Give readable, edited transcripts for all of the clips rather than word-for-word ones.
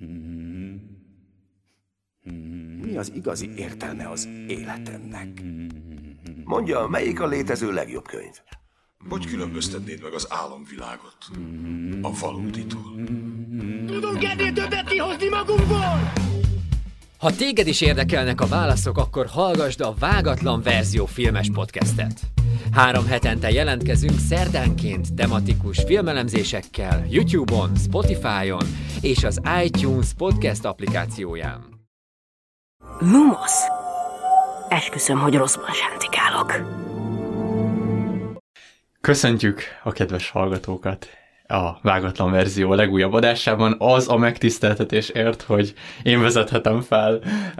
Mi az igazi értelme az életemnek? Mondja, melyik a létező legjobb könyv? Hogy különböztetnéd meg az álomvilágot a valóditól? Tudunk ennél többet kihozni magunkból! Ha téged is érdekelnek a válaszok, akkor hallgasd a Vágatlan Verzió filmes podcastet. 3 hetente jelentkezünk szerdánként tematikus filmelemzésekkel YouTube-on, Spotify-on és az iTunes podcast applikációján. Lumos. Esküszöm, hogy rosszban sántikálok. Köszöntjük a kedves hallgatókat a Vágatlan Verzió legújabb adásában. Az a megtiszteltetésért, hogy én vezethetem fel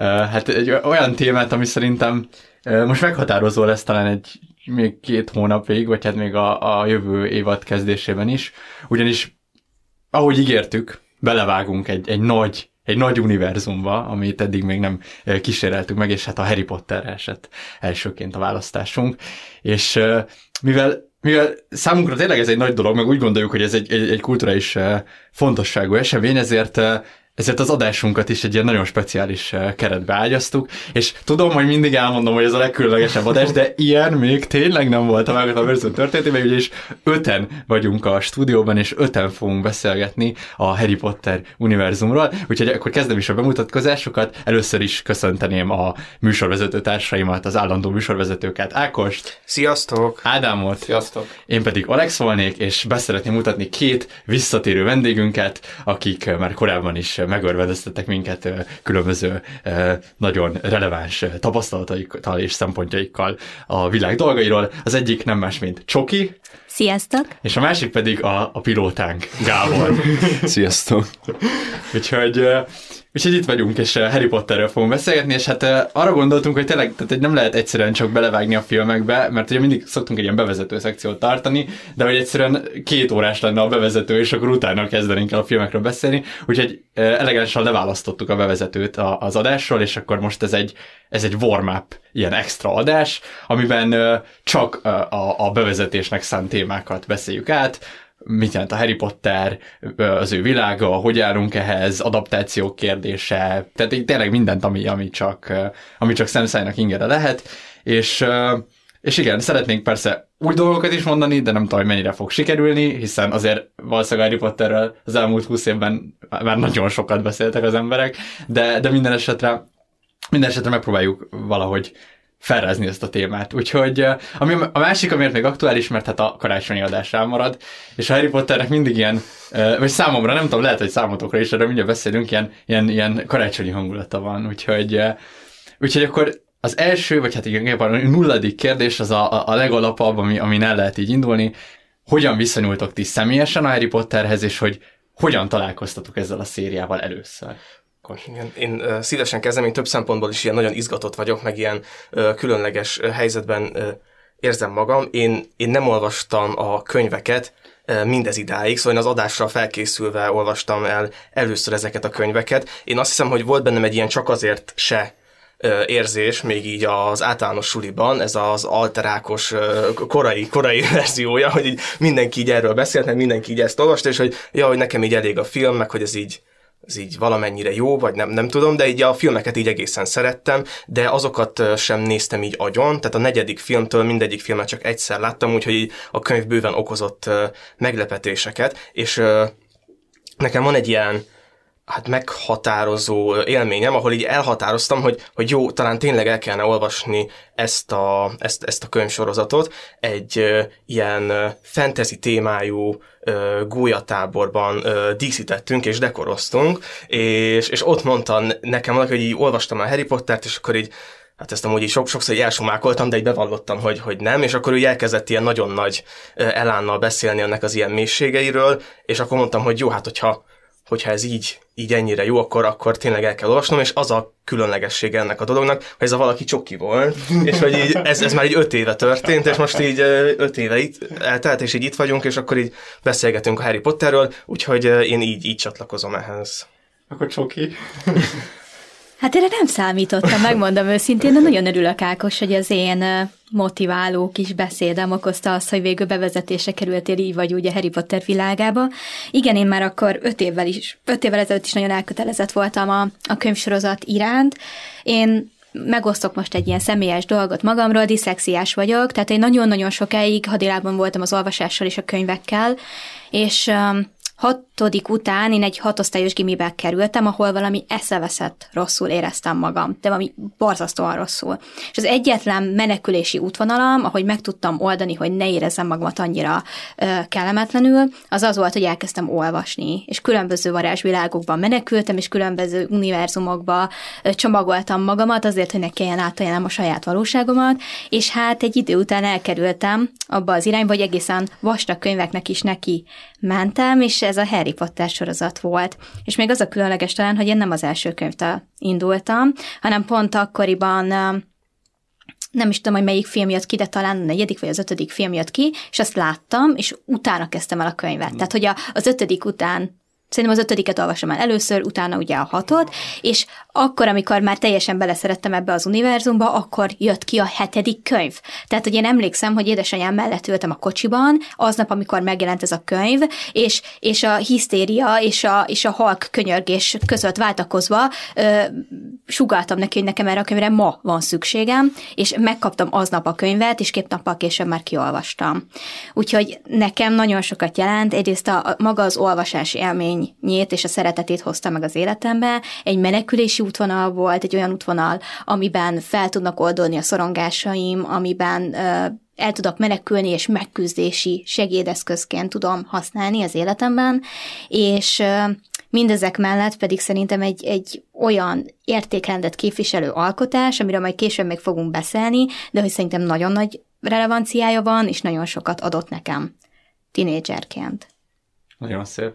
egy olyan témát, ami szerintem most meghatározó lesz talán még 2 hónapig, vagy hát még a jövő évad kezdésében is. Ugyanis, ahogy ígértük, belevágunk egy nagy univerzumba, amit eddig még nem kíséreltük meg, és hát a Harry Potterre esett elsőként a választásunk. És mivel számunkra tényleg ez egy nagy dolog, meg úgy gondoljuk, hogy ez egy kulturális fontosságú esemény, ezért az adásunkat is egy ilyen nagyon speciális keretbe ágyaztuk, és tudom, hogy mindig elmondom, hogy ez a legkülönlegesebb adás, de ilyen még tényleg nem volt a Vágatlan Verzió történetében, ugyanis 5-en vagyunk a stúdióban, és 5-en fogunk beszélgetni a Harry Potter univerzumról, úgyhogy akkor kezdem is a bemutatkozásokat. Először is köszönteném a műsorvezető társaimat, az állandó műsorvezetőket, Ákost. Sziasztok! Ádámot. Sziasztok! Én pedig Alex volnék, és beszeretném mutatni 2 visszatérő vendégünket, akik már korábban is megörvedeztettek minket különböző nagyon releváns tapasztalataikkal és szempontjaikkal a világ dolgairól. Az egyik nem más, mint Csoki. Sziasztok! És a másik pedig a pilótánk, Gábor. Sziasztok! Úgyhogy itt vagyunk, és Harry Potterről fogunk beszélgetni, és hát arra gondoltunk, hogy tényleg tehát nem lehet egyszerűen csak belevágni a filmekbe, mert ugye mindig szoktunk egy ilyen bevezető szekciót tartani, de hogy egyszerűen 2 órás lenne a bevezető, és akkor utána kezdenénk el a filmekről beszélni, úgyhogy elegánsan leválasztottuk a bevezetőt az adásról, és akkor most ez egy warm-up, ilyen extra adás, amiben csak a bevezetésnek szánt témákat beszéljük át. Mit jelent a Harry Potter, az ő világa, hogy állunk ehhez, adaptációk kérdése, tehát tényleg mindent, ami csak szemszájnak ingere lehet, és igen, szeretnénk persze új dolgokat is mondani, de nem tudom, hogy mennyire fog sikerülni, hiszen azért valószínűleg Harry Potterről az elmúlt 20 évben már nagyon sokat beszéltek az emberek, de minden esetre megpróbáljuk valahogy felrázni ezt a témát. Úgyhogy a másik, amiért még aktuális, mert hát a karácsonyi adás rámarad, és a Harry Potternek mindig ilyen, vagy számomra, nem tudom, lehet, hogy számotokra is, erről mindjárt beszélünk, ilyen karácsonyi hangulata van. Úgyhogy akkor az első, vagy hát igen, a 0. kérdés az a legalapabb, amin el lehet így indulni. Hogyan viszonyultok ti személyesen a Harry Potterhez, és hogy hogyan találkoztatok ezzel a szériával először? Igen, én szívesen kezdem, én több szempontból is ilyen nagyon izgatott vagyok, meg ilyen különleges helyzetben érzem magam. Én nem olvastam a könyveket mindez idáig, szóval én az adásra felkészülve olvastam el először ezeket a könyveket. Én azt hiszem, hogy volt bennem egy ilyen csak azért se érzés, még így az általános suliban, ez az alterákos korai verziója, hogy így mindenki így erről beszélt, meg mindenki így ezt olvasta, és hogy hogy nekem így elég a film, meg hogy ez így valamennyire jó, vagy nem tudom, de így a filmeket így egészen szerettem, de azokat sem néztem így agyon, tehát a 4. filmtől mindegyik filmet csak egyszer láttam, úgyhogy így a könyv bőven okozott meglepetéseket, és nekem van egy ilyen meghatározó élményem, ahol így elhatároztam, hogy jó, talán tényleg el kellene olvasni ezt a könyvsorozatot. Egy ilyen fantasy témájú gólyatáborban díszítettünk és dekoroztunk, és ott mondta nekem valaki, hogy így olvastam a Harry Pottert, és akkor így hát ezt amúgy így sokszor így elsumákoltam, de így bevallottam, hogy nem, és akkor ő elkezdett ilyen nagyon nagy elánnal beszélni ennek az ilyen mélységeiről, és akkor mondtam, hogy jó, hát hogyha ez így ennyire jó, akkor tényleg el kell olvasnom, és az a különlegessége ennek a dolognak, hogy ez a valaki Csoki volt, és hogy így, ez már így 5 éve történt, és most így 5 éve itt eltelt, és így itt vagyunk, és akkor így beszélgetünk a Harry Potterről, úgyhogy én így csatlakozom ehhez. Akkor Csoki. Hát erre nem számítottam, megmondom őszintén, de nagyon örülök, Ákos, hogy az én motiváló kis beszédem okozta azt, hogy végül bevezetésre kerültél így vagy úgy a Harry Potter világába. Igen, én már akkor 5 évvel ezelőtt is nagyon elkötelezett voltam a könyvsorozat iránt. Én megosztok most egy ilyen személyes dolgot magamról, diszlexiás vagyok, tehát én nagyon-nagyon sokáig hadilában voltam az olvasással és a könyvekkel, és 6. után én egy 6 osztályos gimibe kerültem, ahol valami eszeveszett rosszul éreztem magam, de valami borzasztóan rosszul. És az egyetlen menekülési útvonalam, ahogy meg tudtam oldani, hogy ne érezzem magamat annyira kellemetlenül, az volt, hogy elkezdtem olvasni, és különböző varázsvilágokban menekültem, és különböző univerzumokba csomagoltam magamat azért, hogy ne kelljen átélnem a saját valóságomat, és hát egy idő után elkerültem abba az irányba, hogy egészen vastag könyveknek is neki mentem, és ez a Harry Potter sorozat volt. És még az a különleges talán, hogy én nem az első könyvtől indultam, hanem pont akkoriban nem is tudom, hogy melyik film jött ki, de talán a 4. vagy az 5. film jött ki, és azt láttam, és utána kezdtem el a könyvet. Tehát, hogy az 5. után, szerintem az 5. olvasom el először, utána ugye a 6. És akkor, amikor már teljesen beleszerettem ebbe az univerzumba, akkor jött ki a 7. könyv. Tehát, hogy én emlékszem, hogy édesanyám mellett ültem a kocsiban, aznap, amikor megjelent ez a könyv, és a hisztéria és a halk könyörgés között váltakozva sugáltam neki, hogy nekem erre a könyvre ma van szükségem, és megkaptam aznap a könyvet, és 2 nappal később már kiolvastam. Úgyhogy nekem nagyon sokat jelent, egyrészt maga az olvasási élményét és a szeretetét hozta meg az életembe, egy menekülési útvonal volt, egy olyan útvonal, amiben fel tudnak oldódni a szorongásaim, amiben el tudok menekülni, és megküzdési segédeszközként tudom használni az életemben, és mindezek mellett pedig szerintem egy olyan értékrendet képviselő alkotás, amiről majd később még fogunk beszélni, de hogy szerintem nagyon nagy relevanciája van, és nagyon sokat adott nekem tinédzserként. Nagyon szép.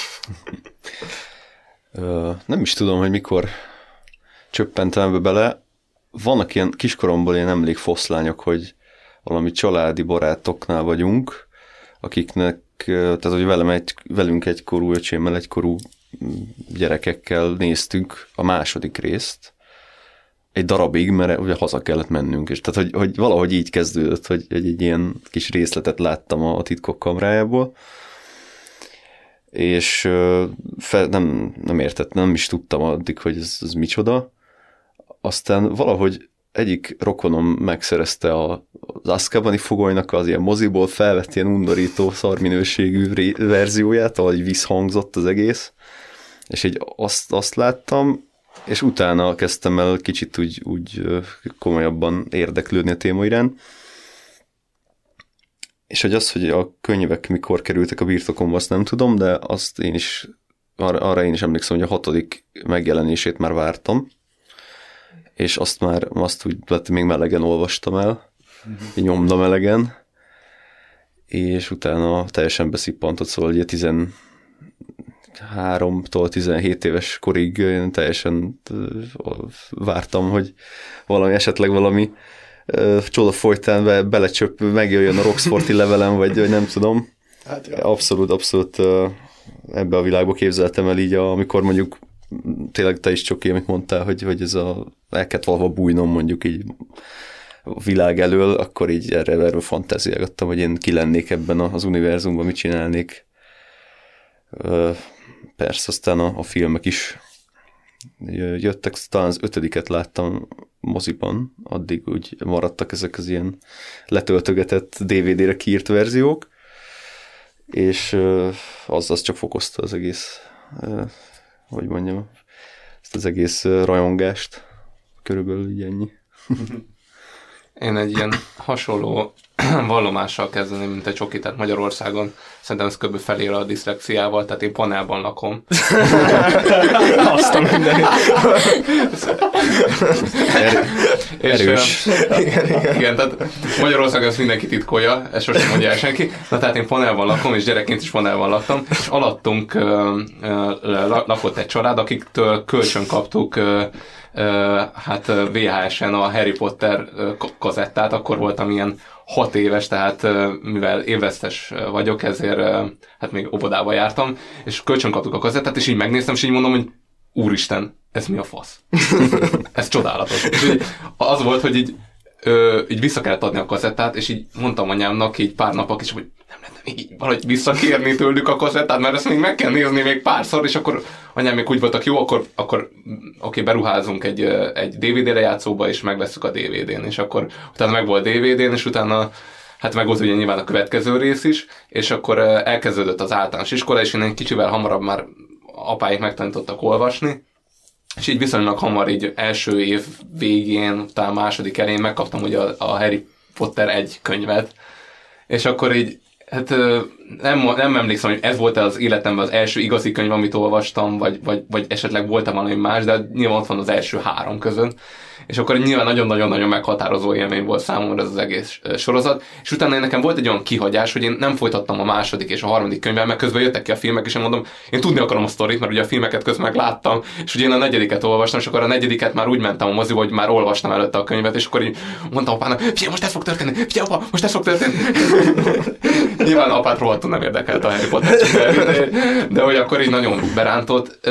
Nem is tudom, hogy mikor csöppentem ebbe bele. Vannak ilyen kiskoromból ilyen emlékfoszlányok, hogy valami családi barátoknál vagyunk, akiknek, tehát hogy velünk egykorú öcsémmel, egykorú gyerekekkel néztük a 2. részt egy darabig, mert ugye haza kellett mennünk, és tehát hogy valahogy így kezdődött, hogy egy ilyen kis részletet láttam a Titkok kamrájából, és nem értettem, nem is tudtam addig, hogy ez micsoda. Aztán valahogy egyik rokonom megszerezte az Azkabani fogolynak az ilyen moziból felvett ilyen undorító szarminőségű verzióját, ahogy visszhangzott az egész, és így azt láttam, és utána kezdtem el kicsit úgy komolyabban érdeklődni a téma iránt. És hogy a könyvek mikor kerültek a birtokomba, azt nem tudom, de azt arra én is emlékszem, hogy a 6. megjelenését már vártam, és azt úgy még melegen olvastam el, nyomda melegen, és utána teljesen beszippantott, szóval ugye 13-tól 17 éves korig én teljesen vártam, hogy esetleg valami csoda folytán belecsöpp, megjöjjön a Roxforti levelem, vagy nem tudom. Hát, ja. Abszolút ebbe a világba képzeltem el így, amikor mondjuk tényleg te is Csoki, amit mondtál, hogy ez el kellett valahol bújnom mondjuk így a világ elől, akkor így erre fantáziálgattam, hogy én ki lennék ebben az univerzumban, mit csinálnék. Persze, aztán a filmek is jöttek, talán az 5. láttam moziban, addig úgy maradtak ezek az ilyen letöltögetett DVD-re kiírt verziók, és az csak fokozta az egész, hogy mondjam, ezt az egész rajongást. Körülbelül így ennyi. Én egy ilyen hasonló vallomással kezdeném, mint egy Csoki, tehát Magyarországon szerintem ez kb. Felér a diszlexiával, tehát én panelban lakom. Azt a mindenit. Erős. Igen, tehát Magyarországon ezt mindenki titkolja, ezt sosem mondja el senki. Na tehát én panelban lakom, és gyerekként is panelban laktam, és alattunk lakott egy család, akiktől kölcsön kaptuk hát VHS-en a Harry Potter kazettát, akkor voltam ilyen 6 éves, tehát mivel évesztes vagyok, ezért hát még óvodába jártam, és kölcsön kaptuk a kazettát, és így megnéztem, és így mondom, hogy úristen, ez mi a fasz? Ez csodálatos. És így az volt, hogy így vissza kellett adni a kazettát, és így mondtam anyámnak így pár napok is, hogy nem lehetne még így valahogy visszakérni tőlük a kazettát, mert ezt még meg kell nézni még párszor, és akkor anyám még úgy voltak, jó, akkor oké, beruházunk egy DVD lejátszóba, és megveszük a DVD-n, és akkor utána meg volt DVD-n, és utána hát meg volt ugye nyilván a következő rész is, és akkor elkezdődött az általános iskola, és én egy kicsivel hamarabb már apáik megtanítottak olvasni, és így viszonylag hamar, így első év végén, talán második elején megkaptam ugye a Harry Potter 1 könyvet, és akkor így, hát nem emlékszem, hogy ez volt az életemben az első igazi könyv, amit olvastam, vagy esetleg volt-e valami más, de nyilván ott van az első 3 között, és akkor nyilván nagyon-nagyon-nagyon meghatározó élmény volt számomra ez az egész sorozat, és utána nekem volt egy olyan kihagyás, hogy én nem folytattam a második és a harmadik könyvvel, mert közben jöttek ki a filmek, és én mondom, én tudni akarom a sztorit, mert ugye a filmeket közben meg láttam, és ugye én a 4. olvastam, és akkor a 4. már úgy mentem a moziba, hogy már olvastam előtte a könyvet, és akkor így mondtam apának, figyelj, most ez fog történni, figyelj apa, most ez fog történni. Nyilván apát rohadtul nem érdekelt a Harry Potter, de hogy akkor így nagyon berántott.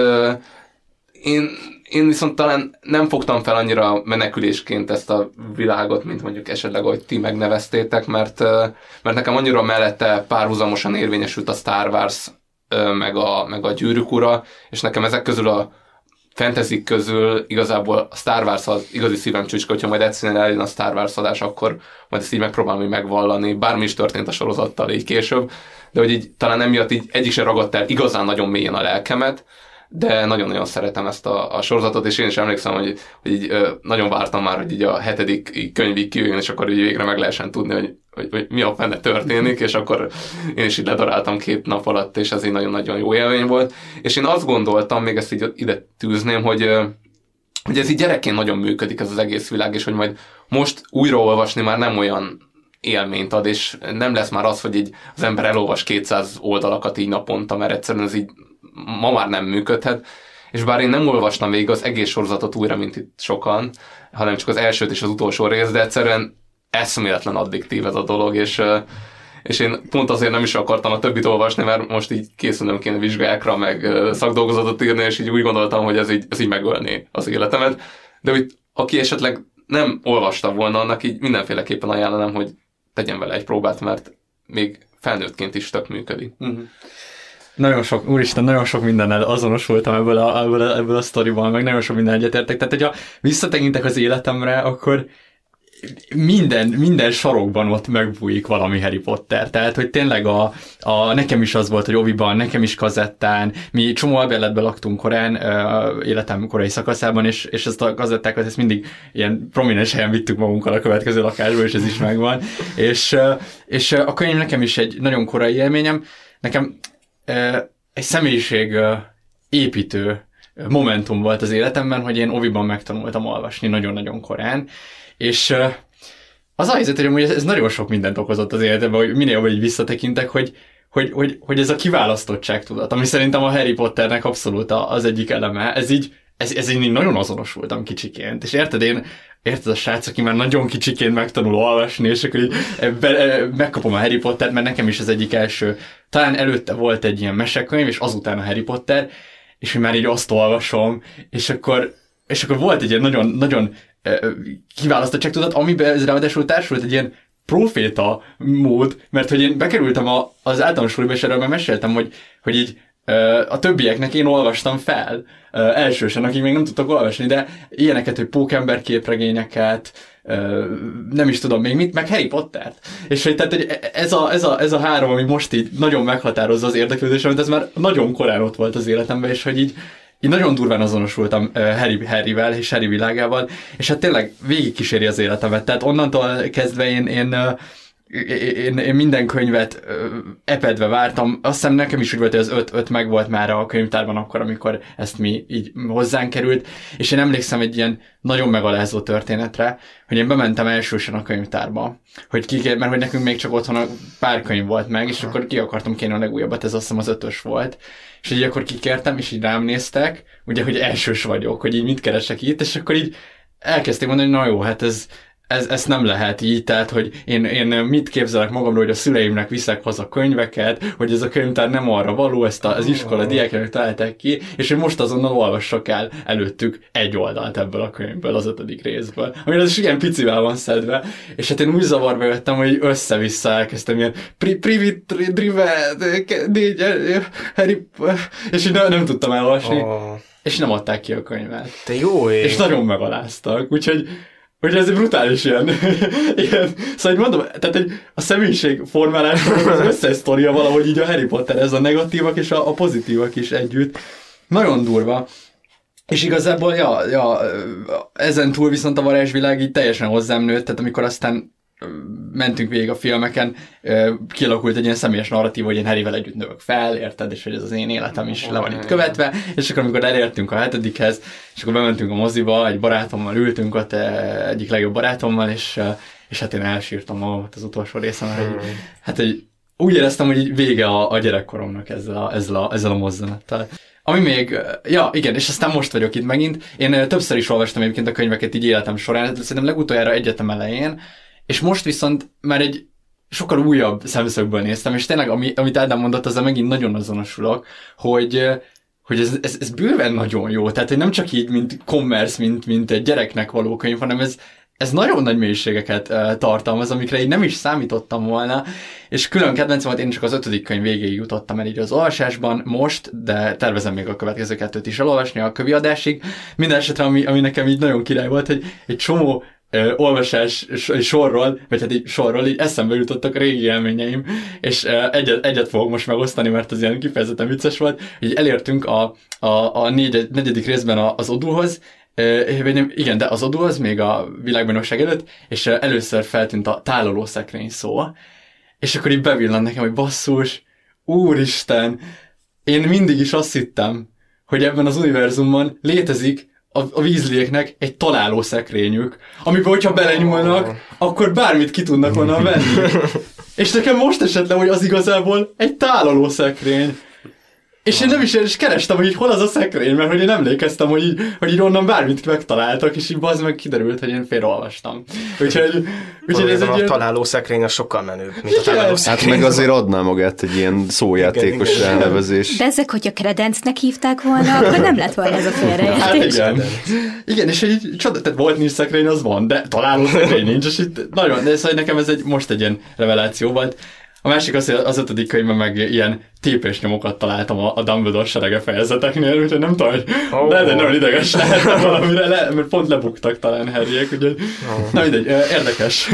Én viszont talán nem fogtam fel annyira menekülésként ezt a világot, mint mondjuk esetleg, ahogy ti megneveztétek, mert nekem annyira mellette párhuzamosan érvényesült a Star Wars, meg a Gyűrűk ura, és nekem ezek közül a fantasy közül igazából a Star Wars az igazi szívem csücske, hogyha majd egyszerűen eljön a Star Wars adás, akkor majd ezt így megpróbálom megvallani, bármi is történt a sorozattal így később, de hogy így talán emiatt így egyik sem ragadt el igazán nagyon mélyen a lelkemet, de nagyon-nagyon szeretem ezt a sorozatot, és én is emlékszem, hogy így nagyon vártam már, hogy így a 7. könyvig kijöjjön, és akkor így végre meg lehessen tudni, hogy mi a fene történik, és akkor én is így ledaráltam 2 nap alatt, és ez egy nagyon-nagyon jó élmény volt. És én azt gondoltam, még ezt így ide tűzném, hogy ez így gyerekként nagyon működik ez az egész világ, és hogy majd most újraolvasni már nem olyan élményt ad, és nem lesz már az, hogy így az ember elolvas 200 oldalakat így naponta, mert egyszerűen ez így ma már nem működhet, és bár én nem olvastam végig az egész sorozatot újra, mint itt sokan, hanem csak az elsőt és az utolsó rész, de egyszerűen eszméletlen addiktív ez a dolog, és én pont azért nem is akartam a többit olvasni, mert most így készülnöm kéne vizsgákra, meg szakdolgozatot írni, és így úgy gondoltam, hogy ez így megölné az életemet, de hogy aki esetleg nem olvasta volna, annak így mindenféleképpen ajánlanám, hogy tegyen vele egy próbát, mert még felnőttként is tök működik. Nagyon sok mindennel azonosultam ebből a sztoriban, meg nagyon sok minden egyetértek. Tehát, hogyha visszatekintek az életemre, akkor minden sarokban ott megbújik valami Harry Potter. Tehát, hogy tényleg nekem is az volt, hogy oviban, nekem is kazettán, mi csomó albérletben laktunk korán, életem korai szakaszában, és ezt a kazettákat ezt mindig ilyen prominens helyen vittük magunkkal a következő lakásba, és ez is megvan. És a könyv nekem is egy nagyon korai élményem. Nekem egy személyiség építő momentum volt az életemben, hogy én oviban megtanultam olvasni nagyon-nagyon korán, és az a helyzet, hogy ez nagyon sok mindent okozott az életemben, hogy minél jobban így visszatekintek, hogy ez a kiválasztottságtudat, ami szerintem a Harry Potternek abszolút az egyik eleme, ez így nagyon azonosultam kicsiként, és érted a srác, aki már nagyon kicsiként megtanul olvasni, és akkor így megkapom a Harry Pottert, mert nekem is az egyik első, talán előtte volt egy ilyen mesekönyv, és azután a Harry Potter, és hogy már így azt olvasom, és akkor volt egy ilyen nagyon, nagyon kiválasztottságtudat, amiben ez ráadásul társult egy ilyen proféta mód, mert hogy én bekerültem az általános suliba, és erről már meséltem, hogy így a többieknek én olvastam fel elsősen, akik még nem tudtak olvasni, de ilyeneket, hogy Pókember képregényeket, nem is tudom még mit, meg Harry Pottert. És hogy, tehát, hogy ez a 3, ami most így nagyon meghatározza az érdeklődésemet, ez már nagyon korán ott volt az életemben, és hogy így nagyon durván azonosultam Harryvel és Harry világával, és hát tényleg végigkíséri az életemet. Tehát onnantól kezdve én minden könyvet epedve vártam. Azt hiszem nekem is úgy volt, hogy az 5 meg volt már a könyvtárban akkor, amikor ezt mi így hozzánk került, és én emlékszem egy ilyen nagyon megalázó történetre, hogy én bementem elsősen a könyvtárba, mert hogy nekünk még csak otthon pár könyv volt meg, és akkor ki akartam kérni a legújabbat, ez azt hiszem az 5-ös volt. És így akkor kikértem, és így rám néztek, ugye, hogy elsős vagyok, hogy így mit keresek itt, és akkor így elkezdték mondani, hogy na jó, hát ezt nem lehet így, tehát, hogy én mit képzelek magamról, hogy a szüleimnek viszek haza könyveket, hogy ez a könyvtár nem arra való, ezt az iskola diákjának találták ki, és én most azonnal olvassak el előttük egy oldalt ebből a könyvből, az 5. részből, ami az is ilyen picivel van szedve, és hát én úgy zavarba jöttem, hogy össze-vissza elkezdtem ilyen Harry, és így nem tudtam elolvasni, és nem adták ki a könyvet. Te jó ég. És nagyon megaláztak, úgyhogy ez egy brutális ilyen. Szóval mondom, tehát a személyiség formálásban az összes sztoria valahogy így a Harry Potter, ez a negatívak és a pozitívak is együtt. Nagyon durva. És igazából, ezen túl viszont a varázsvilág így teljesen hozzám nőtt, tehát amikor aztán mentünk végig a filmeken, kialakult egy ilyen személyes narratíva, hogy én Harryvel együtt növök fel, érted, és hogy ez az én életem is le van itt követve, és akkor amikor elértünk a 7-hez, és akkor bementünk a moziba, egy barátommal ültünk ott, egyik legjobb barátommal, és hát én elsírtam az utolsó részen, hogy hát úgy éreztem, hogy így vége a gyerekkoromnak ezzel a mozzanattal. Ami még, igen, és aztán most vagyok itt megint. Én többször is olvastam egyébként a könyveket így életem során, szerintem legutoljára egyetem elején, és most viszont már egy sokkal újabb szemszögből néztem, és tényleg, amit Ádám mondott, azzal megint nagyon azonosulok, hogy ez bőven nagyon jó, tehát hogy nem csak így, mint commerce, mint egy gyereknek való könyv, hanem ez nagyon nagy mélységeket tartalmaz, amikre én nem is számítottam volna, és külön kedvencem, én csak az 5. könyv végéig jutottam el így az olvasásban most, de tervezem még a következő 2-t is elolvasni a kövi adásig. Minden esetre, ami nekem így nagyon király volt, hogy egy csomó olvasás sorról, vagy hát így sorról így eszembe jutottak a régi élményeim, és egyet fogok most megosztani, mert az ilyen kifejezetten vicces volt, hogy elértünk a 4. részben az Oduhoz, igen, de az Oduhoz még a világbajnokság előtt, és először feltűnt a tálalószekrény szó, és akkor így bevillant nekem, hogy basszus, úristen, én mindig is azt hittem, hogy ebben az univerzumban létezik a Weasleyeknek egy találószekrényük, amiben, hogyha belenyúlnak, akkor bármit ki tudnak onnan venni. És nekem most esett le, hogy az igazából egy tálalószekrény. És én nem is kerestem, hogy így hol az a szekrény, mert hogy én emlékeztem, hogy így onnan bármit megtaláltak, és így bazd meg kiderült, hogy én félreolvastam. Úgyhogy ez egy ilyen... találó szekrény az sokkal menőbb, mint a találó szekrény. Hát meg azért adná magát egy ilyen szójátékos elnevezés. De ezek, hogyha kredencnek hívták volna, akkor nem lett volna ez a félreértés. Hát igen, és így tehát volt nincs szekrény, az van, de találó szekrény nincs, és itt nagyon, de szóval nekem ez most egy ilyen reveláció volt. A másik az, hogy az 5. könyvben meg ilyen tépésnyomokat találtam a Dumbledore serege fejezeteknél, úgyhogy nem tudom, hogy lehet, hogy nagyon ideges lehetne valamire, mert pont lebuktak talán Harryék, úgyhogy na mindegy, érdekes.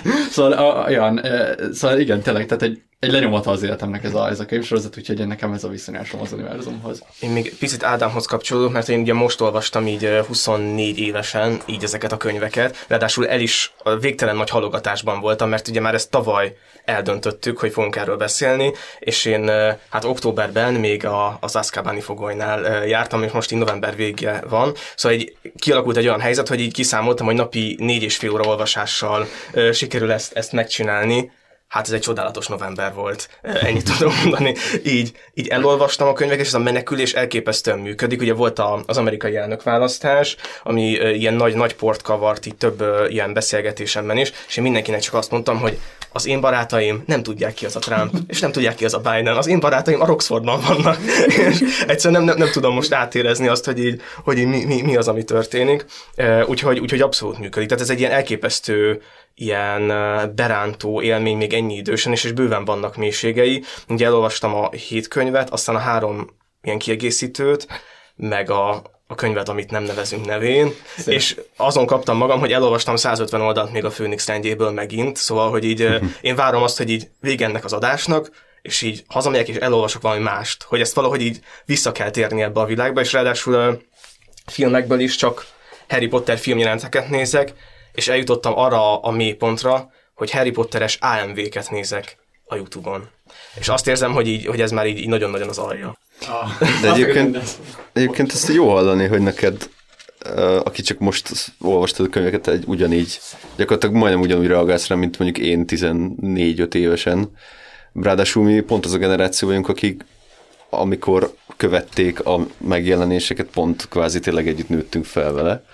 Szóval igen, tényleg, tehát egy lenyomata az életemnek ez a könyvsorozat, úgyhogy nekem ez a viszonyásom az univerzumhoz. Én még picit Ádámhoz kapcsolódok, mert én ugye most olvastam így 24 évesen így ezeket a könyveket, ráadásul a végtelen nagy halogatásban voltam, mert ugye már ezt tavaly eldöntöttük, hogy fogunk erről beszélni, és én hát októberben még az Azkabani fogolynál jártam, és most így november vége van, szóval így kialakult egy olyan helyzet, hogy így kiszámoltam, hogy napi 4,5 óra olvasással sikerül ezt megcsinálni. Hát ez egy csodálatos november volt, ennyit tudom mondani. Így elolvastam a könyveket, és ez a menekülés elképesztően működik. Ugye volt az amerikai elnökválasztás, ami ilyen nagy port kavart így több ilyen beszélgetésemben is, és én mindenkinek csak azt mondtam, hogy az én barátaim nem tudják ki az a Trump, és nem tudják ki az a Biden. Az én barátaim a Roxfordban vannak, és egyszerűen nem tudom most átérezni azt, hogy mi az, ami történik. Úgyhogy abszolút működik. Tehát ez egy ilyen elképesztő ilyen berántó élmény még ennyi idősen, és bőven vannak mélységei. Ugye elolvastam a 7 könyvet, aztán a 3 ilyen kiegészítőt, meg a könyvet, amit nem nevezünk nevén, és azon kaptam magam, hogy elolvastam 150 oldalt még a Főnix rendjéből megint, szóval, hogy így én várom azt, hogy így vége ennek az adásnak, és így hazamegyek, és elolvasok valami mást, hogy ezt valahogy így vissza kell térni ebbe a világba, és ráadásul filmekből is csak Harry Potter filmjelenteket nézek, és eljutottam arra a mélypontra, hogy Harry Potteres AMV-ket nézek a YouTube-on. És azt érzem, hogy ez már így nagyon-nagyon az alja. De egyébként ezt jó hallani, hogy neked, aki csak most olvastad a könyveket, ugyanígy, gyakorlatilag majdnem ugyanúgy reagálsz rá, mint mondjuk én 14-5 évesen. Ráadásul mi pont az a generáció vagyunk, akik amikor követték a megjelenéseket, pont kvázi tényleg együtt nőttünk fel vele.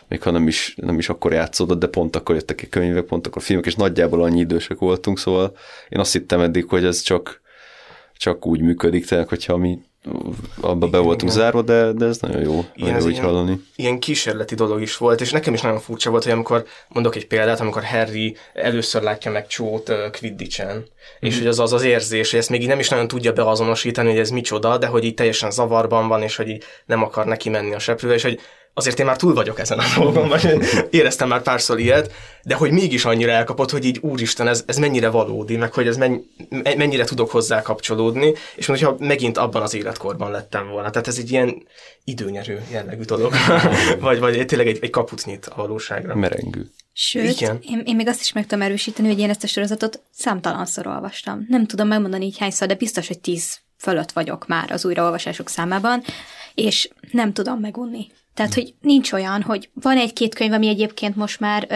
még ha nem is akkor játszódott, de pont akkor jöttek ki könyvek, pont akkor filmek, és nagyjából annyi idősek voltunk, szóval én azt hittem eddig, hogy ez csak úgy működik, tehát hogyha mi abba be voltunk zárva, de ez nagyon jó, így hallani. Ilyen kísérleti dolog is volt, és nekem is nagyon furcsa volt, hogy amikor, mondok egy példát, amikor Harry először látja meg Cho-t Quidditch-en, és hogy az érzés, hogy ezt még így nem is nagyon tudja beazonosítani, hogy ez micsoda, de hogy így teljesen zavarban van, és hogy így nem akar neki menni a seprőre, és hogy azért én már túl vagyok ezen a dolgon, vagy éreztem már párszor ilyet, de hogy mégis annyira elkapott, hogy így úristen, ez mennyire valódi, meg hogy ez mennyire tudok hozzá kapcsolódni, és hogyha megint abban az életkorban lettem volna. Tehát ez egy ilyen időnyerő jellegű dolog, vagy tényleg egy kaput nyit a valóságra. Merengő. Sőt, én még azt is meg tudom erősíteni, hogy én ezt a sorozatot számtalanszor olvastam. Nem tudom megmondani így hányszor, de biztos, hogy 10 fölött vagyok már az újraolvasások számában, és nem tudom megunni. Tehát, hogy nincs olyan, hogy van egy-két könyv, ami egyébként most már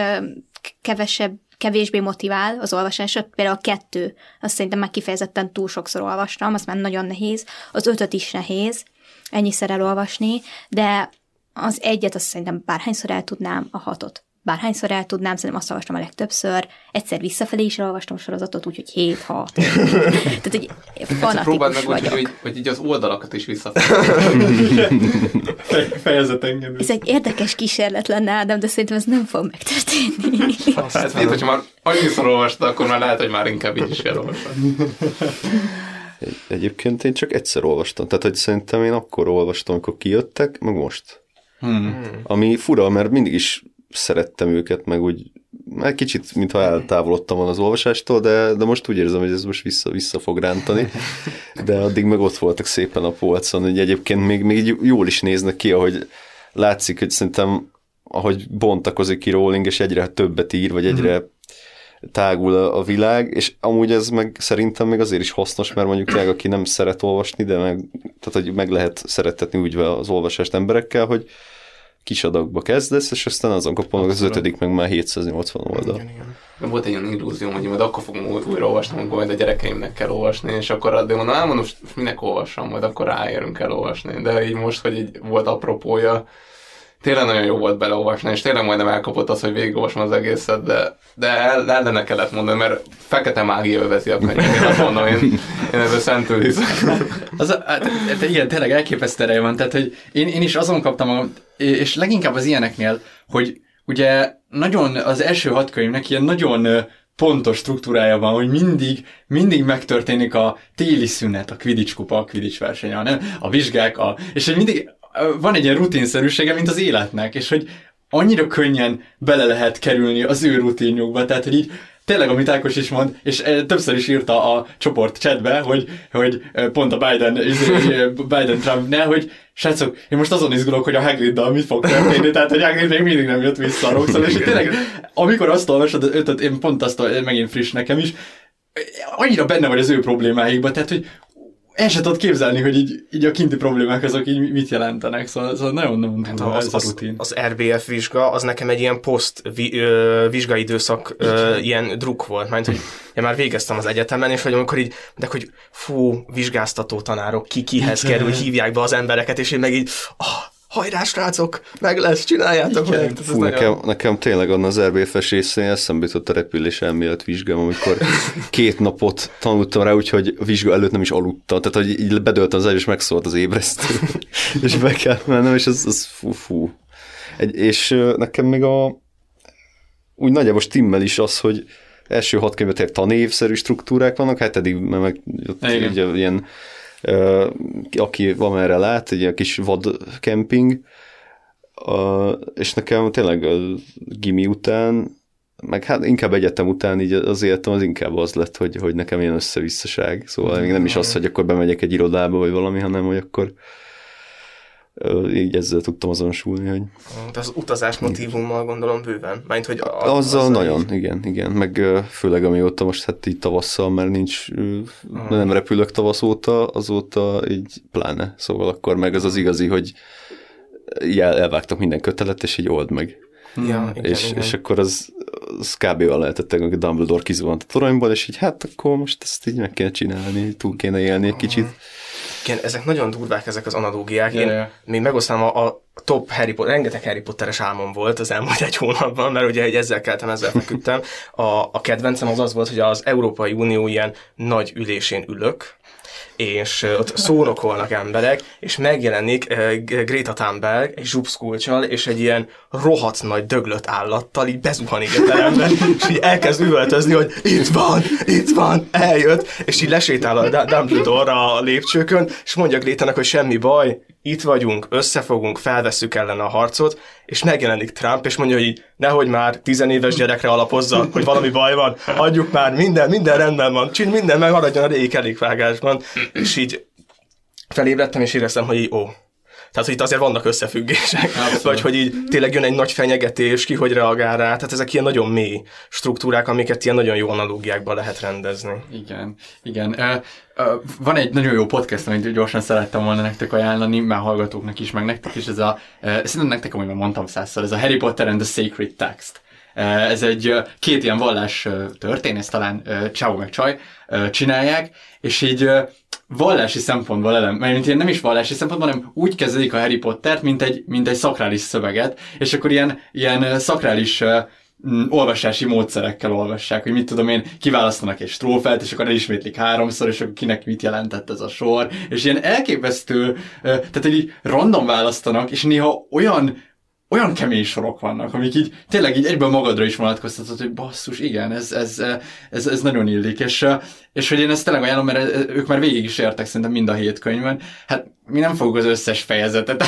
kevésbé motivál az olvasásra, például a 2, azt szerintem már kifejezetten túl sokszor olvastam, az már nagyon nehéz, az 5 is nehéz ennyiszer elolvasni, de az 1-et azt szerintem bárhányszor el tudnám, a 6-ot bárhányszor el tudnám, szerintem azt olvastam a legtöbbször, egyszer visszafelé is elolvastam a sorozatot, úgyhogy 7-6. Tehát, hogy fanatikus próbáld meg vagyok. hogy így az oldalakat is visszafelé. Fejezetenként. Ez egy érdekes kísérlet lenne, Ádám, de szerintem ez nem fog megtörténni. Hát így, hogyha már annyiszor olvastad, akkor már lehet, hogy már inkább így is elolvastad. Egyébként én csak egyszer olvastam, tehát hogy szerintem én akkor olvastam, amikor kijöttek, meg most. Ami fura, mert mindig is szerettem őket, meg úgy már kicsit, mintha eltávolodtam volna az olvasástól, de most úgy érzem, hogy ez most vissza fog rántani. De addig meg ott voltak szépen a polcon, hogy egyébként még jól is néznek ki, ahogy látszik, hogy szerintem ahogy bontakozik ki Rowling, és egyre többet ír, vagy egyre tágul a világ, és amúgy ez meg szerintem még azért is hasznos, mert mondjuk tényleg, aki nem szeret olvasni, de tehát, hogy meg lehet szerettetni úgy az olvasást emberekkel, hogy kis adagba kezdesz, és aztán azon kapom, az 5. meg már 780 oldal. Volt egy olyan illúzióm, hogy majd akkor fogom újra olvasni, amikor majd a gyerekeimnek kell olvasni, és akkor addig mondom, most minek olvassam, majd akkor ráérünk elolvasni. De így most, hogy így volt apropója, tényleg nagyon jó volt beleolvasni, és tényleg majdnem elkapott az, hogy végigolvasom az egészet, de ellene kellett mondani, mert fekete mágia övezi a könyvet. Én azt mondom, én ebből szentül hiszem. Igen, tényleg elképesztő ereje van, tehát hogy én is azon kaptam magam, és leginkább az ilyeneknél, hogy ugye nagyon az első 6 könyvnek ilyen nagyon pontos struktúrája van, hogy mindig megtörténik a téli szünet, a Quidditch kupa, a Quidditch verseny, a vizsgák, és hogy mindig van egy ilyen rutinszerűsége, mint az életnek, és hogy annyira könnyen bele lehet kerülni az ő rutinjukba, tehát hogy így tényleg, amit Ákos is mond, és többször is írta a csoport chatbe, hogy pont a Biden-Trump-nál, hogy srácok, én most azon izgulok, hogy a Hagriddal mit fog történni, tehát hogy Hagrid még mindig nem jött vissza a Roxal, és tényleg, amikor azt olvasod az 5-öt, én pont azt megint friss nekem is, annyira benne vagy az ő problémáikban, tehát hogy el sem tudod képzelni, hogy így a kinti problémák azok így mit jelentenek, szóval nagyon durva ez a rutin. Az RBF vizsga, az nekem egy ilyen vizsgaidőszak ilyen druk volt, mert hogy én már végeztem az egyetemen, és hogy amikor így, de hogy vizsgáztató tanárok, kihez kerül, hívják be az embereket, és én meg így, hajrá, srácok, meg lesz, csináljátok meg. Fú, nekem tényleg az RBF-es részén eszembe jutott a repülés elmélet vizsgám, amikor 2 napot tanultam rá, úgyhogy a vizsga előtt nem is aludtam. Tehát, hogy így bedöltem az ágy, és megszólt az ébresztő, és be kell mennem, és az fú. És nekem még úgy nagyjából stimmel is az, hogy első 6 könyvben tényleg tanévszerű struktúrák vannak, hát eddig meg ilyen aki van erre lát, egy ilyen kis vad kemping, és nekem tényleg a gimi után, meg hát inkább egyetem után így az életem az inkább az lett, hogy nekem ilyen összevisszaság. Szóval még nem is az, hogy akkor bemegyek egy irodába, vagy valami, hanem hogy akkor így ezzel tudtam azonosulni, hogy... De az utazás motívummal gondolom bőven. Mert, hogy azzal nagyon, igen. Meg főleg amióta most hát így tavasszal, mert nem repülök tavasz óta, azóta így pláne. Szóval akkor meg az igazi, hogy elvágtak minden kötelet, és így old meg. Ja, igen. És akkor az kb-val lehetett, hogy Dumbledore kizuhant a toronyból, és így hát akkor most ezt így meg kéne csinálni, túl kéne élni egy kicsit. Igen, ezek nagyon durvák, ezek az analógiák. Én még megosztám a rengeteg Harry Potteres álmom volt az elmúlt egy hónapban, mert ugye ezzel keltem, ezzel feküdtem. A kedvencem az volt, hogy az Európai Unió ilyen nagy ülésén ülök, és ott szónokolnak emberek, és megjelenik Greta Thunberg egy zsupszkulccsal, és egy ilyen rohadt nagy döglött állattal így bezuhanik a teremben, és így elkezd üvöltözni, hogy itt van, eljött, és így lesétál a Dumbledore a lépcsőkön, és mondja Grétának, hogy semmi baj, itt vagyunk, összefogunk, felvesszük ellen a harcot, és megjelenik Trump, és mondja, hogy így, nehogy már 10 éves gyerekre alapozza, hogy valami baj van, adjuk már, minden rendben van, minden megmaradjon a régi kerékvágásban, és így felébredtem, és éreztem, hogy így, tehát, hogy itt azért vannak összefüggések, vagy hogy így tényleg jön egy nagy fenyegetés, ki hogy reagál rá, tehát ezek ilyen nagyon mély struktúrák, amiket ilyen nagyon jó analógiákban lehet rendezni. Igen. Van egy nagyon jó podcast, amit gyorsan szerettem volna nektek ajánlani, már hallgatóknak is, meg nektek is, szerintem nektek, amit már mondtam 100-szor, ez a Harry Potter and the Sacred Text. Ez két ilyen vallás történész, talán Csávó meg Csaj csinálják, és így vallási szempontból mert nem is vallási szempontból, hanem úgy kezelik a Harry Pottert, mint egy szakrális szöveget, és akkor ilyen szakrális olvasási módszerekkel olvassák, hogy mit tudom én, kiválasztanak egy strófát, és akkor elismétlik 3-szor, és akkor kinek mit jelentett ez a sor, és ilyen elképesztő, tehát így random választanak, és néha olyan kemény sorok vannak, amik így tényleg így egyből magadra is vonatkoztatod, hogy basszus, igen, ez nagyon illik, és hogy én ezt tényleg ajánlom, mert ők már végig is értek szerintem mind a 7 könyvben. Hát mi nem fogjuk az összes fejezetet,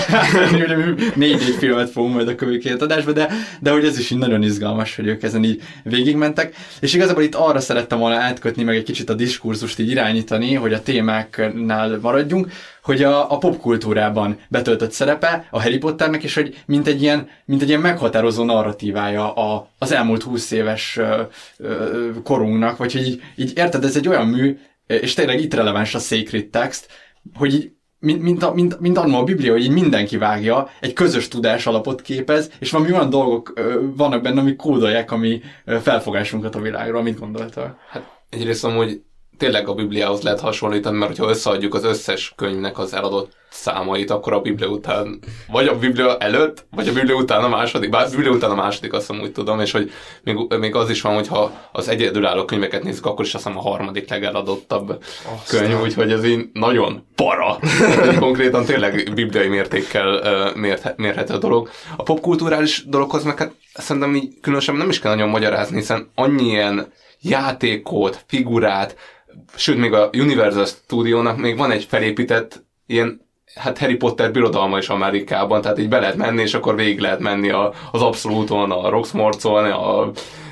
4 filmet fogunk majd a következő adásba, de hogy ez is így nagyon izgalmas, hogy ők ezen így végigmentek. És igazából itt arra szerettem volna átkötni, meg egy kicsit a diskurzust így irányítani, hogy a témáknál maradjunk, hogy a popkultúrában betöltött szerepe a Harry Potternek, és hogy mint egy ilyen meghatározó narratívája az elmúlt 20 éves korunknak, vagy hogy így érted, ez egy olyan mű, és tényleg itt releváns a Sacred Text, hogy így mint annól a Biblia, hogy így mindenki vágja, egy közös tudás alapot képez, és valami olyan dolgok vannak benne, amik kódolják a mi felfogásunkat a világról. Mit gondoltál? Hát egyrészt amúgy tényleg a Bibliához lehet hasonlítani, mert hogyha összeadjuk az összes könyvnek az eladott számait, akkor a Biblia után, vagy a Biblia előtt, vagy a Biblia után a második, bár a Biblia után a második, azt hiszem úgy tudom, és hogy még az is van, hogyha az egyedülálló könyveket nézzük, akkor is azt hiszem a harmadik legeladottabb könyv, úgyhogy ez így nagyon para. Konkrétan tényleg bibliai mértékkel mérhető a dolog. A popkulturális dologhoz meg hát szerintem így különösen nem is kell nagyon magyarázni, hiszen annyi ilyen játékot, figurát, sőt, még a Universal Studio-nak még van egy felépített ilyen, hát Harry Potter birodalma is Amerikában, tehát így be lehet menni, és akkor végig lehet menni az Absoluton, a Roxmorton, a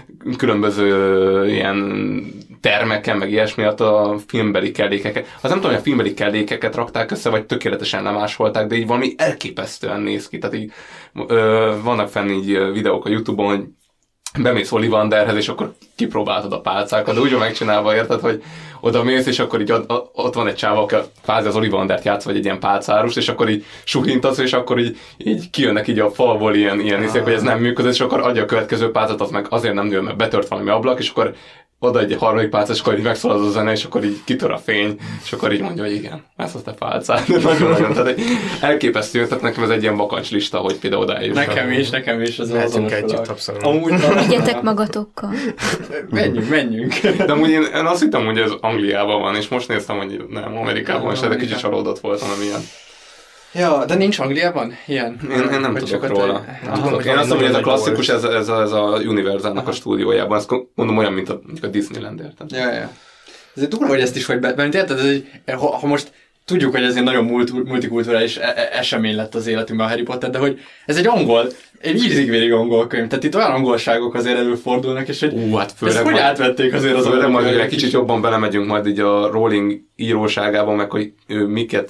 különböző ilyen termeken, meg ilyesmi, a filmbeli kellékeket. Az nem tudom, hogy a filmbeli kellékeket rakták össze, vagy tökéletesen lemásolták, de így valami elképesztően néz ki. Tehát így vannak fenn így videók a YouTube-on, hogy bemész Ollivanderhez, és akkor kipróbáltad a pálcákat, de úgy van megcsinálva, érted, hogy oda mész, és akkor így ott van egy csáva, aki kvázi az Ollivandert játsz, vagy egy ilyen pálcárust, és akkor így suhintasz, és akkor így kijönnek így a falból ilyen iszék, hogy ez nem működik, és akkor adja a következő pálcát, az meg azért nem nő, mert betört valami ablak, és akkor oda egy harmadik pálcát, és akkor így megszól az a zene, és akkor így kitör a fény, és akkor így mondja, hogy igen, ez az te pálcát. Nagyon, tehát elképesztő, tehát nekem ez egy ilyen bakancslista, hogy például odáig. Nekem is az mehetünk együtt, abszolút. Vigyetek magatokkal. Menjünk. De amúgy én azt hittem, hogy ez Angliában van, és most néztem, hogy nem, Amerikában, és de kicsit csalódott voltam, amilyen. Ja, de nincs Angliában ilyen? Én nem tudok róla. Én azt mondom, hogy ez a klasszikus, ez a Universalnak a stúdiójában, ezt mondom olyan, mint a Disneyland, érted? Ja. Ez egy durva, hogy ezt is, hogy mert érted, ha most tudjuk, hogy ez egy nagyon multikulturális esemény lett az életünkben a Harry Potter, de hogy ez egy ízig-vérig angol könyv, tehát itt olyan angolságok azért előfordulnak, és hogy hát főleg hogy átvették azért az angol. Majd egy kicsit jobban belemegyünk majd így a Rowling íróságában, meg hogy ő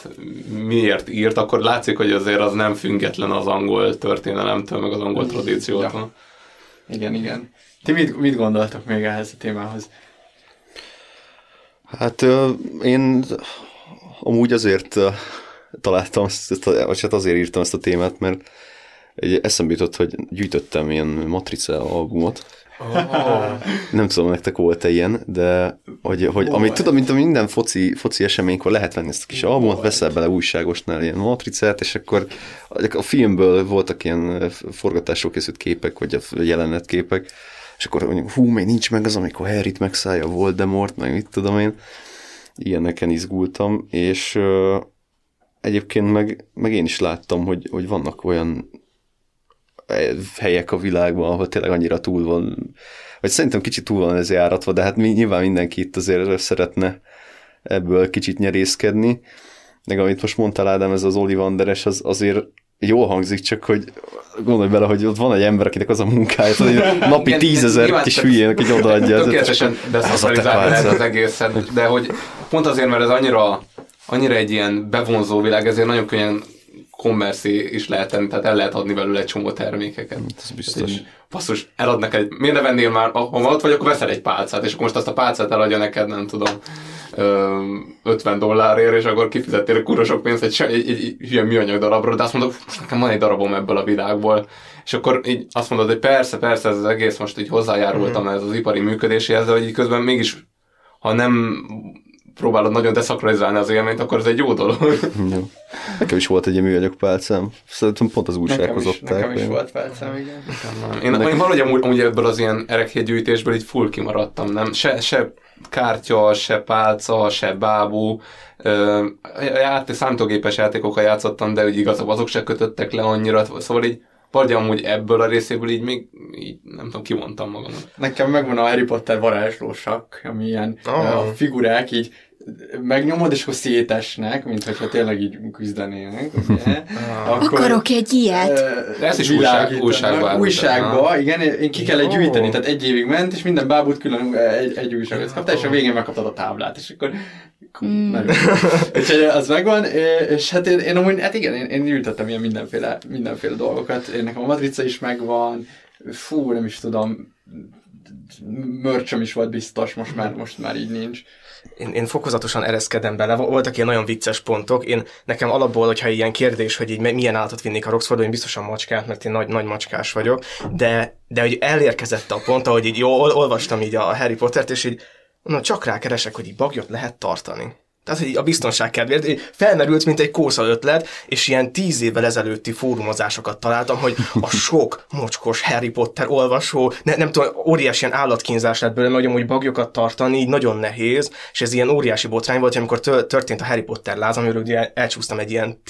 miért írt, akkor látszik, hogy azért az nem független az angol történelemtől, meg az angol tradíciótól. Ja. Igen. Ti mit gondoltak még ehhez a témához? Hát én amúgy azért találtam, vagy hát azért írtam ezt a témát, mert eszembe jutott, hogy gyűjtöttem ilyen Matrica albumot. Nem tudom, nektek volt-e ilyen, de hogy amit tudom, mint minden foci eseménykor lehet venni ezt a kis albumot, veszel bele újságosnál ilyen matricát, és akkor a filmből voltak ilyen forgatásról készült képek, vagy a jelenetképek, és akkor mondjuk, még nincs meg az, amikor Harryt megszállja Voldemort, meg mit tudom én. Ilyeneken izgultam, és egyébként meg én is láttam, hogy vannak olyan helyek a világban, ahol tényleg annyira túl van, vagy szerintem kicsit túl van ez járatva, de hát nyilván mindenki itt azért szeretne ebből kicsit nyerészkedni. Meg amit most mondtál, Ádám, ez az Ollivanderes, az azért jól hangzik, csak hogy gondolj bele, hogy ott van egy ember, akinek az a munkája, hogy napi 10 000 kis hülyének így odaadja. Tökéletesen beszakalizálni az egészet, de hogy pont azért, mert ez annyira egy ilyen bevonzó világ, ezért nagyon könnyen kommerszi is lehet tenni, tehát el lehet adni belőle egy csomó termékeket. Ez biztos. Basszus, eladnak egy, miért ne vennél már, ha ott vagy, akkor veszel egy pálcát, és akkor most azt a pálcát eladja neked, nem tudom, $50, és akkor kifizettél a kurva sok pénzt egy hülye műanyag darabra, de azt mondod, most nekem van egy darabom ebből a világból, és akkor így azt mondod, hogy persze, ez az egész, most így hozzájárultam ez az ipari működéséhez, de hogy így közben mégis, ha nem próbálod nagyon deszakralizálni az élményt, akkor ez egy jó dolog. Jó. Nekem is volt egy ilyen műanyag pálcám. Szerintem pont az újsághoz adták. Nekem is volt pálcám, igen. Én valahogy amúgy ebből az ilyen erekhelygyűjtésből így full kimaradtam, nem? Se kártya, se pálca, se bábú. Számítógépes játékokkal játszottam, de úgy igazából azok se kötöttek le annyira, szóval így vagy amúgy ebből a részéből így még így, nem tudom, kimondtam magamat. Nekem megvan a Harry Potter varázslósak, ami ilyen figurák így megnyomod, és akkor szétesnek, mint hogyha tényleg így küzdenének. Ugye? Akarok egy ilyet. De ezt is újságba, igen, ki kell gyűjteni, tehát 1 évig ment, és minden bábút külön egy újságot kaptál, és a végén megkaptad a táblát, és akkor úgyhogy az megvan, és hát én amúgy, hát igen, én gyűjtöttem ilyen mindenféle dolgokat, én nekem a matrica is megvan, nem is tudom, mörcsöm is volt biztos, most már így nincs. Én fokozatosan ereszkedem bele, voltak ilyen nagyon vicces pontok, nekem alapból, hogyha ilyen kérdés, hogy így milyen állatot vinnék a Roxfordba, én biztosan macskát, mert én nagy macskás vagyok, de hogy elérkezett a pont, ahogy így olvastam így a Harry Pottert, és így csak rákeresek, hogy így bagyot lehet tartani. Tehát, hogy a biztonság kedvéért felmerült, mint egy kósza ötlet, és ilyen 10 évvel ezelőtti fórumozásokat találtam, hogy a sok mocskos Harry Potter olvasó, nem tudom, óriási ilyen állatkínzás lett belőle, hogy amúgy bagyokat tartani, így nagyon nehéz, és ez ilyen óriási botrány volt, amikor történt a Harry Potter láz, amiről ugye elcsúsztam egy ilyen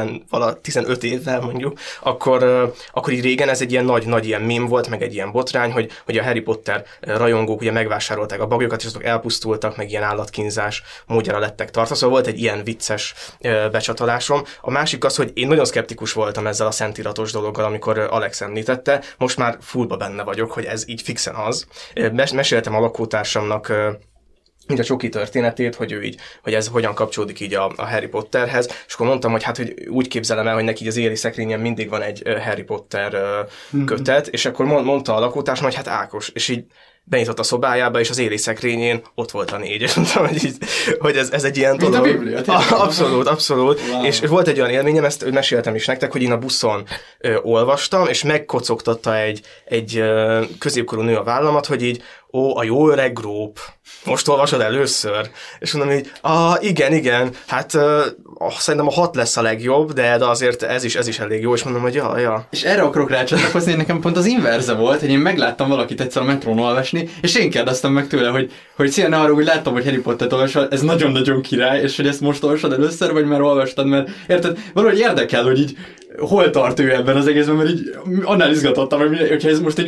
15 évvel mondjuk, akkor így régen ez egy ilyen nagy ilyen mém volt, meg egy ilyen botrány, hogy a Harry Potter rajongók ugye megvásárolták a bagyokat, és azok elpusztultak, meg ilyen állatkínzás módjára lettek tartva, szóval volt egy ilyen vicces becsatolásom. A másik az, hogy én nagyon szkeptikus voltam ezzel a szentiratos dologgal, amikor Alex említette, most már fullba benne vagyok, hogy ez így fixen az. Meséltem a lakótársamnak így a Csoki történetét, hogy ez hogyan kapcsolódik így a Harry Potterhez, és akkor mondtam, hogy hát, hogy úgy képzelem el, hogy neki az éli szekrényen mindig van egy Harry Potter kötet, és akkor mondta a lakótársam, hogy hát Ákos, és így benyitott a szobájába, és az éli szekrényén ott volt a 4, és mondtam, hogy ez egy ilyen dolog. Mint a Biblia, abszolút. Wow. És volt egy olyan élményem, ezt meséltem is nektek, hogy én a buszon olvastam, és megkocogtatta egy középkorú nő a vállamat, hogy így, a jó öreg gróp, most olvasod először? És mondom így, igen, hát szerintem a 6 lesz a legjobb, de azért ez is elég jó, és mondom, hogy ja. És erre akarok rácsatlakozni, hogy nekem pont az inverze volt, hogy én megláttam valakit egyszer a metrón olvasni, és én kérdeztem meg tőle, hogy szia, ne arra, hogy láttam, hogy Harry Pottert olvasol, ez nagyon-nagyon király, és hogy ezt most olvasod először, vagy már olvastad, mert érted, valahogy érdekel, hogy így hol tart ő ebben az egészben, mert így annál izgatottam, hogyha ez most egy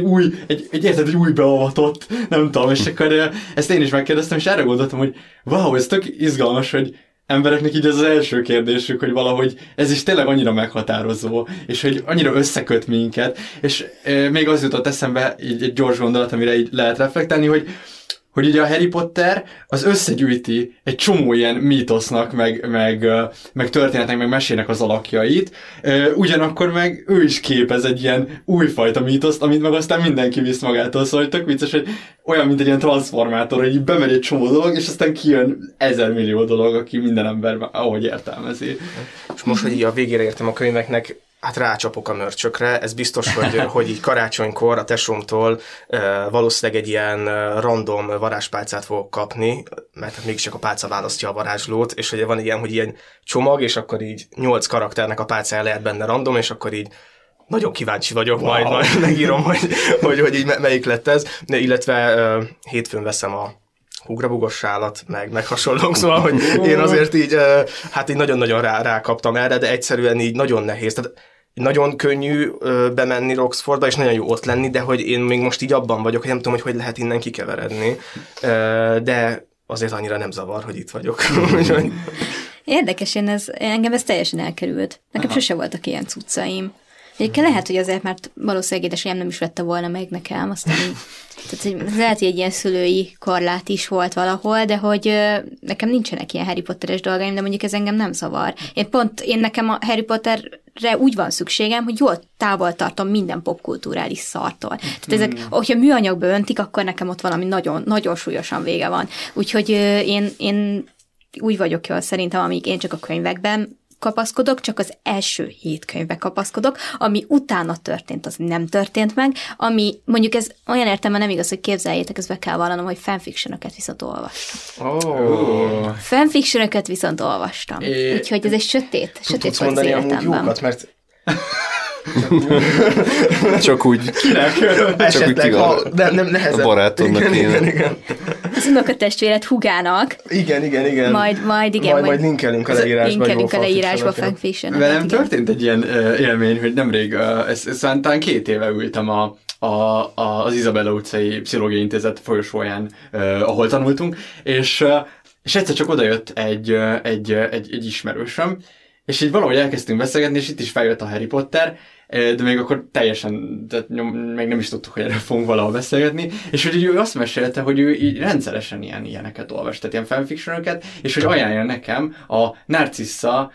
új beavatott, nem tudom, és akkor ezt én is megkérdeztem, és erre gondoltam, hogy wow, ez tök izgalmas, hogy embereknek így ez az első kérdésük, hogy valahogy ez is tényleg annyira meghatározó, és hogy annyira összeköt minket, és még az jutott eszembe így egy gyors gondolat, amire így lehet reflektálni, hogy ugye a Harry Potter az összegyűjti egy csomó ilyen mítosznak, meg történetnek, meg mesének az alakjait, ugyanakkor meg ő is képez egy ilyen újfajta mítoszt, amit meg aztán mindenki visz magától, szóval tök vicces, hogy olyan, mint egy ilyen transformátor, hogy így bemegy egy csomó dolog, és aztán kijön 1000 millió dolog, aki minden ember ahogy értelmezi. És most, hogy így a végére értem a könyveknek, Hát rácsapok a mörcsökre, ez biztos, hogy így karácsonykor a tesómtól valószínűleg egy ilyen random varázspálcát fogok kapni, mert hát mégiscsak a pálca választja a varázslót, és hogy van ilyen, hogy ilyen csomag, és akkor így 8 karakternek a pálcája lehet benne random, és akkor így nagyon kíváncsi vagyok, majd megírom, hogy így melyik lett ez, illetve hétfőn veszem a ugrabugos sálat, meg hasonlók, szóval, hogy én azért így, hát így nagyon-nagyon rákaptam erre, de egyszerűen így nagyon nehéz. Tehát nagyon könnyű bemenni Roxfordba, és nagyon jó ott lenni, de hogy én még most így abban vagyok, hogy nem tudom, hogy lehet innen kikeveredni, de azért annyira nem zavar, hogy itt vagyok. Érdekes, engem ez teljesen elkerült. Nekem sose voltak ilyen cuccaim. Egyébként lehet, hogy azért, mert valószínűleg édesanyám nem is vette volna meg nekem, aztán tehát lehet, hogy egy ilyen szülői korlát is volt valahol, de hogy nekem nincsenek ilyen Harry Potteres dolgaim, de mondjuk ez engem nem zavar. Én nekem a Harry Potterre úgy van szükségem, hogy jól távol tartom minden popkulturális szartól. Tehát ezek, hogyha műanyagba öntik, akkor nekem ott valami nagyon, nagyon súlyosan vége van. Úgyhogy én úgy vagyok jól szerintem, amíg én csak a könyvekben kapaszkodok, csak az első 7 könyvbe kapaszkodok, ami utána történt, az nem történt meg, ami mondjuk ez olyan értelme nem igaz, hogy képzeljétek, ezt be kell vallanom, hogy fanfictionokat viszont olvastam. Fanfictionokat viszont olvastam. Úgyhogy ez egy sötét volt az életemben. Jókat, mert csak úgy. Kinek? Esetleg, ha nem nehezebb. A barátomnak igen. Az unokatestvéred Hugának. Igen. Majd linkelünk a leírásba. fanfiction. Velem történt egy ilyen élmény, hogy nemrég, ez talán 2 éve ültem az Izabella utcai Pszichológiai Intézet folyosóján, ahol tanultunk, és egyszer csak odajött egy ismerősöm, és így valahogy elkezdtünk beszélgetni, és itt is feljött a Harry Potter, de még akkor teljesen, tehát még nem is tudtuk, hogy erről fogunk valahol beszélgetni, és hogy ő azt mesélte, hogy ő így rendszeresen ilyeneket olvas, tehát ilyen fanfictionokat, és hogy ajánlja nekem a Narcissa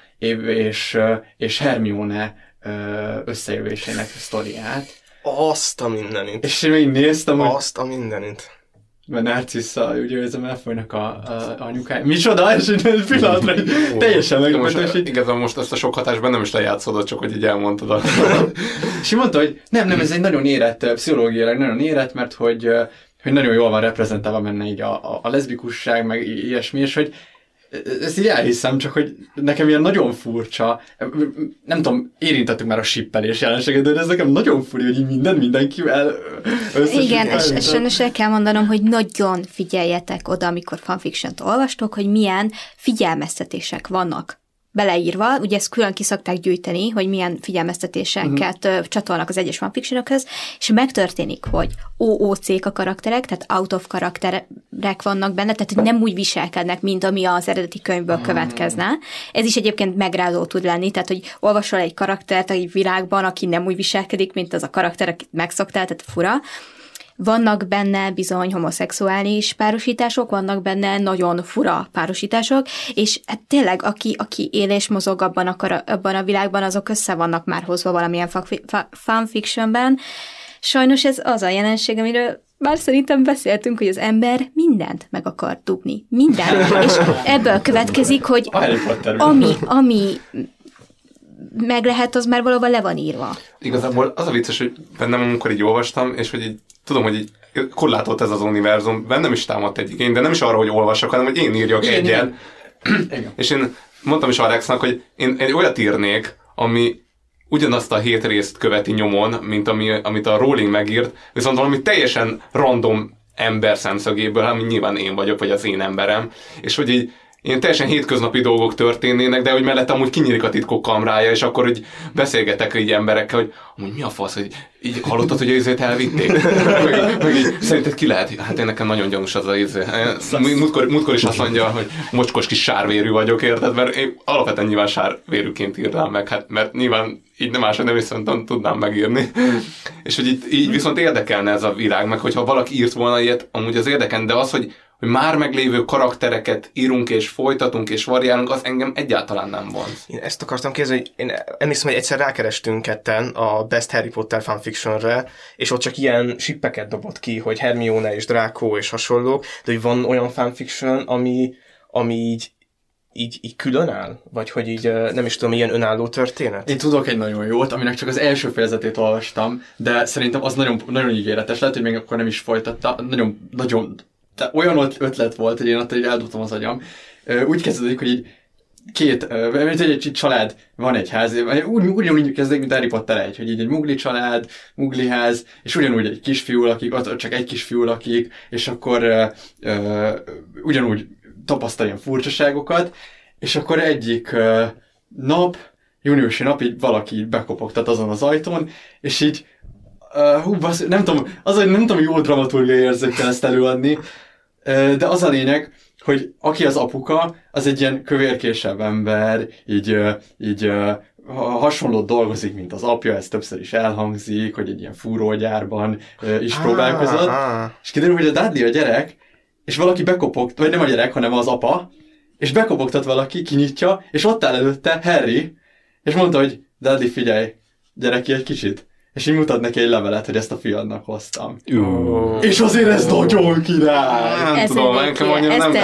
és Hermione összejövésének sztoriát. Azt a mindenit. És én még néztem, hogy... Azt a mindenit. Mert Narcissa, ugye érzem, elfolynak a anyukája. Micsoda? És egy pillanatra teljesen megmondta. Igazából most ezt a sok hatást bennem is lejátszódott, csak hogy így elmondtad. És mondta, hogy nem, ez egy nagyon érett, pszichológiailag nagyon érett, mert hogy nagyon jól van reprezentálva benne így a leszbikusság, meg ilyesmi, és hogy ezt így elhiszem, csak hogy nekem ilyen nagyon furcsa, nem tudom, érintettük már a shippelés jelenséget, de ez nekem nagyon furcsa, hogy mindenkivel összesít. Igen, és sajnos el kell mondanom, hogy nagyon figyeljetek oda, amikor fanfiction-t olvastok, hogy milyen figyelmeztetések vannak beleírva, ugye ezt külön ki szokták gyűjteni, hogy milyen figyelmeztetéseket csatolnak az egyes fanfictionokhoz, és megtörténik, hogy OOC-k a karakterek, tehát out of karakterek vannak benne, tehát hogy nem úgy viselkednek, mint ami az eredeti könyvből következne. Ez is egyébként megrázó tud lenni, tehát hogy olvasol egy karaktert egy világban, aki nem úgy viselkedik, mint az a karakter, akit megszoktál, tehát fura. Vannak benne bizony homoszexuális párosítások, vannak benne nagyon fura párosítások, és hát tényleg, aki él és mozog abban a világban, azok össze vannak már hozva valamilyen fanfictionben. Sajnos ez az a jelenség, amiről már szerintem beszéltünk, hogy az ember mindent meg akar dugni. Mindent. És ebből következik, hogy ami meg lehet, az már valahol le van írva. Igazából az a vicces, hogy bennem amikor így olvastam, és hogy így tudom, hogy így korlátolt ez az univerzum, bennem is támadt egy igény, de nem is arra, hogy olvassak, hanem hogy én írjak egyet. És én mondtam is Alexnak, hogy én egy olyat írnék, ami ugyanazt a 7 részt követi nyomon, mint amit a Rowling megírt, viszont valami teljesen random ember szemszögéből, ami nyilván én vagyok, vagy az én emberem, és hogy így ilyen teljesen hétköznapi dolgok történnének, de hogy mellett amúgy kinyílik a titkok kamrája, és akkor így beszélgetek így emberekkel, hogy amúgy mi a fasz, hogy így hallottad, hogy az elvitték? meg így, szerinted ki lehet? Hát én nekem nagyon gyanús az múltkor is azt mondja, hogy mocskos kis sárvérű vagyok, érted? Mert én alapvetően nyilván sárvérűként írnám meg, hát mert nyilván így nem máshogy nem viszont tudnám megírni. És hogy így viszont érdekelne ez a világ, meg hogyha valaki írt volna ilyet, amúgy az érdekelne, de az, hogy már meglévő karaktereket írunk és folytatunk és variálunk, az engem egyáltalán nem vonz. Én ezt akartam kérdezni, hogy én emlékszem, hogy egyszer rákerestünk ketten a Best Harry Potter fanfictionre, és ott csak ilyen shippeket dobott ki, hogy Hermione és Draco és hasonlók, de hogy van olyan fanfiction, ami így így külön áll? Vagy hogy így nem is tudom, ilyen önálló történet? Én tudok egy nagyon jót, aminek csak az első fejezetét olvastam, de szerintem az nagyon, nagyon ígéretes. Lehet, hogy még akkor nem is folytatta. Nagyon, de olyan ötlet volt, hogy én attól így eldobtam az agyam. Úgy kezdődik, hogy így egy család van egy ház, ugyanúgy kezdődik, mint Harry Potter 1, hogy így egy mugli család, mugli ház, és ugyanúgy egy kisfiú lakik, ott csak egy kisfiú lakik, és akkor ugyanúgy tapasztal ilyen furcsaságokat, és akkor egyik júniusi nap így valaki így bekopogtat azon az ajtón, és így nem tudom jó dramaturgiai érzékkel ezt előadni, de az a lényeg, hogy aki az apuka, az egy ilyen kövérkésebb ember, így hasonlót dolgozik, mint az apja, ez többször is elhangzik, hogy egy ilyen fúrógyárban is próbálkozott, és kiderül, hogy a Dudley a gyerek, és valaki bekopogt, vagy nem a gyerek, hanem az apa, és bekopogtat valaki, kinyitja, és ott áll előtte Harry, és mondta, hogy Dudley, figyelj, gyere ki egy kicsit. És így mutat neki egy levelet, hogy ezt a fiadnak hoztam. És azért ez nagyon király! Nem tudom, nekem annyira nem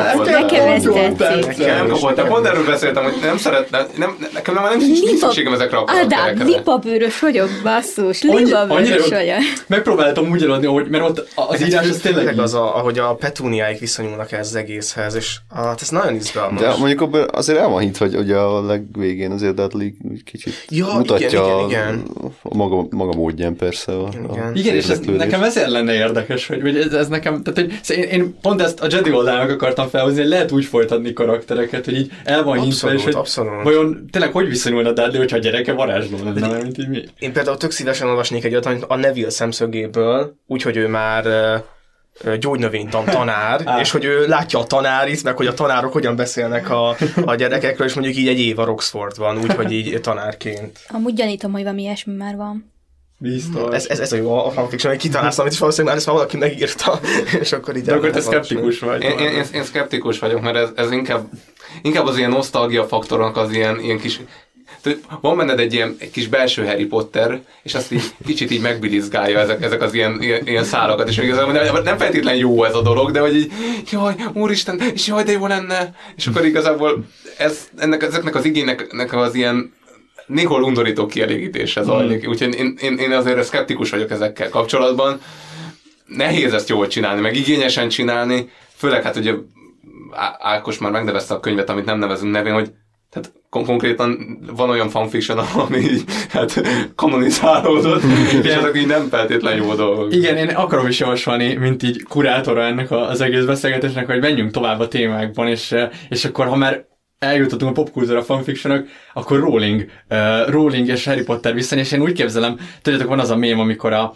kapott. De pont erről beszéltem, hogy nem szerettem, nekem már nem nincs szükségem ezekre a karakterekre. Ádám, lipabőrös vagyok, basszus, lipabőrös vagyok. Megpróbáltam úgy eladni, mert ott az írás az tényleg az, ahogy a petúniáik viszonyulnak ez az egészhez, és ez nagyon izgalmas. De mondjuk azért el van hitt, hogy a legvégén azért Dudley kicsit mutatja a maga módján persze. Igen, és nekem ezért lenne érdekes, hogy ez nekem, tehát hogy én pont ezt a Jedi oldalnak akartam felhozni, hogy lehet úgy folytatni karaktereket, hogy így el van hintve, és hogy vajon tényleg hogy viszonyulna Dudley, hogyha a gyereke varázsló lenne, mint így mi? Én például tök szívesen olvasnék egy olyat, a Neville szemszögéből, úgyhogy ő már gyógynövénytan tanár, és hogy ő látja a tanárit, meg hogy a tanárok hogyan beszélnek a gyerekekről, és mondjuk így egy év a Oxfordban, úgyhogy így tanárként. Amúgy gyanítom, hogy valami ilyesmi már van. Biztos. Ez a jó a fanfiction, hogy kitalálsz valamit, és valószínűleg már ezt már valaki megírta, és akkor így... De akkor te szkeptikus vagy. Én szkeptikus vagyok, mert ez inkább az ilyen nosztalgia faktornak az ilyen kis... Van benned egy kis belső Harry Potter, és azt így kicsit így megbilizgálja ezek az ilyen szálakat, és igazából nem feltétlenül jó ez a dolog, de hogy így, jaj, úristen, és jaj, de jó lenne, és akkor igazából ezeknek az igénynek az ilyen néhol undorító kielégítéshez zajlik. Úgyhogy én azért szkeptikus vagyok ezekkel kapcsolatban. Nehéz ezt jól csinálni, meg igényesen csinálni, főleg hát ugye Ákos már megnevezte a könyvet, amit nem nevezünk nevén, hogy tehát konkrétan van olyan fanfiction, ami így, hát kanonizálódott, és ezek így nem feltétlenül jó dolgok. Igen, én akarom is javasolni, mint így kurátora ennek az egész beszélgetésnek, hogy menjünk tovább a témákban, és akkor, ha már eljutottunk a popkultúra fanfictionok, akkor Rowling és Harry Potter viszony, és én úgy képzelem, tudjátok, van az a mém, amikor a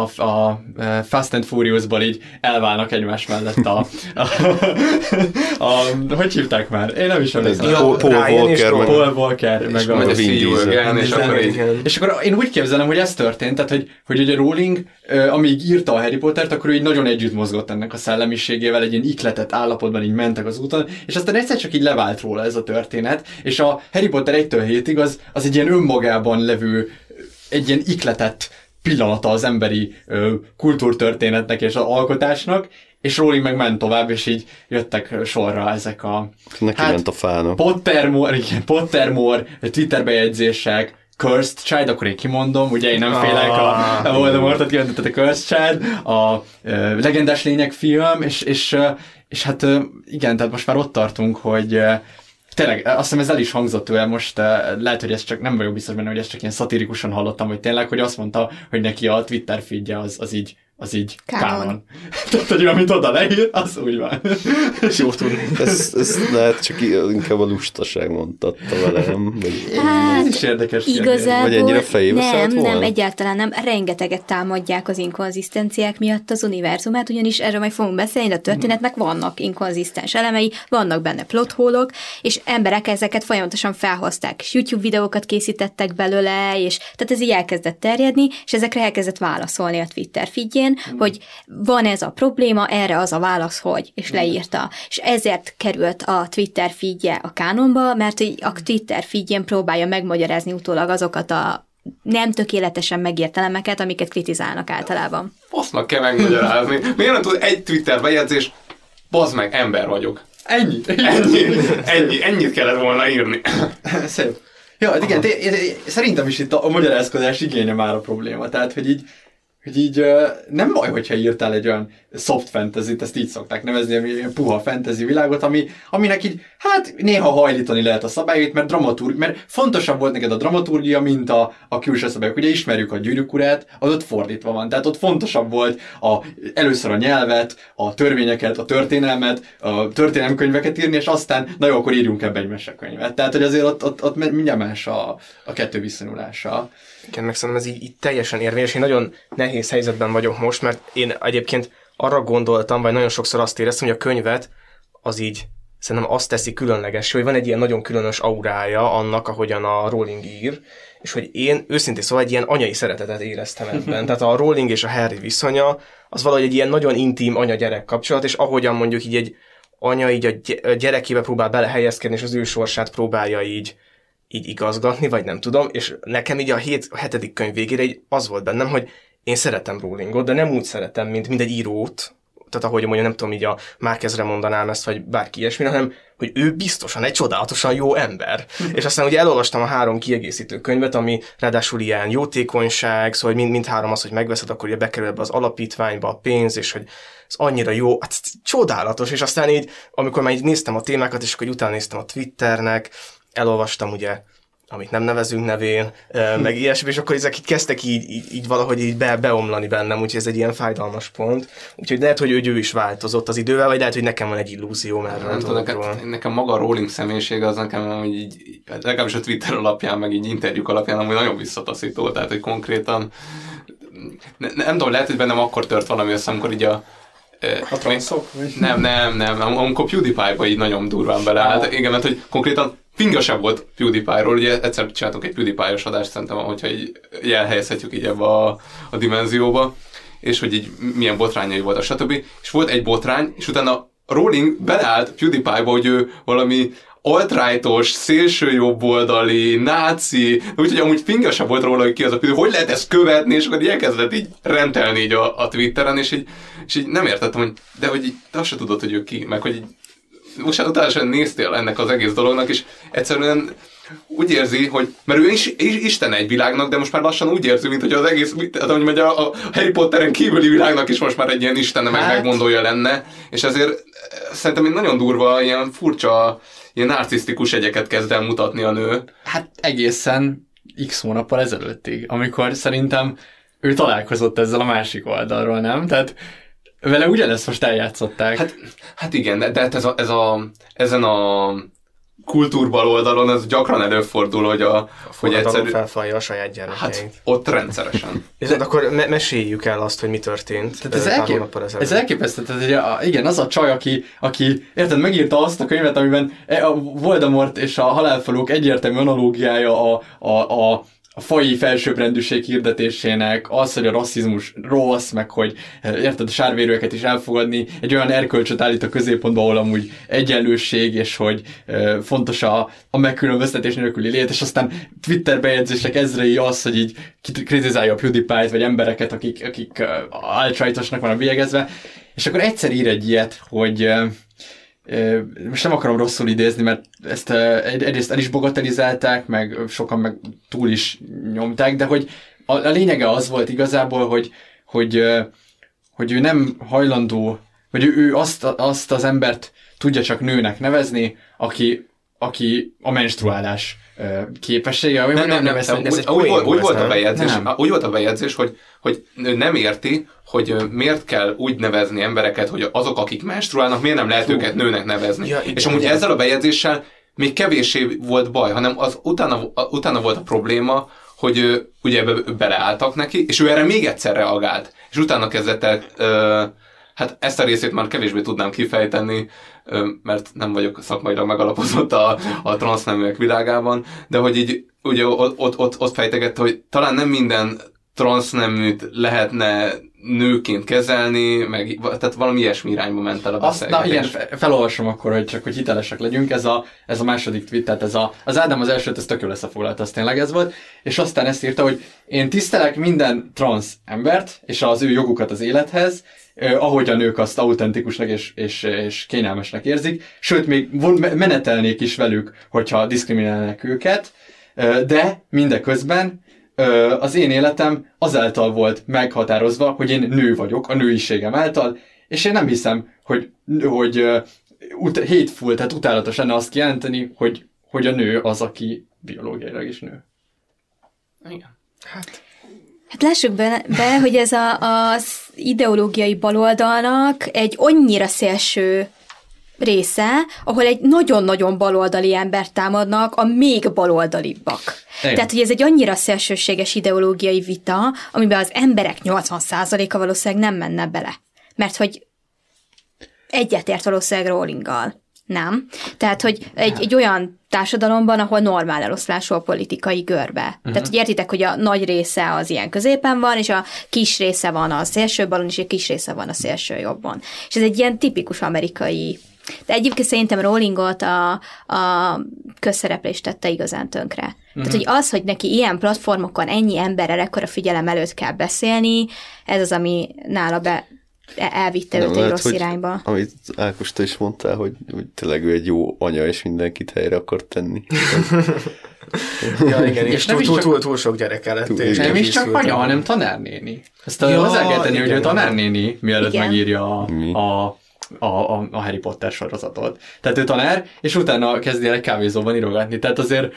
Fast and Furious-ból így elválnak egymás mellett hogy hívták már? Én nem is emlékszem. Paul Walker, meg a Vin Diesel. És akkor én úgy képzelem, hogy ez történt, tehát hogy ugye Rowling, amíg írta a Harry Pottert, akkor ő így nagyon együtt mozgott ennek a szellemiségével, egy ilyen ihletett állapotban így mentek az úton, és aztán egyszer csak így levált róla ez a történet, és a Harry Potter 1-től 7-ig az egy ilyen önmagában levő, egy ilyen ihletett pillanata az emberi kultúrtörténetnek és az alkotásnak, és Rowling meg ment tovább, és így jöttek sorra ezek a... Neki ment a fának. Pottermore, Twitter bejegyzések, Cursed Child, akkor én kimondom, ugye én nem félek a Voldemortot kimentetett a Cursed Child, a Legendás Lények film, és hát igen, tehát most már ott tartunk, hogy tényleg, azt hiszem ez el is hangzott tőle, most lehet, hogy ez csak, nem vagyok biztos benne, hogy ezt csak ilyen szatirikusan hallottam, vagy tényleg, hogy azt mondta, hogy neki a Twitter feedje az így kánon. Tehát, hogy amit oda leír, az úgy van. És jó tudni. Ez lehet csak inkább a lustaság mondtatta velem. Hát, ez is érdekes. Igazából vagy ennyire fejébe szállt volna? Nem, egyáltalán nem. Rengeteget támadják az inkonzisztenciák miatt az univerzumát, ugyanis erről majd fogunk beszélni, de a történetnek vannak inkonzisztens elemei, vannak benne plothólok, és emberek ezeket folyamatosan felhozták, és YouTube videókat készítettek belőle, és tehát ez így elkezdett terjedni, és ezekre elkezdett válaszolni a Twitter feedjén, hogy van ez a probléma, erre az a válasz, hogy, és leírta. És ezért került a Twitter feedje a kánonba, mert a Twitter feedjén próbálja megmagyarázni utólag azokat a nem tökéletesen megírt elemeket, amiket kritizálnak általában. Fasznak kell megmagyarázni. Miért nem tud egy Twitter bejegyzés, bazd meg, ember vagyok. Ennyit kellett volna írni. Szép. Ja, hát igen, szerintem is itt a magyarázkodás igénye már a probléma. Tehát, hogy így nem baj, hogyha írtál egy olyan soft fantasy-t, ezt így szokták nevezni, egy puha fantasy világot, aminek így, hát néha hajlítani lehet a szabályait, mert fontosabb volt neked a dramaturgia, mint a külső szabályok. Ugye ismerjük a Gyűrűk urát, az ott fordítva van, tehát ott fontosabb volt először a nyelvet, a törvényeket, a történelmet, a történelemkönyveket írni, és aztán, na jó, akkor írjunk ebbe egy mesekönyvet. Tehát, hogy azért ott mindjárt más a kettő viszonyulása. Igen, meg szerintem ez így teljesen érvényes. Én nagyon nehéz helyzetben vagyok most, mert én egyébként arra gondoltam, vagy nagyon sokszor azt éreztem, hogy a könyvet az így szerintem azt teszi különleges, hogy van egy ilyen nagyon különös aurája annak, ahogyan a Rowling ír, és hogy én őszintén szóval egy ilyen anyai szeretetet éreztem ebben. Tehát a Rowling és a Harry viszonya az valahogy egy ilyen nagyon intim anya-gyerek kapcsolat, és ahogyan mondjuk így egy anya így a gyerekébe próbál belehelyezkedni, és az ő sorsát próbálja így igazgatni, vagy nem tudom, és nekem így a 7. könyv végére így az volt bennem, hogy én szeretem Rowlingot, de nem úgy szeretem, mint egy írót, tehát ahogy mondja, nem tudom, így a Márquezre mondanám ezt, vagy bárki ilyesmi, hanem, hogy ő biztosan egy csodálatosan jó ember. És aztán ugye elolvastam a 3 kiegészítő könyvet, ami ráadásul ilyen jótékonyság, szóval mindhárom az, hogy megveszed, akkor ugye bekerül ebbe az alapítványba a pénz, és hogy ez annyira jó, hát csodálatos, és aztán így, amikor már így néztem a témákat, és akkor utána néztem a Twitternek, elolvastam ugye, amit nem nevezünk nevén, meg ilyesmi, és akkor ezek így kezdtek így valahogy így beomlani bennem, úgyhogy ez egy ilyen fájdalmas pont. Úgyhogy lehet, hogy ő is változott az idővel, vagy lehet, hogy nekem van egy illúzióm erről a dologról. Nekem maga a Rowling személyisége az nekem így, legalábbis a Twitter alapján, meg így interjúk alapján, amúgy nagyon visszataszító, tehát hogy konkrétan nem tudom, lehet, hogy bennem akkor tört valami össze, amikor így a transzok? Nem, amikor PewDiePie-ba így nagyon durván beleállt. Igen, mert hogy konkrétan finga sem volt PewDiePie-ról, ugye egyszer csináltunk egy PewDiePie-os adást, szerintem, hogyha így elhelyezhetjük így ebbe a dimenzióba, és hogy így milyen botrányai voltak, stb. És volt egy botrány, és utána Rowling beleállt PewDiePie-ba, hogy ő valami alt-rightos, szélsőjobboldali, náci, úgyhogy amúgy finga sem volt róla, hogy ki az a hogy lehet ezt követni, és akkor így elkezdett így rendelni így a Twitteren, és így nem értettem, hogy de hogy így, te azt se tudod, hogy ő ki, meg hogy így most hát utána sem néztél ennek az egész dolognak, és egyszerűen úgy érzi, hogy, mert ő is Isten egy világnak, de most már lassan úgy érzi, mint hogy az egész, hogy a Harry Potteren kívüli világnak is most már egy ilyen istenne megmondója lenne, és ezért szerintem egy nagyon durva, ilyen furcsa, ilyen narcisztikus egyeket kezd el mutatni a nő. Hát egészen x hónappal ezelőttig, amikor szerintem ő találkozott ezzel a másik oldalról, nem? Tehát vele ugyanezt most eljátszották. Hát igen, de hát ezen a kultúrbal oldalon ez gyakran előfordul, hogy egyszerű felfalja a saját gyermekeit. Hát ott rendszeresen. És akkor meséljük el azt, hogy mi történt. Tehát ez elképesztő. Tehát, igen, az a csaj, aki érted, megírta azt a könyvet, amiben a Voldemort és a halálfalók egyértelmű analógiája a faji felsőbbrendűség hirdetésének, az, hogy a rasszizmus rossz, meg hogy érted, a sárvérőeket is elfogadni, egy olyan erkölcsöt állít a középpontba, ahol amúgy egyenlőség, és hogy fontos a megkülönböztetés nélküli lét, és aztán Twitter bejegyzések ezrei az, hogy így kritizálja a PewDiePie-t, vagy embereket, akik alt-rightosnak van a bélyegezve, és akkor egyszer ír egy ilyet, hogy most nem akarom rosszul idézni, mert ezt egyrészt el is bagatelizálták, meg sokan meg túl is nyomták, de hogy a lényege az volt igazából, hogy ő nem hajlandó, vagy ő azt az embert tudja csak nőnek nevezni, aki a menstruálás képessége. Úgy volt a bejegyzés, hogy nem érti, hogy miért kell úgy nevezni embereket, hogy azok, akik menstruálnak, miért nem lehet őket nőnek nevezni. Ja, és amúgy ezzel a bejegyzéssel még kevéssé volt baj, hanem az utána volt a probléma, hogy ugye beleálltak neki, és ő erre még egyszer reagált. És utána kezdett el, hát ezt a részét már kevésbé tudnám kifejteni, mert nem vagyok szakmailag megalapozott a transzneműek világában, de hogy így ugye ott fejtegette, hogy talán nem minden transzneműt lehetne nőként kezelni, meg tehát valami ilyesmi irányba ment el a beszélgetés. Na igen, felolvasom akkor, hogy csak hogy hitelesek legyünk. Ez a második tweet, tehát az Ádám az elsőt, ez tök jól összefoglalta, az tényleg ez volt, és aztán ezt írta, hogy én tisztelek minden transz embert, és az ő jogukat az élethez, ahogy a nők azt autentikusnak és kényelmesnek érzik, sőt, még menetelnék is velük, hogyha diszkriminálnak őket, de mindeközben az én életem azáltal volt meghatározva, hogy én nő vagyok, a nőiségem által, és én nem hiszem, hogy hateful, tehát utálatos lenne azt kijelenteni, hogy a nő az, aki biológiailag is nő. Igen. Hát lássuk be, hogy ez az ideológiai baloldalnak egy annyira szélső része, ahol egy nagyon-nagyon baloldali embert támadnak a még baloldalibbak. Tehát, hogy ez egy annyira szélsőséges ideológiai vita, amiben az emberek 80%-a valószínűleg nem menne bele. Mert hogy egyetért valószínűleg Rowlinggal. Nem. Tehát, hogy egy olyan társadalomban, ahol normál eloszlású a politikai görbe. Tehát, hogy értitek, hogy a nagy része az ilyen középen van, és a kis része van a szélső balon, és a kis része van a szélső jobbon. És ez egy ilyen tipikus amerikai. De egyébként szerintem Rowlingot a közszereplést tette igazán tönkre. Tehát, hogy az, hogy neki ilyen platformokon ennyi emberrel ekkora figyelem előtt kell beszélni, ez az, ami nála elvitte őt egy rossz irányba. Amit Ákos, te is mondtál, hogy tényleg ő egy jó anya, és mindenkit helyre akar tenni. Ja, igen, és túl sok gyereke lett. Nem is csak anya, hanem tanárnéni. Ezt hozzá kell tenni, hogy ő tanárnéni, mielőtt megírja a Harry Potter sorozatot. Tehát ő tanár, és utána kezdi el egy kávézóban írogatni. Tehát azért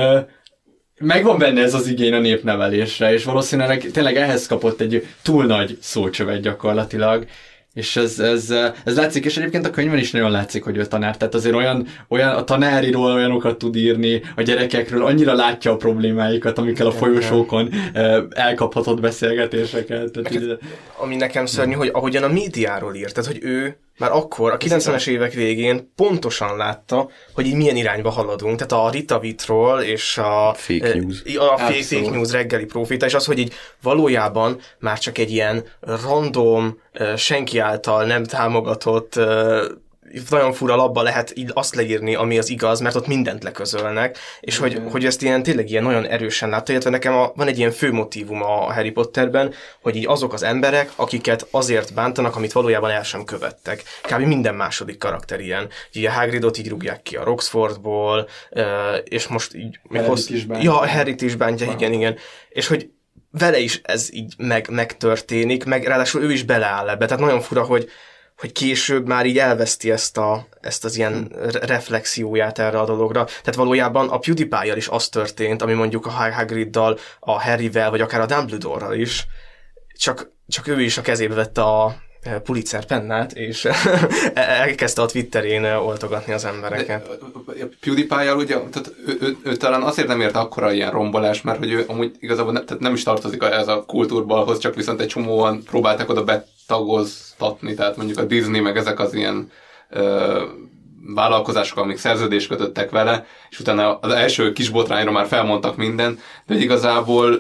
megvan benne ez az igény a népnevelésre, és valószínűleg tényleg ehhez kapott egy túl nagy szócsövet gyakorlatilag, és ez látszik, és egyébként a könyvben is nagyon látszik, hogy ő tanár, tehát azért olyan a tanáriról olyanokat tud írni, a gyerekekről annyira látja a problémáikat, amikkel a folyosókon elkaphatott beszélgetéseket. Tehát, ami nekem szörnyű, hogy ahogyan a médiáról írt, tehát hogy ő már akkor, a 90-es évek végén pontosan látta, hogy így milyen irányba haladunk. Tehát a Rita Vitról és a fake news reggeli profita, és az, hogy így valójában már csak egy ilyen random, senki által nem támogatott, nagyon fura labba lehet így azt leírni, ami az igaz, mert ott mindent leközölnek, és hogy ezt ilyen tényleg ilyen nagyon erősen látta, illetve nekem van egy ilyen fő motívum a Harry Potterben, hogy így azok az emberek, akiket azért bántanak, amit valójában el sem követtek. Kb. Minden második karakter ilyen. Így a Hagridot így rúgják ki a Roxfordból, és most így... Harryt is bántja, igen. És hogy vele is ez így megtörténik, meg ráadásul ő is beleáll ebbe. Tehát nagyon fura, hogy később már így elveszti ezt az ilyen reflexióját erre a dologra. Tehát valójában a PewDiePie-jal is az történt, ami mondjuk a Hagriddal, a Harryvel, vagy akár a Dumbledore-ral is. Csak ő is a kezébe vette a Pulitzer pennát, és elkezdte a Twitterén oltogatni az embereket. PewDiePie-jal ugye, tehát ő talán azért nem érte akkora ilyen rombolás, mert hogy ő amúgy igazából nem is tartozik ez a kultúrbalhoz, csak viszont egy csomóan próbálták oda betagoztatni, tehát mondjuk a Disney, meg ezek az ilyen vállalkozások, amik szerződést kötöttek vele, és utána az első kis botrányra már felmondtak minden, de igazából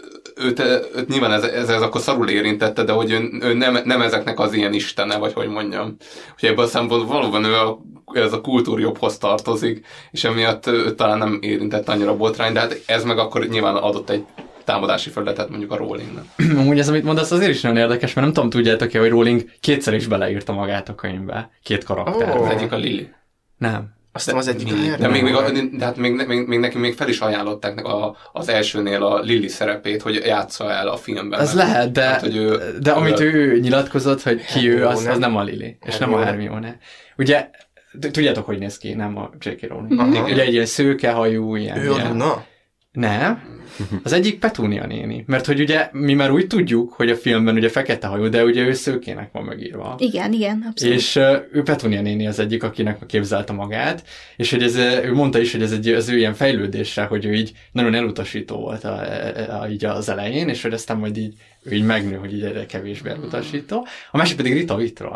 őt nyilván ez akkor szarul érintette, de hogy ő nem ezeknek az ilyen istene, vagy hogy mondjam. Úgyhogy ebből a szempontból valóban ez a kultúrjobbhoz tartozik, és emiatt őt talán nem érintett annyira botrány, de hát ez meg akkor nyilván adott egy támadási felületet mondjuk a Rowlingnak. Amúgy ez, amit mondasz, azért is nagyon érdekes, mert nem tudom, tudjátok-e, hogy Rowling kétszer is beleírta magát a könyvbe. 2 karakterbe. Az egyik a Lily. Nem. Aztán az egyik de még neki még fel is ajánlották az elsőnél a Lily szerepét, hogy játsza el a filmben. Ez lehet, de amit ő nyilatkozott, hogy ki ő, az nem a Lily, és nem a Hermione. Ugye, tudjátok, hogy néz ki, nem a J.K. Rowling. Ugye egy ilyen szőkehajú, ilyen... Ő a Luna? Nem. Az egyik Petunia néni. Mert hogy ugye mi már úgy tudjuk, hogy a filmben ugye fekete hajú, de ugye ő szőkének van megírva. Igen, abszolút. És ő Petunia néni az egyik, akinek képzelte magát, és hogy ő mondta is, hogy ez ő ilyen fejlődésre, hogy ő így nagyon elutasító volt így az elején, és hogy aztán majd így, ő így megnő, hogy így egyre kevésbé elutasító. A másik pedig Rita Vitról.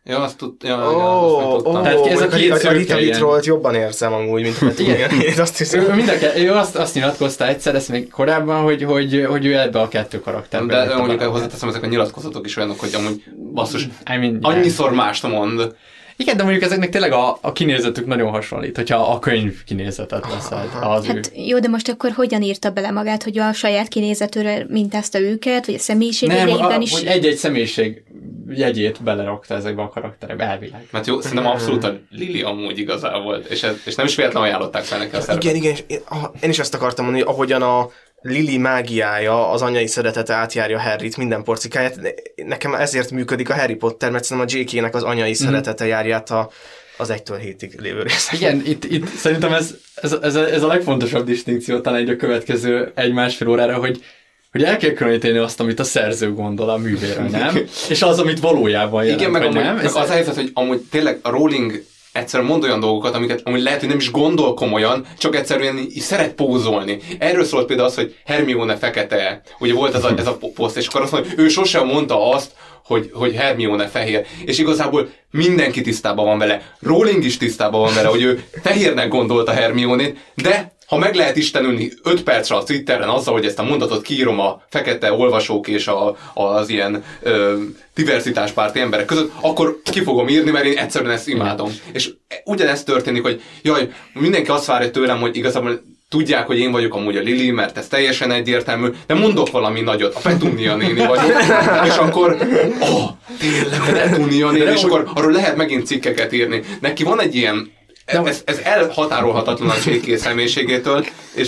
Ja, azt tudtam. Tehát ez a két Rita Vitrolt jobban érzem amúgy, mint a Petunianét, azt hiszem. Ő azt nyilatkozta egyszer, ezt még korábban, hogy ő ebbe a kettő karakterben. De mondjuk hozzáteszem, ezek a nyilatkozatok is olyanok, hogy amúgy basszus, annyiszor mást mond. Igen, de mondjuk ezeknek tényleg a kinézetük nagyon hasonlít, hogyha a könyv kinézetet veszed. Hát jó, de most akkor hogyan írta bele magát, hogy a saját kinézetőre mintázta őket, vagy a személyiségében is? Hogy egy-egy személyiség jegyét belerakta ezekbe a karakterekbe, elvileg. Mert jó, szerintem abszolút a Lily amúgy igazából, és nem is véletlenül ajánlották fel neki a szerepet. Igen, én is ezt akartam mondani, hogy ahogyan a Lily mágiája, az anyai szeretete átjárja Harryt minden porcikáját. Nekem ezért működik a Harry Potter, mert szerintem a J.K.-nek az anyai szeretete járja át az 1-től 7-ig lévő részek. Igen, itt szerintem ez a legfontosabb distinkció talán egy a következő 1-1,5 órára, hogy el kell különíteni azt, amit a szerző gondol a művéről, nem? És az, amit valójában jelent, igen, meg nem? Az a helyzet, hogy amúgy tényleg a Rowling egyszerűen mond olyan dolgokat, amiket amúgy lehet, hogy nem is gondol komolyan, csak egyszerűen így szeret pózolni. Erről szólt például az, hogy Hermione fekete. Ugye volt ez a poszt, és akkor azt mondja, hogy ő sosem mondta azt, hogy Hermione fehér. És igazából mindenki tisztában van vele. Rowling is tisztában van vele, hogy ő fehérnek gondolta Hermione-t, de ha meg lehet istenülni 5 percre a Twitteren azzal, hogy ezt a mondatot kiírom a fekete olvasók és az ilyen diversitáspárti emberek között, akkor ki fogom írni, mert én egyszerűen ezt imádom. És ugyanezt történik, hogy jaj, mindenki azt várja tőlem, hogy igazából tudják, hogy én vagyok amúgy a Lily, mert ez teljesen egyértelmű, de mondok valami nagyot, a Petunia néni vagyok, és akkor tényleg a Petunia néni, és akkor arról lehet megint cikkeket írni. Neki van egy ilyen, ez elhatárolhatatlan a J.K. személyiségétől,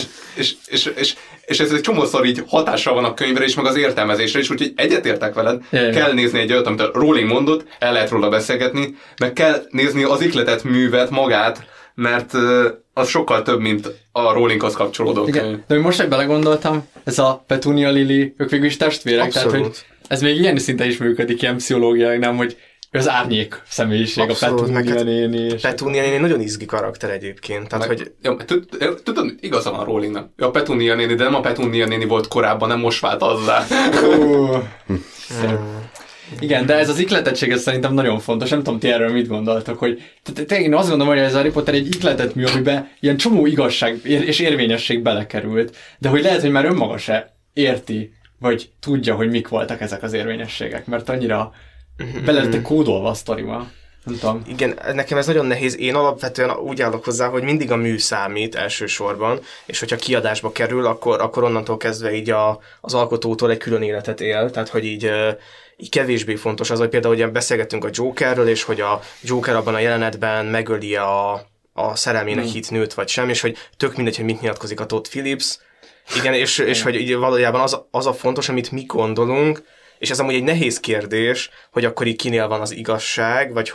és ez egy csomószor így hatással van a könyvre is, meg az értelmezésre is, úgyhogy egyetértek veled, kell nézni egy olyat, amit a Rowling mondott, el lehet róla beszélgetni, meg kell nézni az ihletett művet magát, mert az sokkal több, mint a Rowlinghoz kapcsolódó könyv. De most meg belegondoltam, ez a Petunia Lily, ők végül is testvérek, abszolút. Tehát hogy ez még ilyen szinten is működik, ilyen pszichológiai, nem, hogy az árnyék személyiség, abszolút, a Petunia néni. Petunia néni nagyon izgi karakter egyébként. Tehát, hogy... Tudod, igaza van Rowlingnak. A Petunia néni, de nem a Petunia néni volt korábban, nem most vált azzá. Igen, de ez az ihletettség, ez szerintem nagyon fontos. Nem tudom, ti erről mit gondoltak, hogy én azt gondolom, hogy ez a Harry Potter egy ihletett mű, amiben ilyen csomó igazság és érvényesség belekerült, de hogy lehet, hogy már önmaga se érti, vagy tudja, hogy mik voltak ezek az érvényességek, mert annyira bele lettek kódolva a sztoriba. Nem tudom. Igen, nekem ez nagyon nehéz. Én alapvetően úgy állok hozzá, hogy mindig a mű számít elsősorban, és hogyha kiadásba kerül, akkor onnantól kezdve így az alkotótól egy külön életet él, tehát hogy így kevésbé fontos az, hogy például ugye beszélgettünk a Jokerről, és hogy a Joker abban a jelenetben megöli a szerelmének hit nőt vagy sem, és hogy tök mindegy, hogy mit nyilatkozik a Todd Phillips. Igen, és hogy így valójában az a fontos, amit mi gondolunk, és ez amúgy egy nehéz kérdés, hogy akkor így kinél van az igazság, vagy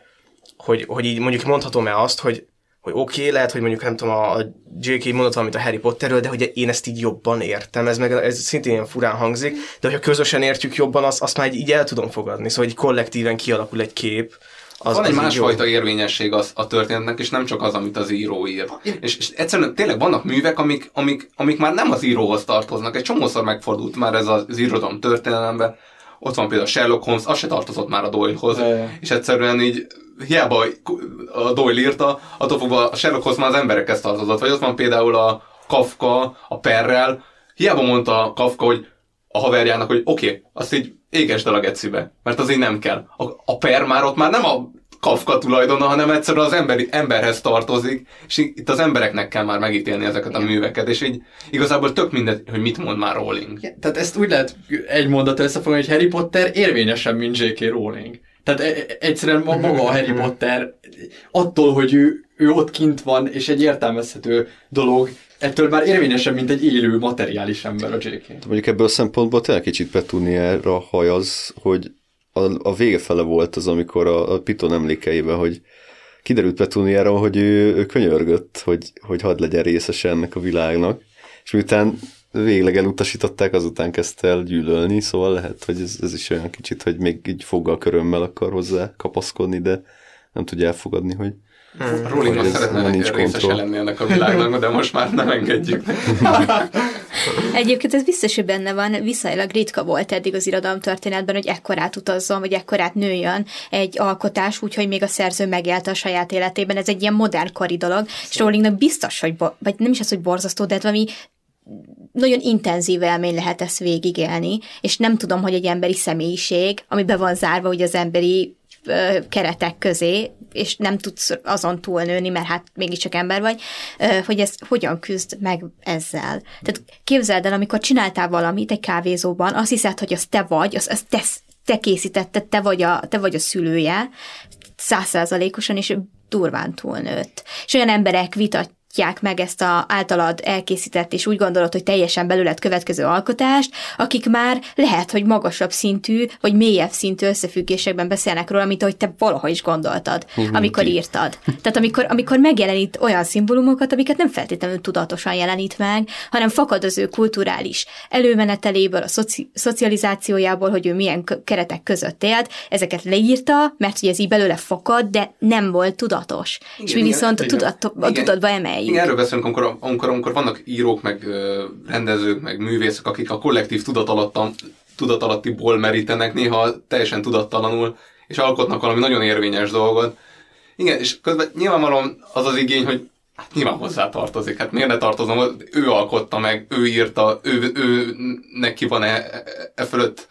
hogy így mondjuk mondhatom-e azt, hogy oké, lehet, hogy mondjuk nem tudom, a J.K. mondott valamit a Harry Potterről, de hogy én ezt így jobban értem, ez szintén ilyen furán hangzik, de hogyha közösen értjük jobban, azt már így el tudom fogadni, szóval így kollektíven kialakul egy kép. Van egy másfajta érvényesség a történetnek, és nem csak az, amit az író ír. És egyszerűen tényleg vannak művek, amik már nem az íróhoz tartoznak. Egy csomószor megfordult már ez az irodalom történelemben. Ott van például Sherlock Holmes, az se tartozott már a Doylehoz. És egyszerűen így hiába a Doyle írta, attól fogva a Sherlock Holmes már az emberekhez tartozott. Vagy ott van például a Kafka, a Perrel. Hiába mondta a Kafka, hogy a haverjának, hogy oké, azt így égesd el a gecibe, mert az így nem kell. A Per már ott már nem a Kafka tulajdona, hanem egyszerűen az emberhez tartozik, és itt az embereknek kell már megítélni ezeket a műveket, és így igazából tök mindegy, hogy mit mond már Rowling. Ja, tehát ezt úgy lehet egy mondat összefoglalni, hogy Harry Potter érvényesebb, mint J.K. Rowling. Tehát egyszerűen maga a Harry Potter attól, hogy ő ott kint van, és egy értelmezhető dolog, ettől már érvényesebb, mint egy élő, materiális ember a J.K. Mondjuk ebből a szempontból tényleg kicsit Petuniára hajaz, hogy a vége fele volt az, amikor a Piton emlékeiben, hogy kiderült Petuniára, hogy ő könyörgött, hogy hadd legyen részese ennek a világnak, és miután végleg elutasították, azután kezdte el gyűlölni, szóval lehet, hogy ez is olyan kicsit, hogy még így foggal körömmel akar hozzá kapaszkodni, de nem tudja elfogadni, hogy Rowling azt szeretne részese lenni ennek a világnak, de most már nem engedjük. Egyébként ez biztos, hogy benne van, viszonylag ritka volt eddig az irodalomtörténetben, hogy ekkorát utazzon, vagy ekkorát nőjön egy alkotás, úgyhogy még a szerző megélte a saját életében. Ez egy ilyen modern kori dolog, és Rowlingnak biztos, hogy, vagy nem is az, hogy borzasztó, de valami nagyon intenzív élmény lehet ezt végigélni, és nem tudom, hogy egy emberi személyiség, ami be van zárva ugye az emberi keretek közé, és nem tudsz azon túlnőni, mert hát mégiscsak ember vagy, hogy ez hogyan küzd meg ezzel. Tehát képzeld el, amikor csináltál valamit egy kávézóban, azt hiszed, hogy az te vagy, az te készítetted, te vagy a szülője, 100%-osan, és durván túlnőtt. És olyan emberek vitatják meg ezt a általad elkészített, és úgy gondolod, hogy teljesen belőled következő alkotást, akik már lehet, hogy magasabb szintű, vagy mélyebb szintű összefüggésekben beszélnek róla, mint ahogy te valaha is gondoltad, amikor írtad. Tehát amikor megjelenít olyan szimbólumokat, amiket nem feltétlenül tudatosan jelenít meg, hanem fakad az ő kulturális előmeneteléből, a szocializációjából, hogy ő milyen keretek között élt, ezeket leírta, mert hogy ez így belőle fakad, de nem volt tudatos. Igen, és mi viszont a tudatba emeljük. Igen, erről beszélünk, amikor vannak írók, meg rendezők, meg művészek, akik a kollektív tudatalattiból merítenek, néha teljesen tudattalanul, és alkotnak valami nagyon érvényes dolgot. Igen, és közben nyilvánvalóan az igény, hogy hát nyilván hozzá tartozik, hát miért ne tartozom, ő alkotta meg, ő írta, ő neki van e fölött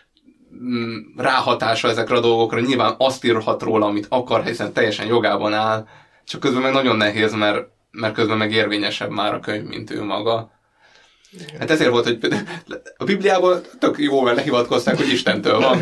ráhatása ezekre a dolgokra, nyilván azt írhat róla, amit akar, hiszen teljesen jogában áll, csak közben meg nagyon nehéz, mert közben meg érvényesebb már a könyv, mint ő maga. Hát ezért volt, hogy a Bibliában tök jól lehivatkozták, hogy Istentől van.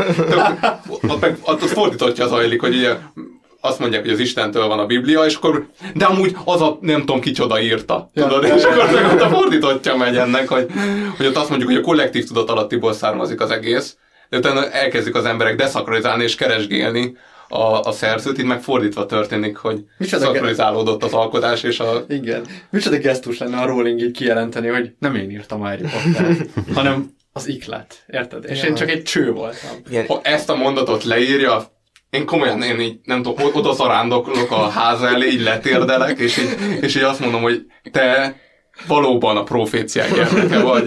Ott fordítottja zajlik, hogy ugye azt mondják, hogy az Istentől van a Biblia, és akkor, de amúgy az a nem tudom kicsoda írta. Tudod? És akkor meg ott a fordítottja megy ennek, hogy ott azt mondjuk, hogy a kollektív tudatalattiból származik az egész, de utána elkezdik az emberek deszakralizálni és keresgélni a szerzőt, így meg fordítva történik, hogy szakralizálódott az alkotás, és a... Igen. Micsoda gesztus lenne a Rowling így kijelenteni, hogy nem én írtam a Harry Pottert, hanem az iklet, érted? És én csak egy cső voltam. Igen. Ha ezt a mondatot leírja, én komolyan, én így, nem tudom, oda szarándoklok a háza elé, így letérdelek, és így azt mondom, hogy te valóban a proféciák gyermeke vagy.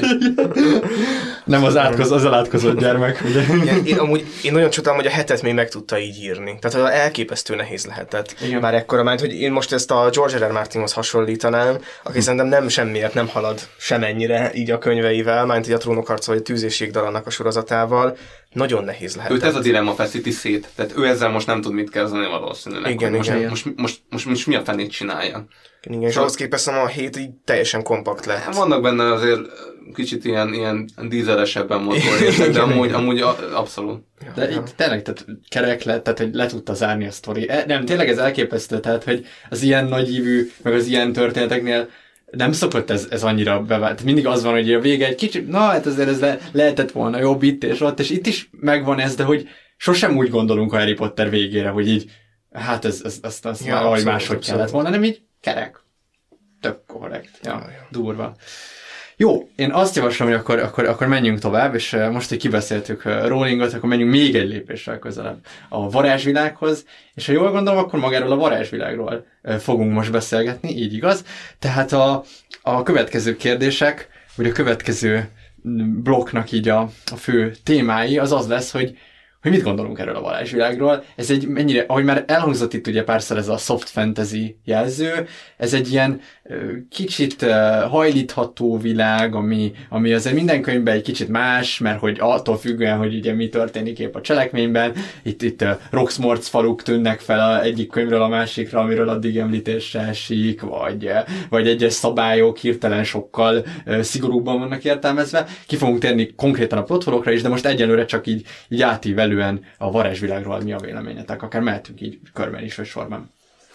Nem az átkozott gyermek, ugye? Igen, én nagyon csodálom, hogy a 7-et még meg tudta így írni. Tehát elképesztő nehéz lehetett. Igen. Már ekkora, mert hogy én most ezt a George R. Martinhoz hasonlítanám, aki szerintem nem semmiért nem halad semennyire így a könyveivel, mint hogy a Trónokharca vagy a Tűz és Jégdal annak a sorozatával. Nagyon nehéz lehetett. Őt ez a dilemma feszíti szét. Tehát ő ezzel most nem tud mit kezdeni valószínűleg. Igen, most mi a fenét csinálja? Igen, és ahhoz képest a 7 így teljesen kompakt lett. Vannak benne azért kicsit ilyen dízelesebben motorrészek, de amúgy abszolút. De itt tényleg kerek lett, tehát hogy le tudta zárni a sztori. Nem, tényleg ez elképesztő, tehát hogy az ilyen nagyívű, meg az ilyen történeteknél nem szokott ez annyira bevált. Mindig az van, hogy a vége egy kicsit, na hát azért ez lehetett volna jobb itt és ott, és itt is megvan ez, de hogy sosem úgy gondolunk a Harry Potter végére, hogy így, hát azt valahogy máshogy kellett volna, nem így kerek. Tök korrekt. Ja, durva. Jó, én azt javaslom, hogy akkor menjünk tovább, és most, hogy kibeszéltük Rowlingot, akkor menjünk még egy lépéssel közelebb a varázsvilághoz, és ha jól gondolom, akkor magáról a varázsvilágról fogunk most beszélgetni, így igaz. Tehát a következő kérdések, vagy a következő blokknak így a fő témái az lesz, hogy mit gondolunk erről a varázsvilágról. Ez egy mennyire, ahogy már elhangzott itt ugye párszor ez a soft fantasy jelző, ez egy ilyen kicsit hajlítható világ, ami azért minden könyvben egy kicsit más, mert hogy attól függően, hogy ugye mi történik épp a cselekményben, itt Roxmorc faluk tűnnek fel egyik könyvről a másikra, amiről addig említésre esik, vagy egyes szabályok hirtelen sokkal szigorúbban vannak értelmezve. Ki fogunk térni konkrétan a plotholokra is, de most egyelőre csak így átívelően a varázsvilágról mi a véleményetek, akár mehetünk így körben is, vagy sorban.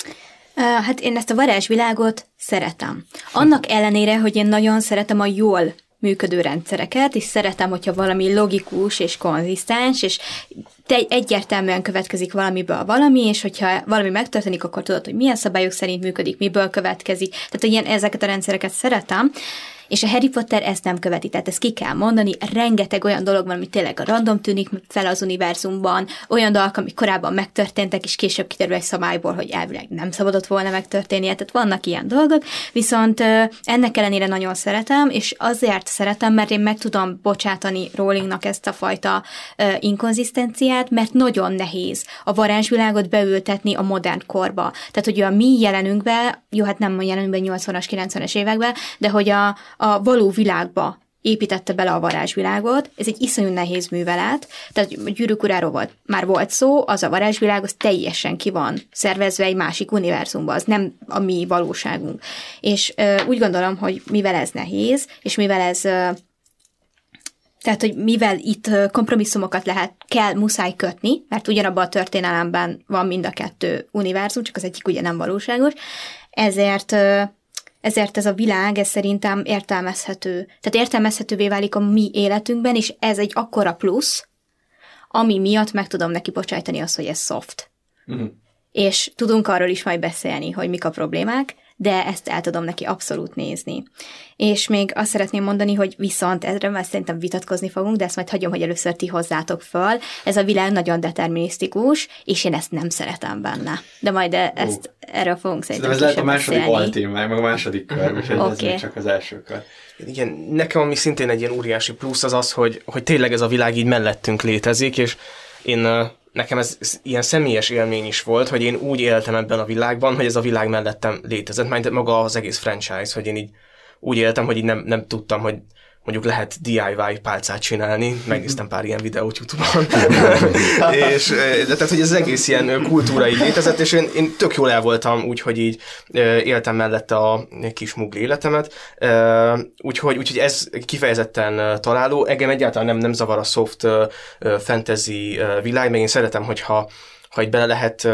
Hát én ezt a varázsvilágot szeretem. Annak ellenére, hogy én nagyon szeretem a jól működő rendszereket, és szeretem, hogyha valami logikus és konzisztens, és egyértelműen következik valamiből valami, és hogyha valami megtörténik, akkor tudod, hogy milyen szabályok szerint működik, miből következik. Tehát ezeket a rendszereket szeretem, És a Harry Potter ezt nem követi, tehát ezt ki kell mondani, rengeteg olyan dolog van, ami tényleg a random tűnik fel az univerzumban, olyan dolgok, amik korábban megtörténtek, és később kiderül egy szabályból, hogy elvileg nem szabadott volna megtörténnie, tehát vannak ilyen dolgok, viszont ennek ellenére nagyon szeretem, és azért szeretem, mert én meg tudom bocsátani Rowlingnak ezt a fajta inkonzisztenciát, mert nagyon nehéz a varázsvilágot beültetni a modern korba. Tehát, hogy a mi jelenünkben, jó, hát nem a jelenünkben 80-as, 90-es években, de hogy a való világba építette bele a varázsvilágot, ez egy iszonyú nehéz művelet, tehát a Gyűrűk uráról már volt szó, az a varázsvilág, az teljesen ki van szervezve egy másik univerzumba, az nem a mi valóságunk. És úgy gondolom, hogy mivel ez nehéz, és mivel ez tehát, hogy mivel itt kompromisszumokat muszáj kötni, mert ugyanabban a történelemben van mind a kettő univerzum, csak az egyik ugye nem valóságos, ezért ez a világ, ez szerintem értelmezhető. Tehát értelmezhetővé válik a mi életünkben, és ez egy akkora plusz, ami miatt meg tudom neki bocsájtani azt, hogy ez soft. Uh-huh. És tudunk arról is majd beszélni, hogy mik a problémák, de ezt el tudom neki abszolút nézni. És még azt szeretném mondani, hogy viszont erre már szerintem vitatkozni fogunk, de ezt majd hagyom, hogy először ti hozzátok föl. Ez a világ nagyon determinisztikus, és én ezt nem szeretem benne. De majd erről fogunk szerintem ez lehet a második altémák, meg a második kör, úgyhogy ez még csak az első kör. Igen, nekem ami szintén egy ilyen óriási plusz az az, hogy tényleg ez a világ így mellettünk létezik, és nekem ez ilyen személyes élmény is volt, hogy én úgy éltem ebben a világban, hogy ez a világ mellettem létezett, majd maga az egész franchise, hogy én így úgy éltem, hogy így nem tudtam, hogy mondjuk lehet DIY pálcát csinálni, megnéztem pár ilyen videót YouTube-on, és tehát, hogy ez az egész ilyen kultúra így létezett, és én tök jól el voltam úgy, hogy így éltem mellette a kis mugli életemet, úgyhogy ez kifejezetten találó, engem egyáltalán nem zavar a soft fantasy világ, meg én szeretem, hogyha így bele lehet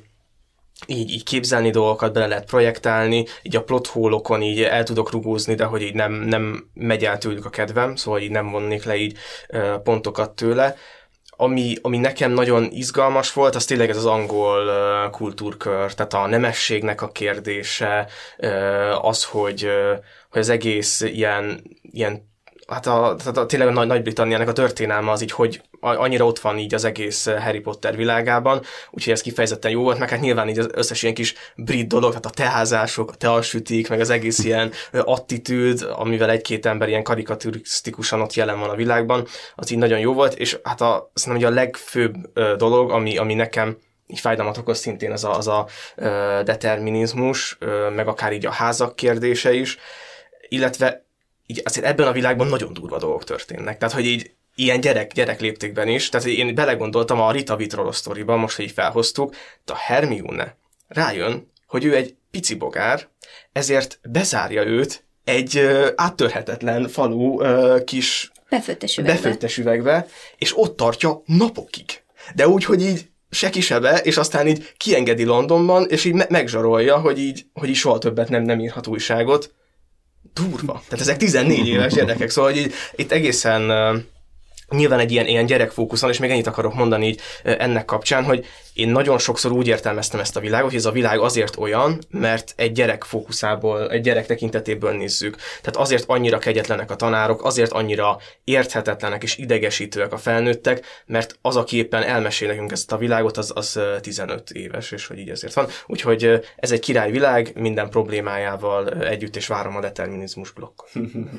így képzelni dolgokat, bele lehet projektálni, így a plot hole-okon így el tudok rugózni, de hogy így nem megy el tőlük a kedvem, szóval így nem vonnék le így pontokat tőle. Ami nekem nagyon izgalmas volt, az tényleg ez az angol kultúrkör, tehát a nemességnek a kérdése, az, hogy az egész ilyen hát tényleg a Nagy-Britanniának a történelme az így, hogy annyira ott van így az egész Harry Potter világában, úgyhogy ez kifejezetten jó volt, meg hát nyilván így az összes ilyen kis brit dolog, tehát a teházások, a teasütik, meg az egész ilyen attitűd, amivel egy-két ember ilyen karikaturisztikusan ott jelen van a világban, az így nagyon jó volt, és hát szerintem, hogy a legfőbb dolog, ami nekem így fájdalmat okoz szintén az a determinizmus, meg akár így a házak kérdése is, illetve így azért ebben a világban nagyon durva dolgok történnek. Tehát, hogy így ilyen gyerek léptékben is, tehát én belegondoltam a Rita Vitrollo sztoriban, most, hogy így felhoztuk, de a Hermione rájön, hogy ő egy pici bogár, ezért bezárja őt egy áttörhetetlen falu kis befőttes üvegbe, és ott tartja napokig. De úgy, hogy így se kisebe, és aztán így kiengedi Londonban, és így megzsarolja, hogy így soha többet nem írhat újságot. Durva. Tehát ezek 14 éves gyerekek, szóval hogy itt egészen nyilván egy ilyen gyerekfókuszon, és még ennyit akarok mondani így ennek kapcsán, hogy én nagyon sokszor úgy értelmeztem ezt a világot, hogy ez a világ azért olyan, mert egy gyerek fókuszából, egy gyerek tekintetéből nézzük. Tehát azért annyira kegyetlenek a tanárok, azért annyira érthetetlenek és idegesítőek a felnőttek, mert az, aki éppen elmesél nekünk ezt a világot, az 15 éves, és hogy így ezért van. Úgyhogy ez egy királyvilág minden problémájával együtt, és várom a determinizmus blokkot.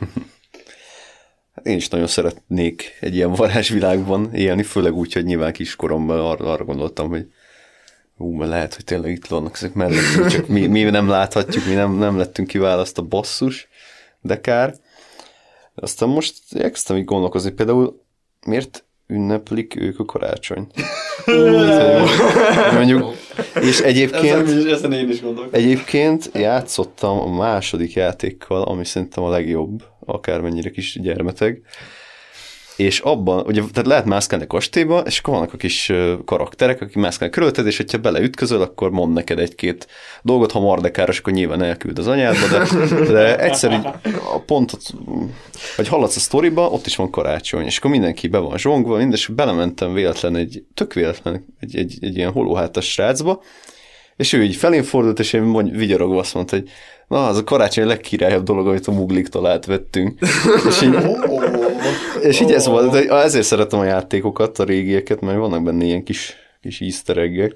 Én is nagyon szeretnék egy ilyen varázsvilágban élni, főleg úgy, hogy nyilván kiskoromban arra gondoltam, hogy mert lehet, hogy tényleg itt vannak ezek mellett, csak mi nem láthatjuk, mi nem lettünk kiválaszt a basszus, de kár. Aztán most elkezdtem így gondolkozni, például miért ünneplik ők a karácsonyt? Mondjuk, és egyébként játszottam a második játékkal, ami szerintem a legjobb, akármennyire kis gyermeteg, és abban, ugye, tehát lehet mászkálni a kastélyba, és akkor vannak a kis karakterek, akik mászkálnak körülötted, és hogyha beleütközöl, akkor mond neked egy-két dolgot, ha mardekáros, akkor nyilván elküld az anyádba, de egyszer így a pontot, vagy hallatsz a sztoriba, ott is van karácsony, és akkor mindenki be van zsongva, és belementem tök véletlen egy ilyen holóhátas srácba, És ő így felén fordult, és én vigyorogva azt mondta, hogy na, az a karácsony a legkirályabb dolog, amit a Mugliktól átvettünk. és így ez volt, ezért szeretem a játékokat, a régieket, mert vannak benne ilyen kis easter egg-ek.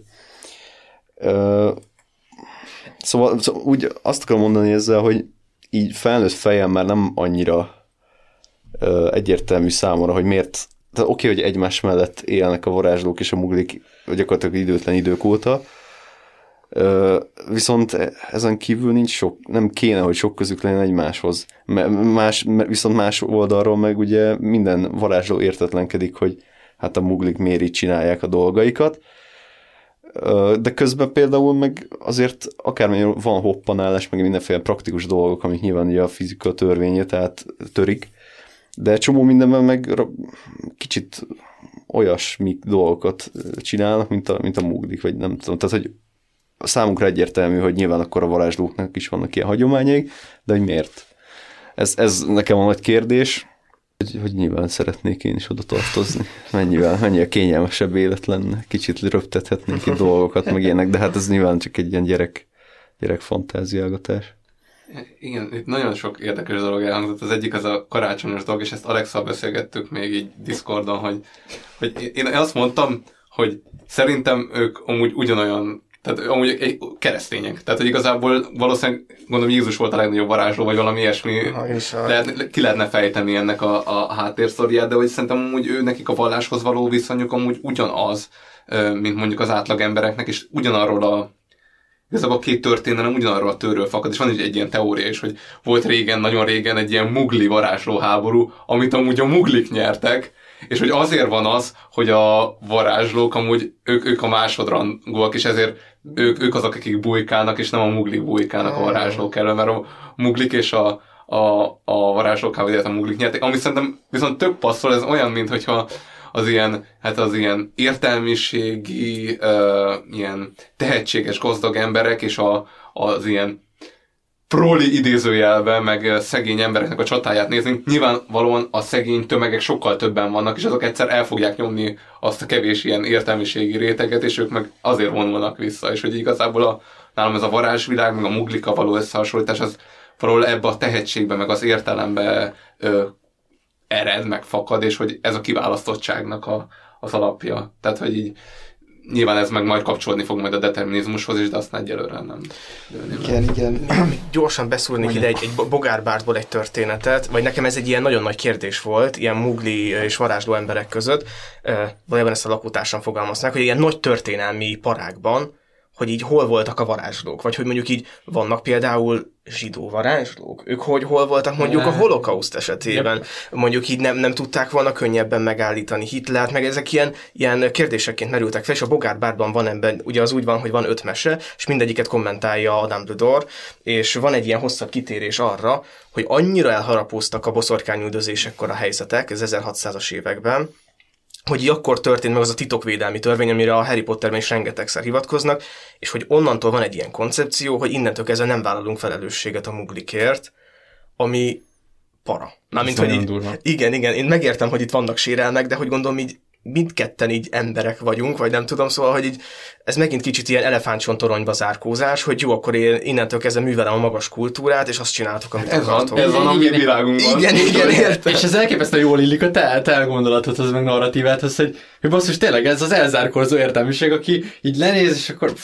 Szóval úgy azt akarom mondani ezzel, hogy így felnőtt fejem már nem annyira egyértelmű számomra, hogy miért, tehát oké, hogy egymás mellett élnek a varázslók és a muglik gyakorlatilag időtlen idők óta, viszont ezen kívül nincs sok, nem kéne, hogy sok közük legyen egymáshoz. Viszont más oldalról meg ugye minden varázsló értetlenkedik, hogy hát a muglik miért így csinálják a dolgaikat, de közben például meg azért akármilyen van hoppanálás, meg mindenféle praktikus dolgok, amik nyilván ugye a fizika törvénye, tehát törik, de csomó mindenben meg kicsit olyasmi dolgokat csinálnak, mint a muglik, vagy nem tudom, tehát hogy számunkra egyértelmű, hogy nyilván akkor a varázslóknak is vannak ilyen hagyományaik, de hogy miért? Ez nekem a nagy kérdés, hogy nyilván szeretnék én is oda tartozni. Mennyivel kényelmesebb élet lenne, kicsit röptethetnénk itt dolgokat, meg ilyenek, de hát ez nyilván csak egy ilyen gyerek fantáziálgatás. Igen, itt nagyon sok érdekes dolog elhangzott. Az egyik az a karácsonyos dolog, és ezt Alekszal beszélgettük még így Discordon, hogy én azt mondtam, hogy szerintem ők amúgy ugyanolyan, tehát amúgy keresztények. Tehát, hogy igazából valószínűleg gondolom Jézus volt a legnagyobb varázsló, vagy valami ilyesmi. Ki lehetne fejteni ennek a háttérsztoriát, de hogy szerintem amúgy ő nekik a valláshoz való viszonyuk amúgy ugyanaz, mint mondjuk az átlag embereknek, és ugyanarról igazából a két történelem ugyanarról a tőről fakad, és van egy ilyen teória is, hogy volt régen, nagyon régen egy ilyen mugli varázsló háború, amit amúgy a muglik nyertek, és hogy azért van az, hogy a varázslók amúgy ők a másodrangúak, és ezért ők azok, akik bujkálnak, és nem a muglik bujkálnak a varázslók elől, mert a muglik és a varázslók háborúját a muglik nyertek. Ami szerintem viszont több passzol, ez olyan, mintha az ilyen értelmiségi, ilyen tehetséges, gazdag emberek, és az ilyen proli idézőjelben, meg szegény embereknek a csatáját néznénk. Nyilvánvalóan a szegény tömegek sokkal többen vannak, és azok egyszer el fogják nyomni azt a kevés ilyen értelmiségi réteget, és ők meg azért vonulnak vissza, és hogy igazából nálam ez a varázsvilág, meg a muglika való összehasonlítás, az valahol ebbe a tehetségbe, meg az értelembe ered, meg fakad, és hogy ez a kiválasztottságnak az alapja. Tehát, hogy így nyilván ez meg majd kapcsolódni fog majd a determinizmushoz is, de azt egyelőre nem. Igen. Gyorsan beszúrnék ide egy Bogárbártból egy történetet, vagy nekem ez egy ilyen nagyon nagy kérdés volt, ilyen mugli és varázsló emberek között, valójában ezt a lakótársan fogalmaznák, hogy ilyen nagy történelmi parákban, hogy így hol voltak a varázslók, vagy hogy mondjuk így vannak például zsidó varázslók. Ők hol voltak mondjuk a holokauszt esetében. Mondjuk így nem tudták volna könnyebben megállítani Hitlert, meg ezek ilyen kérdésekként merültek fel, és a Bogárbártban van ebben, ugye az úgy van, hogy van 5 mese, és mindegyiket kommentálja a Dumbledore, és van egy ilyen hosszabb kitérés arra, hogy annyira elharapóztak a boszorkányüldözésekkor a helyzetek, az 1600-as években, hogy akkor történt meg az a titokvédelmi törvény, amire a Harry Potterben is rengetegszer hivatkoznak, és hogy onnantól van egy ilyen koncepció, hogy innentől kezdve nem vállalunk felelősséget a muglikért, ami para. Mármint, hogy igen, én megértem, hogy itt vannak sérelmek, de hogy gondolom így mindketten így emberek vagyunk, vagy nem tudom, szóval, hogy így ez megint kicsit ilyen elefántcsontoronyba zárkózás, hogy jó, akkor én innentől kezdve művelem a magas kultúrát, és azt csináltok, amit akartok. Ez van a mi világunkban. Igen, értem. És ez elképesztően jól illik a te gondolatodhoz, meg narratíváthoz, hogy basszus, tényleg ez az elzárkózó értelmiség, aki így lenéz, és akkor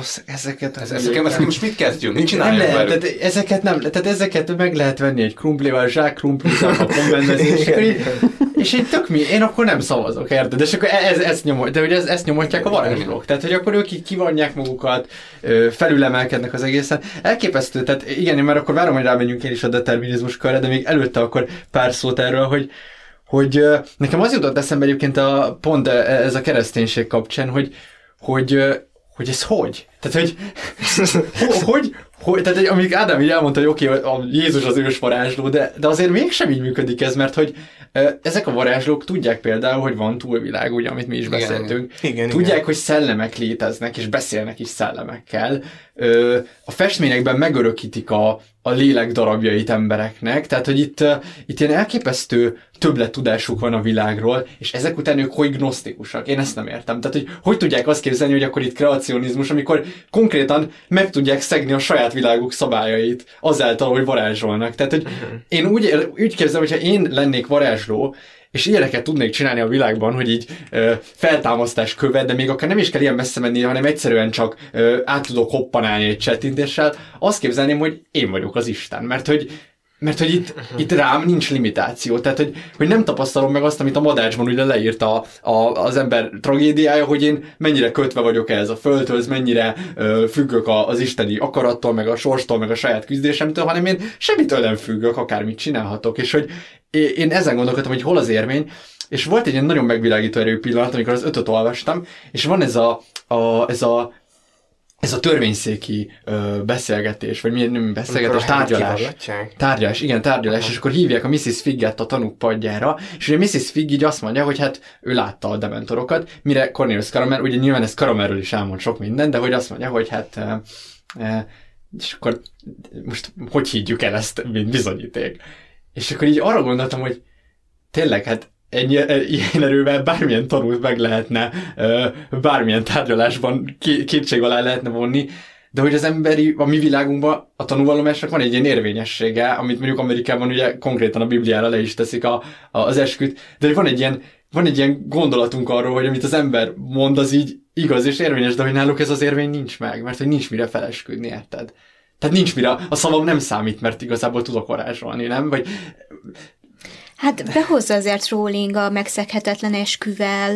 ezeket most mit kezdjünk? Mit csináljuk velük? Ezeket meg lehet venni egy krumplival, zsák krumplival, a konvendezés, és én akkor nem szavazok, érted? És akkor ezt nyomatják a varázslók. Tehát, hogy akkor ők így kivonják magukat, felülemelkednek az egészen. Elképesztő, tehát igen, mert akkor várom, hogy rámenjünk én is a determinizmus körre, de még előtte akkor pár szót erről, hogy nekem az jutott eszembe egyébként pont ez a kereszténység kapcsán, hogy ez hogy? Tehát, hogy tehát, amíg Ádám így elmondta, hogy oké, a Jézus az ős varázsló, de azért mégsem így működik ez, mert hogy ezek a varázslók tudják például, hogy van túlvilág, ugye, amit mi is beszéltünk. Igen, tudják, hogy szellemek léteznek, és beszélnek is szellemekkel. A festményekben megörökítik a lélek darabjait embereknek, tehát hogy itt ilyen elképesztő többlettudásuk van a világról, és ezek után ők hogy gnosztikusak. Én ezt nem értem. Tehát, hogy tudják azt képzelni, hogy akkor itt kreacionizmus, amikor konkrétan meg tudják szegni a saját világuk szabályait azáltal, hogy varázsolnak. Tehát, hogy én úgy képzelem, hogyha én lennék varázsló, és ilyeneket tudnék csinálni a világban, hogy így feltámasztás követ, de még akár nem is kell ilyen messze menni, hanem egyszerűen csak át tudok hoppanálni egy chattintéssel, azt képzelném, hogy én vagyok az Isten, mert hogy itt rám nincs limitáció, tehát hogy nem tapasztalom meg azt, amit a Madácsban ugye leírta az ember tragédiája, hogy én mennyire kötve vagyok ehhez a földhöz, mennyire függök az isteni akarattól, meg a sorstól, meg a saját küzdésemtől, hanem én semmitől nem függök, akármit csinálhatok, és hogy én ezen gondolkodtam, hogy hol az érvény, és volt egy ilyen nagyon megvilágító erő pillanat, amikor az 5-öt olvastam, és van ez a törvényszéki beszélgetés, vagy milyen beszélgetés, tárgyalás, és akkor hívják a Mrs. Figget a tanúk padjára, és ugye Mrs. Figg így azt mondja, hogy hát ő látta a dementorokat, mire Cornelius Caramel, ugye nyilván ez Caramelről is elmond sok minden, de hogy azt mondja, hogy hát és akkor most hogy higgyük el ezt, mint bizonyíték. És akkor így arra gondoltam, hogy tényleg, hát ilyen erővel bármilyen tanút meg lehetne, bármilyen tárgyalásban kétség alá lehetne vonni, de hogy a mi világunkban a tanúvallomásnak van egy ilyen érvényessége, amit mondjuk Amerikában ugye konkrétan a Bibliára le is teszik az esküt, de hogy van egy ilyen gondolatunk arról, hogy amit az ember mond, az így igaz és érvényes, de hogy náluk ez az érvény nincs meg, mert hogy nincs mire felesküdni, érted? Tehát nincs mire, a szavam nem számít, mert igazából tudok varázsolni, nem? Vagy... Hát behozza azért Rowling a megszeghetetlen esküvel,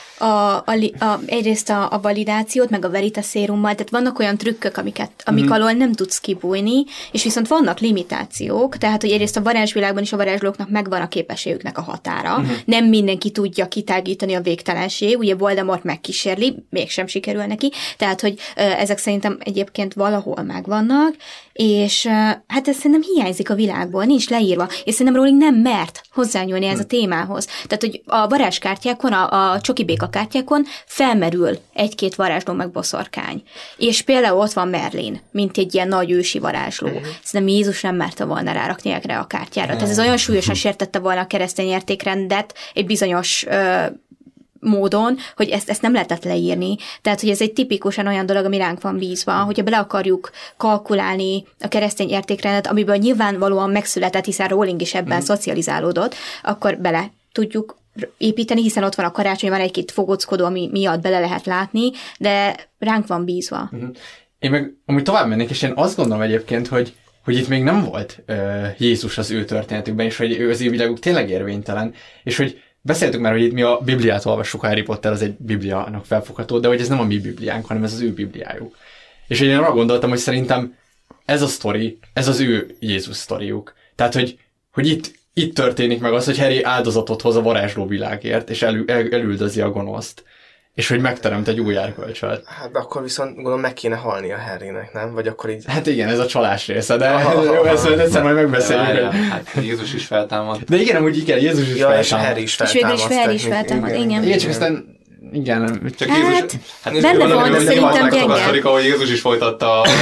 egyrészt a validációt, meg a veritasérummal, tehát vannak olyan trükkök, amik alól nem tudsz kibújni, és viszont vannak limitációk, tehát hogy egyrészt a varázsvilágban is a varázslóknak megvan a képességüknek a határa, nem mindenki tudja kitágítani a végtelenség, ugye Voldemort megkísérli, mégsem sikerül neki, tehát hogy ezek szerintem egyébként valahol megvannak, és hát ez szerintem hiányzik a világból, nincs leírva, és szerintem Rowling nem mert hozzányúlni ez a témához. Tehát, hogy a varázskártyákon, a csokibéka kártyákon felmerül egy-két varázsló meg boszorkány. És például ott van Merlin, mint egy ilyen nagy ősi varázsló. Szerintem Jézus nem merte volna rárakni erre a kártyára. Tehát ez olyan súlyosan sértette volna a keresztény értékrendet egy bizonyos módon, hogy ezt nem lehetett leírni. Tehát, hogy ez egy tipikusan olyan dolog, ami ránk van bízva, hogyha bele akarjuk kalkulálni a keresztény értékrendet, amiből nyilvánvalóan megszületett, hiszen Rowling is ebben szocializálódott, akkor bele tudjuk építeni, hiszen ott van a karácsony, van egy-két fogockodó, ami miatt bele lehet látni, de ránk van bízva. Én meg amúgy tovább mennék, és én azt gondolom egyébként, hogy itt még nem volt Jézus az ő történetükben, és hogy ő az ő világuk tényleg érvénytelen, és hogy beszéltük már, hogy itt mi a Bibliát olvassuk, a Harry Potter az egy Bibliának felfogható, de hogy ez nem a mi Bibliánk, hanem ez az ő Bibliájuk. És én arra gondoltam, hogy szerintem ez a sztori, ez az ő Jézus sztoriuk. Tehát, hogy itt történik meg az, hogy Harry áldozatot hoz a varázsló világért, és elüldözi a gonoszt. És hogy megteremt egy új erkölcsöt. Hát de akkor viszont gondolom meg kéne halni a Harrynek, nem? Vagy akkor így... Hát igen, ez a csalás része, de jó, ezt egyszer majd megbeszéljük. Hát Jézus is feltámad. De igen, amúgy igen, Jézus is feltámad. És a Harry is feltámad. És Harry is feltámad, igen. Igen, csak aztán igen. Csak Jézus... benne van, szerintem gyenge. Ahol Jézus is folytatta a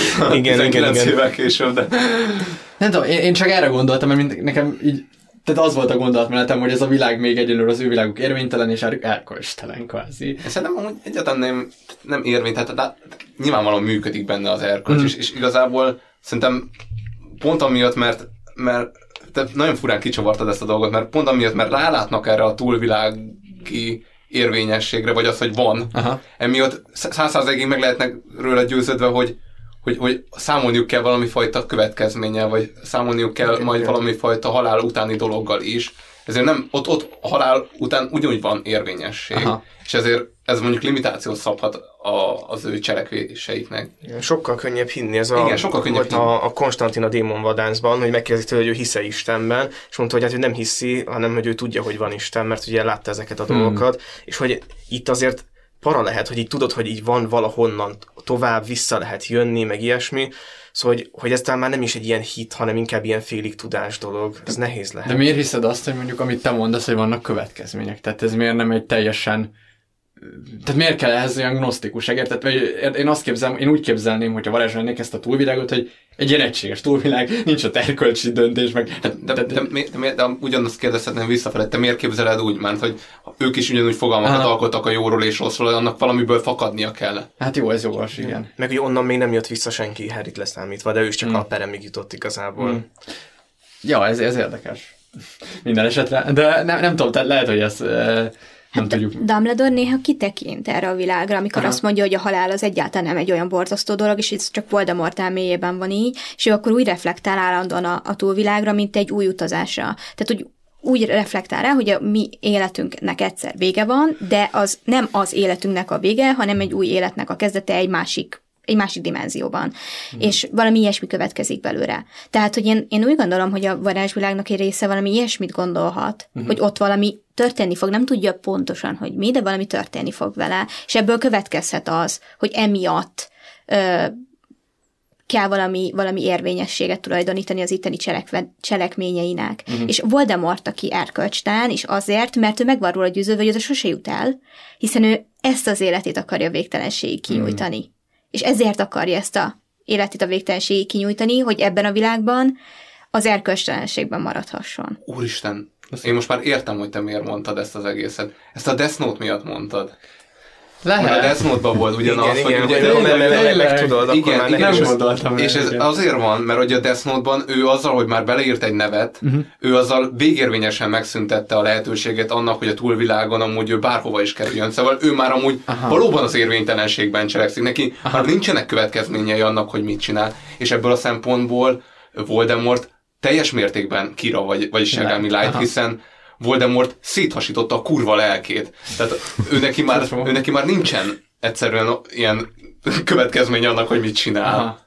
19 évvel később, de... Nem tudom, én csak erre gondoltam, mert nekem így tehát az volt a gondolatmenetem, hogy ez a világ még egyelőre az ő világuk érvénytelen és erkölcstelen kvázi. Szerintem amúgy egyáltalán nem érvénytelen, tehát nyilvánvalóan működik benne az erkölcs, és igazából szerintem pont amiatt, mert te nagyon furán kicsavartad ezt a dolgot, mert pont amiatt, mert rálátnak erre a túlvilági érvényességre, vagy az, hogy van, emiatt 100%-ig meg lehetnek róla győződve, hogy számolniuk kell valami fajta következménnyel, vagy számolniuk kell majd valami fajta halál utáni dologgal is. Ezért nem, ott a halál után ugyanúgy van érvényesség. És ezért ez mondjuk limitációt szabhat az ő cselekvéseiknek. Sokkal könnyebb hinni a Konstantin a démonvadászban, hogy megkérdezik tőle, hogy ő hisze Istenben, és mondta, hogy hát ő nem hiszi, hanem hogy ő tudja, hogy van Isten, mert ugye látta ezeket a dolgokat, és hogy itt azért para lehet, hogy így tudod, hogy így van valahonnan tovább, vissza lehet jönni, meg ilyesmi. Szóval, hogy ez talán már nem is egy ilyen hit, hanem inkább ilyen félig tudás dolog. Ez nehéz lehet. De miért hiszed azt, hogy mondjuk amit te mondasz, hogy vannak következmények? Tehát ez miért nem egy teljesen tehát miért kell ehhez olyan gnosztikus, érted? Én úgy képzelném, hogy a varázs lennék ezt a túlvilágot, hogy egy ilyen egységes túlvilág, nincs ott erkölcsi döntés, meg... De ugyanazt kérdezhetném visszafelé, te miért képzeled úgy, mert hogy ők is ugyanúgy fogalmakat alkottak a jóról és rosszról, annak valamiből fakadnia kell. Hát jó, ez jogos, igen. Meg hogy onnan még nem jött vissza senki, Harryt leszámítva, de ő is csak a peremig jutott igazából. Ja, ez érdekes. Minden esetre, de nem tudom, tehát lehet, hogy ez... Nem tudjuk. Dumbledore néha kitekint erre a világra, amikor azt mondja, hogy a halál az egyáltalán nem egy olyan borzasztó dolog, és ez csak Voldemort elméjében van így, és ő akkor úgy reflektál állandóan a túlvilágra, mint egy új utazásra. Tehát úgy reflektál rá, hogy a mi életünknek egyszer vége van, de az nem az életünknek a vége, hanem egy új életnek a kezdete egy másik dimenzióban. És valami ilyesmi következik belőle. Tehát, hogy én úgy gondolom, hogy a varázsvilágnak egy része valami ilyesmit gondolhat, hogy ott valami történni fog, nem tudja pontosan, hogy mi, de valami történni fog vele, és ebből következhet az, hogy emiatt kell valami érvényességet tulajdonítani az itteni cselekményeinek. És Voldemort, aki erkölcstelen, és azért, mert ő meg van róla győződve, hogy oda sose jut el, hiszen ő ezt az életét akarja végtelenségig kinyújtani. És ezért akarja ezt a életét a végtelenségig kinyújtani, hogy ebben a világban az erkölcstelenségben maradhasson. Úristen, én most már értem, hogy te miért mondtad ezt az egészet. Ezt a Death Note miatt mondtad. Lehet. A Death Note-ban volt ugyanaz, hogy ugye... meg tudod, igen, nem gondoltam. És ez azért van, mert hogy a Death Note-ban ő azzal, hogy már beleírt egy nevet, ő azzal végérvényesen megszüntette a lehetőséget annak, hogy a túlvilágon amúgy ő bárhova is kerüljön. Szóval ő már amúgy valóban az érvénytelenségben cselekszik. Neki már nincsenek következményei annak, hogy mit csinál. És ebből a szempontból Voldemort teljes mértékben Kira vagy Segelmi Light, hiszen Voldemort széthasította a kurva lelkét. Tehát ő neki már nincsen egyszerűen ilyen következmény annak, hogy mit csinál.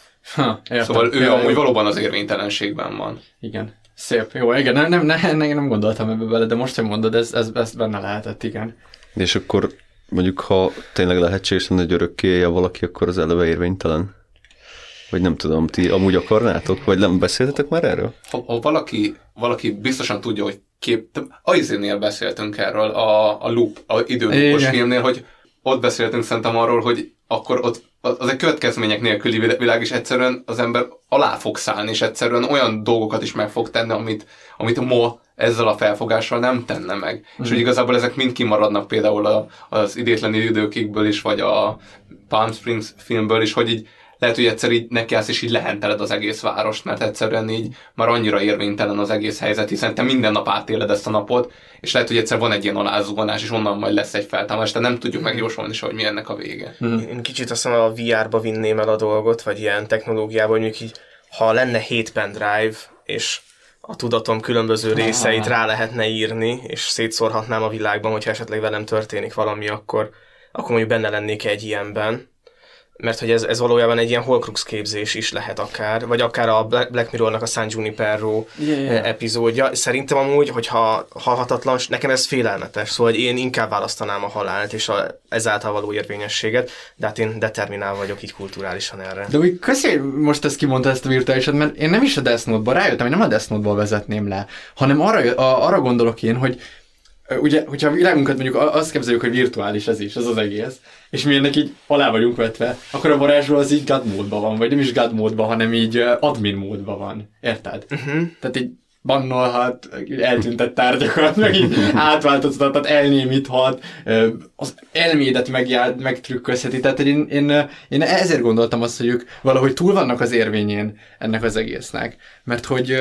Szóval ő amúgy valóban az érvénytelenségben van. Igen. Szép. Jó, igen. Nem gondoltam ebbe bele, de most, hogy mondod, ez benne lehetett, igen. És akkor mondjuk, ha tényleg lehetséges lenne, hogy örökké élje valaki, akkor az eleve érvénytelen? Vagy nem tudom, ti amúgy akarnátok? Vagy nem beszéltetek már erről? Ha valaki biztosan tudja, hogy Aizennél beszéltünk erről, a Loop, a időlúpos filmnél, hogy ott beszéltünk szerintem arról, hogy akkor ott az egy következmények nélküli világ, és egyszerűen az ember alá fog szállni, és egyszerűen olyan dolgokat is meg fog tenni, amit ma ezzel a felfogással nem tenne meg. És hogy igazából ezek mind kimaradnak például az Idétlen időkikből is, vagy a Palm Springs filmből is, hogy így lehet, hogy egyszer így nekiállsz, és így lehenteled az egész várost, mert egyszerűen így már annyira érvénytelen az egész helyzet, hiszen te minden nap átéled ezt a napot, és lehet, hogy egyszer van egy ilyen alázuhanás, és onnan majd lesz egy feltámadás, de nem tudjuk megjósolni se, hogy mi ennek a vége. Én kicsit azt mondom, a VR-ba vinném el a dolgot, vagy ilyen technológiában, hogy mondjuk így, ha lenne 7 pendrive, és a tudatom különböző részeit rá lehetne írni, és szétszórhatnám a világban, hogyha esetleg velem történik valami, akkor mondjuk benne lennék egy ilyenben. Mert hogy ez valójában egy ilyen Horcrux képzés is lehet akár, vagy akár a Black Mirrornak a San Junipero epizódja. Szerintem amúgy, hogyha halhatatlan, nekem ez félelmetes, szóval én inkább választanám a halált és ezáltal való érvényességet, de hát én determinál vagyok így kulturálisan erre. De úgy köszi, most ezt kimondta ezt a virtuálisat, mert én nem is a Death Note-ba rájöttem, én nem a Death Note-ból vezetném le, hanem arra gondolok én, hogy ugye, hogyha a világunkat mondjuk azt képzeljük, hogy virtuális ez is, ez az egész, és mi ennek így alá vagyunk vetve, akkor a varázsló az így God módban van, vagy nem is God módban, hanem így admin módban van. Érted? Tehát így bannolhat, eltüntett tárgyakat, meg így átváltoztat, elnémíthat, az elmédet megtrükközheti. Tehát én ezért gondoltam azt, hogy ők valahogy túl vannak az érvényén ennek az egésznek. Mert hogy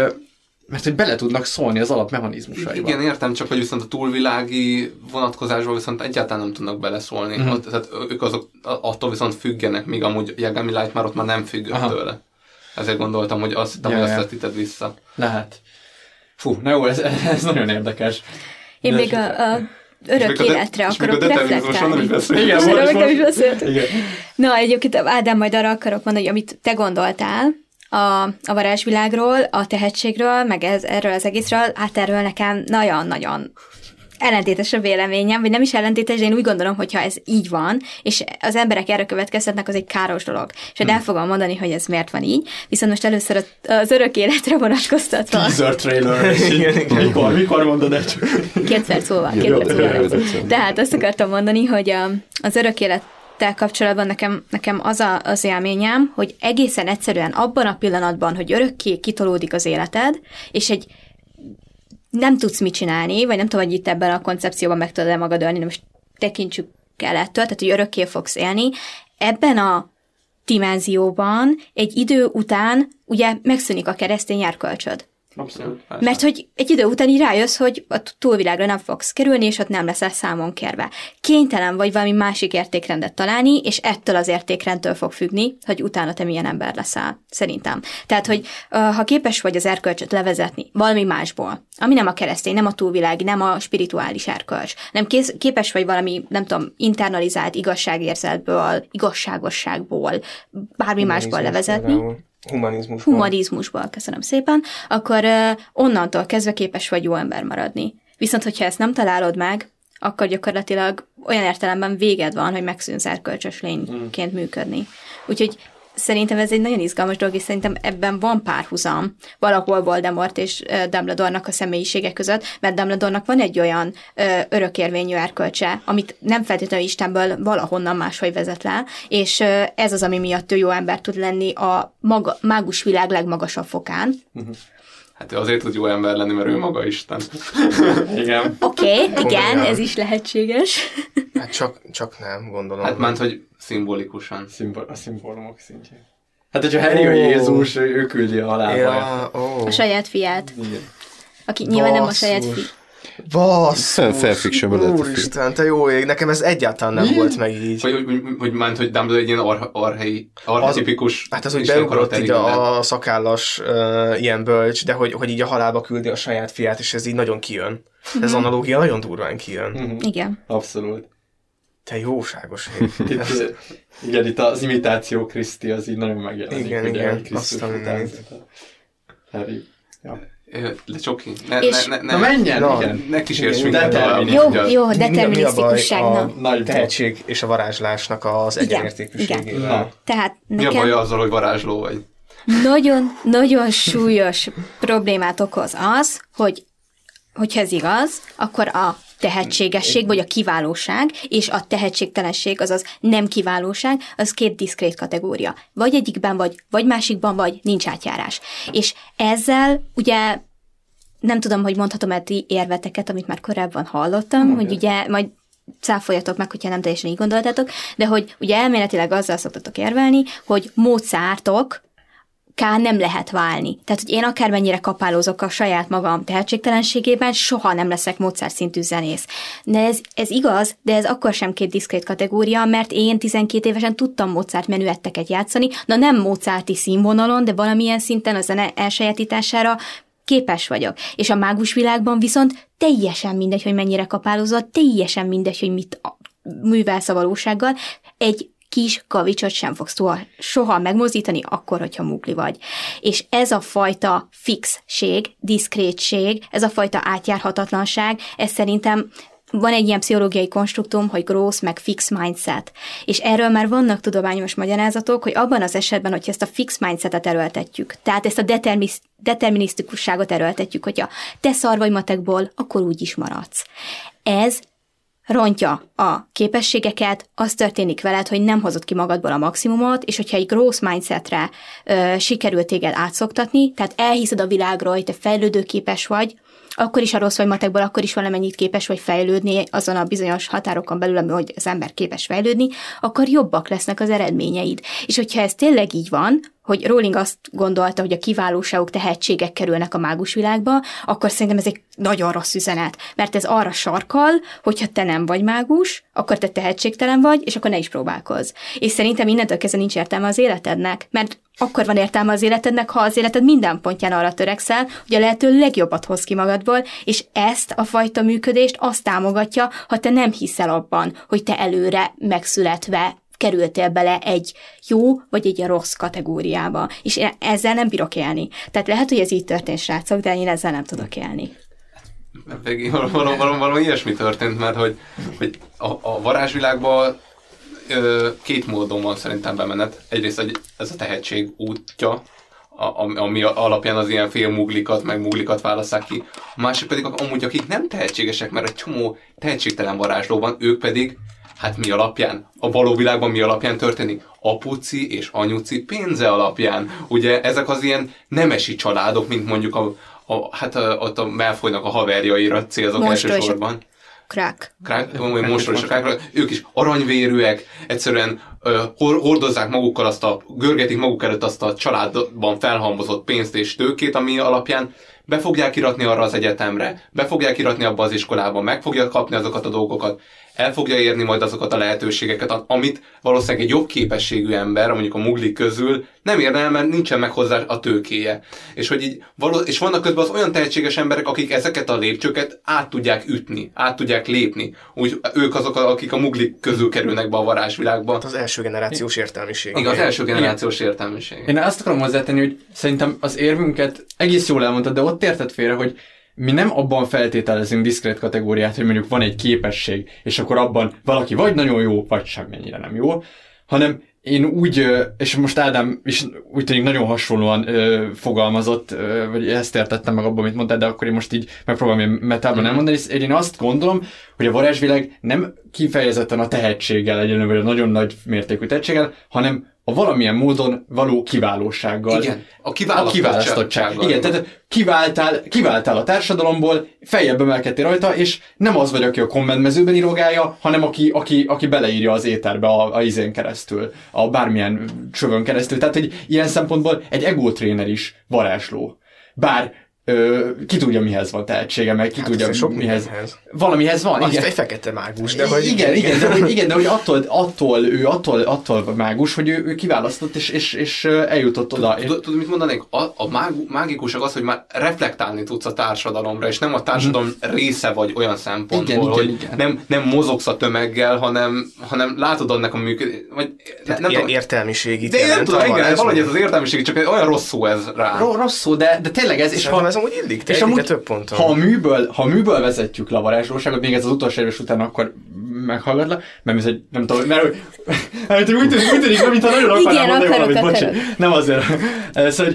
bele tudnak szólni az alapmechanizmusaiba. Igen, értem, csak hogy viszont a túlvilági vonatkozásban viszont egyáltalán nem tudnak beleszólni. Tehát ők azok attól viszont függenek, míg amúgy Yagami Light már ott már nem függött tőle. Ezért gondoltam, hogy azt hittem, hogy azt vetíted vissza. Lehet. Fú, na jó, ez nagyon érdekes. Én még a örök életre akarok reflektálni. Igen, nem is beszéltünk. Na, egyébként Ádám, majd arra akarok mondani, hogy amit te gondoltál, a varázsvilágról, a tehetségről, meg erről az egészről, hát erről nekem nagyon-nagyon ellentétes a véleményem, vagy nem is ellentétes, de én úgy gondolom, hogy ha ez így van, és az emberek erre következtetnek, az egy káros dolog. És el fogom mondani, hogy ez miért van így, viszont most először az örök életre vonatkoztatva. Teaser trailer, mikor mondod el? 2 perc múlva. Tehát azt akartam mondani, hogy az örök élettel kapcsolatban nekem az élményem, hogy egészen egyszerűen abban a pillanatban, hogy örökké kitolódik az életed, és nem tudsz mit csinálni, vagy nem tudom, hogy itt ebben a koncepcióban meg tudod magad ölni, de most tekintsük el ettől, tehát, hogy örökké fogsz élni. Ebben a dimenzióban egy idő után ugye megszűnik a keresztény erkölcsöd. Abszolút. Mert hogy egy idő után így rájössz, hogy a túlvilágra nem fogsz kerülni, és ott nem leszel számon kérve. Kénytelen vagy valami másik értékrendet találni, és ettől az értékrendtől fog függni, hogy utána te milyen ember leszel, szerintem. Tehát, hogy ha képes vagy az erkölcsöt levezetni valami másból, ami nem a keresztény, nem a túlvilági, nem a spirituális erkölcs, nem képes vagy valami, nem tudom, internalizált igazságérzetből, igazságosságból, bármi másból levezetni. Például. Humanizmusból, köszönöm szépen, akkor onnantól kezdve képes vagy jó ember maradni. Viszont, hogyha ezt nem találod meg, akkor gyakorlatilag olyan értelemben véged van, hogy megszűnsz erkölcsös lényként működni. Úgyhogy szerintem ez egy nagyon izgalmas dolog, és szerintem ebben van párhuzam valahol Voldemort és Dumbledore-nak a személyisége között, mert Dumbledore-nak van egy olyan örökérvényű erkölcse, amit nem feltétlenül Istenből valahonnan máshogy vezet le, és ez az, ami miatt ő jó ember tud lenni a mágus világ legmagasabb fokán. Hát azért tud jó ember lenni, mert ő maga Isten. Igen. Oké, igen, ez is lehetséges. Hát csak nem, gondolom. Hát ment, hogy szimbolikusan. A szimbólumok szintjén. Hát, hogyha Harry a Jézus, ő küldi a halálba. Ja, a saját fiát. Igen. Aki nyilván nem a saját fi. Fanfictionből lett a film. Úristen, te jó ég, nekem ez egyáltalán nem volt meg így. Hogy ment, hogy Dumbledore egy ilyen archetipikus... Hát az, hogy beugrott így a szakállas ilyen bölcs, de hogy így a halálba küldi a saját fiát, és ez így nagyon kijön. Ez analógia nagyon durván kijön. Igen. Abszolút. Te jóságos ég. Igen, itt az imitáció Kriszti, az így nagyon megjelenik. Igen, azt a mindent. Harry. Ja. Le Csoki. Na menjen, igen. Ne kísérts minket tovább. Jó, determinisztikusságnak. Nagy tehetség és a varázslásnak az egyenértékűségével. Tehát nekem... Mi a baj azzal, hogy varázsló vagy? Nagyon súlyos problémát okoz az, hogyha ez igaz, akkor a tehetségesség, vagy a kiválóság, és a tehetségtelenség, azaz nem kiválóság, az 2 diszkrét kategória. Vagy egyikben vagy másikban vagy, nincs átjárás. És ezzel ugye nem tudom, hogy mondhatom-e ti érveteket, amit már korábban hallottam, hogy ugye majd cáfoljatok meg, hogyha nem teljesen így gondoltátok, de hogy ugye elméletileg azzal szoktatok érvelni, hogy Mozartok nem lehet válni. Tehát, hogy én akármennyire kapálózok a saját magam tehetségtelenségében, soha nem leszek Mozart szintű zenész. De ez igaz, de ez akkor sem 2 diszkrét kategória, mert én 12 évesen tudtam Mozart menüetteket játszani, nem Mozarti színvonalon, de valamilyen szinten a zene elsajátítására képes vagyok. És a mágus világban viszont teljesen mindegy, hogy mennyire kapálózott, teljesen mindegy, hogy mit művelsz a valósággal, egy kis kavicsot sem fogsz soha megmozdítani, akkor, hogyha mugli vagy. És ez a fajta fixség, diszkrétség, ez a fajta átjárhatatlanság, ez szerintem van egy ilyen pszichológiai konstruktum, hogy growth meg fix mindset. És erről már vannak tudományos magyarázatok, hogy abban az esetben, hogyha ezt a fix mindsetet erőltetjük, tehát ezt a determinisztikusságot erőltetjük, hogyha te szar vagy matekból, akkor úgy is maradsz. Ez rontja a képességeket, az történik veled, hogy nem hozod ki magadból a maximumot, és hogyha egy growth mindsetre sikerül téged átszoktatni, tehát elhiszed a világról, hogy te fejlődőképes vagy, akkor is a rossz vagy matekból, akkor is valamennyit képes vagy fejlődni azon a bizonyos határokon belül, hogy az ember képes fejlődni, akkor jobbak lesznek az eredményeid. És hogyha ez tényleg így van, hogy Rowling azt gondolta, hogy a kiválóságok, tehetségek kerülnek a mágus világba, akkor szerintem ez egy nagyon rossz üzenet, mert ez arra sarkal, hogyha te nem vagy mágus, akkor te tehetségtelen vagy, és akkor ne is próbálkozz. És szerintem innentől kezdve nincs értelme az életednek, mert akkor van értelme az életednek, ha az életed minden pontján arra törekszel, hogy a lehető legjobbat hoz ki magadból, és ezt a fajta működést azt támogatja, ha te nem hiszel abban, hogy te előre megszületve kerültél bele egy jó vagy egy rossz kategóriába. És én ezzel nem bírok élni. Tehát lehet, hogy ez így történt, srácok, de én ezzel nem tudok élni. Valami ilyesmi történt, mert hogy a varázsvilágban két módon van szerintem bemenet. Egyrészt ez a tehetség útja, ami alapján az ilyen félmuglikat, meg muglikat válasszák ki. A másik pedig amúgy, akik nem tehetségesek, mert egy csomó tehetségtelen varázsló van, ők pedig, hát mi alapján? A való világban mi alapján történik? Apuci és anyuci pénze alapján. Ugye ezek az ilyen nemesi családok, mint mondjuk ott a Malfoynak a haverjaira célzok elsősorban. Monstro és a Crack, ők is aranyvérűek, egyszerűen hordozzák magukkal görgetik maguk előtt azt a családban felhalmozott pénzt és tőkét, ami alapján be fogják iratni arra az egyetemre, be fogják iratni abba az iskolában, meg fogja kapni azokat a dolgokat, el fogja érni majd azokat a lehetőségeket, amit valószínűleg egy jobb képességű ember, mondjuk a muglik közül nem érne el, mert nincsen meg hozzá a tőkéje. És, hogy így és vannak közben az olyan tehetséges emberek, akik ezeket a lépcsőket át tudják ütni, át tudják lépni. Úgy ők azok, akik a muglik közül kerülnek be a varázsvilágba. Az első generációs értelmiség. Igen, az első generációs értelmiség. Én azt akarom hozzátenni, hogy szerintem az érvünket egész jól elmondtad, de ott érted félre, hogy mi nem abban feltételezünk diszkrét kategóriát, hogy mondjuk van egy képesség, és akkor abban valaki vagy nagyon jó, vagy semmennyire nem jó, hanem én úgy, és most Ádám is úgy tűnik nagyon hasonlóan fogalmazott, vagy ezt értettem meg abban, amit mondtál, de akkor én most így megpróbálom metában elmondani, és én azt gondolom, hogy a varázsvilág nem kifejezetten a tehetséggel egyenlő, vagy a nagyon nagy mértékű tehetséggel, hanem a valamilyen módon való kiválósággal. Igen, a kiválasztottsággal. Igen, tehát kiváltál a társadalomból, feljebb emelkedtél rajta, és nem az vagy, aki a kommentmezőben írogálja, hanem aki beleírja az éterbe a izén keresztül, a bármilyen csövön keresztül. Tehát, hogy ilyen szempontból egy egótréner is varázsló. Bár ki tudja, mihez van tehetsége, meg ki tudja, mihez. Valamihez van, azt igen. egy fekete mágus, de hogy... Igen, de hogy attól mágus, hogy ő kiválasztott, és eljutott oda. Tudod, mit mondanék? A mágikusok az, hogy már reflektálni tudsz a társadalomra, és nem a társadalom része vagy olyan szempontból, hogy nem mozogsz a tömeggel, hanem látod annak a működés. Nem ilyen értelmiségit de jelent. De igen, valahogy ez az értelmiség, csak olyan rossz szó ez rá. Rossz szó, de tényleg ez... És ez amúgy illik, de több ponton. Ha a műből vezetjük le a varázslóságot, még ez az utolsó érvés után akkor meghallgatlak, mert nem tudom, mert úgy tűnik, mintha nagyon akarnám mondani valamit, bocs. Nem azért. Szóval,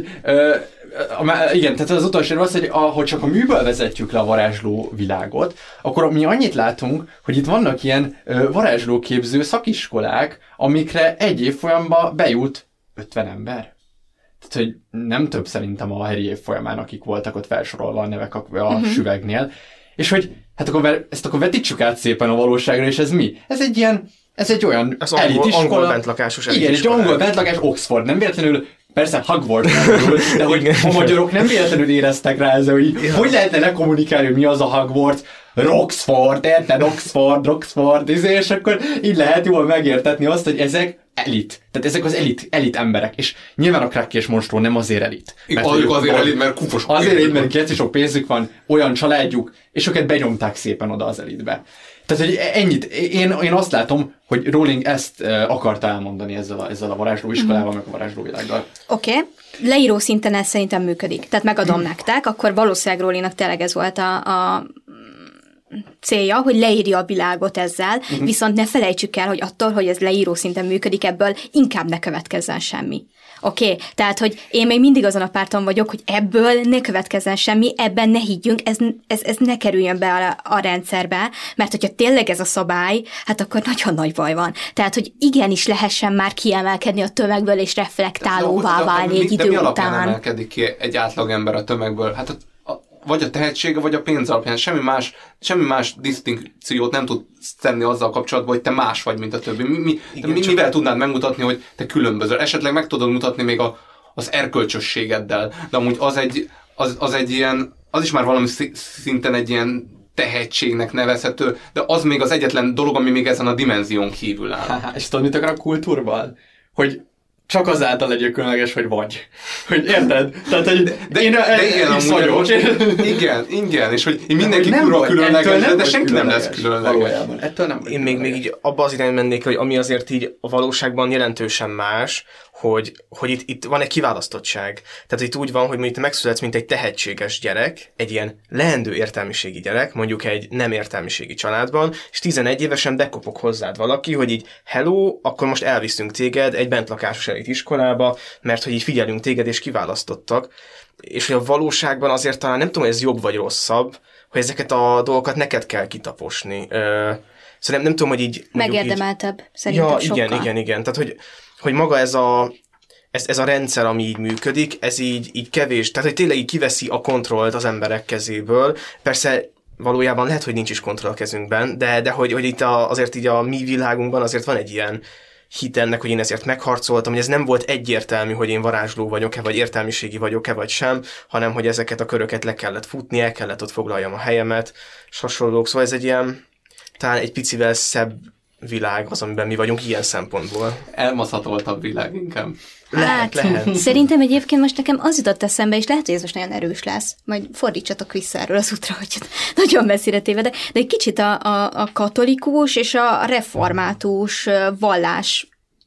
igen, tehát az utolsó érve az, hogy csak a műből vezetjük le a varázsló világot, akkor mi annyit látunk, hogy itt vannak ilyen varázslóképző szakiskolák, amikre egy évfolyamban bejut 50 ember. Tehát, hogy nem több szerintem a Harry évfolyamán, akik voltak ott felsorolva a nevek a süvegnél. És hogy hát ezt akkor vetítsük át szépen a valóságra, és ez mi? Ez egy olyan elitiskola. Angol bentlakásos elitiskola. Igen, egy angol bentlakás, Oxford. Nem véletlenül, persze Hogwarts de hogy a magyarok nem véletlenül éreztek rá ezzel, hogy lehetne lekommunikálni, hogy mi az a Hogwarts, Roxford, érted? Roxford, és akkor így lehet jól megértetni azt, hogy ezek elit. Tehát ezek az elit emberek. És nyilván a Crack és Monstro nem azért elit. Azért elit, mert kufos. Azért elit, mert kicsi sok pénzük van, olyan családjuk, és őket benyomták szépen oda az elitbe. Tehát, hogy ennyit. Én azt látom, hogy Rowling ezt akarta elmondani ezzel a varázslóiskolával, meg a varázslóvilággal. Oké. Leíró szinten ez szerintem működik. Tehát megadom nektek, akkor valószínűleg Rowlingnak tényleg ez volt a célja, hogy leírja a világot ezzel, viszont ne felejtsük el, hogy attól, hogy ez leíró szinten működik, ebből inkább ne következzen semmi. Oké? Tehát, hogy én még mindig azon a párton vagyok, hogy ebből ne következzen semmi, ebben ne higgyünk, ez ne kerüljön be a rendszerbe, mert hogyha tényleg ez a szabály, hát akkor nagyon nagy baj van. Tehát, hogy igenis lehessen már kiemelkedni a tömegből, és reflektálóvá válni egy idő után. De mi alapján emelkedik ki egy átlagember a tömegből? Hát vagy a tehetsége, vagy a pénz alapján. Semmi más disztinkciót nem tud tenni azzal kapcsolatban, hogy te más vagy, mint a többi. Mivel tudnád megmutatni, hogy te különböző? Esetleg meg tudod mutatni még az erkölcsösségeddel, de amúgy az egy ilyen, az is már valami szinten egy ilyen tehetségnek nevezhető, de az még az egyetlen dolog, ami még ezen a dimenzión kívül áll. És tudod, mit akar a kultúrban? Hogy csak azáltal legyél különleges, hogy vagy. Hogy érted? Tehát, hogy de igen, vagyok. Igen, és hogy mindenki kurva különleges, de senki nem lesz különleges. Valójában. Ettől nem. Én még így abba az irányba mennék, hogy ami azért így a valóságban jelentősen más, hogy itt van egy kiválasztottság. Tehát itt úgy van, hogy mondjuk te megszületsz, mint egy tehetséges gyerek, egy ilyen leendő értelmiségi gyerek, mondjuk egy nem értelmiségi családban, és 11 évesen bekopog hozzád valaki, hogy így hello, akkor most elviszünk téged egy bentlakásos elit iskolába, mert hogy így figyelünk téged, és kiválasztottak. És hogy a valóságban azért talán nem tudom, hogy ez jobb vagy rosszabb, hogy ezeket a dolgokat neked kell kitaposni. Szóval nem tudom, hogy így... Megérdemeltebb, szerintem sokkal. Igen. Tehát, hogy maga ez a rendszer, ami így működik, ez így kevés, tehát hogy tényleg így kiveszi a kontrollt az emberek kezéből. Persze valójában lehet, hogy nincs is kontroll a kezünkben, de hogy itt azért így a mi világunkban azért van egy ilyen hit ennek, hogy én ezért megharcoltam, hogy ez nem volt egyértelmű, hogy én varázsló vagyok-e, vagy értelmiségi vagyok-e, vagy sem, hanem hogy ezeket a köröket le kellett futni, el kellett ott foglaljam a helyemet, és hasonlók. Szóval ez egy ilyen, talán egy picivel szebb világ az, amiben mi vagyunk ilyen szempontból. Elmaszatoltabb világ inkább. Lehet. Szerintem egyébként most nekem az jutott eszembe, és lehet, hogy ez most nagyon erős lesz, majd fordítsatok vissza erről az útra, hogy nagyon messzire tévedek, de egy kicsit a katolikus és a református vallás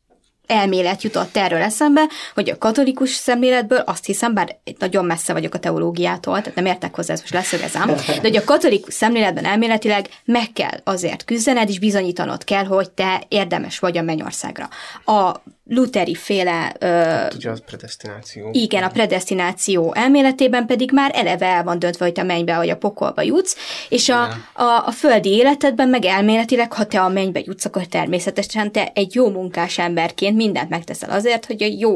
elmélet jutott erről eszembe, hogy a katolikus szemléletből azt hiszem, bár nagyon messze vagyok a teológiától, tehát nem értek hozzá, ezt most leszögezem, de hogy a katolikus szemléletben elméletileg meg kell azért küzdened, és bizonyítanod kell, hogy te érdemes vagy a mennyországra. A lutheri féle... Ugye a predesztináció. Igen, a predesztináció elméletében pedig már eleve el van döntve, hogy te mennybe vagy a pokolba jutsz, és a földi életedben meg elméletileg, ha te a mennybe jutsz, akkor természetesen te egy jó munkás emberként mindent megteszel azért, hogy a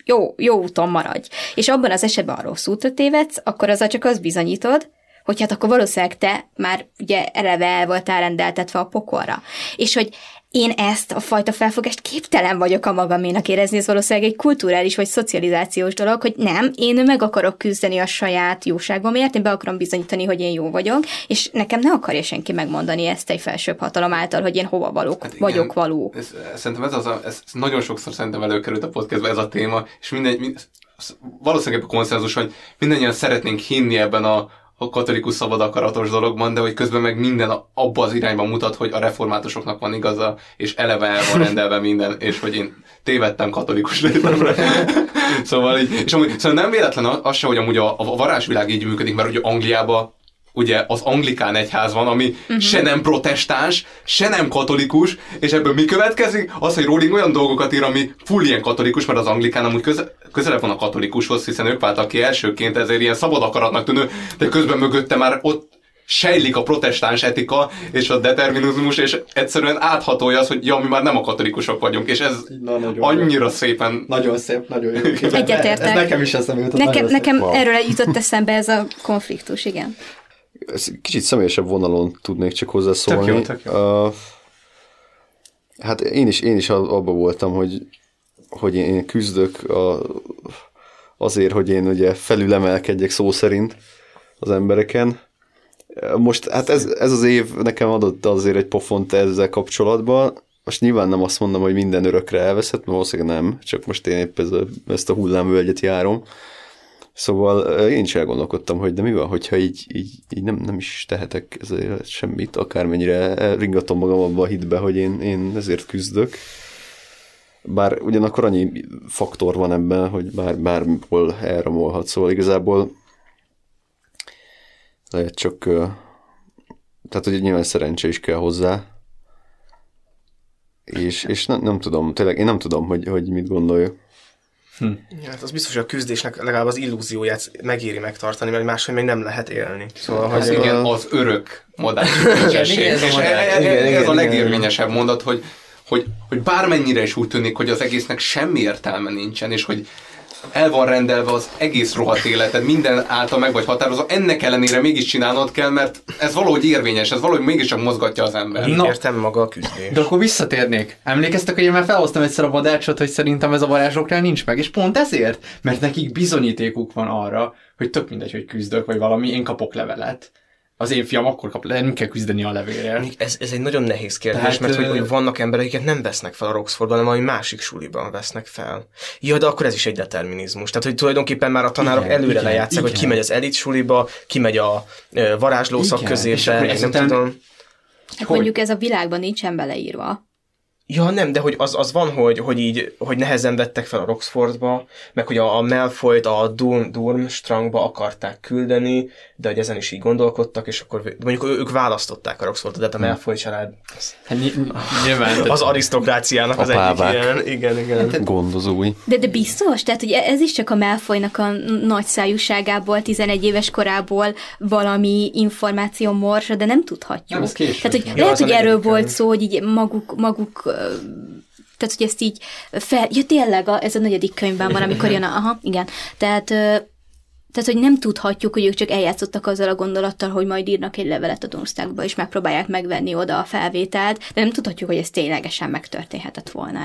jó úton maradj. És abban az esetben, ha rossz útra tévedsz, akkor azzal csak azt bizonyítod, hogy hát akkor valószínűleg te már ugye eleve el voltál rendeltetve a pokolra. És hogy én ezt a fajta felfogást képtelen vagyok a magaménak érezni, ez valószínűleg egy kulturális vagy szocializációs dolog, hogy nem, én meg akarok küzdeni a saját jóságomért, én be akarom bizonyítani, hogy én jó vagyok, és nekem ne akarja senki megmondani ezt egy felsőbb hatalom által, hogy én hova vagyok való. Szerintem ez nagyon sokszor szerintem előkerült a podcastban ez a téma, és valószínűleg a konszenzus, hogy mindannyian szeretnénk hinni ebben a katolikus szabad akaratos dologban, de hogy közben meg minden abba az irányba mutat, hogy a reformátusoknak van igaza, és eleve el van rendelve minden, és hogy én tévedtem katolikus létemre. Szóval nem véletlen az se, hogy amúgy a varázsvilág így működik, mert ugye Angliában ugye az anglikán egyház van, ami se nem protestáns, se nem katolikus, és ebből mi következik? Az, hogy Rowling olyan dolgokat ír, ami full ilyen katolikus, mert az anglikán amúgy közelebb van a katolikushoz, hiszen ők váltak ki elsőként, ezért ilyen szabad akaratnak tűnő, de közben mögötte már ott sejlik a protestáns etika és a determinizmus, és egyszerűen áthatolja az, hogy ja, mi már nem a katolikusok vagyunk, és ez annyira jó. Szépen... Nagyon szép, nagyon jó. Egyetértek. Ez nekem is eszembe jutott. Nekem erről jutott eszembe ez a konfliktus, igen. Kicsit személyesebb vonalon tudnék csak hozzászólni. Tök jó. Hát én is abban voltam, hogy én küzdök azért, hogy én ugye felülemelkedjek szó szerint az embereken. Most hát ez az év nekem adott azért egy pofont ezzel kapcsolatban. Most nyilván nem azt mondom, hogy minden örökre elveszett, mert valószínűleg nem, csak most én épp ezt a hullámvölgyet járom. Szóval én is elgondolkodtam, hogy de mi van, hogyha így nem is tehetek ezért semmit, akármennyire ringatom magam abba a hitbe, hogy én ezért küzdök. Bár ugyanakkor annyi faktor van ebben, hogy bárhol elramolhat, szóval igazából lehet csak, tehát hogy nyilván szerencse is kell hozzá, és nem tudom, tényleg én nem tudom, hogy mit gondoljuk. Hát az biztos, hogy a küzdésnek legalább az illúzióját megéri megtartani, mert máshogy még nem lehet élni. Szóval, hogy igen, az örök modási képesség. Ez a legérvényesebb mondat, hogy bármennyire is úgy tűnik, hogy az egésznek semmi értelme nincsen, és hogy el van rendelve az egész rohadt életed, minden által meg vagy határozva, ennek ellenére mégis csinálnod kell, mert ez valahogy érvényes, ez valahogy mégiscsak mozgatja az ember. Így értem maga a küzdés. De akkor visszatérnék. Emlékeztek, hogy én már felhoztam egyszer a vadácsot, hogy szerintem ez a varázslóknál nincs meg, és pont ezért, mert nekik bizonyítékuk van arra, hogy tök mindegy, hogy küzdök, vagy valami, én kapok levelet. az én fiam akkor kap, nem kell küzdeni a levélre. Ez egy nagyon nehéz kérdés, mert hogy vannak emberek, akiket nem vesznek fel a Roxfordban, hanem valami másik suliban vesznek fel. Ja, de akkor ez is egy determinizmus. Tehát, hogy tulajdonképpen már a tanárok előre lejátszák, hogy ki megy az elit suliba, ki megy a varázslószak középen, nem tudom. Hát mondjuk ez a világban nincsen beleírva. Ja, nem, de hogy az van, hogy nehezen vettek fel a Roxfordba, meg hogy a Malfoyt a Durmstrangba akarták küldeni, de hogy ezen is így gondolkodtak, és akkor mondjuk ők választották a Roxfordot, de hát a Malfoy család nyilván, az arisztokráciának az egyik ilyen, igen. Gondozói. De biztos? Tehát, hogy ez is csak a Malfoynak a nagy szájúságából, 11 éves korából valami információ morsa, de nem tudhatjuk. Nem, tehát, hogy lehet, hogy erről volt szó, hogy így maguk tehát, hogy ezt így ja, tényleg, ez a 4. könyvben van, amikor jön igen. Tehát, hogy nem tudhatjuk, hogy ők csak eljátszottak azzal a gondolattal, hogy majd írnak egy levelet a Durmstrangba, és megpróbálják megvenni oda a felvételt, de nem tudhatjuk, hogy ez ténylegesen megtörténhetett volna.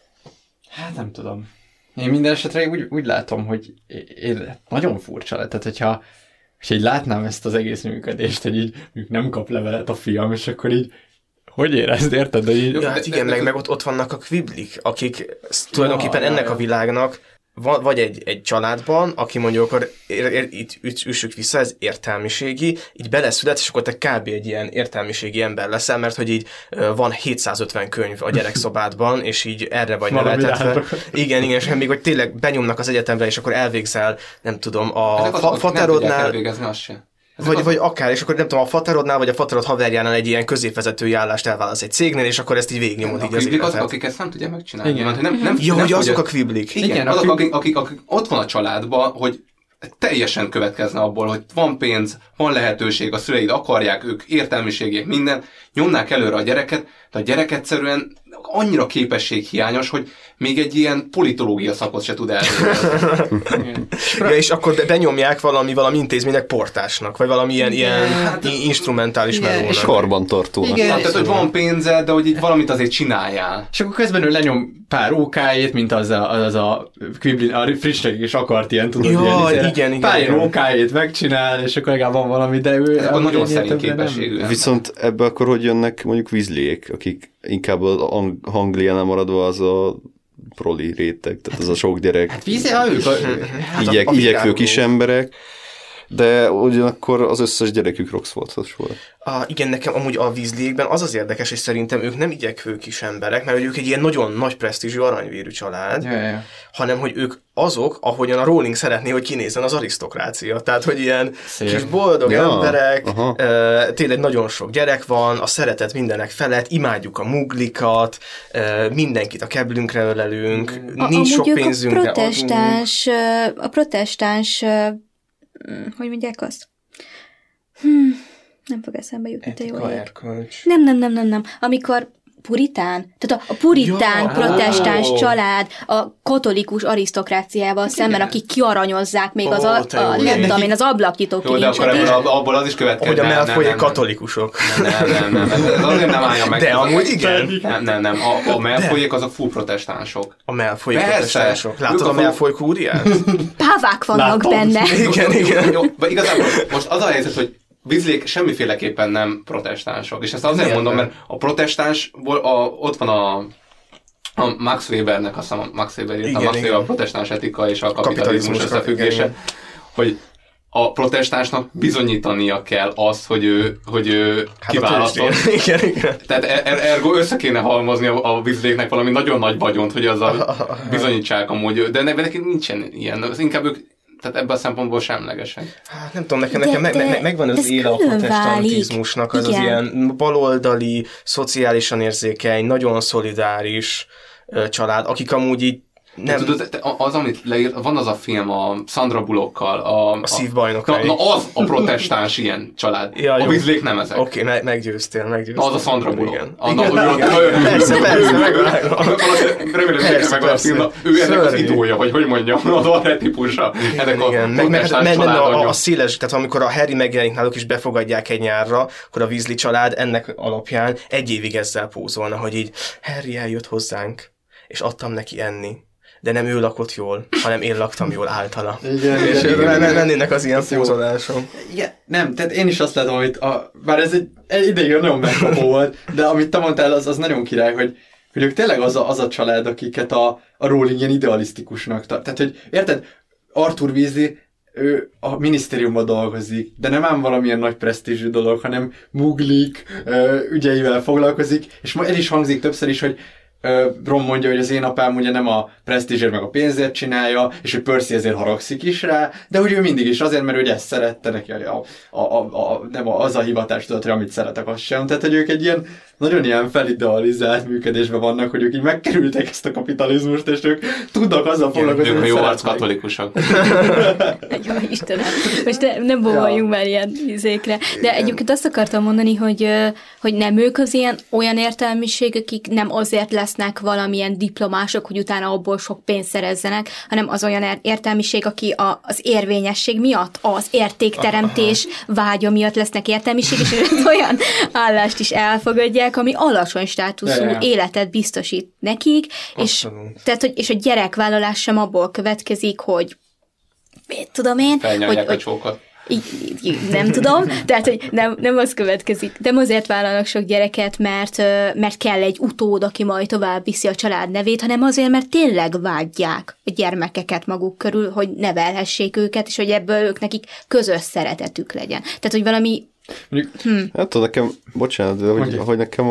Hát nem tudom. Én minden esetre úgy látom, hogy nagyon furcsa lett. Tehát, hogyha így látnám ezt az egész működést, hogy így nem kap levelet a fiam, és akkor így hogy érezd, érted? De így... Ja, hát igen, meg ott vannak a Quibblik, akik tulajdonképpen ennek a világnak vagy egy családban, aki mondjuk akkor itt üssük vissza, ez értelmiségi, így beleszület, és akkor te kb. Egy ilyen értelmiségi ember leszel, mert hogy így van 750 könyv a gyerekszobádban, és így erre vagy neveltetve. Igen, és még hogy tényleg benyomnak az egyetemre, és akkor elvégzel, nem tudom, a faterodnál... Vagy akár, és akkor nem tudom, a faterodnál, vagy a faterod haverjánál egy ilyen középvezetői állást elválasz egy cégnél, és akkor ezt így végignyomod így az életet. Akik ezt nem tudják megcsinálni. Igen. Hogy azok a Quibblik. Igen, azok, akik ott van a családban, hogy teljesen következne abból, hogy van pénz, van lehetőség, a szüleid akarják, ők értelmiségiek, minden, nyomnák előre a gyereket, de a gyerek egyszerűen annyira képességhiányos, hogy még egy ilyen politológia szakot se tud elvégezni. Ja, és akkor benyomják valami intézménynek portásnak, vagy valami ilyen instrumentális melónak. És karbantartónak. Igen, tehát, hogy van pénzed, de hogy így valamit azért csináljál. És akkor közben ő lenyom pár ókájét, mint az a Quibbli, a Fritzsnek is akart ilyen, tudod, igen. Pár ókájét megcsinál, és akkor legalább van valami, de ő... Ez nagyon szerint képességű. Viszont ebbe akkor hogy jönnek mondjuk Weasleyék, akik inkább Angliánál maradva az a proli réteg, tehát az a sok gyerek. Hát ők igyekvő kis emberek, de ugyanakkor az összes gyerekük Roxfordos volt. Igen, nekem amúgy a Weasleyekben az érdekes, és szerintem ők nem igyekvő kis emberek, mert ők egy ilyen nagyon nagy presztízsű aranyvérű család, hanem hogy ők azok, ahogyan a Rowling szeretné, hogy kinézzen az arisztokrácia. Tehát, hogy ilyen kis boldog emberek, tényleg nagyon sok gyerek van, a szeretet mindenek felett, imádjuk a muglikat, mindenkit a keblünkre ölelünk, nincs sok pénzünkre a protestáns hogy mondják azt? Nem fog eszembe jutni, te jól Nem. Amikor puritán, tehát a puritán protestáns család a katolikus arisztokráciával szemben, akik kiaranyozzák még az ablaknyitó kilincset is. Abból az is következik. Hogy a Malfoyék katolikusok. Nem. Ez azért nem állja meg. De amúgy igen. Nem. A Malfoyék azok full protestánsok. A Malfoyék protestánsok. Látod a Malfoy kúriát? Pávák vannak benne. Igen. Jó, igazából most az a helyzet, hogy Weasleyek semmiféleképpen nem protestánsok. És ezt azért mondom, mert a protestánsból ott van a Max Webernek, azt hiszem Max Weber írta, Max Weber a protestáns etika és a kapitalizmus összefüggése, hogy a protestánsnak bizonyítania kell azt, hogy ő kiválasztott. Igen. Tehát ergo össze kéne halmozni a Weasleyeknek valami nagyon nagy vagyont, hogy azzal bizonyítsák amúgy, de neki nincsen ilyen. Az inkább ők tehát ebben a szempontból semlegesek. Hát nem tudom, nekem megvan az éle a protestantizmusnak, az ilyen baloldali, szociálisan érzékeny, nagyon szolidáris család, akik amúgy így nem... Tudod, az, amit leírt, van az a film a Sandra Bullockkal, a szívbajnokai. Na az a protestáns ilyen család. Ja, a Weasleyek nem ezek. Oké, meggyőztél. Az a Sandra Bullock. Igen. Persze, megvágom. Remélem, meg a film. Ő ennek az idója, vagy hogy mondjam, az archetipusa. Ennek a protestáns családanyja. A széles, tehát amikor a Harry megjelenik náluk is befogadják egy nyárra, akkor a Weasley család ennek alapján egy évig ezzel pózolna, hogy így Harry eljött hozzánk, és adtam neki enni. de nem ő lakott jól, hanem én laktam jól általa. Igen, és igen, lennének az ilyen pózolásom. Igen, nem, tehát én is azt látom, hogy bár ez egy ideig nagyon megkapó volt, de amit te mondtál, az nagyon király, hogy ők tényleg az a család, akiket a Rowling ilyen idealisztikusnak tart. Tehát, hogy érted, Arthur Weasley, ő a minisztériumban dolgozik, de nem ám valamilyen nagy presztízsű dolog, hanem Muglik ügyeivel foglalkozik, és el is hangzik többször is, hogy Ron mondja, hogy az én apám ugye nem a presztízsért meg a pénzért csinálja, és hogy Percy ezért haragszik is rá, de hogy ő mindig is azért, mert ő ezt szerette neki, nem az a hivatás tudod, hogy amit szeretek, az sem. Tehát, hogy ők egy ilyen nagyon ilyen felidealizált működésben vannak, hogy ők így megkerültek ezt a kapitalizmust, és ők tudnak azzal foglalkozni, hogy szeretnek. Ők a jó arc katolikusok. Jó Istenem, most nem bogoljunk már ilyen izékre. De egyébként azt akartam mondani, hogy nem ők az ilyen olyan értelmiség, akik nem azért lesznek valamilyen diplomások, hogy utána abból sok pénzt szerezzenek, hanem az olyan értelmiség, aki az érvényesség miatt, az értékteremtés vágya miatt lesznek értelmiség, és olyan állást is elfogadják, ami alacsony státuszú életet biztosít nekik, és a gyerekvállalás sem abból következik, hogy mit tudom én, felnyalják a csókat. Nem tudom, tehát hogy nem az következik. Nem azért vállalnak sok gyereket, mert kell egy utód, aki majd tovább viszi a család nevét, hanem azért, mert tényleg vágyják a gyermekeket maguk körül, hogy nevelhessék őket, és hogy ebből ők nekik közös szeretetük legyen. Tehát, hogy valami... Hát tudom, nekem, bocsánat, de hogy nekem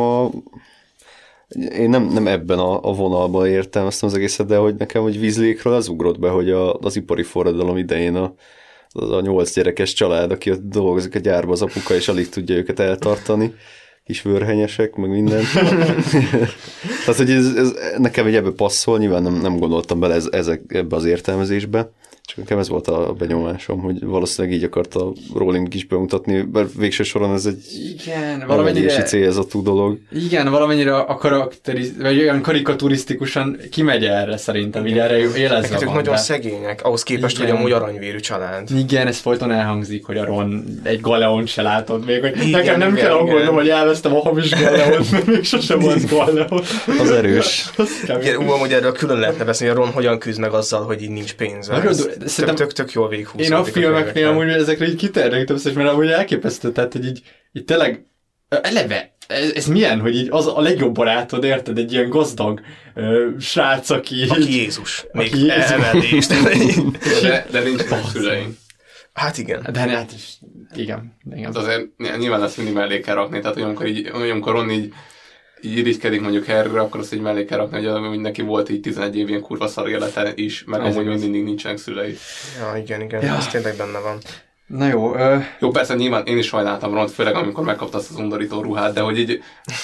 én nem ebben a vonalban értelmeztem az egészet, de hogy nekem, hogy Weasleyekről az ugrott be, hogy az ipari forradalom idején a 8 gyerekes család, aki ott dolgozik a gyárba, az apuka, és alig tudja őket eltartani, kis vörhenyesek, meg minden. Tehát, hogy ez nekem egy ebbe passzol, nyilván nem gondoltam bele ebbe az értelmezésbe, csak nekem ez volt a benyomásom, hogy valószínűleg így akarta Rowling is bemutatni, mert végső soron ez egy valamennyire célzatú dolog. Igen, valamennyire vagy olyan karikaturisztikusan kimegy erre szerintem, így erre élezve van. Ők nagyon szegények, ahhoz képest, hogy amúgy aranyvérű család. Igen, ez folyton elhangzik, hogy a Ron egy galeont se látod még, hogy nekem nem kell aggódnom, hogy elvesztem a hamis galeont, mert még sosem volt galeont. Az erős. Igen, amúgy erről külön lehetne beszélni, hogy a Ron hogyan küzd meg azzal, hogy így nincs pénze. Tök jól végighúzódik. Én a filmeknél amúgy ezekre így kitérnek többször, mert amúgy elképesztő, tehát hogy így tényleg eleve, ez milyen, hogy így az a legjobb barátod, érted, egy ilyen gazdag srác, aki Jézus, még emelést. De nincsenek szüleim. Hát igen. De hát igen. Hát azért nyilván ezt mindig mellé kell rakni, tehát olyankor Ron így irigykedik mondjuk Harryre, akkor azt így mellé kell rakni, hogy neki volt így 11 év ilyen kurva szar élete is, mert amúgy mindig nincsenek szülei. Ja, igen, ez tényleg benne van. Na jó. Jó, persze nyilván én is sajnáltam Ront, főleg amikor megkapta azt az undorító ruhát, de hogy így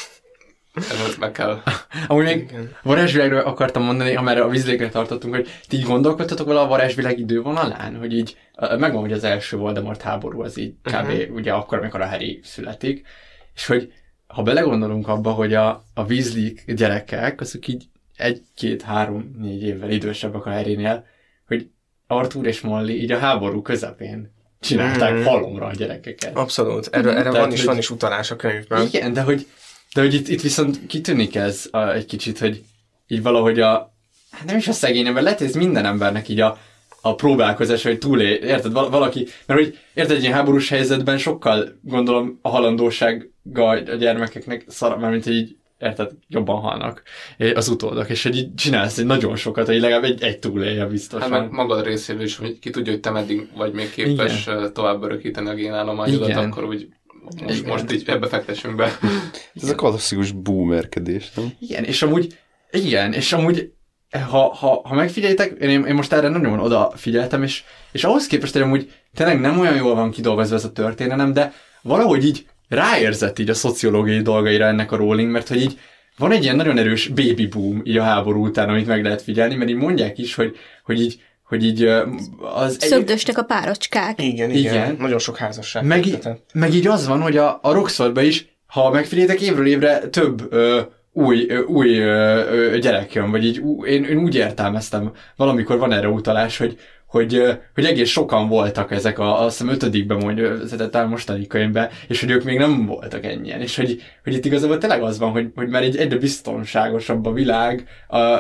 ezt meg kell... Amúgy még varázsvilágról akartam mondani, amerre a Weasleyekre tartottunk, hogy ti így gondolkodtatok vele a varázsvilág idővonalán, hogy így megvan, hogy az első Voldemort háború az így kb. Ugye akkor, amikor a Harry születik, és hogy ha belegondolunk abba, hogy a Weasley gyerekek, azok így 1, 2, 3, 4 évvel idősebbek a Harrynél, hogy Arthur és Molly így a háború közepén csinálták halomra a gyerekeket. Abszolút. Erre van is utalás a könyvben. Igen, de hogy itt viszont kitűnik ez egy kicsit, hogy így valahogy nem is a szegény ember, lehet, hogy ez minden embernek így a próbálkozás, hogy túlélj, érted, valaki, mert hogy érted, egy ilyen háborús helyzetben sokkal, gondolom, a halandósága a gyermekeknek szarabb, mert mint hogy így, érted, jobban halnak az utódok, és hogy így csinálsz egy nagyon sokat, hogy legalább egy túlélje biztosan. Hát meg magad részéről is, hogy ki tudja, hogy te meddig vagy még képes tovább örökíteni a génállományodat, akkor úgy most így ebbe fektessünk be. Ez a klasszikus boomerkedés, nem? Igen, és amúgy ha megfigyeljétek, én most erre nagyon odafigyeltem, és ahhoz képest, hogy amúgy tényleg nem olyan jól van kidolgozva ez a történelem, de valahogy így ráérzett így a szociológiai dolgaira ennek a Rowling, mert hogy így van egy ilyen nagyon erős baby boom így a háború után, amit meg lehet figyelni, mert így mondják is, hogy így az... Szögdöstek a párocskák. Igen. Nagyon sok házasság. Meg így az van, hogy a Roxfordban is, ha megfigyeljetek, évről évre több új gyerek jön, vagy így én úgy értelmeztem, valamikor van erre utalás, hogy egész sokan voltak ezek azt hiszem 5-ben mondja, talán mostani könyvben, és hogy ők még nem voltak ennyien, és hogy itt igazából tényleg az van, hogy már egyre biztonságosabb a világ,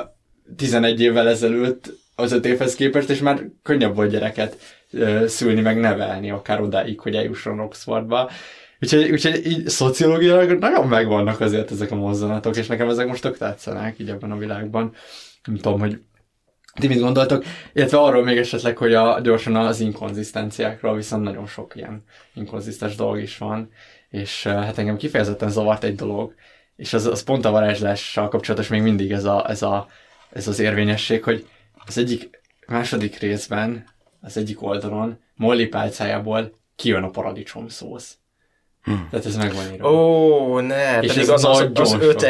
11 évvel ezelőtt az 5 évhez képest, és már könnyebb volt gyereket szülni, meg nevelni, akár odáig, hogy eljusson Oxfordba. Úgyhogy így szociológiailag nagyon megvannak azért ezek a mozzanatok, és nekem ezek most tök tetszenek így ebben a világban. Nem tudom, hogy ti mit gondoltok, illetve arról még esetleg, hogy gyorsan az inkonzisztenciákról, viszont nagyon sok ilyen inkonzisztens dolog is van, és hát engem kifejezetten zavart egy dolog, és az pont a varázslással kapcsolatos még mindig ez az érvényesség, hogy az második részben, az egyik oldalon Molly pálcájából kijön a paradicsom szósz. Tehát ez meg van írva. Ó, ne, és pedig az 5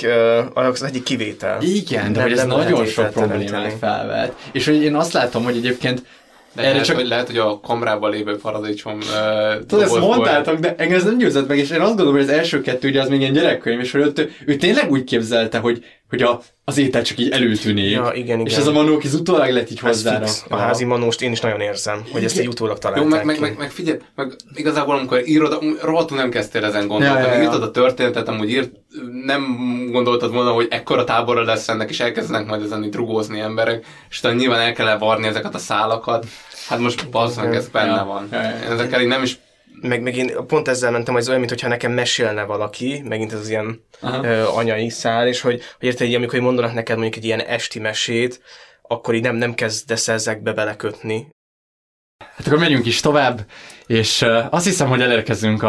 az egyik kivétel. Igen, de hogy ez nagyon sok problémát felvet. És hogy én azt látom, hogy egyébként lehet, hogy a kamrában lévő paradicsom tudod, ezt mondtátok, de engem ez nem győzött meg, és én azt gondolom, hogy az első kettő ugye az még ilyen gyerekkönyv, és hogy ő tényleg úgy képzelte, hogy az étel csak így előtűnik. Ja, igen. És ez a manók ez utólag lett így hozzárakva. A házi manóst én is nagyon érzem, hogy ezt így utólag találták. Jó, meg figyelj, meg igazából amikor írod, rohadtul nem kezdtél ezen gondolni. Írtad a történetet, amúgy nem gondoltad volna, hogy ekkora táborra lesz ennek, és elkezdenek majd ezen itt rugózni emberek, és talán nyilván el kell varni ezeket a szálakat. Hát most bazznak, ez benne van. Ezekkel így nem is... Meg én pont ezzel mentem, hogy ez olyan, mintha nekem mesélne valaki, megint ez az ilyen anyai szál, és hogy érted, így, amikor mondanak neked mondjuk egy ilyen esti mesét, akkor így nem kezdesz ezekbe belekötni. Hát akkor menjünk is tovább, és azt hiszem, hogy elérkezünk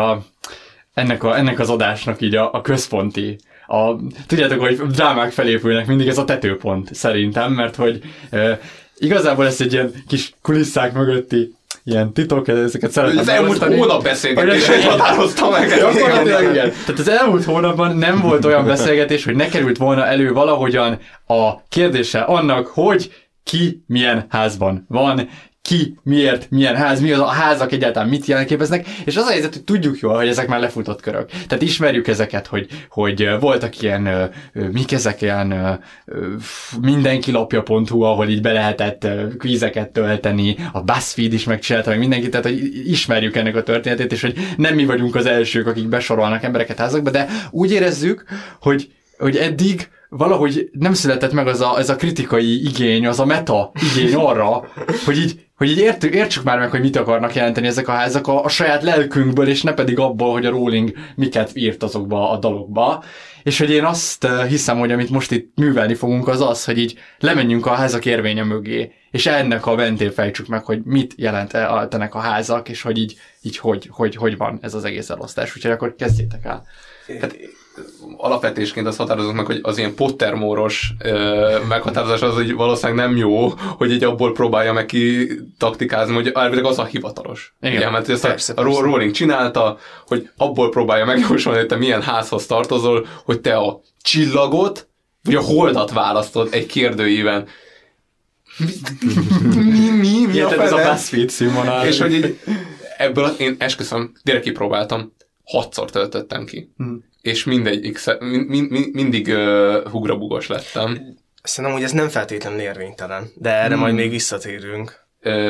ennek az adásnak így a központi. Tudjátok, hogy drámák felépülnek mindig, ez a tetőpont szerintem, mert hogy igazából ez egy ilyen kis kulisszák mögötti ilyen titok, ezeket szeretem. Az elmúlt hónap beszélgetését határozta meg. Igen. Tehát az elmúlt hónapban nem volt olyan beszélgetés, hogy ne került volna elő valahogyan a kérdése annak, hogy ki milyen házban van, ki, miért, milyen ház, mi az a házak egyáltalán mit jelképeznek, és az a helyzet, hogy tudjuk jól, hogy ezek már lefutott körök. Tehát ismerjük ezeket, hogy voltak ilyen, mik ezek ilyen mindenkilapja.hu, ahol így be lehetett kvízeket tölteni, a BuzzFeed is megcsinálta meg mindenki, tehát hogy ismerjük ennek a történetét, és hogy nem mi vagyunk az elsők, akik besorolnak embereket házakba, de úgy érezzük, hogy eddig valahogy nem született meg ez a kritikai igény, az a meta igény arra, hogy így értsük már meg, hogy mit akarnak jelenteni ezek a házak a saját lelkünkből, és ne pedig abból, hogy a Rowling miket írt azokba a dalokba. És hogy én azt hiszem, hogy amit most itt művelni fogunk, az, hogy így lemenjünk a házak érvénye mögé, és ennek a mentén fejtsük meg, hogy mit jelentenek a házak, és hogy így hogy van ez az egész elosztás. Úgyhogy akkor kezdjétek el. Hát, alapvetésként azt határozunk meg, hogy az ilyen Pottermore-os meghatározás az, hogy valószínűleg nem jó, hogy így abból próbálja meg ki taktikázni, hogy elvileg az a hivatalos. Igen, mert ezt persze. Rowling csinálta, hogy abból próbálja megjósolni, hogy te milyen házhoz tartozol, hogy te a csillagot, vagy a holdat választod egy kérdőíven. Mi a ez a BuzzFeed színvonal. És hogy így ebből én esküszöm, direkt kipróbáltam, 6-szor töltöttem ki. És mindig hugrabugos lettem. Szerintem, hogy ez nem feltétlenül érvénytelen, de erre majd még visszatérünk.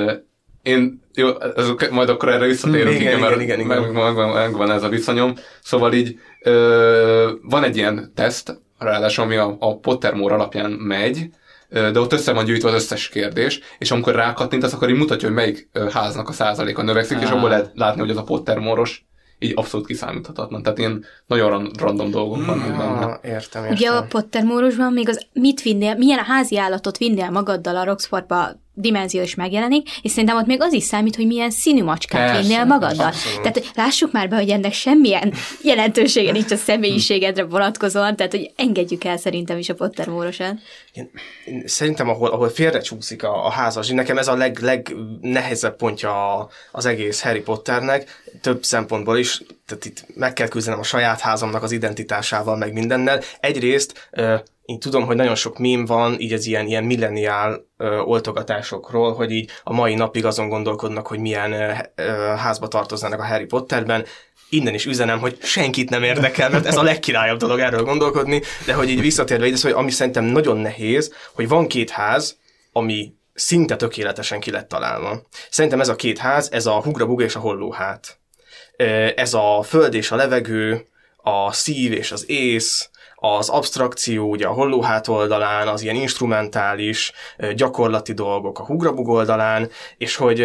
Majd akkor erre visszatérünk, igen. Megvan ez a viszonyom. Szóval így van egy ilyen teszt, ráadásul ami a Pottermore alapján megy, de ott össze van gyűjtve az összes kérdés, és amikor rákattintasz, akkor így mutatja, hogy melyik háznak a százaléka növekszik, és abból lehet látni, hogy az a Pottermore-os így abszolút kiszámíthatatlan. Tehát ilyen nagyon random dolgok vannak benne. Értem. Ugye a Pottermore-osban még az mit vinnél, milyen házi állatot vinnél magaddal a Roxfordba dimenzió is megjelenik, és szerintem ott még az is számít, hogy milyen színű macskát vinnél magaddal. Abszolút. Tehát lássuk már be, hogy ennek semmilyen jelentősége nincs a személyiségedre vonatkozóan, tehát hogy engedjük el szerintem is a Pottermore-osat. Szerintem, ahol félrecsúszik a házas, nekem ez a legnehezebb pontja az egész Harry Potternek, több szempontból is, tehát itt meg kell küzdenem a saját házamnak az identitásával, meg mindennel. Egyrészt én tudom, hogy nagyon sok mém van, így az ilyen milleniál oltogatásokról, hogy így a mai napig azon gondolkodnak, hogy milyen házba tartoznának a Harry Potterben. Innen is üzenem, hogy senkit nem érdekel, mert ez a legkirályabb dolog erről gondolkodni, de hogy így visszatérve ide, hogy ami szerintem nagyon nehéz, hogy van két ház, ami szinte tökéletesen ki lett találva. Szerintem ez a két ház, ez a Hugra-Buga és a Hollóhát. Ez a föld és a levegő, a szív és az ész, az abstrakció, ugye a hollóhát oldalán, az ilyen instrumentális, gyakorlati dolgok a Hugrabug oldalán, és hogy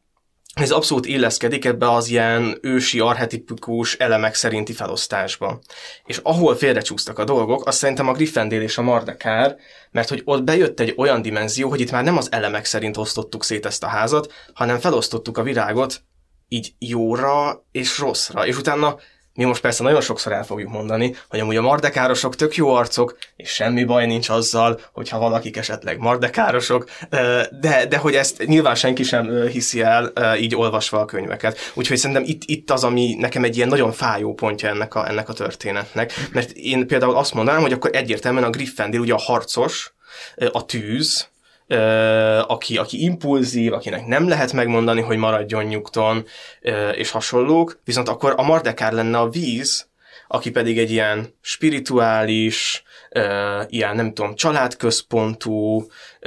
ez abszolút illeszkedik ebbe az ilyen ősi, archetipikus elemek szerinti felosztásba. És ahol félrecsúsztak a dolgok, azt szerintem a Gryffindor és a Mardekár, mert hogy ott bejött egy olyan dimenzió, hogy itt már nem az elemek szerint osztottuk szét ezt a házat, hanem felosztottuk a világot így jóra és rosszra. És utána mi most persze nagyon sokszor el fogjuk mondani, hogy amúgy a mardekárosok tök jó arcok, és semmi baj nincs azzal, hogyha valakik esetleg mardekárosok, de hogy ezt nyilván senki sem hiszi el így olvasva a könyveket. Úgyhogy szerintem itt az, ami nekem egy ilyen nagyon fájó pontja ennek a történetnek. Mert én például azt mondanám, hogy akkor egyértelműen a Gryffindor ugye a harcos, a tűz, aki impulzív, akinek nem lehet megmondani, hogy maradjon nyugton, és hasonlók, viszont akkor a Mardekár lenne a víz, aki pedig egy ilyen spirituális, ilyen nem tudom, családközpontú,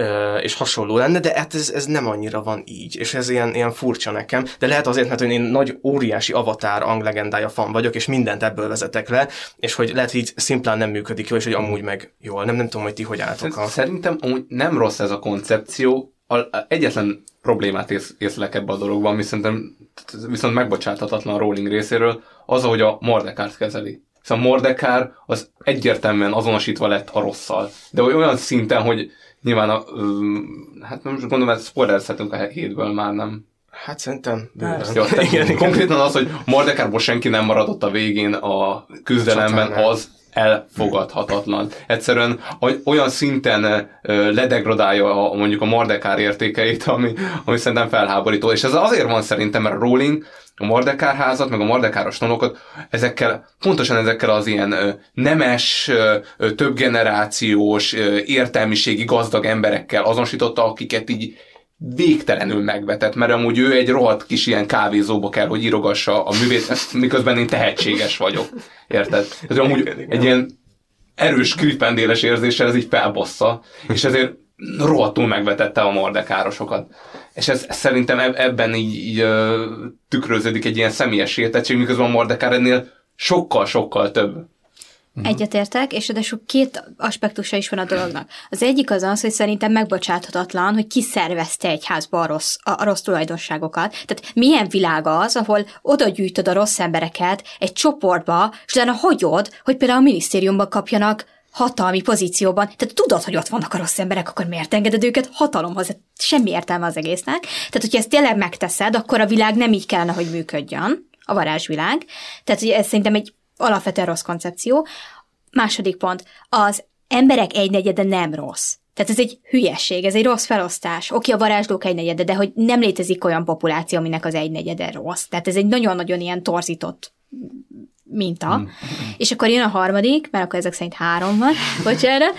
és hasonló lenne, de hát ez nem annyira van így, és ez ilyen furcsa nekem, de lehet azért, mert én nagy óriási Avatar anglegendája fan vagyok, és mindent ebből vezetek le, és hogy lehet, hogy így szimplán nem működik jól, és hogy amúgy meg jól. Nem tudom, hogy ti hogy álltok. Szerintem amúgy nem rossz ez a koncepció, egyetlen problémát észlek ebbe a dologban, viszont megbocsáthatatlan Rowling részéről, az, ahogy a Mardekárt kezeli. Szóval Mardekár az egyértelműen azonosítva lett a rosszal. De olyan szinten, hogy nyilván hát nem most gondolom, hogy spoilerezhetünk a 7-ből már nem. Hát szerintem igen. Konkrétan az, hogy Mardekárból senki nem maradott a végén a küzdelemben, az elfogadhatatlan. Egyszerűen olyan szinten ledegradálja mondjuk a Mardekár értékeit, ami szerintem felháborító. És ez azért van szerintem, mert a Rowling a Mardekár házat, meg a Mardekáros tanokat pontosan ezekkel az ilyen nemes, többgenerációs, értelmiségi gazdag emberekkel azonosította, akiket így végtelenül megvetett, mert amúgy ő egy rohadt kis ilyen kávézóba kell, hogy írogassa a művét, miközben én tehetséges vagyok. Érted? Ez amúgy egy ilyen erős Gryffindor-es érzéssel ez így felbassza, és ezért rohadtul megvetette a Mardekárosokat. És ez szerintem ebben így tükröződik egy ilyen személyes sértettség, miközben a Mardekár ennél sokkal több. Egyetértek, és ráadásul két aspektusa is van a dolognak. Az egyik az, hogy szerintem megbocsáthatatlan, hogy kiszervezte egy házba a rossz tulajdonságokat. Tehát milyen világ az, ahol oda gyűjtöd a rossz embereket egy csoportba, és utána hagyod, hogy például a minisztériumban kapjanak hatalmi pozícióban. Tehát tudod, hogy ott vannak a rossz emberek, akkor miért engeded őket hatalomhoz? Semmi értelme az egésznek. Tehát, hogyha ezt tényleg megteszed, akkor a világ nem így kellene, hogy működjön, a varázsvilág. Tehát, hogy ez szerintem egy alapvetően rossz koncepció. Második pont, az emberek 1/4 nem rossz. Tehát ez egy hülyesség, ez egy rossz felosztás. Oké, a varázslók 1/4, de hogy nem létezik olyan populáció, aminek az 1/4 rossz. Tehát ez egy nagyon-nagyon ilyen torzított minta. És akkor jön a harmadik, mert akkor ezek szerint 3 van, bocsánat.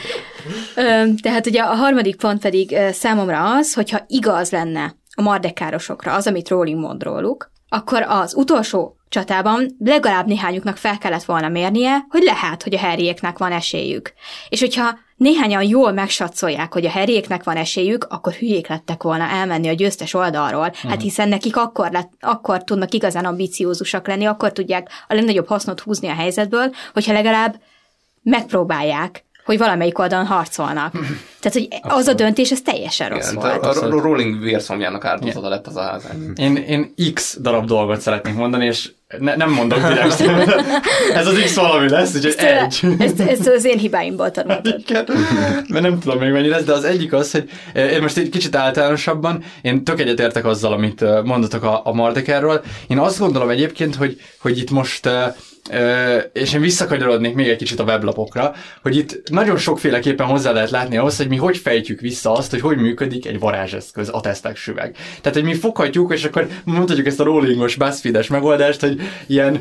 Tehát ugye a harmadik pont pedig számomra az, hogyha igaz lenne a mardekárosokra az, amit Rowling mond róluk, akkor az utolsó csatában legalább néhányuknak fel kellett volna mérnie, hogy lehet, hogy a Harryéknek van esélyük. És hogyha néhányan jól megsatszolják, hogy a Harryéknek van esélyük, akkor hülyék lettek volna elmenni a győztes oldalról. Hát hiszen nekik akkor tudnak igazán ambiciózusak lenni, akkor tudják a legnagyobb hasznot húzni a helyzetből, hogyha legalább megpróbálják, hogy valamelyik oldalon harcolnak. Tehát, hogy az a döntés, ez teljesen rossz volt. A Rowling vérszomjának áldozata lett az a házán. Én X darab dolgot szeretnék mondani, és nem mondok direkt. Ez az X valami lesz, úgyhogy ezt az én hibáimból tanultad. Mert nem tudom még mennyire lesz, de az egyik az, hogy én most egy kicsit általánosabban, én tök egyetértek azzal, amit mondatok a Mardekárról. Én azt gondolom egyébként, hogy itt most és én visszakanyarodnék még egy kicsit a weblapokra, hogy itt nagyon sokféleképpen hozzá lehet látni ahhoz, hogy mi hogy fejtjük vissza azt, hogy működik egy varázseszköz, a tesztek süveg. Tehát, hogy mi foghatjuk, és akkor mondhatjuk ezt a Rowlingos, BuzzFeed-es megoldást, hogy ilyen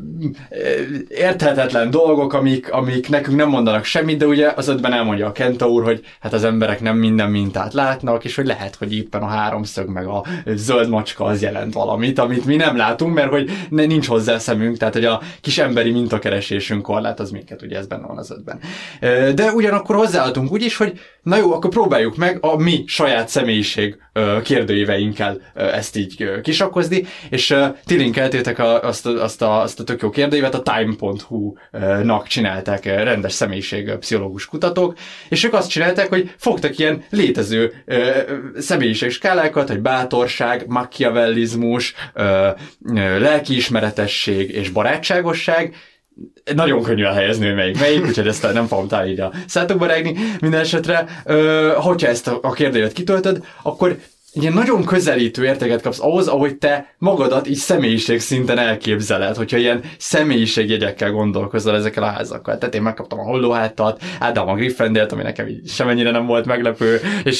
érthetetlen dolgok, amik nekünk nem mondanak semmit, de ugye az 5-ben elmondja a Kentaur, hogy hát az emberek nem minden mintát látnak, és hogy lehet, hogy éppen a 3 szög meg a zöld macska az jelent valamit, amit mi nem látunk, mert hogy nincs hozzá szemünk, tehát hogy a kis emberi mintakeresésünk korlátoz minket, ugye ez benne van az 5-ben. De ugyanakkor hozzáadtunk úgy is, hogy na jó, akkor próbáljuk meg a mi saját személyiség kérdőíveinkkel ezt így kisakkozni, és ti linkeltétek azt a tök jó kérdőívet, a Time.hu-nak csinálták rendes személyiség-pszichológus kutatók, és ők azt csinálták, hogy fogtak ilyen létező személyiségskálákat, hogy bátorság, machiavellizmus, lelkiismeretesség és barátságosság. Nagyon könnyű elhelyezni, hogy melyik, úgyhogy ezt nem fogom talán így a szátokba rágni. Minden esetre, hogyha ezt a kérdőjét kitöltöd, akkor ilyen nagyon közelítő értéket kapsz ahhoz, ahogy te magadat így személyiség szinten elképzeled, hogyha ilyen személyiségjegyekkel gondolkozol ezekkel a házakkal. Tehát én megkaptam a Hollóhátat, Ádám a Gryffindort, ami nekem így semennyire nem volt meglepő, és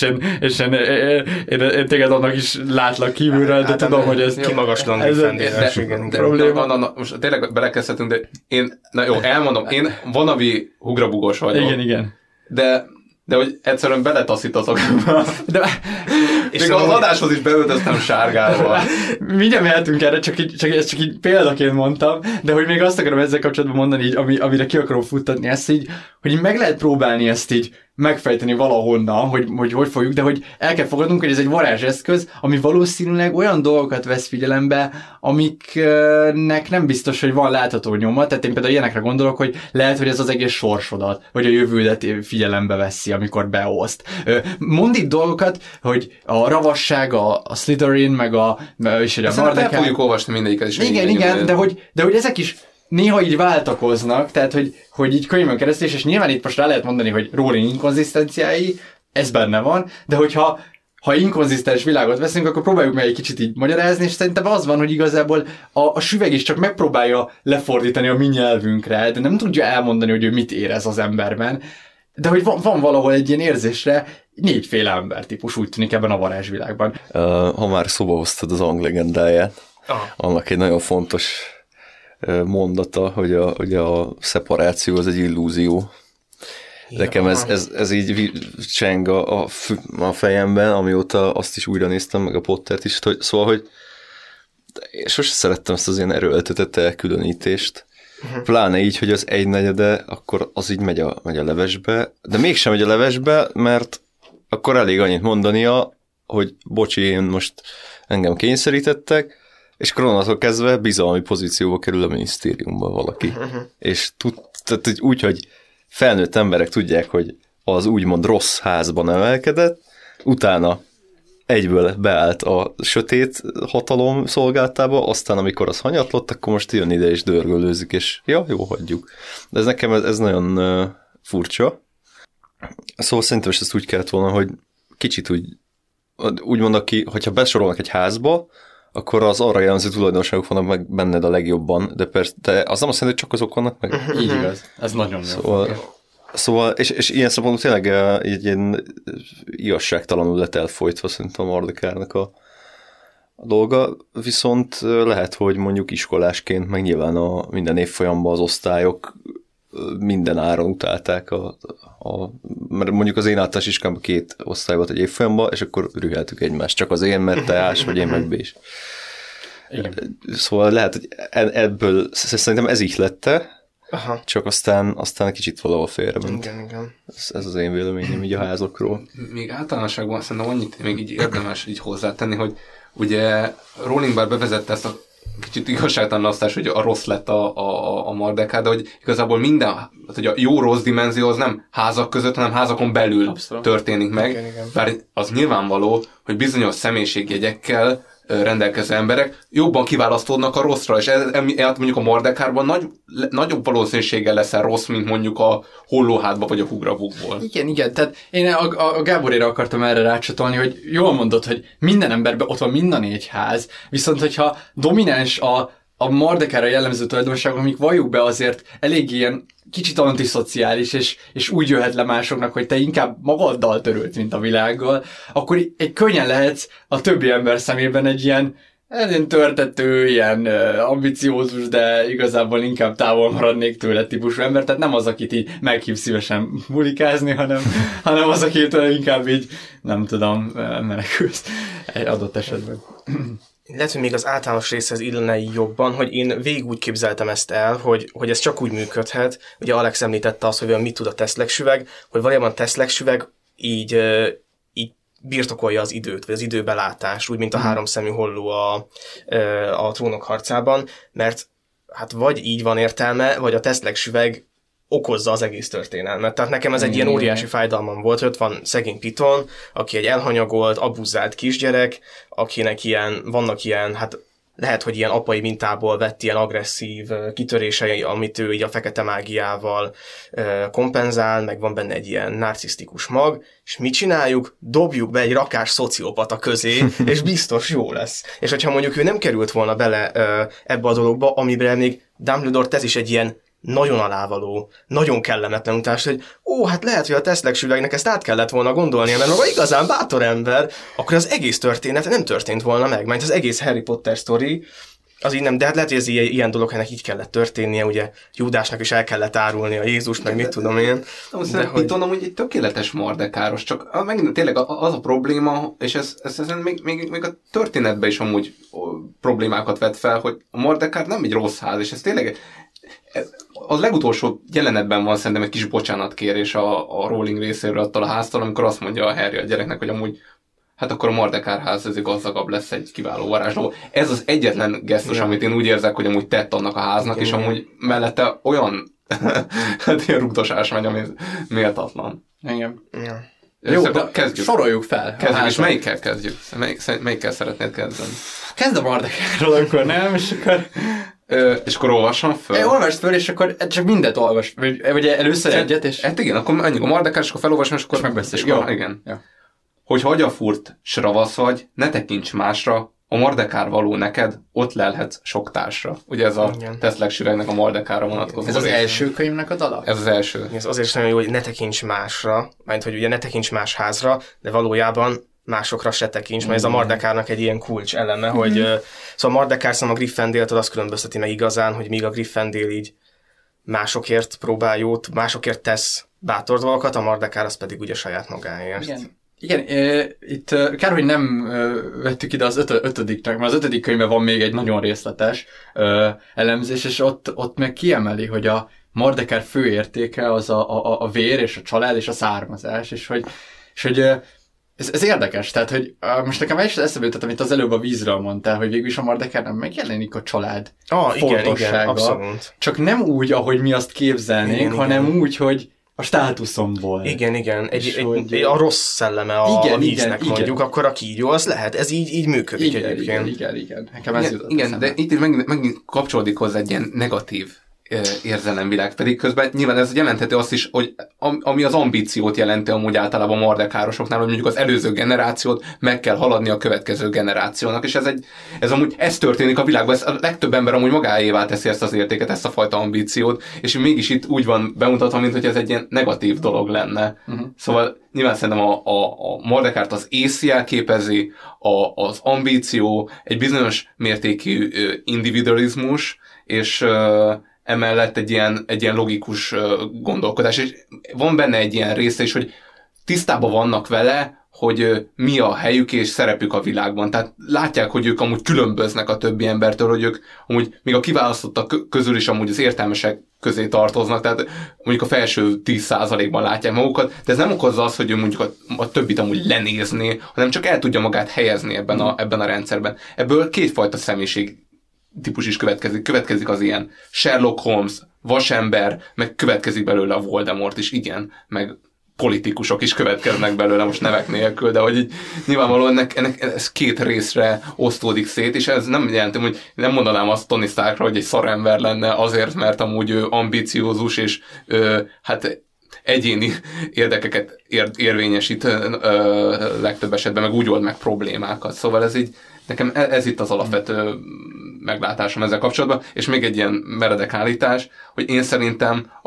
én téged annak is látlak kívülről, de tudom, hogy ez kimagaslan Gryffindor-es, igen. Probléma. Most tényleg belekezdhetünk, de én, na jó, elmondom, én vanavi hugrabugos vagyok. Igen. De hogy egyszerűen beletaszítatok. És még az adáshoz is beöltöztem sárgával. Mindjárt mehetünk erre, ezt csak így példaként mondtam, de hogy még azt akarom ezzel kapcsolatban mondani, így, amire ki akarom futtatni ezt így, hogy így meg lehet próbálni ezt így megfejteni valahonnan, hogy fogjuk, de hogy el kell fogadnunk, hogy ez egy varázseszköz, ami valószínűleg olyan dolgokat vesz figyelembe, amiknek nem biztos, hogy van látható nyoma, tehát én például ilyenekre gondolok, hogy lehet, hogy ez az egész sorsodat, vagy a jövődet figyelembe veszi, amikor beoszt. Mond itt dolgokat, hogy a ravasság, a Slytherin, meg a Mardekár. El fogjuk olvasni mindegyiket is. Igen, de hogy ezek is néha így váltakoznak, tehát hogy így könyvön keresztül, és nyilván itt most rá lehet mondani, hogy Rowling inkonzisztenciái, ez benne van, de hogyha inkonzisztens világot veszünk, akkor próbáljuk meg egy kicsit így magyarázni, és szerintem az van, hogy igazából a süveg is csak megpróbálja lefordítani a mi nyelvünkre, de nem tudja elmondani, hogy ő mit érez az emberben, de hogy van valahol egy ilyen érzésre 4 ember típus, úgy tűnik ebben a varázsvilágban. Ha már szóba hoztad az Ang-legendáját, annak egy nagyon fontos mondata, hogy a szeparáció az egy illúzió. Nekem ez így cseng a fejemben, amióta azt is újra néztem, meg a Pottert is, szóval, hogy sose szerettem ezt az ilyen erőltetett elkülönítést. Pláne így, hogy az 1/4, akkor az így megy a levesbe, de mégsem megy a levesbe, mert akkor elég annyit mondania, hogy bocsi, én most engem kényszerítettek, és koronától kezdve bizalmi pozícióba kerül a minisztériumban valaki. És tehát úgy, hogy felnőtt emberek tudják, hogy az úgymond rossz házban nevelkedett, utána egyből beállt a sötét hatalom szolgáltába, aztán amikor az hanyatlott, akkor most jön ide és dörgölőzik, és ja, jó, hagyjuk. De ez nekem ez nagyon furcsa. Szóval szerintem is ezt úgy kellett volna, hogy kicsit úgy mondok ki, hogyha besorolnak egy házba, akkor az arra jellemző tulajdonságok vannak meg benned a legjobban, de persze, de az nem azt jelenti, hogy csak azok vannak meg. Így igaz, ez nagyon jó. Szóval és ilyen szempontból tényleg egy ilyen igazságtalanul lett elfolytva szerintem a Mardekárnak a dolga, viszont lehet, hogy mondjuk iskolásként, meg nyilván minden évfolyamban az osztályok minden áron utálták mert mondjuk az én általános iskolában 2 osztály volt egy évfolyamban, és akkor rüheltük egymást, csak az én, mert te ás, vagy én meg B-s. Szóval lehet, hogy ebből szerintem ez ihlette, csak aztán kicsit valahol félrement. Igen. Ez az én véleményem így a házakról. Még általánosságban szerintem annyit még így érdemes így hozzátenni, hogy ugye Rowling bár bevezette ezt a kicsit igazságtalanasztás, hogy a rossz lett a Mardekár, de hogy igazából hogy a jó-rossz dimenzió az nem házak között, hanem házakon belül történik meg. Igen. Bár az nyilvánvaló, hogy bizonyos személyiségjegyekkel rendelkező emberek jobban kiválasztódnak a rosszra, és emiatt mondjuk a Mardekárban nagyobb valószínűséggel leszel rossz, mint mondjuk a Hollóhátba vagy a Hugrabukból. Igen, tehát én a Gáboréra akartam erre rácsatolni, hogy jól mondod, hogy minden emberben ott van mind a 4 ház, viszont hogyha domináns a Mardekárra jellemző tulajdonságok, amik valljuk be azért elég ilyen kicsit antiszociális, és úgy jöhet le másoknak, hogy te inkább magaddal törődsz, mint a világgal, akkor egy könnyen lehetsz a többi ember szemében egy ilyen törtető, ilyen ambiciózus, de igazából inkább távol maradnék tőle típusú ember, tehát nem az, akit így meghív szívesen bulikázni, hanem az, akitől inkább így, nem tudom, menekülsz egy adott esetben. Lehet, hogy még az általános részhez illene jobban, hogy én végig úgy képzeltem ezt el, hogy ez csak úgy működhet. Ugye Alex említette azt, hogy mit tud a Teszlek-süveg, hogy valójában Teszlek-süveg így birtokolja az időt, vagy az időbelátást, úgy, mint a háromszemű holló a Trónok harcában, mert hát vagy így van értelme, vagy a Tesztleg süveg okozza az egész történelmet. Tehát nekem ez egy ilyen óriási fájdalmam volt, hogy ott van szegény Piton, aki egy elhanyagolt, abuzált kisgyerek, akinek vannak ilyen, hát lehet, hogy ilyen apai mintából vett ilyen agresszív kitörései, amit ő így a fekete mágiával kompenzál, meg van benne egy ilyen narcisztikus mag, és mit csináljuk? Dobjuk be egy rakás szociopata közé, és biztos jó lesz. És hogyha mondjuk ő nem került volna bele ebbe a dologba, amiben még Dumbledore tesz is egy ilyen nagyon alávaló, nagyon kellemetlen utást, hogy hát lehet, hogy a Tesztleg süvegnek ezt át kellett volna gondolnia, mert maga igazán bátor ember, akkor az egész történet nem történt volna meg, mert az egész Harry Potter sztori, az így nem, de hát lehet, hogy ez ilyen dolog, ennek így kellett történnie, ugye Júdásnak is el kellett árulni a Jézust, meg mit tudom én. Piton amúgy egy tökéletes Mordekáros, csak megint tényleg az a probléma, és ez még a történetben is amúgy problémákat vet fel, hogy a Mordekár nem egy rossz ház, és ez tényleg a legutolsó jelenetben van szerintem egy kis bocsánatkérés a Rowling részéről attól a háztól, amikor azt mondja a Harry a gyereknek, hogy amúgy hát akkor a Mordekár ház ez gazdagabb lesz, egy kiváló varázsló. Ez az egyetlen gesztus, amit én úgy érzek, hogy amúgy tett annak a háznak, és amúgy mellette olyan hát ilyen rugdosás megy, ami méltatlan. Igen. Ja. Jó, de kezdjük. Soroljuk fel. Kezdjük, és melyikkel kezdjük? Melyikkel szeretnéd kezdeni? Kezd a Mordekárról, akkor nem, és akkor... és akkor olvasom föl? Olvasd föl, és akkor csak mindet olvas. Vagy először egyet, és... Hát igen, akkor menjünk a Mordekár, és akkor felolvasom, és akkor megbeszéljük. Jó, igen. Ja. Hogy hagyafúrt, s ravasz vagy, ne tekints másra, a Mordekár való neked, ott lelhetsz sok társra. Ugye ez a Tesztleg süvegnek a Mordekára vonatkozó. Ez az első könyvnek a dala? Ez az első. Ez azért is nagyon jó, hogy ne tekints másra, mert hogy ugye ne tekints más házra, de valójában másokra se tekints, mert ez a Mordekárnak egy ilyen kulcs eleme, hogy szóval Mordekár a Gryffindortól azt különbözteti meg igazán, hogy míg a Gryffindor így másokért próbál jót, másokért tesz bátor dolgokat, a Mordekár az pedig ugye saját magáért. Igen, itt kár, hogy nem vettük ide az ötödiknek, mert az 5. könyvben van még egy nagyon részletes elemzés, és ott meg kiemeli, hogy a Mordekár fő értéke az a vér, és a család, és a származás, és hogy ez érdekes, tehát, hogy most nekem el is eszembe jutott, amit az előbb a vízről mondtál, hogy végül is a Mordekárnak megjelenik a család fontossága. Igen, abszolút. Csak nem úgy, ahogy mi azt képzelnénk, hanem úgy, hogy a státuszomból. Igen. A rossz szelleme a víznek mondjuk, akkor a kígyó, az lehet, ez így működik egyébként. Igen. Nekem ez jutott eszembe. De itt is megint kapcsolódik hozzá egy ilyen negatív érzelemvilág, pedig közben nyilván ez jelentheti azt is, hogy ami az ambíciót jelenti amúgy általában a mordekárosoknál, hogy mondjuk az előző generációt meg kell haladni a következő generációnak, és ez amúgy ez történik a világban, ez a legtöbb ember amúgy magáévá teszi ezt az értéket, ezt a fajta ambíciót, és mégis itt úgy van bemutatva, mint hogy ez egy ilyen negatív dolog lenne. Szóval nyilván szerintem a Mordekárt az ész jelképezi, az ambíció, egy bizonyos mértékű individualizmus, és emellett egy ilyen logikus gondolkodás, és van benne egy ilyen része is, hogy tisztában vannak vele, hogy mi a helyük és szerepük a világban. Tehát látják, hogy ők amúgy különböznek a többi embertől, hogy ők amúgy még a kiválasztottak közül is amúgy az értelmesek közé tartoznak, tehát mondjuk a felső 10%-ban látják magukat, de ez nem okozza azt, hogy ő mondjuk a többit amúgy lenézni, hanem csak el tudja magát helyezni ebben a rendszerben. Ebből kétfajta személyiség típus is következik az ilyen Sherlock Holmes, vasember, meg következik belőle a Voldemort is, igen, meg politikusok is következnek belőle, most nevek nélkül, de hogy így nyilvánvalóan ennek ez két részre osztódik szét, és ez nem jelenti, hogy nem mondanám azt Tony Starkra, hogy egy szarember lenne azért, mert amúgy ő ambiciózus, és hát egyéni érdekeket érvényesít legtöbb esetben, meg úgy old meg problémákat. Szóval ez így, nekem ez itt az alapvető meglátásom ezzel kapcsolatban, és még egy ilyen meredek állítás, hogy én szerintem a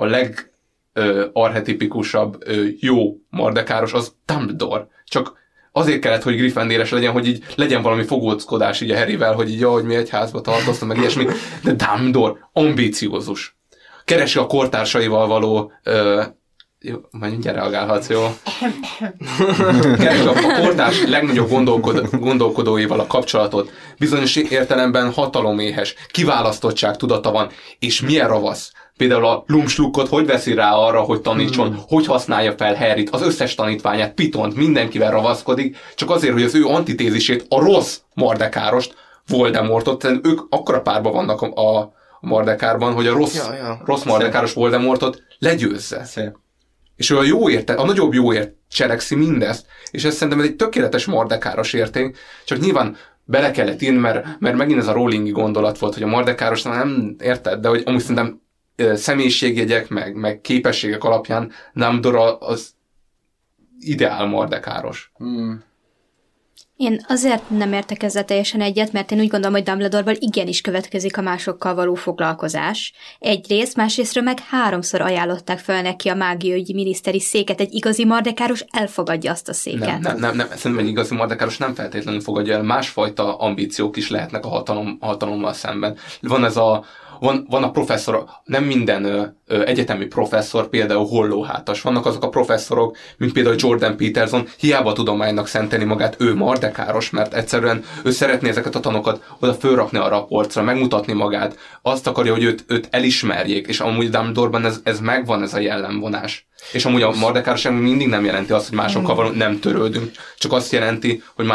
archetipikusabb jó mordekáros az Dumbledore. Csak azért kellett, hogy Gryffindor-es legyen, hogy így legyen valami fogóckodás így a Harryvel, hogy így hogy mi egy házba tartoztam, meg ilyesmi. De Dumbledore ambíciózus. Keresi a kortársaival való jó, majd mindjárt reagálhatsz, jó? Keresi a kortárs legnagyobb gondolkodóival a kapcsolatot. Bizonyos értelemben hataloméhes, kiválasztottság tudata van, és milyen ravasz. például a Lumslukot hogy veszi rá arra, hogy tanítson, hogy használja fel Harryt, az összes tanítványát, Pitont, mindenkivel ravaszkodik, csak azért, hogy az ő antitézisét, a rossz Mordekárost, Voldemortot, ők akkora párban vannak a Mordekárban, hogy a rossz Mordekáros Voldemortot legyőzze. Szép. És ő a nagyobb jóért cselekszi mindezt, és ez szerintem egy tökéletes Mordekáros érték, csak nyilván bele kellett írni, mert megint ez a Rowlingi gondolat volt, hogy a Mordekáros nem érted, de hogy amúgy szerintem személyiségjegyek, meg képességek alapján Dumbledore az ideál Mordekáros. Én azért nem értek ezzel teljesen egyet, mert én úgy gondolom, hogy Dumbledore-ból igenis következik a másokkal való foglalkozás. Egyrészt, másrésztről meg 3-szor ajánlották fel neki a mágiaügyi miniszteri széket. Egy igazi Mordekáros elfogadja azt a széket. Nem. Szerintem egy igazi Mordekáros nem feltétlenül fogadja el. Másfajta ambíciók is lehetnek a hatalommal szemben. Van a professzor, nem minden egyetemi professzor például hollóhátas. Vannak azok a professzorok, mint például Jordan Peterson, hiába tudománynak szenteni magát, ő Mordekáros, mert egyszerűen ő szeretné ezeket a tanokat oda fölrakni arra a polcra, megmutatni magát. Azt akarja, hogy őt elismerjék, és amúgy Dumbledore-ban ez megvan, ez a jellemvonás. És amúgy a Mordekárosság mindig nem jelenti azt, hogy másokkal nem törődünk, csak azt jelenti, hogy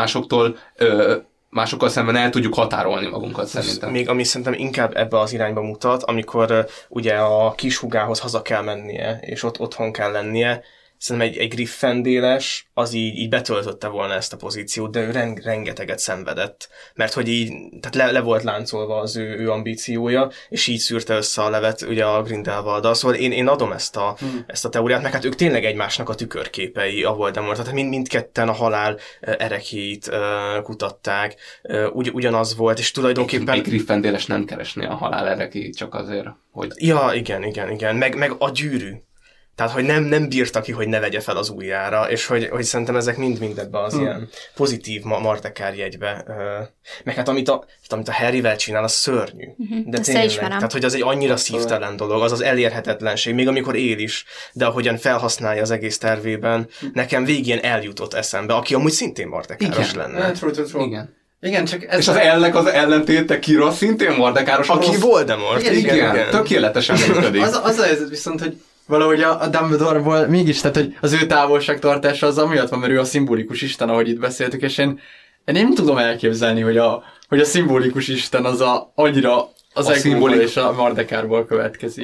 másokkal szemben el tudjuk határolni magunkat szerintem. Még ami szerintem inkább ebbe az irányba mutat, amikor ugye a kishúgához haza kell mennie, és ott otthon kell lennie, szerintem egy Gryffindéles az így betöltötte volna ezt a pozíciót, de ő rengeteget szenvedett, mert hogy így, tehát le volt láncolva az ő ambíciója, és így szűrte össze a levet ugye a Grindelwalddal. Szóval én adom ezt a teóriát, meg hát ők tényleg egymásnak a tükörképei, a Voldemort, tehát mindketten a halál erekjét kutatták, ugyanaz volt, és tulajdonképpen... Egy Gryffindéles nem keresné a halál erekét csak azért, hogy... Ja, igen, meg a gyűrű. Tehát, hogy nem bírta ki, hogy ne vegye fel az ujjára, és hogy szerintem ezek mind ebbe az ilyen pozitív Mordekár jegybe. Meg hát amit a Harryvel csinál, az szörnyű. De tényleg, tehát, hogy az egy annyira szívtelen dolog, az az még amikor él is, de ahogyan felhasználja az egész tervében, nekem végén eljutott eszembe, aki amúgy szintén Mordekáros lenne. Igen. Igen, csak ez és az ellentéte Kira szintén Mordekáros. Aki Voldemort. Igen. Tökéletesen működik. Az a helyzet viszont, hogy valahogy a Dumbledore-ból mégis, tehát hogy az ő távolságtartása az amiatt van, mert ő a szimbolikus isten, ahogy itt beszéltük, és én nem tudom elképzelni, hogy a szimbolikus isten az annyira az Egmóból és a Mordekárból következik.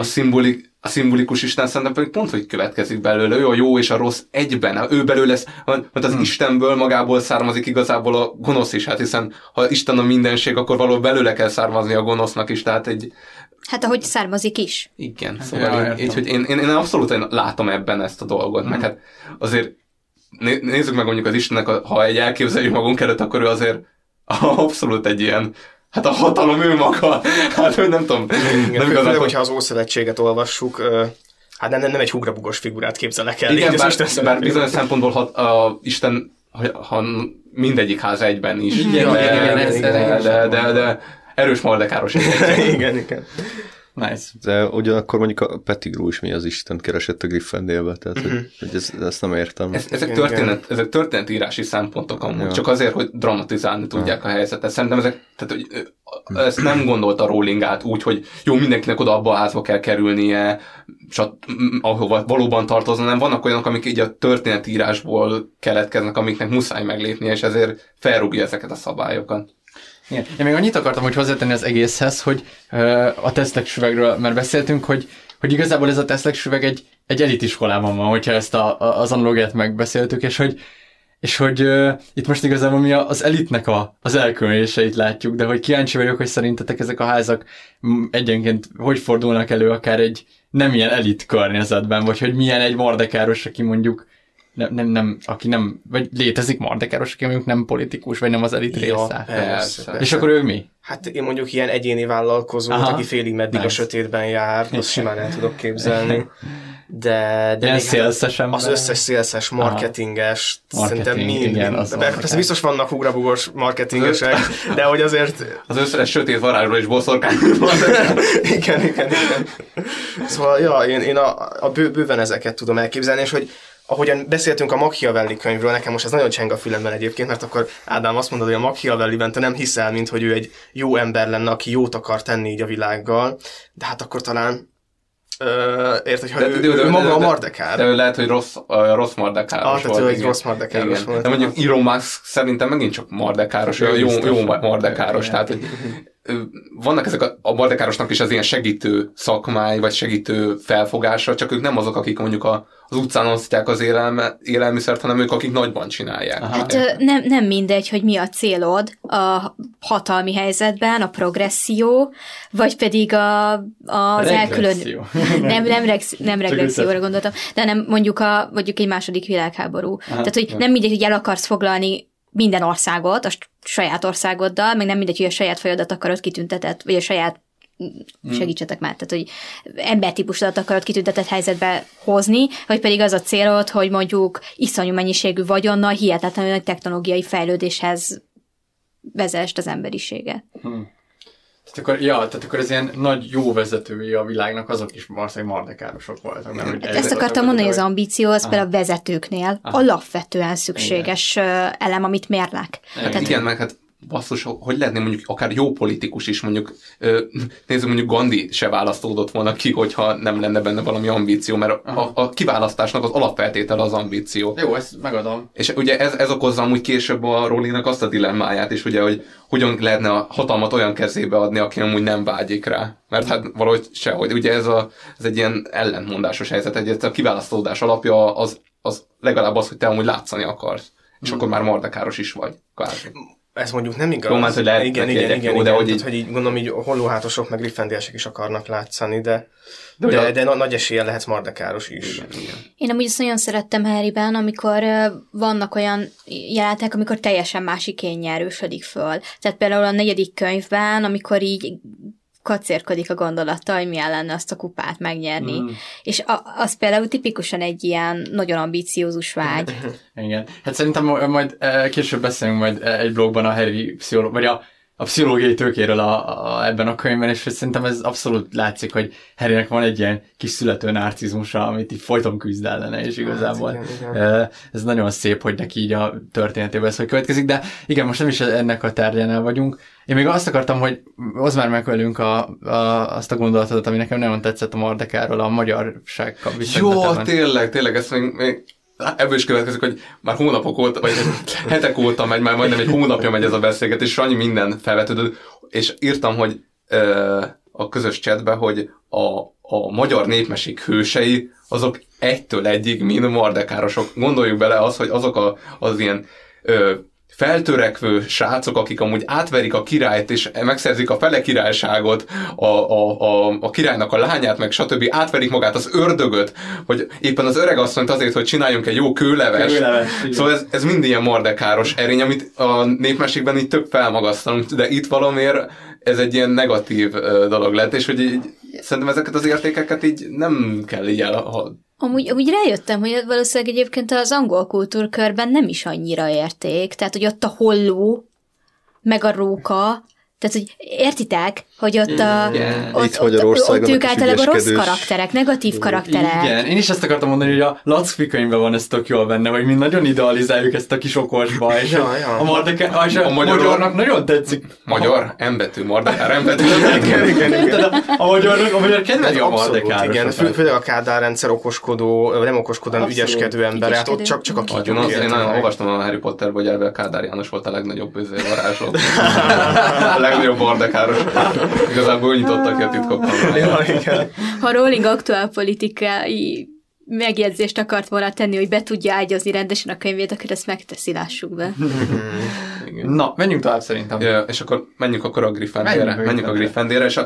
A szimbolikus isten szerintem pedig pont, hogy következik belőle, ő a jó és a rossz egyben, ő belőle lesz, mert az Istenből magából származik igazából a gonosz is, hát hiszen ha Isten a mindenség, akkor valahol belőle kell származni a gonosznak is, tehát Hát ahogy származik is. Igen, szóval én abszolút látom ebben ezt a dolgot, meg hát azért nézzük meg mondjuk az Istennek, ha egy elképzeljük magunk előtt, akkor ő azért abszolút egy ilyen, hát a hatalom ő maga, hát nem tudom. Igen, főleg, hogyha az Ószövetséget olvassuk, hát nem egy hugrabugos figurát képzelek el. Igen, bár bizonyos szempontból Isten, ha mindegyik ház egyben is. Igen, de erős Mordekáros. Igen. Nice. De ugyanakkor mondjuk a Pettigrew is mi az Isten keresett a Gryffindorba, tehát hogy ezt nem értem. Ezek történetírási szempontok amúgy, csak azért, hogy dramatizálni tudják a helyzetet. Szerintem ezt nem gondolta Rowling át úgy, hogy jó, mindenkinek oda abba a házba kell kerülnie, ahova valóban tartozna, nem vannak olyanok, amik így a történetírásból keletkeznek, amiknek muszáj meglépnie, és ezért felrúgja ezeket a szabályokat. Igen. Én még annyit akartam, hogy hozzátenni az egészhez, hogy a Teszlek süvegről már beszéltünk, hogy igazából ez a Teszlek süveg egy elitiskolában van, hogyha ezt az analógiát megbeszéltük, és hogy itt most igazából mi az elitnek az elkülönüléseit látjuk, de hogy kíváncsi vagyok, hogy szerintetek ezek a házak egyenként hogy fordulnak elő akár egy nem ilyen elit környezetben, vagy hogy milyen egy Mordekáros, aki mondjuk aki nem, vagy létezik Mordekáros, aki mondjuk nem politikus, vagy nem az elit része. Persze. És akkor ő mi? Hát én mondjuk ilyen egyéni vállalkozó, aki félig meddig a sötétben jár, azt simán el tudok képzelni. De ilyen szélszesen az összes szélszes, marketinges, szerintem persze biztos vannak ugrabugos marketingesek, de hogy azért... Az összes sötét varázsról is boszorkány. Igen. Szóval, én bőven ezeket tudom elképzelni, és hogy ahogyan beszéltünk a Machiavelli könyvről, nekem most ez nagyon cseng a fülemben egyébként, mert akkor Ádám azt mondod, hogy a Machiavelliben te nem hiszel, mint hogy ő egy jó ember lenne, aki jót akar tenni így a világgal, de hát akkor talán Érted, hogy ő maga a Mardekár. De ő lehet, hogy rossz Mardekáros volt. Tehát ő egy rossz Mardekáros volt. De mondjuk Elon Musk szerintem megint csak Mardekáros, jó Mardekáros. Tehát vannak ezek a Mardekárosnak is az ilyen segítő szakmái, vagy segítő felfogása, csak ők nem azok, akik mondjuk az utcán osztják az élelmiszert, hanem ők, akik nagyban csinálják. Hát nem mindegy, hogy mi a célod a hatalmi helyzetben, a progresszió, vagy pedig az elkülön... Nem regresszióra gondoltam, de nem mondjuk egy második világháború. Tehát, hogy nem mindegy, hogy el akarsz foglalni minden országot, a saját országoddal, meg nem mindegy, hogy a saját fajodat akarod kitüntetett, vagy a saját segítsetek már, tehát, hogy embertípusodat akarod kitüntetett helyzetbe hozni, vagy pedig az a célod, hogy mondjuk iszonyú mennyiségű vagyonnal hihetetlenül nagy technológiai fejlődéshez vezest az emberiséget. Tehát akkor ez ilyen nagy jó vezetői a világnak, azok is valószínűleg mardekárosok voltak. Nem, ezt akartam mondani, hogy az ambíció az például a vezetőknél alapvetően szükséges elem, amit mérnek. Igen, meg hát basszus, hogy lehetne mondjuk akár jó politikus is, mondjuk nézzük, mondjuk Gandhi se választódott volna ki, hogyha nem lenne benne valami ambíció, mert a kiválasztásnak az alapfeltétele az ambíció. Jó, ezt megadom. És ugye ez okozza amúgy később a Rowlingnak azt a dilemmáját is, ugye, hogy hogyan lehetne a hatalmat olyan kezébe adni, aki amúgy nem vágyik rá. Mert hát valahogy sehogy. Ugye ez egy ilyen ellentmondásos helyzet, hogy a kiválasztódás alapja az legalább az, hogy te amúgy látszani akarsz. És akkor már mardekáros is vagy. Kvázi. Ez mondjuk nem igaz. Jó, mert, hogy igen. de tehát, hogy így gondolom, így hollóhátosok meg Gryffindorosok is akarnak látszani, de nagy eséllyel lehetsz mardekáros is. Igen. Én amúgy ezt nagyon szerettem Harryben, amikor vannak olyan jelenetek, amikor teljesen másik énje erősödik föl. Tehát például a 4. könyvben, amikor így kacérkodik a gondolata, hogy milyen lenne azt a kupát megnyerni. És az például tipikusan egy ilyen nagyon ambiciózus vágy. Igen. Hát szerintem majd később beszélünk majd egy blogban a Harry vagy a pszichológiai tőkéről ebben a könyvben, és szerintem ez abszolút látszik, hogy Harrynek van egy ilyen kis születő narcizmusa, amit így folyton küzd ellene, és igazából igen. Ez nagyon szép, hogy neki így a történetében ez hogy következik, de igen, most nem is ennek a tárgyánál vagyunk. Én még azt akartam, hogy hozd már meg velünk azt a gondolatodat, ami nekem nagyon tetszett a Mardekáról, a magyarsággal viszonylatában. Jó, tényleg, ezt még ebből is következik, hogy már hónapok óta, vagy hetek óta megy, már majdnem egy hónapja megy ez a beszélgetés, és annyi minden felvetődött, és írtam, hogy a közös chatbe, hogy a magyar népmesék hősei, azok 1-től 1-ig mind mardekárosok. Gondoljuk bele az, hogy azok az ilyen feltörekvő srácok, akik amúgy átverik a királyt, és megszerzik a fele királyságot, a királynak a lányát, meg stb. Átverik magát az ördögöt, hogy éppen az öregasszonyt azért, hogy csináljunk egy jó kőleves. Szóval ez mind ilyen mardekáros erény, amit a népmesékben így több felmagasztalunk, de itt valamiért ez egy ilyen negatív dolog lett, és hogy így, szerintem ezeket az értékeket így nem kell így Amúgy rájöttem, hogy valószínűleg egyébként az angol kultúrkörben nem is annyira érték. Tehát, hogy ott a holló, meg a róka, tehát, hogy értitek, hogy ott ott ők általában rossz karakterek, negatív karakterek. Igen, én is ezt akartam mondani, hogy a Lackfi könyvben van ez tök jól benne, hogy mi nagyon idealizáljuk ezt a kis okosba, és a magyarnak nagyon tetszik. Magyar, M-betű, Mardekár, M-betű. Igen. A magyar kedveli a Mardekáros. Igen, főleg a Kádár rendszer okoskodó, nem okoskodó, hanem ügyeskedő ember, hát ott csak a kígyók. Én nagyon olvastam a Harry Potterben, hogy elve Kádár János volt a legnagyobb varázsló. A legnagyobb mardekáros. Igazából nyitottak ki a titkokkal. Ha Rowling aktuálpolitikai megjegyzést akart volna tenni, hogy be tudja ágyazni rendesen a könyvét, akkor ezt megteszi, lássuk be. Na, menjünk tovább szerintem. Ja, és akkor menjünk a Gryffindorra. És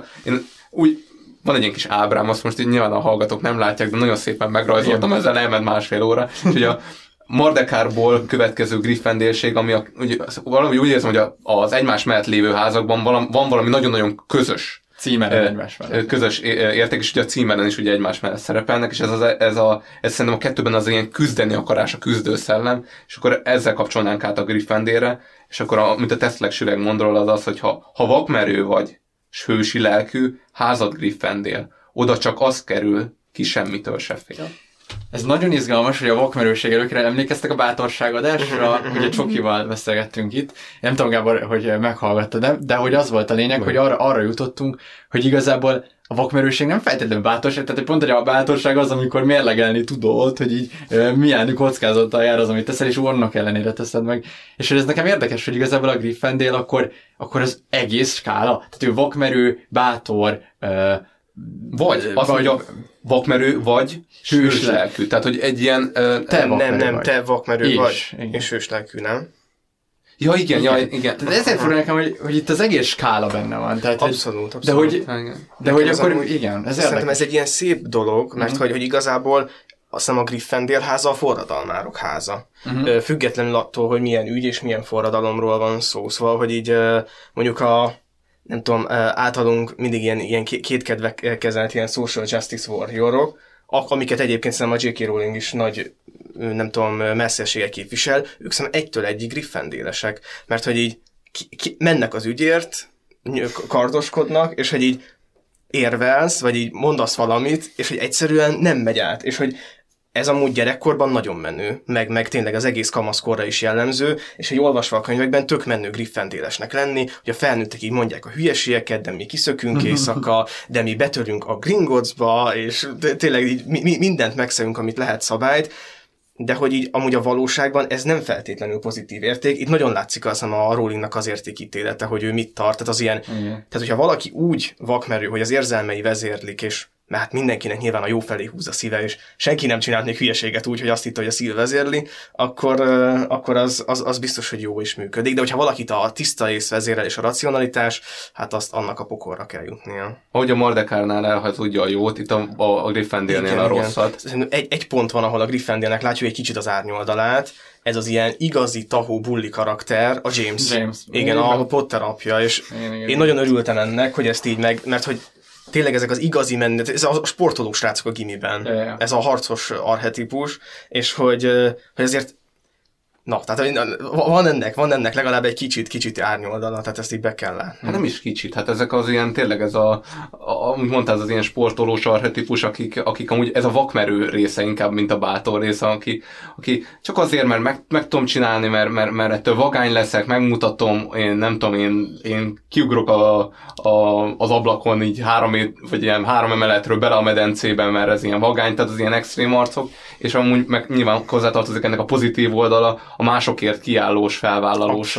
van egy ilyen kis ábrám, azt most így nyilván a hallgatók nem látják, de nagyon szépen megrajzoltam, ezzel elment 1,5 óra. És ugye a Mardekárból következő Gryffindérség, ami valami úgy érzem, hogy az egymás mellett lévő házakban van valami nagyon-nagyon közös címeren egymás mellett. Közös érték, és ugye a címeren is ugye egymás mellett szerepelnek, és ez szerintem a kettőben az ilyen küzdeni akarás, a küzdőszellem, és akkor ezzel kapcsolnánk át a Gryffindorra, és akkor, amit a Tesztleg Süreg mond róla, az, hogy ha vakmerő vagy, s hősi lelkű, házad Gryffindor, oda csak az kerül, ki semmitől se fél. Ez nagyon izgalmas, hogy a vakmerőség előkre emlékeztek a bátorságadásra, ugye Csokival beszélgettünk itt. Nem tudom, Gábor, hogy meghallgattad, de hogy az volt a lényeg, hogy arra jutottunk, hogy igazából a vakmerőség nem feltétlenül bátorság, tehát pont, hogy a bátorság az, amikor mérlegelni tudod, hogy így milyen kockázattal jár az, amit teszel, és annak ellenére teszed meg. És hogy ez nekem érdekes, hogy igazából a Gryffindor akkor az egész skála, tehát ő vakmerő, bátor, vagy azt mondja, vakmerő vagy hőslelkű. Tehát, hogy egy ilyen... te vakmerő vagy, és hőslelkű, nem? Ja, igen. Tehát ezért fura nekem, hogy itt az egész skála benne van. Tehát, abszolút. De hogy akkor igen, ez szerintem ez egy ilyen szép dolog, mert hogy igazából azt hiszem a Gryffindor háza a forradalmárok háza. Függetlenül attól, hogy milyen ügy és milyen forradalomról van szó. Szóval, hogy így mondjuk nem tudom, általunk mindig ilyen kétkedve kezelt ilyen social justice warriorok, amiket egyébként szerintem a J.K. Rowling is nagy, nem tudom, messzességgel képvisel, ők szerintem egytől egyig Gryffindor-esek, mert hogy így mennek az ügyért, kardoskodnak, és hogy így érvelsz, vagy így mondasz valamit, és hogy egyszerűen nem megy át, és hogy ez amúgy gyerekkorban nagyon menő, meg tényleg az egész kamaszkorra is jellemző, és hogy olvasva a könyvekben tök menő Gryffindor-esnek lenni, hogy a felnőttek így mondják a hülyeségeket, de mi kiszökünk éjszaka, de mi betörünk a Gringottsba, és tényleg így mindent megszegünk, amit lehet szabályt, de hogy így amúgy a valóságban ez nem feltétlenül pozitív érték. Itt nagyon látszik azt a Rowlingnak az értékítélete, hogy ő mit tart, tehát az ilyen, tehát hogyha valaki úgy vakmerő, hogy az érzelmei vezérlik, és mert hát mindenkinek nyilván a jó felé húz a szíve, és senki nem csinált még hülyeséget úgy, hogy azt hitte, hogy a szív vezérli, akkor az biztos, hogy jó is működik. De hogyha valakit a tiszta ész vezérel és a racionalitás, hát azt annak a pokolra kell jutnia. Ahogy a Mardekárnál elhatudja a jót, itt a Gryffindornél a rosszat. Egy pont van, ahol a Gryffindornek látjuk egy kicsit az árnyoldalát, ez az ilyen igazi tahó bulli karakter, a James. Igen, a Potter apja, és én nagyon örültem ennek, hogy ezt így mert hogy tényleg ezek az igazi mennek, ez a sportoló srácok a gimiben, ez a harcos archetípus, és hogy ezért tehát van ennek legalább egy kicsit árnyoldala, tehát ezt így be kell látni. Hát nem is kicsit, hát ezek az ilyen, tényleg ez amúgy mondtál, az ilyen sportolós archetípus, akik amúgy ez a vakmerő része inkább, mint a bátor része, aki csak azért, mert meg tudom csinálni, mert ettől vagány leszek, megmutatom, én nem tudom, én kiugrok az ablakon így 3 emeletről bele a medencében, mert ez ilyen vagány, tehát az ilyen extrém arcok, és amúgy meg nyilván hozzátartozik ennek a pozitív oldala, a másokért kiállós, felvállalós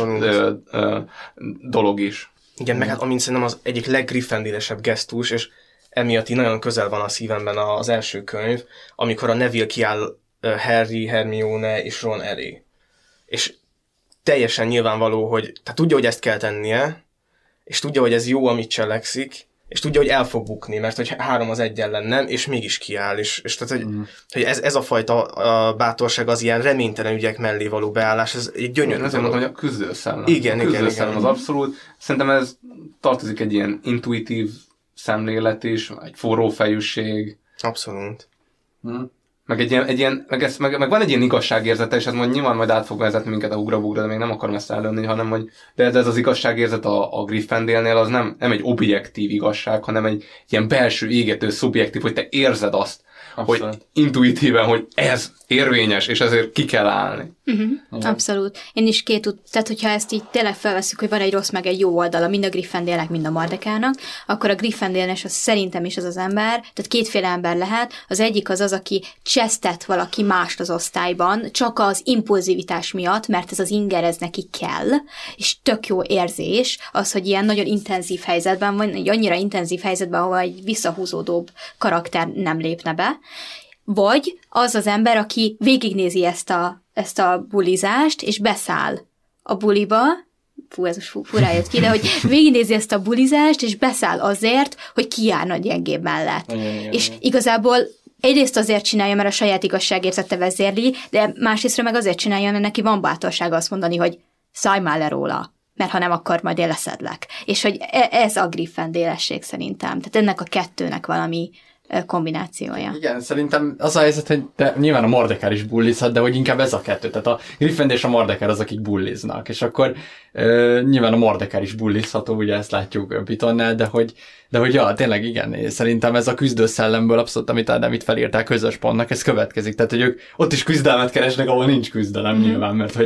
dolog is. Igen, meg hát amint szerintem az egyik leggryffindor-esebb gesztus, és emiatt így nagyon közel van a szívemben az első könyv, amikor a Neville kiáll Harry, Hermione és Ron elé. És teljesen nyilvánvaló, hogy tehát tudja, hogy ezt kell tennie, és tudja, hogy ez jó, amit cselekszik, és tudja, hogy el fog bukni, mert hogy 3-1 ellen nem, és mégis kiáll, és tehát, hogy ez a fajta bátorság, az ilyen reménytelen ügyek mellé való beállás, ez egy gyönyörű. Ezért mondom, hogy a küzdőszellem. Igen. Az abszolút. Szerintem ez tartozik egy ilyen intuitív szemlélet is, egy forró fejűség. Abszolút. Meg van egy ilyen igazságérzete, és ez majd nyilván majd át fog vezetni minket a ugrabugra, de még nem akarom ezt előni, hanem hogy de ez az igazságérzet a Gryffindornél az nem egy objektív igazság, hanem egy ilyen belső égető szubjektív, hogy te érzed azt, hogy intuitíven, hogy ez érvényes, és ezért ki kell állni. Abszolút. Én is tehát hogyha ezt így tényleg felveszünk, hogy van egy rossz meg egy jó oldala, mind a Gryffindornek, mind a Mardekának, akkor a Gryffindor-es az szerintem is az ember, tehát kétféle ember lehet. Az egyik az, aki csesztet valaki mást az osztályban, csak az impulzivitás miatt, mert ez az inger, ez neki kell, és tök jó érzés az, hogy ilyen nagyon intenzív helyzetben van, egy annyira intenzív helyzetben, ahol egy visszahúzódóbb karakter nem lépne be, vagy az az ember, aki végignézi ezt a bulizást, és beszáll a buliba, ez furán jött ki, de hogy végignézi ezt a bulizást, és beszáll azért, hogy kijárna a gyengébb mellett. És igazából egyrészt azért csinálja, mert a saját igazságérzete vezérli, de másrésztről meg azért csinálja, mert neki van bátorsága azt mondani, hogy szállj már le róla, mert ha nem, akkor majd én leszedlek. És hogy ez a Gryffindor-esség szerintem. Tehát ennek a kettőnek valami kombinációja. Igen, szerintem az a helyzet, hogy nyilván a Mardekár is bullizhat, de hogy inkább ez a kettő. Tehát a Gryffindor és a Mardekár az, akik bulliznak. És akkor nyilván a Mardekár is bullizható, ugye ezt látjuk Pitonnál, de hogy ja, tényleg igen, szerintem ez a küzdőszellemből abszolút, amit Ádám felírták közös pontnak, ez következik. Tehát, hogy ők ott is küzdelmet keresnek, ahol nincs küzdelem nyilván, mert hogy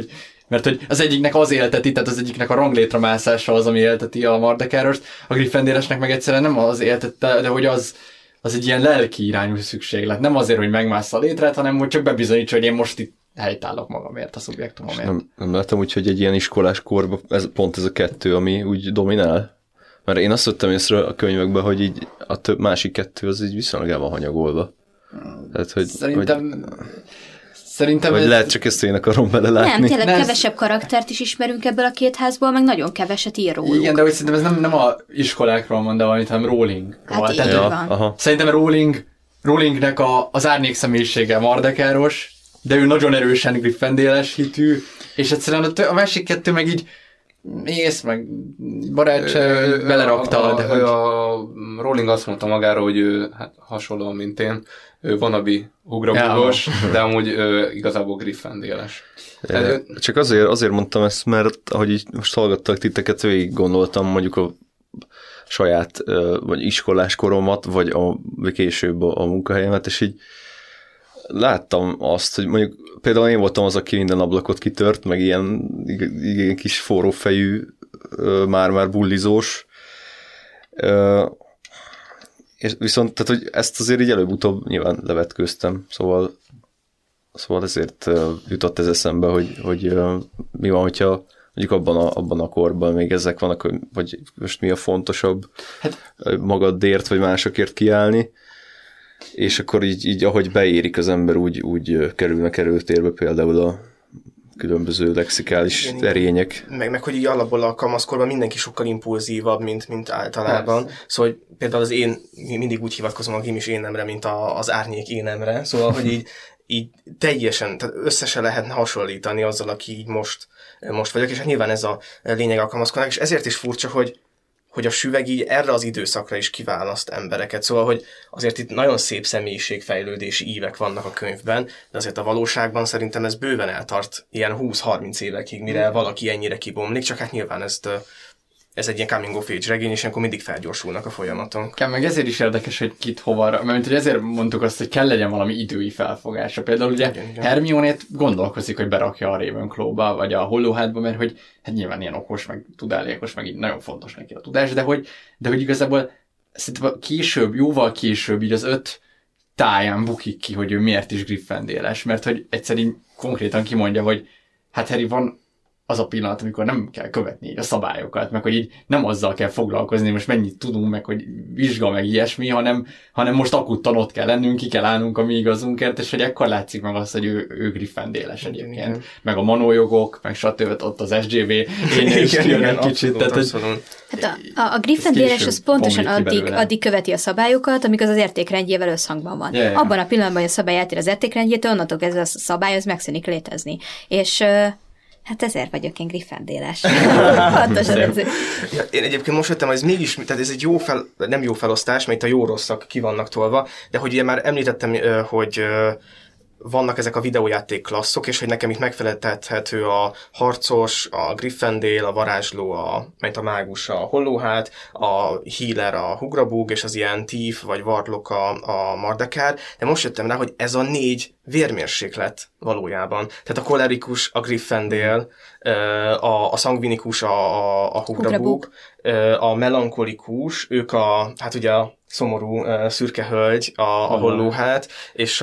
Mert hogy az egyiknek az élteti, tehát az egyiknek a ranglétra mászása az, ami élteti a Mardekárost, a Gryffindéresnek meg egyszerűen nem az éltette, de hogy az egy ilyen lelki irányú szükséglet. Nem azért, hogy megmássz a létrát, hanem hogy csak bebizonyítsa, hogy én most itt helytállok magamért, a szubjektumomért. Nem látom úgy, hogy egy ilyen iskolás korban pont ez a kettő, ami úgy dominál. Mert én azt vettem észre a könyvekben, hogy így a másik kettő az így viszonylag el van hanyagolva. Tehát, hogy, Szerintem vagy lehet csak ezt én akarom belelátni. Nem, tényleg kevesebb karaktert is ismerünk ebből a két házból, meg nagyon keveset ír róluk. Igen, de hogy szerintem ez nem a iskolákról mond, valamit, hanem Rowlingról. Hát így van. Szerintem Rowlingnek az árnyék személyisége Mardekáros, de ő nagyon erősen Gryffindéles hitű, és egyszerűen a másik kettő meg így mész, meg barátság belerakta. De hogy a Rowling azt mondta magára, hogy ő hasonlóan, mint én, ő wannabe ugrabugos, de amúgy igazából Gryffindéles. Csak azért mondtam ezt, mert ahogy így most hallgattak titeket, végig gondoltam mondjuk a saját vagy iskolás koromat, vagy később a munkahelyemet, és így láttam azt, hogy mondjuk például én voltam az, aki minden ablakot kitört, meg ilyen kis forrófejű, már bullizós. És viszont, tehát, hogy ezt azért így előbb-utóbb nyilván levetkőztem, szóval ezért jutott ez eszembe, hogy mi van, hogyha mondjuk abban a korban még ezek vannak, vagy most mi a fontosabb, magadért, vagy másokért kiállni, és akkor így ahogy beérik az ember, úgy kerülnek előtérbe például a különböző lexikális erények. Meg hogy így alapból a kamaszkorban mindenki sokkal impulzívabb, mint általában. Persze. Szóval hogy például az én mindig úgy hivatkozom a gimis énemre, mint az árnyék énemre. Szóval, hogy így teljesen, tehát össze se lehetne hasonlítani azzal, aki így most vagyok, és hát nyilván ez a lényeg a kamaszkornak, és ezért is furcsa, hogy a süveg így erre az időszakra is kiválaszt embereket. Szóval, hogy azért itt nagyon szép személyiségfejlődési ívek vannak a könyvben, de azért a valóságban szerintem ez bőven eltart ilyen 20-30 évekig, mire valaki ennyire kibomlik, csak hát nyilván ez egy ilyen coming of age regény, és akkor mindig felgyorsulnak a folyamatok. Meg ezért is érdekes, hogy kit hova, mert hogy ezért mondtuk azt, hogy kell legyen valami idői felfogása. Például ugye Hermione-t gondolkozik, hogy berakja a Ravenclaw-ba, vagy a Hollowhátba, mert hogy hát nyilván ilyen okos, meg tudálékos, meg így nagyon fontos neki a tudás, de hogy igazából szerintem jóval később így az 5 táján bukik ki, hogy ő miért is Gryffindéles, mert hogy egyszerűen konkrétan kimondja, hogy hát Harry, van az a pillanat, amikor nem kell követni a szabályokat, meg hogy így nem azzal kell foglalkozni, most mennyit tudunk, meg hogy vizsga, meg ilyesmi, hanem most akuttan ott kell lennünk, ki kell állnunk a mi igazunkért, és hogy ekkor látszik meg azt, hogy ő Gryffindéles egyébként. Igen. Meg a manójogok, meg stb. Ott az SJV én is jön egy kicsit. Hát a Gryffindéles az pontosan addig követi a szabályokat, amíg az értékrendjével összhangban van. Yeah. Abban a pillanatban, hogy a szabály eltér az értékrendjétől, onnantól ez a szabály az megszűnik létezni. És hát ezért vagyok én Gryffindéles. Pontosan ezért. Ja, én egyébként most jöttem, hogy ez mégis, tehát ez egy nem jó felosztás, mert itt a jó-rosszak ki vannak tolva, de hogy ugye már említettem, hogy vannak ezek a videójáték klasszok, és hogy nekem itt megfeleltethető a harcos, a Gryffindél, a varázsló, a mágus, a hollóhát, a healer, a hugrabug, és az ilyen thief vagy warlock a mardekár, de most jöttem rá, hogy ez a 4 vérmérséklet valójában. Tehát a kolerikus, a Gryffindél, a szangvinikus, a hugrabug, a melankolikus, ők hát ugye a szomorú szürke hölgy, a hollóhát, és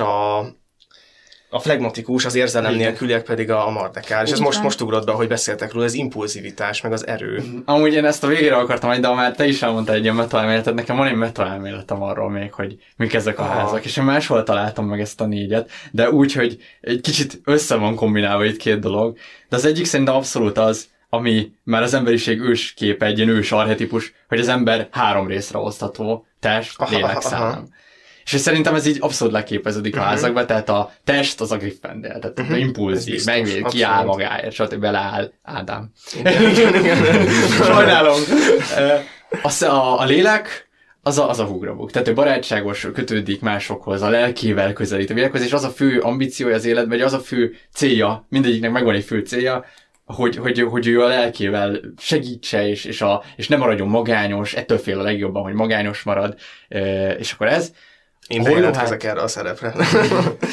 a flegmatikus, az érzelem nélküliek pedig a mardekár. És ez most ugrott be, ahogy beszéltek róla, ez impulzivitás, meg az erő. Amúgy én ezt a végére akartam majd, de már te is elmondtál egy ilyen metaelméletet, nekem van egy metaelméletem arról még, hogy mik ezek a házak. És én máshol találtam meg ezt a 4-et, de úgy, hogy egy kicsit össze van kombinálva itt 2 dolog. De az egyik szerintem abszolút az, ami már az emberiség ősképe, egy ilyen ős archetipus, hogy az ember 3 részre osztható, test, lélek, szellem. És szerintem ez így abszolút leképeződik a házakba, tehát a test az a Gryffindor, tehát impulzív, megvéd, kiáll magáért, stb. Beleáll Ádám. Sajnálom. A lélek az a hugrabug. Tehát ő barátságos, kötődik másokhoz, a lelkével közelít a világhoz, és az a fő ambíciója az életben, vagy az a fő célja, mindegyiknek megvan egy fő célja, hogy ő a lelkével segítse, és nem maradjon magányos, ettől fél a legjobban, hogy magányos marad, és akkor ez. Én bejelentkezek erre a szerepre.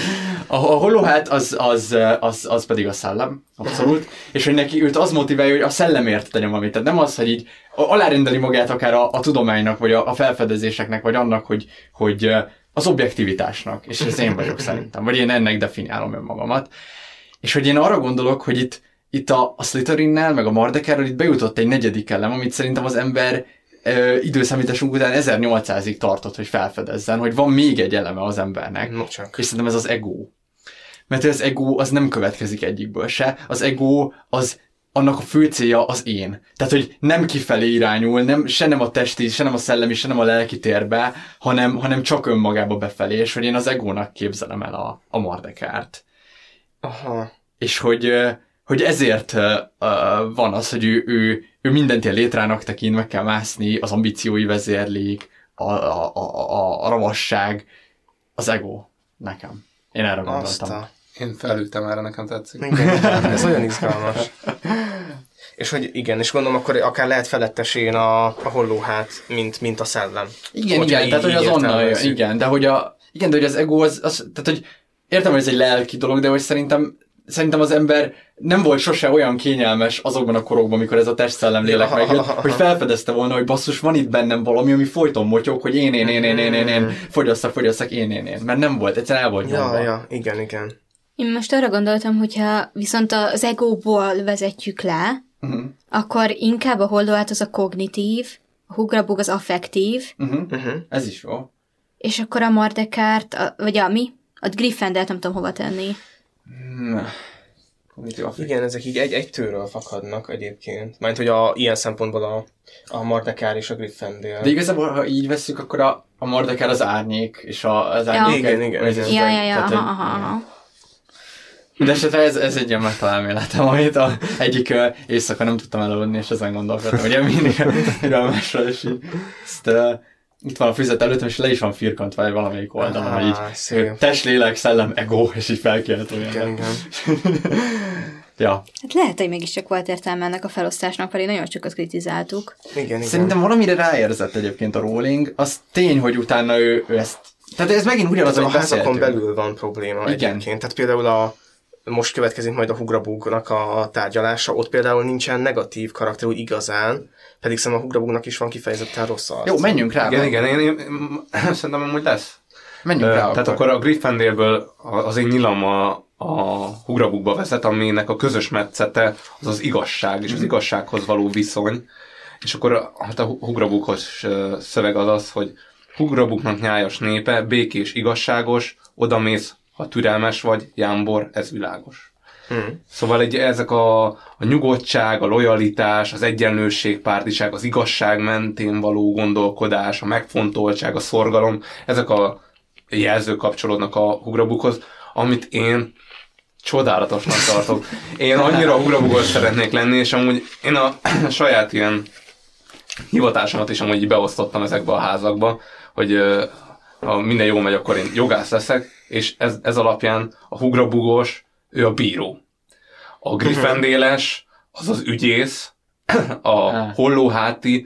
A hollóhát az pedig a szellem, abszolút, és hogy neki őt az motiválja, hogy a szellemért tegyen valamit. Tehát nem az, hogy így alárendeli magát akár a tudománynak, vagy a felfedezéseknek, vagy annak, hogy az objektivitásnak, és ez én vagyok szerintem, vagy én ennek definiálom önmagamat. És hogy én arra gondolok, hogy itt a Slytherinnel, meg a Mardekárral itt bejutott egy negyedik elem, amit szerintem az ember időszámításunk után 1800-ig tartott, hogy felfedezzen, hogy van még egy eleme az embernek. És szerintem ez az ego. Mert az ego az nem következik egyikből se. Az ego az annak a fő célja az én. Tehát, hogy nem kifelé irányul, se nem a testi, se nem a szellemi, se nem a lelki térbe, hanem csak önmagába befelé, és hogy én az egónak képzelem el a Mardekárt. Aha. És hogy ezért van az, hogy ő mindent ilyen létrának tekint, meg kell mászni, az ambíciói vezérlik, a ravasság, az ego nekem. Én erre gondoltam. Én felültem erre, nekem tetszik. Igen, ez olyan izgalmas. És hogy igen, és gondolom akkor akár lehet felettesén a hollóhát, mint a szellem. Igen, tehát hogy az onnan, igen, de hogy az ego az, tehát hogy értem, hogy ez egy lelki dolog, de hogy szerintem az ember nem volt sose olyan kényelmes azokban a korokban, amikor ez a test-szellem lélek megjött, hogy felfedezte volna, hogy basszus, van itt bennem valami, ami folyton motyog, hogy én, fogyasszak, én. Mert nem volt, egyszerűen el volt nyomva. Ja, igen. Én most arra gondoltam, hogyha viszont az egóból vezetjük le, akkor inkább a hollóhát az a kognitív, a hugrabug az affektív. Ez is jó. És akkor a Mardekárt, vagy a Gryffindort nem tudom hova tenni. Igen, ezek így egy tőről fakadnak egyébként. Mert hogy ilyen szempontból a Mardekár és a Gryffindor. De igazából, ha így vesszük, akkor a Mardekár az árnyék, és az árnyék... Igen. Ja. De esetre ez egy ilyen metaelméletem, amit egyik éjszaka nem tudtam elaludni, és ezen gondolkodtam, ugye mindig másról, és így itt van a füzet előttem, és le is van firkantva valamelyik oldalon, hogy így test, lélek, szellem, ego, és így felkiáltó. Igen. Ja. Hát lehet, hogy mégiscsak volt értelme ennek a felosztásnak, pedig nagyon sokat kritizáltuk. Igen. Szerintem valamire ráérzett egyébként a Rowling, az tény, hogy utána ő ezt... Tehát ez megint ugyanaz, hogy beszéltünk. A házakon belül van probléma egyébként. Tehát például most következik majd a Hugrabugnak a tárgyalása, ott például nincsen negatív karakter úgy igazán, pedig szerintem a Hugrabugnak is van kifejezetten rossz arc. Jó, menjünk rá. Igen, én szerintem amúgy lesz. Menjünk rá. Tehát akkor a Gryffindorből az én nyilam a Hugrabugba vezet, aminek a közös metszete az igazság, és az igazsághoz való viszony. És akkor hát a Hugrabughoz szöveg az, hogy Hugrabugnak nyájas népe, békés, igazságos, odamész, ha türelmes vagy, jámbor, ez világos. Szóval ezek a nyugodtság, a lojalitás, az egyenlőség, pártiság, az igazság mentén való gondolkodás, a megfontoltság, a szorgalom, ezek a jelzők kapcsolódnak a Hugrabughoz, amit én csodálatosnak tartok. Én annyira Hugrabugos szeretnék lenni, és amúgy én a saját ilyen hivatásomat is amúgy beosztottam ezekbe a házakba, hogy ha minden jól megy, akkor én jogász leszek, és ez alapján a Hugrabugos, ő a bíró. A Gryffindéles, az az ügyész, a hollóháti,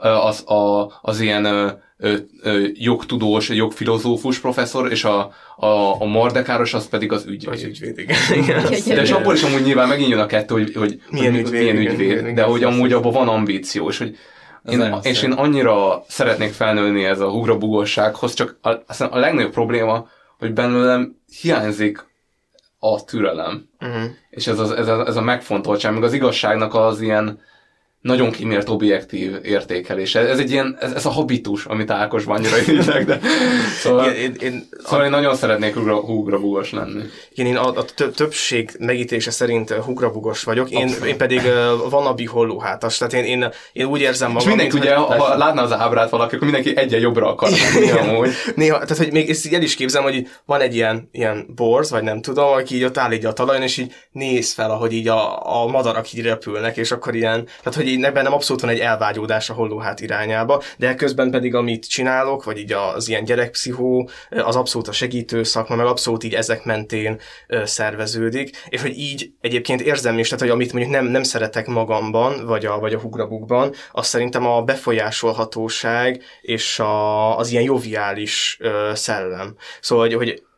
az ilyen jogtudós, jogfilozófus professzor, és a Mardekáros, az pedig az ügyvéd. Az ügyvéd, igen. De és abból is amúgy nyilván megint jön a kettő, hogy milyen ügyvéd, de hogy amúgy abban van ambíció, és hogy én annyira szeretnék felnőni ez a Hugrabugossághoz, csak a legnagyobb probléma, hogy belőlem hiányzik a türelem. És ez a megfontoltság, meg az igazságnak az ilyen nagyon kimért objektív értékelése. Ez egy ilyen, ez a habitus, amit Ákosban annyira írják, de szóval én nagyon szeretnék Hugrabugos lenni. Igen, én a többség megítése szerint Hugrabugos vagyok, én pedig wannabe hollóhátas, tehát én úgy érzem magam... És mindenki ugye, ha látna az ábrát valaki, akkor mindenki egyen jobbra akar menni amúgy. Néha, tehát hogy még ezt így el is képzelem, hogy van egy ilyen borz, vagy nem tudom, aki így ott áll így a talajon, és így néz fel, ahogy így a madarak így repülnek, és akkor ilyen, tehát hogy így bennem abszolút van egy elvágyódás a hollóhát irányába, de közben pedig amit csinálok, vagy így az ilyen gyerekpszichó, az abszolút a segítő szakma, meg abszolút így ezek mentén szerveződik, és hogy így egyébként érzem is, tehát hogy amit mondjuk nem szeretek magamban, vagy a Hugrabugban, az szerintem a befolyásolhatóság és az ilyen joviális szellem. Szóval, hogy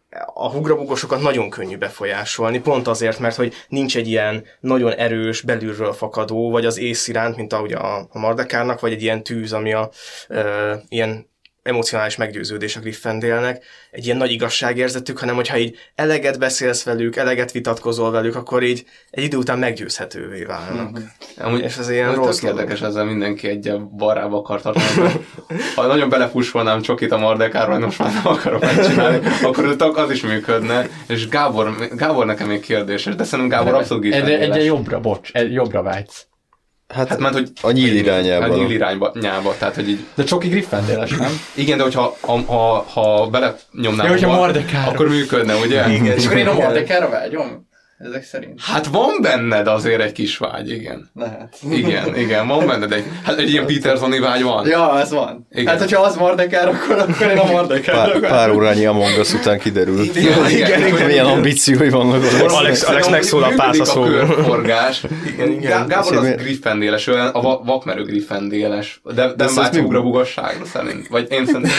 a ugrabugosokat nagyon könnyű befolyásolni, pont azért, mert hogy nincs egy ilyen nagyon erős, belülről fakadó, vagy az ész iránt, mint ahogy a Mardekárnak, vagy egy ilyen tűz, ami ilyen emocionális meggyőződés a Gryffindornek, egy ilyen nagy igazságérzetük, hanem hogyha így eleget beszélsz velük, eleget vitatkozol velük, akkor így egy idő után meggyőzhetővé válnak. És ez ilyen rossz érdekes, ezzel mindenki egy barrába akar tartani. Ha nagyon belefussolnám csokit a Mardekárra, most már nem akarok megcsinálni, akkor az is működne. És Gábor nekem még kérdéses, de szerintem Gábor abszolút Gryffindor-es. Egy jobbra vágysz. Hát ment, hogy a nyíl irányába. A nyíl irányába, tehát hogy így... De Csoki Gryffindor-es, nem? Igen, de hogyha ha belenyomnám, hogyha Mardekár, akkor működne, ugye? Igen, és akkor én a Mardekárra vágyom? Ezek szerint. Hát van benned azért egy kis vágy, igen. Lehet. Igen, van benned egy ilyen Petersoni vágy van. Ja, ez van. Igen. Hát, hogyha az Mardekár, akkor én a Mardekár. Pár órányi Among Us után kiderül. Igen. Milyen ambíciói vannak. Alex megszól a pászaszó. A körforgás. Gábor az Gryffindor-es, olyan a vakmerő Gryffindor-es. De nem vágy ugrabugasságra szerint. Vagy én szerintem...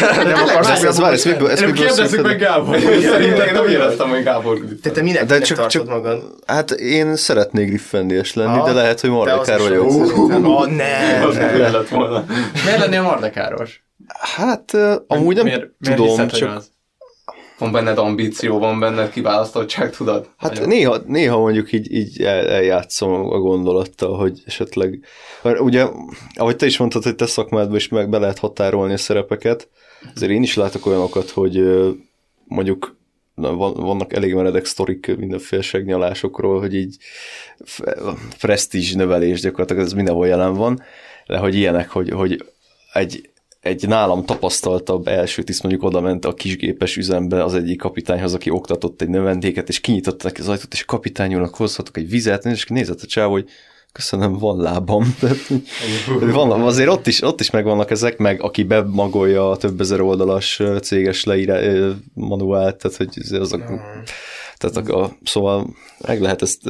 Nem kérdezzük meg Gábor. Szerintem én nem éreztem, hogy Gábor. Te minek tartod magad? Hát én szeretnék Gryffindor-es lenni, de lehet, hogy Mardekár vagyok. Miért lennél Mardekáros? Hát amúgy nem tudom, csak... Van benned ambíció, van benned kiválasztottság, tudod? Hát néha mondjuk így eljátszom a gondolattal, hogy esetleg... Mert ugye, ahogy te is mondtad, hogy te szakmádban is meg be lehet határolni a szerepeket, azért én is látok olyanokat, hogy mondjuk vannak elég meredek sztorik mindenféle segnyalásokról, hogy így presztízs növelés gyakorlatilag, ez mindenhol jelen van, de hogy ilyenek, hogy egy nálam tapasztaltabb első tiszt mondjuk oda ment a kisgépes üzembe az egyik kapitányhoz, aki oktatott egy növendéket, és kinyitotta neki az ajtót, és a kapitány úrnak hozhatok egy vizet, és nézett a csávó, hogy köszönöm, van lábam. Van, azért ott is megvannak ezek, meg aki bemagolja a több ezer oldalas céges manuált, tehát hogy szóval meg lehet ezt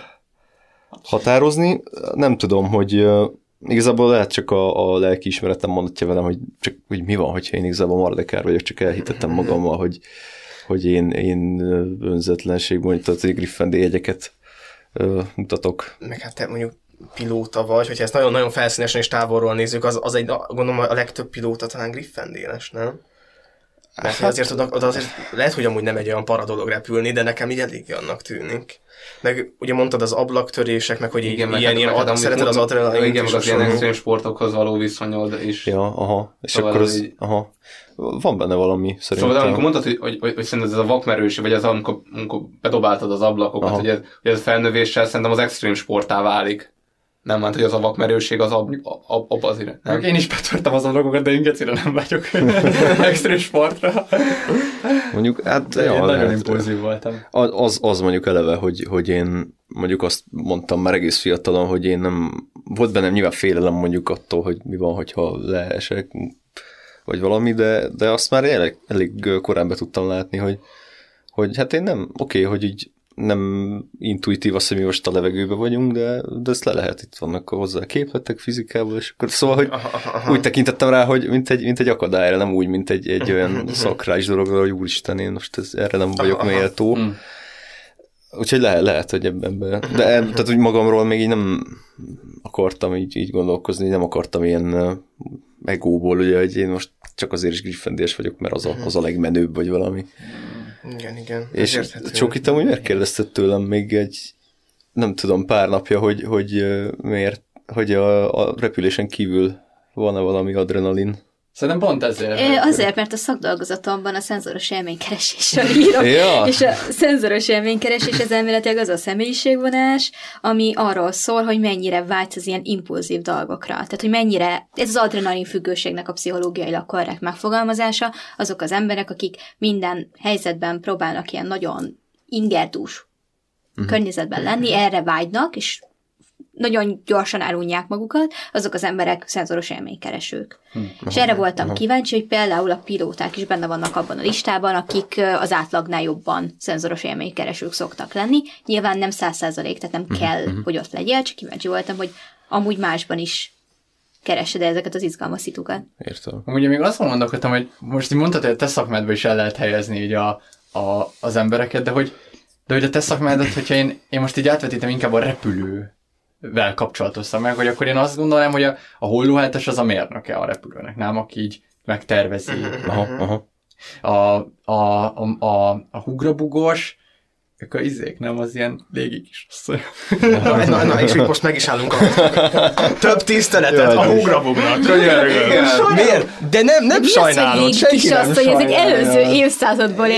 határozni. Nem tudom, hogy igazából lehet csak a lelkiismeretem mondatja velem, hogy mi van, hogyha én igazából Mardekár vagyok, csak elhitettem magammal, hogy én önzetlenségben mondjuk a Gryffindor jegyeket mutatok. Meg hát te mondjuk pilóta vagy, hogyha ezt nagyon-nagyon felszínesen és távolról nézzük, az egy, gondolom, a legtöbb pilóta talán Gryffindor-es, nem? Mert hát, azért lehet, hogy amúgy nem egy olyan para dolog repülni, de nekem így eléggé annak tűnik. Meg ugye mondtad az ablaktörések, meg hogy igen, szereted az adrenalin. Igen, meg az ilyen extrém sportokhoz való viszonyod is. Ja, aha. És szóval akkor az aha. Van benne valami szerintem. Szóval amikor mondtad, hogy szerinted ez a vakmerőség, vagy az, amikor bedobáltad az ablakokat, hogy ez felnövéssel szerintem az extrém sporttá válik. Nem ment, hogy az a vakmerőség az abba az irány. Én is betörtem az ablakokat, de én gecire nem vágyok extrém sportra. Mondjuk, hát én nagyon impulzív voltam. Az mondjuk eleve, hogy én mondjuk azt mondtam már egész fiatalon, hogy én nem, volt bennem nyilván félelem mondjuk attól, hogy mi van, hogyha leesek, vagy valami, de azt már elég korán be tudtam látni, hogy hát én nem, hogy így nem intuitív az, hogy mi most a levegőben vagyunk, de ezt le lehet, itt vannak hozzá képletek fizikából, és akkor szóval, hogy úgy tekintettem rá, hogy mint egy akadályra, nem úgy, mint egy olyan szakrális dologra, hogy úristen, én most erre nem vagyok méltó. Úgyhogy lehet, hogy ebben. De tehát úgy magamról még így nem akartam így gondolkozni, nem akartam ilyen egóból, ugye, hogy én most csak azért is Gryffindor-es vagyok, mert az a legmenőbb, vagy valami. Igen. És Csoki, te úgy megkérdezted tőlem még nem tudom, pár napja, hogy miért, hogy a repülésen kívül van-e valami adrenalin? Szerintem pont ezért. Azért, mert a szakdolgozatomban a szenzoros élménykeresésről írok, és a szenzoros élménykeresés az elméletileg az a személyiségvonás, ami arról szól, hogy mennyire vágysz az ilyen impulzív dolgokra. Tehát, hogy mennyire, ez az adrenalin függőségnek a pszichológiailag korrekt megfogalmazása, azok az emberek, akik minden helyzetben próbálnak ilyen nagyon ingerdús környezetben lenni, erre vágynak, és nagyon gyorsan elunják magukat, azok az emberek szenzoros élménykeresők. És erre voltam kíváncsi, hogy például a pilóták is benne vannak abban a listában, akik az átlagnál jobban szenzoros élménykeresők szoktak lenni. Nyilván nem 100%, tehát nem kell, hogy ott legyél, csak kíváncsi voltam, hogy amúgy másban is keresed ezeket az izgalmas szitukat. Értem. Ugye még azt gondolkodtam, hogy most így mondtad, hogy a te szakmádban is el lehet helyezni így a az embereket, de hogy a te szakmádat, hogyha én most így átvetítem inkább a repülővel kapcsolatos szakmák, hogy akkor én azt gondolom, hogy a hollóhátas az a mérnöke a repülőnek, nem, aki így megtervezi. A hugrabugós, ők a izék, nem az ilyen légik is. Na, és most meg is állunk a több tiszteletet a hugrabugnak. Miért? De nem sajnálod, senki nem sajnálod. Ezek előző évszázadból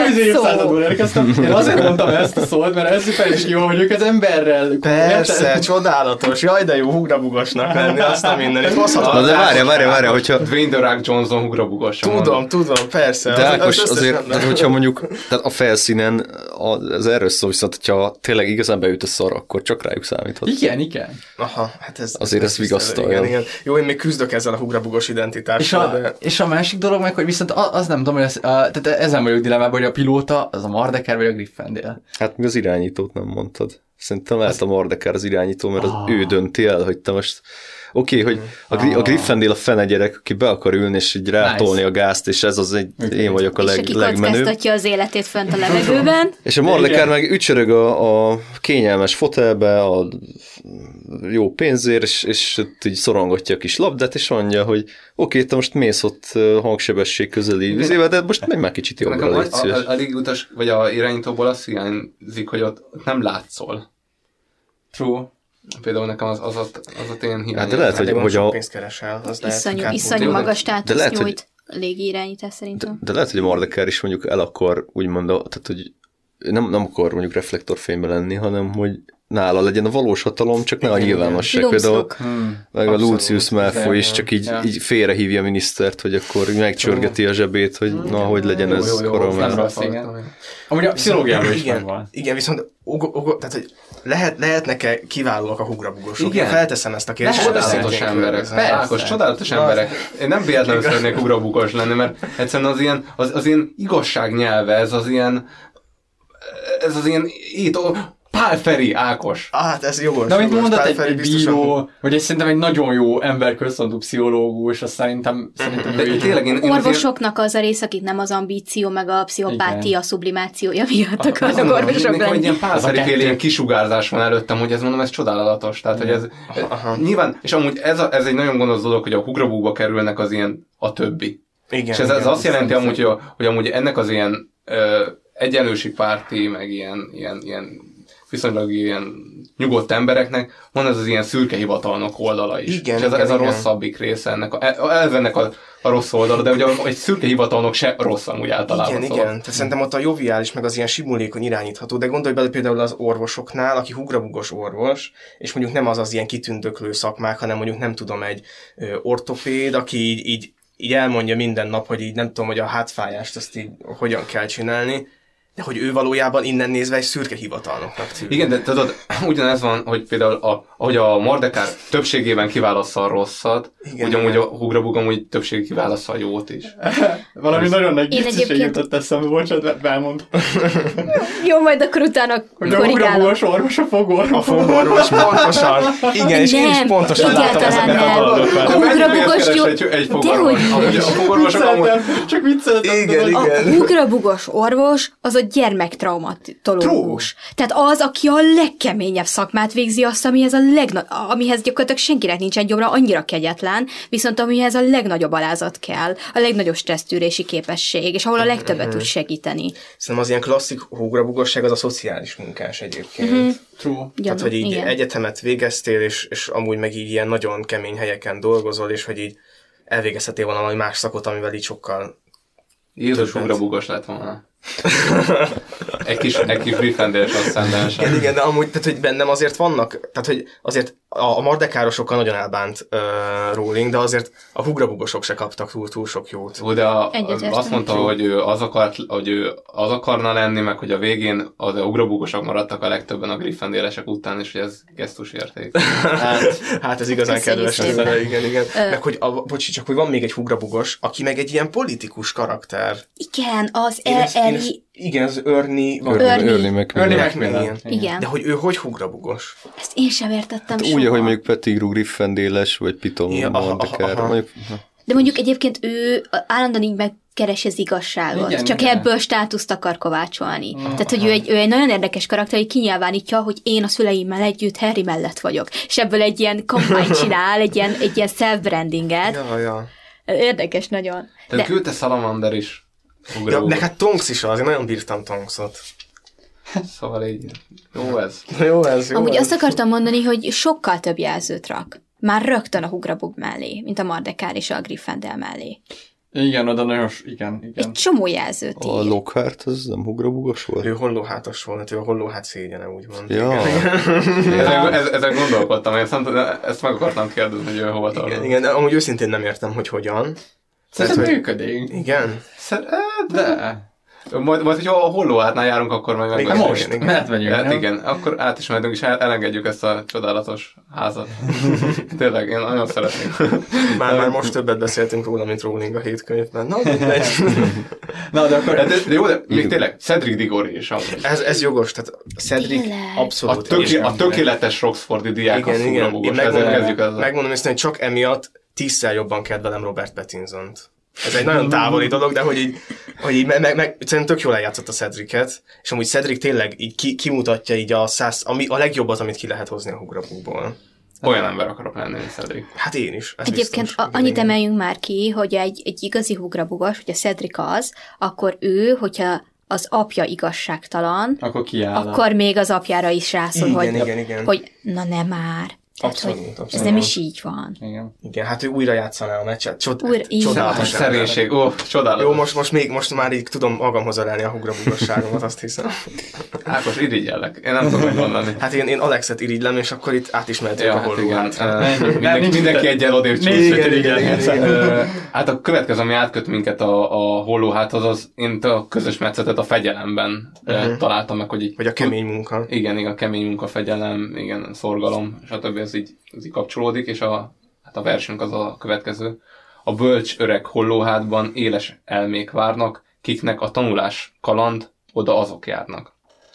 érkezett szó. Én azért mondtam ezt a szót, mert ez is jó, hogy ők az emberrel... Persze, csodálatos. Jaj, de jó hugrabugosnak lenni, azt a mindenit. Na de várja, hogyha... Dwayne The Rock Johnson hugrabugos. Tudom, persze. De Ákos, azért, hogyha mondjuk a felszínen az erről szó, viszont hogyha tényleg igazán beüt a szar, akkor csak rájuk számíthat. Igen. Aha, hát ez... Azért ez vigasztalja. Igen. Jó, én még küzdök ezzel a hugrabugos identitással, és a másik dolog meg, hogy viszont az nem tudom, hogy tehát ezen vagyok dilemmában, hogy a pilóta, az a Mardekár vagy a Gryffindor. Hát még az irányítót nem mondtad. Szerintem lehet a Mardekár az irányító, mert ő dönti el, hogy te most... Oké, hogy a Gryffindor a fene gyerek, aki be akar ülni, és így rátolni a gázt, és ez az én vagyok a legmenőbb. És aki kockáztatja az életét fönt a levegőben. És a Mardekár meg ücsörög a kényelmes fotelbe, a jó pénzért, és így szorongatja a kis labdát, és mondja, hogy oké, te most mész ott hangsebesség közeli vizével, de most menj már kicsit jobbra, légy szíves. A légutas, vagy a irányítóból azt hiányzik, hogy ott nem látszol. True. Például nekem az ilyen hiány. Hát de lehet, hogy sok pénzt keresel. Iszonyú magas státusz nyújt légi irányítás szerintem. De lehet, hogy a Mardekár is mondjuk el akar, úgymond, tehát hogy nem akar mondjuk reflektorfénybe lenni, hanem hogy nála legyen a valós hatalom, csak ne a nyilvánosság. Például meg a Lucius Malfoy is csak így félrehívja a minisztert, hogy akkor megcsörgeti a zsebét, hogy na, hogy legyen ez koromán. Amúgy a pszichológiában is megvan. Igen, viszont tehát, hogy lehetnek-e kiválóak a hugrabugosok? Igen. Felteszem ezt a kérdést. Csodálatos emberek. Ákos, csodálatos emberek. Én nem véletlenül szeretnék hugrabugos lenni, mert egyszerűen az ilyen igazság nyelve, ez az ilyen Pál Feri, Ákos. Hát ez jogos. De amit mondott egy bíró, vagy szerintem egy nagyon jó emberközpontú pszichológus, azt szerintem tényleg orvosoknak az a rész, akik nem az ambíció, meg a pszichopátia sublimációja miatt akarnak orvosok lenni. Egy ilyen Pál Feri fél ilyen kisugárzás van előttem, hogy ez mondom, ez csodálatos. Tehát, hogy ez nyilván, és amúgy ez egy nagyon gonosz dolog, hogy a hugrabúba kerülnek az ilyen a többi. Igen, és ez azt jelenti amúgy, hogy amúgy ennek az ilyen egyenlőségpárti, meg ilyen viszonylag ilyen nyugodt embereknek van ez az ilyen szürke hivatalnok oldala is. Igen, és ez a rosszabbik része ennek a rossz oldala, de ugye egy szürke hivatalnok se rossz amúgy általában. Igen. Tehát szerintem ott a joviális, meg az ilyen simulékony irányítható, de gondolj bele például az orvosoknál, aki hugrabugos orvos, és mondjuk nem az ilyen kitündöklő szakmák, hanem mondjuk nem tudom, egy ortopéd, aki így elmondja minden nap, hogy így nem tudom, hogy a hátfájást azt így hogyan kell csinálni, de hogy ő valójában innen nézve egy szürke hivatalnoknak tűnik. Igen, de tudod, ugyanez van, hogy például ahogy a Mardekár többségében kiválassza a rosszat, ugyanúgy a hugrabug amúgy többségében kiválassza a jót is. Valami nagyon nagy biztoség jutott eszembe, bocsánat, belmond. Jó, majd akkor utána hogy a hugrabugos orvos a fogorvos. A fogorvos, pontosan. Igen, és én is pontosan látom ezeket a dolgokat. A hugrabugos jó... A fogorvosok amúgy... Csak vicceltem. A hugrabugos orvos az a gyermektraumatológus. Tehát az, aki a legkeményebb szakmát végzi, azt, amihez gyakorlatilag senkinek nincsen jobbra, annyira kegyetlen, viszont amihez a legnagyobb alázat kell, a legnagyobb stressztűrési képesség, és ahol a legtöbbet tud segíteni. Szerintem az ilyen klasszik hugrabugosság az a szociális munkás egyébként. True. Tehát, hogy így egyetemet végeztél, és amúgy meg így ilyen nagyon kemény helyeken dolgozol, és hogy így elvégezhetél volna valami más szakot, amivel így sokkal... Jézus hugrabugos lett volna. egy kis Gryffindor-es asszendánssal. Igen, de amúgy, tehát, hogy bennem azért vannak, tehát, hogy azért a mardekárosokkal nagyon elbánt Rowling, de azért a hugrabugosok se kaptak túl sok jót. De azt mondta, hogy ő az akarna lenni, meg hogy a végén az hugrabugosok maradtak a legtöbben a Gryffindor-esek után, és hogy ez gesztusérték. Hát ez igazán kedves. Igen. Meg hogy, csak hogy van még egy hugrabugos, aki meg egy ilyen politikus karakter. Igen, az igen, az Ernie Macmillan. Igen. De hogy ő hogy hugrabugos? Ezt én sem értettem soha. Úgy, hogy mondjuk Pettigrew Gryffindor-es, vagy Piton Mardekár. De mondjuk egyébként ő állandóan így megkeres az igazságot, igen, csak igen. ebből státuszt akar kovácsolni. Tehát, hogy ő egy nagyon érdekes karakter, hogy kinyilvánítja, hogy én a szüleimmel együtt Harry mellett vagyok. És ebből egy ilyen kampányt csinál, egy ilyen self-brandinget. Ja. Érdekes nagyon. Tehát küldte Salamander is. Ja, de hát Tonks is az, én nagyon bírtam Tonksot. Szóval így, jó ez. Jó Amúgy ez. azt akartam mondani, hogy sokkal több jelzőt rak. Már rögtön a Hugrabug mellé, mint a Mardekár és a Gryffindor mellé. Igen, oda nagyon, igen. Egy csomó jelzőt A ír. Lockhart az nem Hugrabugos volt? Ő hollóhátos volt, ő a hollóhát szégyene, úgymond. Ja. Ezen gondolkodtam, én ezt meg akartam kérdezni, hogy ő hova tartott. Igen, de amúgy őszintén nem értem, hogy hogyan. Szerintem működik. Igen? De... Majd hogyha a hollóhátnál járunk, akkor meg Igen, most, mert megyünk, hát nem? igen, akkor át is megyünk, és elengedjük ezt a csodálatos házat. Tényleg, én nagyon szeretném. Már most többet beszéltünk róla, mint Rowling a 7 könyvben. Na, mindegy. Na, de akkor... De jó, de még tényleg, Cedric Diggory is amúgy. Ez jogos, tehát Cedric abszolút. A tökéletes Roxfordi diák a Hugrabugos, ezzel kezdjük ezzel. Megmondom ezt, hogy csak emiatt 10-szer jobban kedvelem Robert Pattinsont. Ez egy nagyon távoli dolog, de hogy így szerintem tök jól eljátszott a Cedricet, és amúgy Cedric tényleg így kimutatja így a legjobbat, amit ki lehet hozni a Hugrabugból. Olyan ember akarok lenni, Cedric. Hát én is. Egyébként annyit emeljünk már ki, hogy egy igazi Hugrabugos, hogy a Cedric az, akkor ő, hogyha az apja igazságtalan, akkor még az apjára is rászól, igen. hogy na ne már. Tehát, abszolút. Ez nem is így van. Igen, hát ő újra játszaná a meccset. Csodálatos szerénység. Csodálatos. Jó, most már így tudom magamhoz ölelni a Hugrabugosságomat, azt hiszem. Ákos, irigyellek. Én nem tudom mondani. Hát én Alexet irigylem, és akkor itt átismertünk a hollóhátra. Mindenki egyen odébb Igen. Hát a következő, ami átköt minket a hollóháthoz, az én a közös metszetet a fegyelemben találtam meg, hogy így... Vagy a kemény munka. Igen, a kemény munka, fegyelem, igen, szorgalom, stb. Ez így kapcsolódik, és a versünk az a következő. A bölcs öreg hollóhátban éles elmék várnak, kiknek a tanulás kaland, oda azok járnak.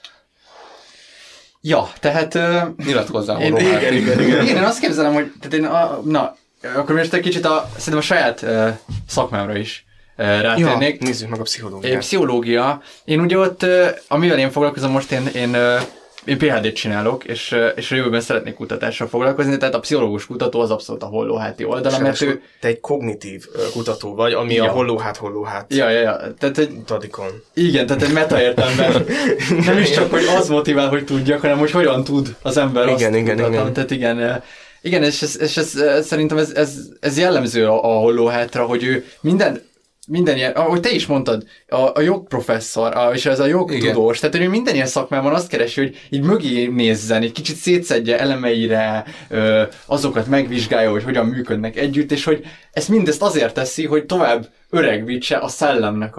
Ja, tehát... Nyilatkozzál hollóhát. Igen, én azt képzelem, hogy... Tehát akkor most egy kicsit szerintem a saját szakmámra is rátérnék. Ja, nézzük meg a pszichológiát. Pszichológia. Én ugye ott, amivel én foglalkozom most, én PhD-t csinálok, és a jövőben szeretnék kutatással foglalkozni, tehát a pszichológus kutató az abszolút a hollóháti oldala, mert ő... Te egy kognitív kutató vagy, ami a hollóhát. Ja. Tehát egy... Utadikon. Igen, tehát egy meta értelemben. Nem is csak, hogy az motivál, hogy tudjak, hanem hogy hogyan tud az ember azt kutatni. Tehát igen, és ez, szerintem ez jellemző a hollóhátra, hogy ő minden ilyen, ahogy te is mondtad, a jogprofesszor, és ez a jogtudós, tehát ő minden ilyen szakmában azt keresi, hogy így mögé nézzen, egy kicsit szétszedje elemeire, azokat megvizsgálja, hogy hogyan működnek együtt, és hogy mindezt azért teszi, hogy tovább öregvítse a szellemnek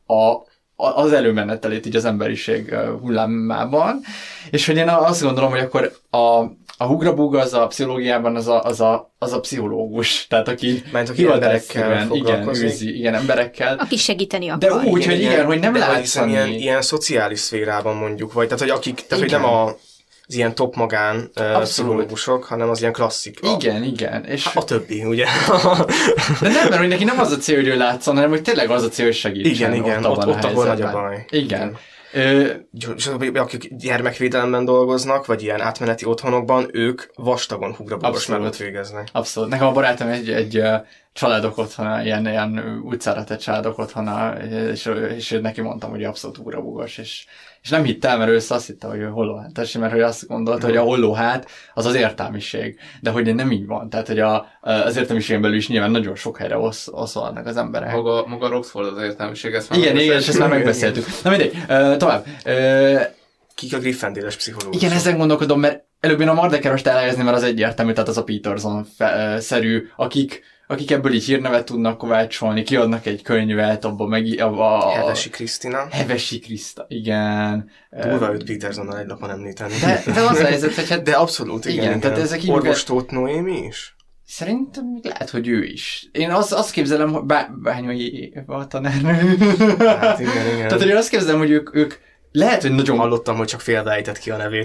az előmenetelét így az emberiség hullámában. És hogy én azt gondolom, hogy akkor a Hugrabug az a pszichológiában az a pszichológus, tehát aki emberekkel foglalkozik. Igen, emberekkel. Aki segíteni akar. De úgy, hogy igen, hogy nem látszani. Ilyen szociális szférában mondjuk, vagy, tehát hogy nem az ilyen top magán pszichológusok, hanem az ilyen klasszik. Igen. És a többi, ugye? De nem, mert neki nem az a cél, hogy ő látszon, hanem hogy tényleg az a cél, hogy segítsen. Igen, ott ahol nagy a baj. Igen. Akik gyermekvédelemben dolgoznak, vagy ilyen átmeneti otthonokban, ők vastagon Hugrabugos melót végeznek. Abszolút. Nekem a barátom egy családok otthona, ilyen utcára tett családok otthona, és neki mondtam, hogy abszolút Hugrabugos, és nem hittem, mert ő azt hitte, hogy ő hollóhátas, mert hogy azt gondolta, hogy a hollóhát az értelmiség, de hogy nem így van. Tehát, hogy az értelmiségen belül is nyilván nagyon sok helyre oszolnak az emberek. Maga Roxford az értelmiség, ezt igen, és ezt már megbeszéltük. Na mindegy, tovább. Kik a Gryffindor-es pszichológus? Igen, ezen gondolkodom, mert előbb én a Mardekerost elhelyezni, mert az egyértelmű, tehát az a Peterson-szerű, akik ebből így hírnevet tudnak kovácsolni, kiadnak egy könyvet, abban Hevesi Krisztina. Hevesi Kriszta, igen. Durva őt Petersonnal egy lapon említeni. De az a helyzet, hogy de abszolút, igen. Tehát ezek Orvos Tóth Noémi is? Szerintem lehet, hogy ő is. Én azt képzelem, hogy Bányai Éva tanárnő. Hát igen. Tehát, hogy én azt képzelem, hogy ők lehet, hogy nagyon... Hallottam, hogy csak félrejtett ki a nevét.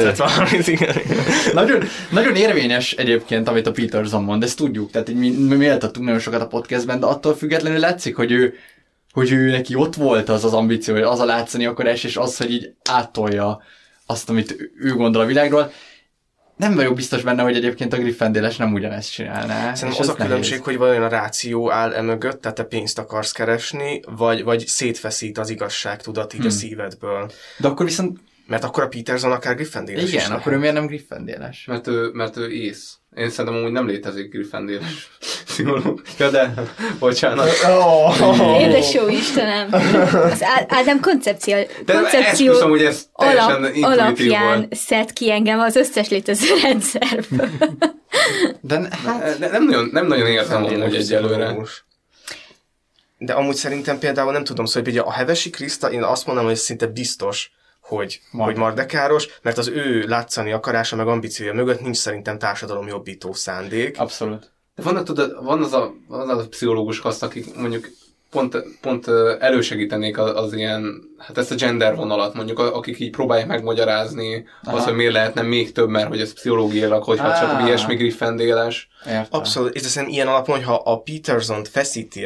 nagyon érvényes egyébként, amit a Peterson mond, ezt tudjuk, tehát mi méltattunk nagyon sokat a podcastben, de attól függetlenül látszik, hogy ő neki ott volt az ambíció, hogy az a látszani akarás, és az, hogy így áttolja azt, amit ő gondol a világról. Nem vagyok biztos benne, hogy egyébként a Gryffindor-es nem ugyanezt csinálná. Szerintem az a különbség, hogy vajon a ráció áll emögött, tehát te pénzt akarsz keresni, vagy szétfeszít az igazságtudat így a szívedből. De akkor viszont... Mert akkor a Peterson akár Gryffindor-es is igen, akkor ő miért nem Gryffindor-es? Mert ő ész. Én szerintem amúgy nem létezik Gryffindor-es pszichológus. Ja, de, bocsánat. Édes jó Istenem! Az Ádám koncepció hogy ez alapján szed ki engem az összes létező rendszerből. De nem nagyon értem amúgy egyelőre. De amúgy szerintem például nem tudom, szóval hogy a Hevesi Kriszta, én azt mondom, hogy ez szinte biztos, hogy mardekáros, mert az ő látszani akarása meg ambíciója mögött nincs szerintem társadalomjobbító szándék. Abszolút. De van az a pszichológus kaszt, akik mondjuk pont elősegítenék az ilyen, hát ezt a gender vonalat mondjuk, akik így próbálják megmagyarázni azt, hogy miért lehetne még több, mert hogy ez pszichológiailag, hogyha csak ilyesmi Gryffindor-es. Abszolút, és szerintem ilyen alapon, hogyha a Peterson-t feszíti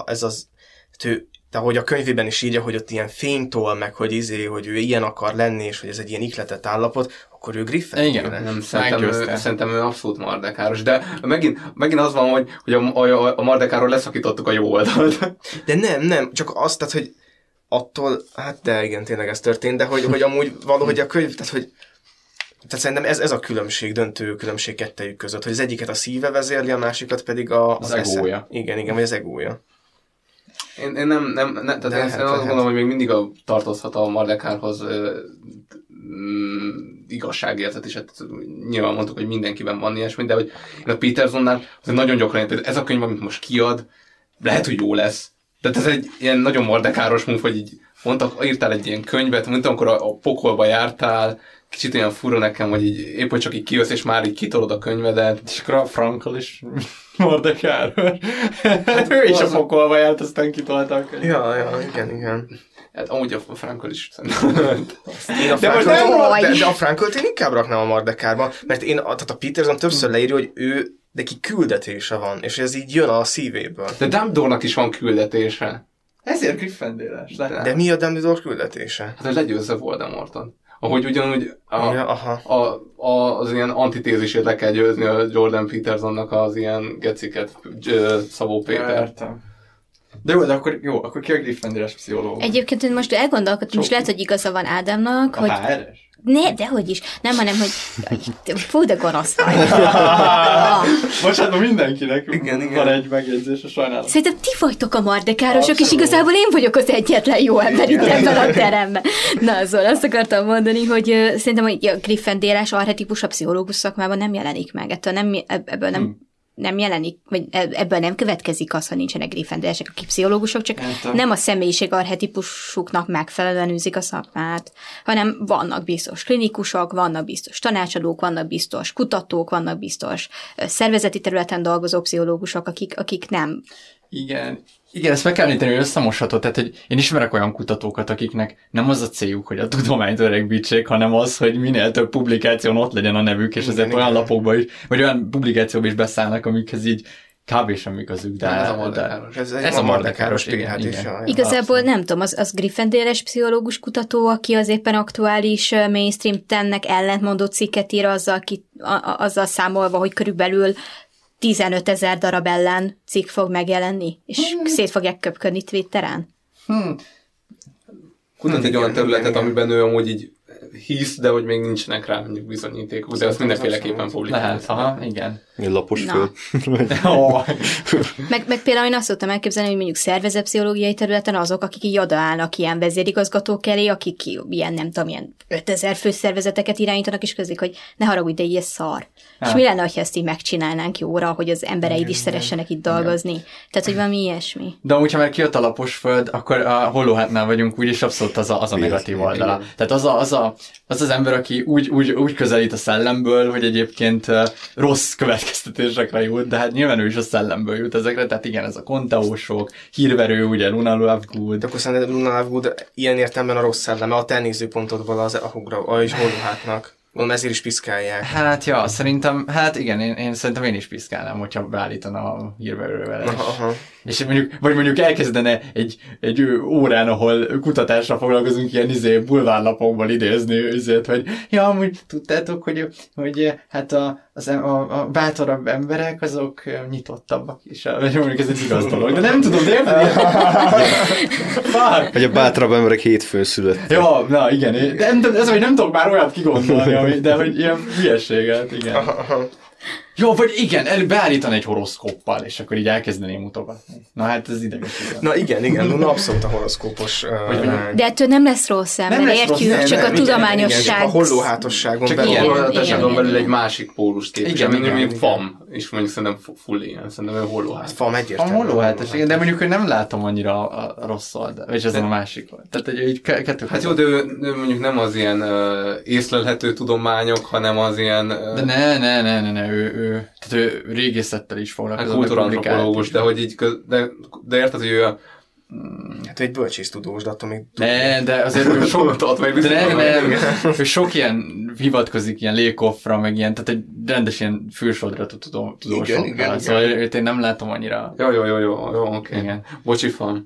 de hogy a könyvében is írja, hogy ott ilyen fénytól, meg hogy ő ilyen akar lenni, és hogy ez egy ilyen ihletett állapot, akkor ő Gryffindor. Igen, nem, szerintem ő abszolút mardekáros. De megint az van, hogy a mardekáról leszakítottuk a jó oldalt. De nem, csak azt, tehát, hogy attól, hát de igen, tényleg ez történt, de hogy amúgy valahogy a könyv, tehát szerintem ez a döntő különbség kettejük között, hogy az egyiket a szíve vezérli, a másikat pedig az egója. Igen, vagy az egója. Én azt gondolom, hogy még mindig tartozhat a Mardekárhoz igazságérzet is. Hát nyilván mondtuk, hogy mindenkiben van ilyesmi, de hogy én a Petersonnál nagyon gyakran, például ez a könyv, amit most kiad, lehet, hogy jó lesz. Tehát ez egy ilyen nagyon mardekáros move, hogy így írtál egy ilyen könyvet, mint amikor a pokolba jártál, kicsit olyan fura nekem, hogy így, épp hogy csak így kijössz, és már így kitolod a könyvedet. És akkor a Frankl is mardekáros. Hát ő is a pokolba járt, aztán kitolta a könyvet. Ja, igen. Hát amúgy a Frankl is de a Franklt én inkább raknám a Mardekárba, mert a Peterson többször leírja, hogy ő neki küldetése van, és ez így jön a szívéből. De Dumbledore-nak is van küldetése. Ezért Gryffindor-es. De mi a Dumbledore küldetése? Hát, hogy legyőzze Voldemortot. Ahogy ugyanúgy az ilyen antitézisét le kell győzni a Jordan Petersonnak az ilyen geciket, Szabó Péter. Értem. De jó, akkor ki a Gryffindor-es pszichológus? Egyébként én most elgondolkodtam, és lehet, hogy igaza van Ádámnak, hogy... HR-es? Ne, dehogy is. Nem, hanem, hogy fú, de gonosz vagy. Bocsánat, mindenkinek van egy megjegyzés, a sajnálat. Szerintem ti vagytok a mardekárosok, és igazából én vagyok az egyetlen jó ember itt ebben a teremben. Na, szóval azt akartam mondani, hogy szerintem a Gryffindor-es archetipus a pszichológus szakmában nem jelenik meg. Ebből nem jelenik, vagy ebből nem következik az, ha nincsenek Gryffindor-esek, akik pszichológusok, csak nem a személyiség archetipusuknak megfelelően űzik a szakmát, hanem vannak biztos klinikusok, vannak biztos tanácsadók, vannak biztos kutatók, vannak biztos szervezeti területen dolgozó pszichológusok, akik nem. Igen, ezt meg kell említeni, hogy összemosható. Tehát, hogy én ismerek olyan kutatókat, akiknek nem az a céljuk, hogy a tudományt öregbítsék, hanem az, hogy minél több publikáción ott legyen a nevük, és ezért olyan lapokban is, vagy olyan publikációban is beszállnak, amikhez így kb. Semmi közük, de ez a mardekáros. Ez a mardekáros PhD is. Igazából nem tudom, az Gryffindor-es pszichológus kutató, aki az éppen aktuális mainstream 10-nek ellentmondó cikket ír azzal számolva, hogy körülbelül 15 000 darab ellen cikk fog megjelenni, és szét fogják köpködni Twitteren. Kutat egy olyan területet, amiben ő amúgy így hisz, de hogy még nincsenek rá mondjuk bizonyítékok, de azt mindenféleképpen publikálni. Lehet, igen. Lapos föld. meg például én azt szoktam elképzelni, hogy mondjuk szervezetpszichológiai területen azok, akik így odaállnak ilyen vezérigazgatók elé, akik ilyen, nem tudom, ilyen 5000 fős szervezeteket irányítanak, és közlik, hogy ne haragudj, de így ez szar. És mi lenne, ha ezt így megcsinálnánk jóra, hogy az embereid is szeressenek itt dolgozni? Tehát, hogy valami ilyesmi. De amúgy, ha már kijött a lapos föld, akkor a Hollóhátnál vagyunk, úgyis abszolút az a negatív oldala. Tehát az ember, aki úgy közelít a szellemből, hogy egyébként rossz következtetésekre jut, de hát nyilván ő is a szellemből jut ezekre, tehát igen, ez a konteósok, hírverő, ugye Luna Lovegood. De akkor szerintem Luna Lovegood ilyen értelemben a rossz szelleme, a te nézőpontodból az a Hollóhátnak. Mondom, ezért is piszkálják. Hát ja, szerintem, hát igen, én szerintem én is piszkálnám, hogyha beállítana a hírverővel. És mondjuk elkezdene egy órán, ahol kutatással foglalkozunk, ilyen bulvárlapokból idézni őzét, hogy ja, amúgy tudtátok, hogy hát a bátorabb emberek, azok nyitottabbak is. Mondjuk ez egy igaz dolog, de nem tudom, de hogy a bátrabb emberek hétfőn születtek. Ja, na igen, nem tudok már olyat kigondolni, de hogy ilyen hülyeséget, igen. Jó, vagy igen, beállítani egy horoszkóppal, és akkor így elkezdeném mutogatni. Na hát ez ideges. Na igen, Luna abszolút a horoszkópos. De ettől nem lesz rossz ember, értjük, csak a tudományosság. A hollóhátosságon belül egy másik pólust képvisel, mint FAM, és mondjuk szerintem full ilyen, szerintem hollóhát. FAM egyértelmű. A hollóhátos, igen, de mondjuk, hogy nem látom annyira a rossz oldal, és ez a másik oldal. Tehát egy kettő. Hát jó, de mondjuk nem az ilyen észlelhető tudományok, hanem az ilyen... De ne, ő régészettel is foglalkozott. Hát kultúrantropológus, de hogy így, de érted, hogy ő hát egy bölcsésztudós, de attól még... De azért ő sok ilyen hivatkozik ilyen Lékoffra, meg ilyen, tehát egy rendes ilyen fősodratú tudósok. Szóval őt én nem látom annyira. Jó, oké. Igen. Bocsi, fan.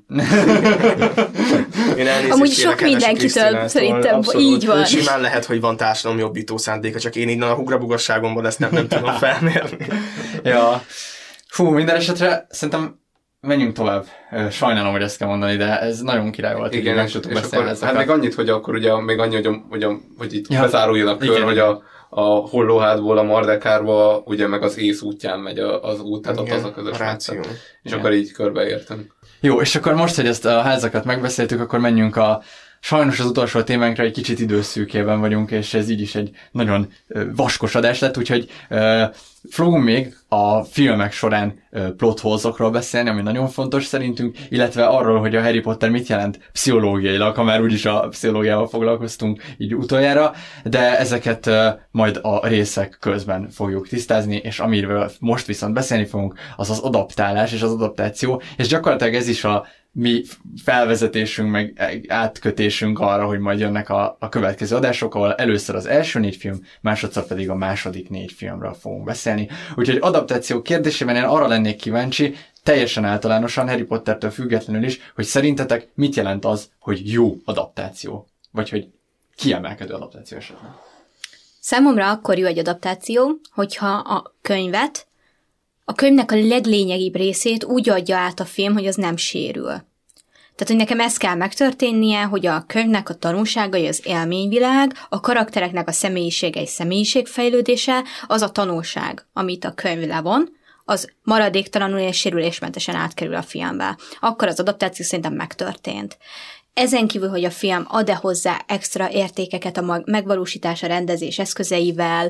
Amúgy sok mindenkitől szerintem így van. Simán lehet, hogy van társadalomjobbító szándéka, csak én innen a hugrabugasságomból ezt nem tudom felmérni. Ja. Fú, minden esetre szerintem menjünk tovább. Sajnálom, hogy ezt kell mondani, de ez nagyon király volt. Igen, és akkor, hát meg annyit, hogy akkor ugye még annyi, hogy itt bezáruljon a kör, igen, hogy a Hollóhátból a Mardekárba, ugye meg az ész útján megy az út, tehát ott az a közös metszet. És akkor így körbeértünk. Jó, és akkor most, hogy ezt a házakat megbeszéltük, akkor menjünk sajnos az utolsó témánkra, egy kicsit időszűkében vagyunk, és ez így is egy nagyon vaskos adás lett, úgyhogy fogunk még a filmek során plot holes-okról beszélni, ami nagyon fontos szerintünk, illetve arról, hogy a Harry Potter mit jelent pszichológiailag, ha már úgyis a pszichológiával foglalkoztunk így utoljára, de ezeket majd a részek közben fogjuk tisztázni, és amiről most viszont beszélni fogunk, az az adaptálás és az adaptáció, és gyakorlatilag ez is a mi felvezetésünk, meg átkötésünk arra, hogy majd jönnek a következő adások, ahol először az első 4 film, másodszor pedig a második 4 filmről fogunk beszélni. Úgyhogy adaptáció kérdésében én arra lennék kíváncsi, teljesen általánosan, Harry Pottertől függetlenül is, hogy szerintetek mit jelent az, hogy jó adaptáció? Vagy hogy kiemelkedő adaptáció esetben? Számomra akkor jó egy adaptáció, hogyha a könyvnek a leglényegibb részét úgy adja át a film, hogy az nem sérül. Tehát, hogy nekem ez kell megtörténnie, hogy a könyvnek a tanulságai az élményvilág, a karaktereknek a személyisége és személyiségfejlődése, az a tanulság, amit a könyv levon, az maradéktalanul és sérülésmentesen átkerül a filmbe. Akkor az adaptáció szerintem megtörtént. Ezen kívül, hogy a film ad-e hozzá extra értékeket a megvalósítása rendezés eszközeivel,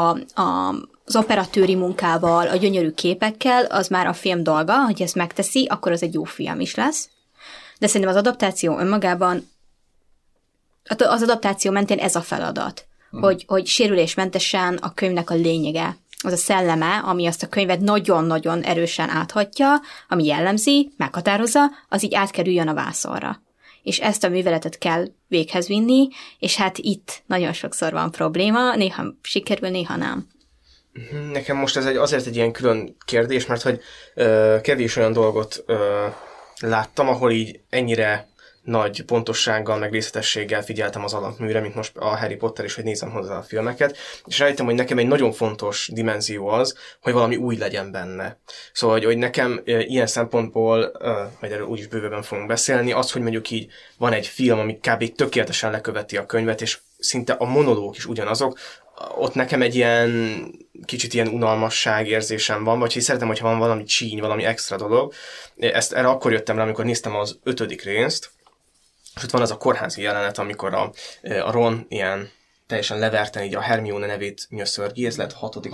az operatőri munkával, a gyönyörű képekkel, az már a film dolga, hogy ezt megteszi, akkor az egy jó film is lesz. De szerintem az adaptáció önmagában, az adaptáció mentén ez a feladat, hogy sérülésmentesen a könyvnek a lényege, az a szelleme, ami azt a könyvet nagyon-nagyon erősen áthatja, ami jellemzi, meghatározza, az így átkerüljön a vászonra. És ezt a műveletet kell véghez vinni, és hát itt nagyon sokszor van probléma, néha sikerül, néha nem. Nekem most ez azért egy ilyen külön kérdés, mert hogy kevés olyan dolgot láttam, ahol így ennyire nagy pontossággal, meg részletességgel figyeltem az alapműre, mint most a Harry Potter, és hogy nézem hozzá a filmeket, és rájöttem, hogy nekem egy nagyon fontos dimenzió az, hogy valami új legyen benne. Szóval, hogy nekem ilyen szempontból, vagy erről úgyis bővebben fogunk beszélni, az, hogy mondjuk így van egy film, ami kb. Tökéletesen leköveti a könyvet, és szinte a monológok is ugyanazok, ott nekem egy ilyen kicsit ilyen unalmasság érzésem van, vagy hogy szeretem, hogyha van valami csíny, valami extra dolog. Erre akkor jöttem rá, amikor néztem az 5. részt, és ott van az a kórházi jelenet, amikor a Ron ilyen teljesen leverten így a Hermione nevét nyöszörgi, ez lehet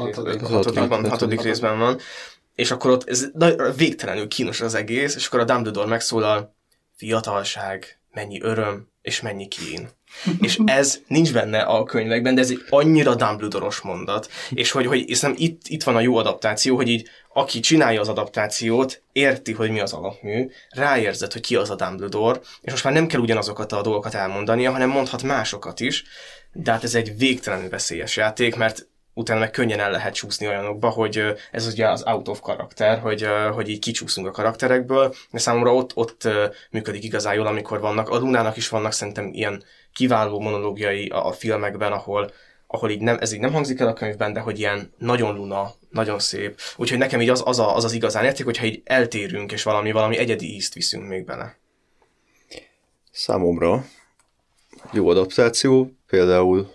6. részben van, és akkor ott ez végtelenül kínos az egész, és akkor a Dumbledore megszólal, fiatalság, mennyi öröm, és mennyi kín. És ez nincs benne a könyvekben, de ez egy annyira Dumbledore-os mondat. És hogy itt van a jó adaptáció, hogy így aki csinálja az adaptációt, érti, hogy mi az alapmű, ráérzed, hogy ki az a Dumbledore, és most már nem kell ugyanazokat a dolgokat elmondania, hanem mondhat másokat is, de hát ez egy végtelenül veszélyes játék, mert utána meg könnyen el lehet csúszni olyanokba, hogy ez ugye az out of karakter, hogy így kicsúszunk a karakterekből, de számomra ott működik igazán jól, amikor vannak. A Lunának is vannak szerintem ilyen kiváló monológiai a filmekben, ahol így ez így nem hangzik el a könyvben, de hogy ilyen nagyon Luna, nagyon szép. Úgyhogy nekem így az igazán érték, hogyha így eltérünk, és valami egyedi ízt viszünk még bele. Számomra jó adaptáció, például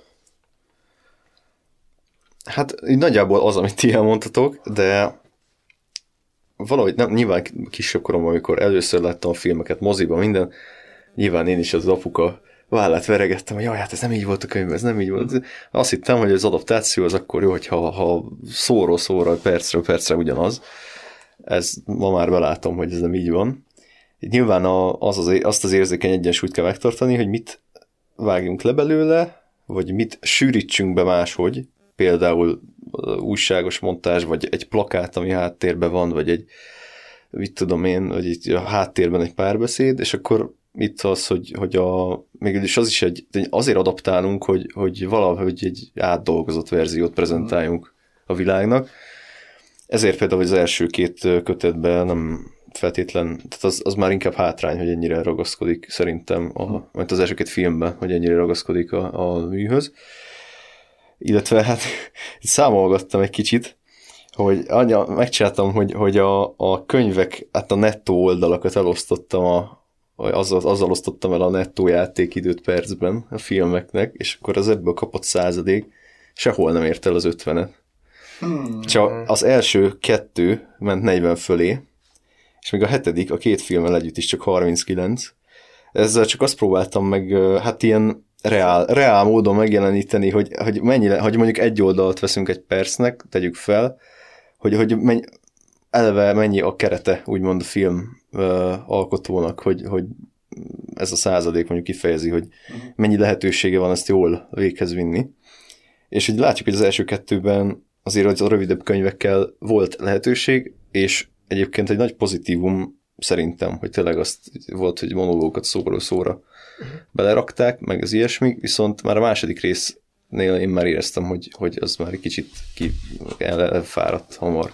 hát nagyjából az, amit ti elmondtatok, de valahogy nyilván kisebb koromban, amikor először láttam a filmeket moziban, minden, nyilván én is az apuka vállát veregettem, hogy jaj, hát ez nem így volt a könyvben, ez nem így volt. Azt hittem, hogy az adaptáció az akkor jó, hogyha szóról szóra, percről percre ugyanaz. Ez ma már belátom, hogy ez nem így van. Nyilván azt az érzékeny egyensúlyt kell megtartani, hogy mit vágjunk le belőle, vagy mit sűrítsünk be máshogy, például újságos montázs, vagy egy plakát, ami háttérben van, vagy egy, mit tudom én, vagy itt a háttérben egy párbeszéd, és akkor itt az, hogy mégis az is azért adaptálunk, hogy valahogy egy átdolgozott verziót prezentáljunk a világnak. Ezért például az első 2 kötetben nem feltétlen, tehát az már inkább hátrány, hogy ennyire ragaszkodik szerintem, majd az első 2 filmben, hogy ennyire ragaszkodik a műhöz. Illetve hát számolgattam egy kicsit, hogy megcsináltam, hogy a könyvek, hát a nettó oldalakat elosztottam, azzal osztottam el a nettó játékidőt percben a filmeknek, és akkor az ebből kapott századék sehol nem ért el az 50-et. Csak az első 2 ment 40 fölé, és még a 7., a 2 filmmel együtt is csak 39. Ezzel csak azt próbáltam meg, hát ilyen reál módon megjeleníteni, hogy mondjuk egy oldalt veszünk egy percnek, tegyük fel, hogy eleve mennyi a kerete, úgymond a film alkotónak, hogy ez a századék mondjuk kifejezi, hogy mennyi lehetősége van ezt jól véghez vinni. És hogy látjuk, hogy az első 2-ben azért a rövidebb könyvekkel volt lehetőség, és egyébként egy nagy pozitívum szerintem, hogy tényleg azt volt, hogy monológokat szóról szóra belerakták, meg az ilyesmi, viszont már a második résznél én már éreztem, hogy az már egy kicsit elfáradt hamar.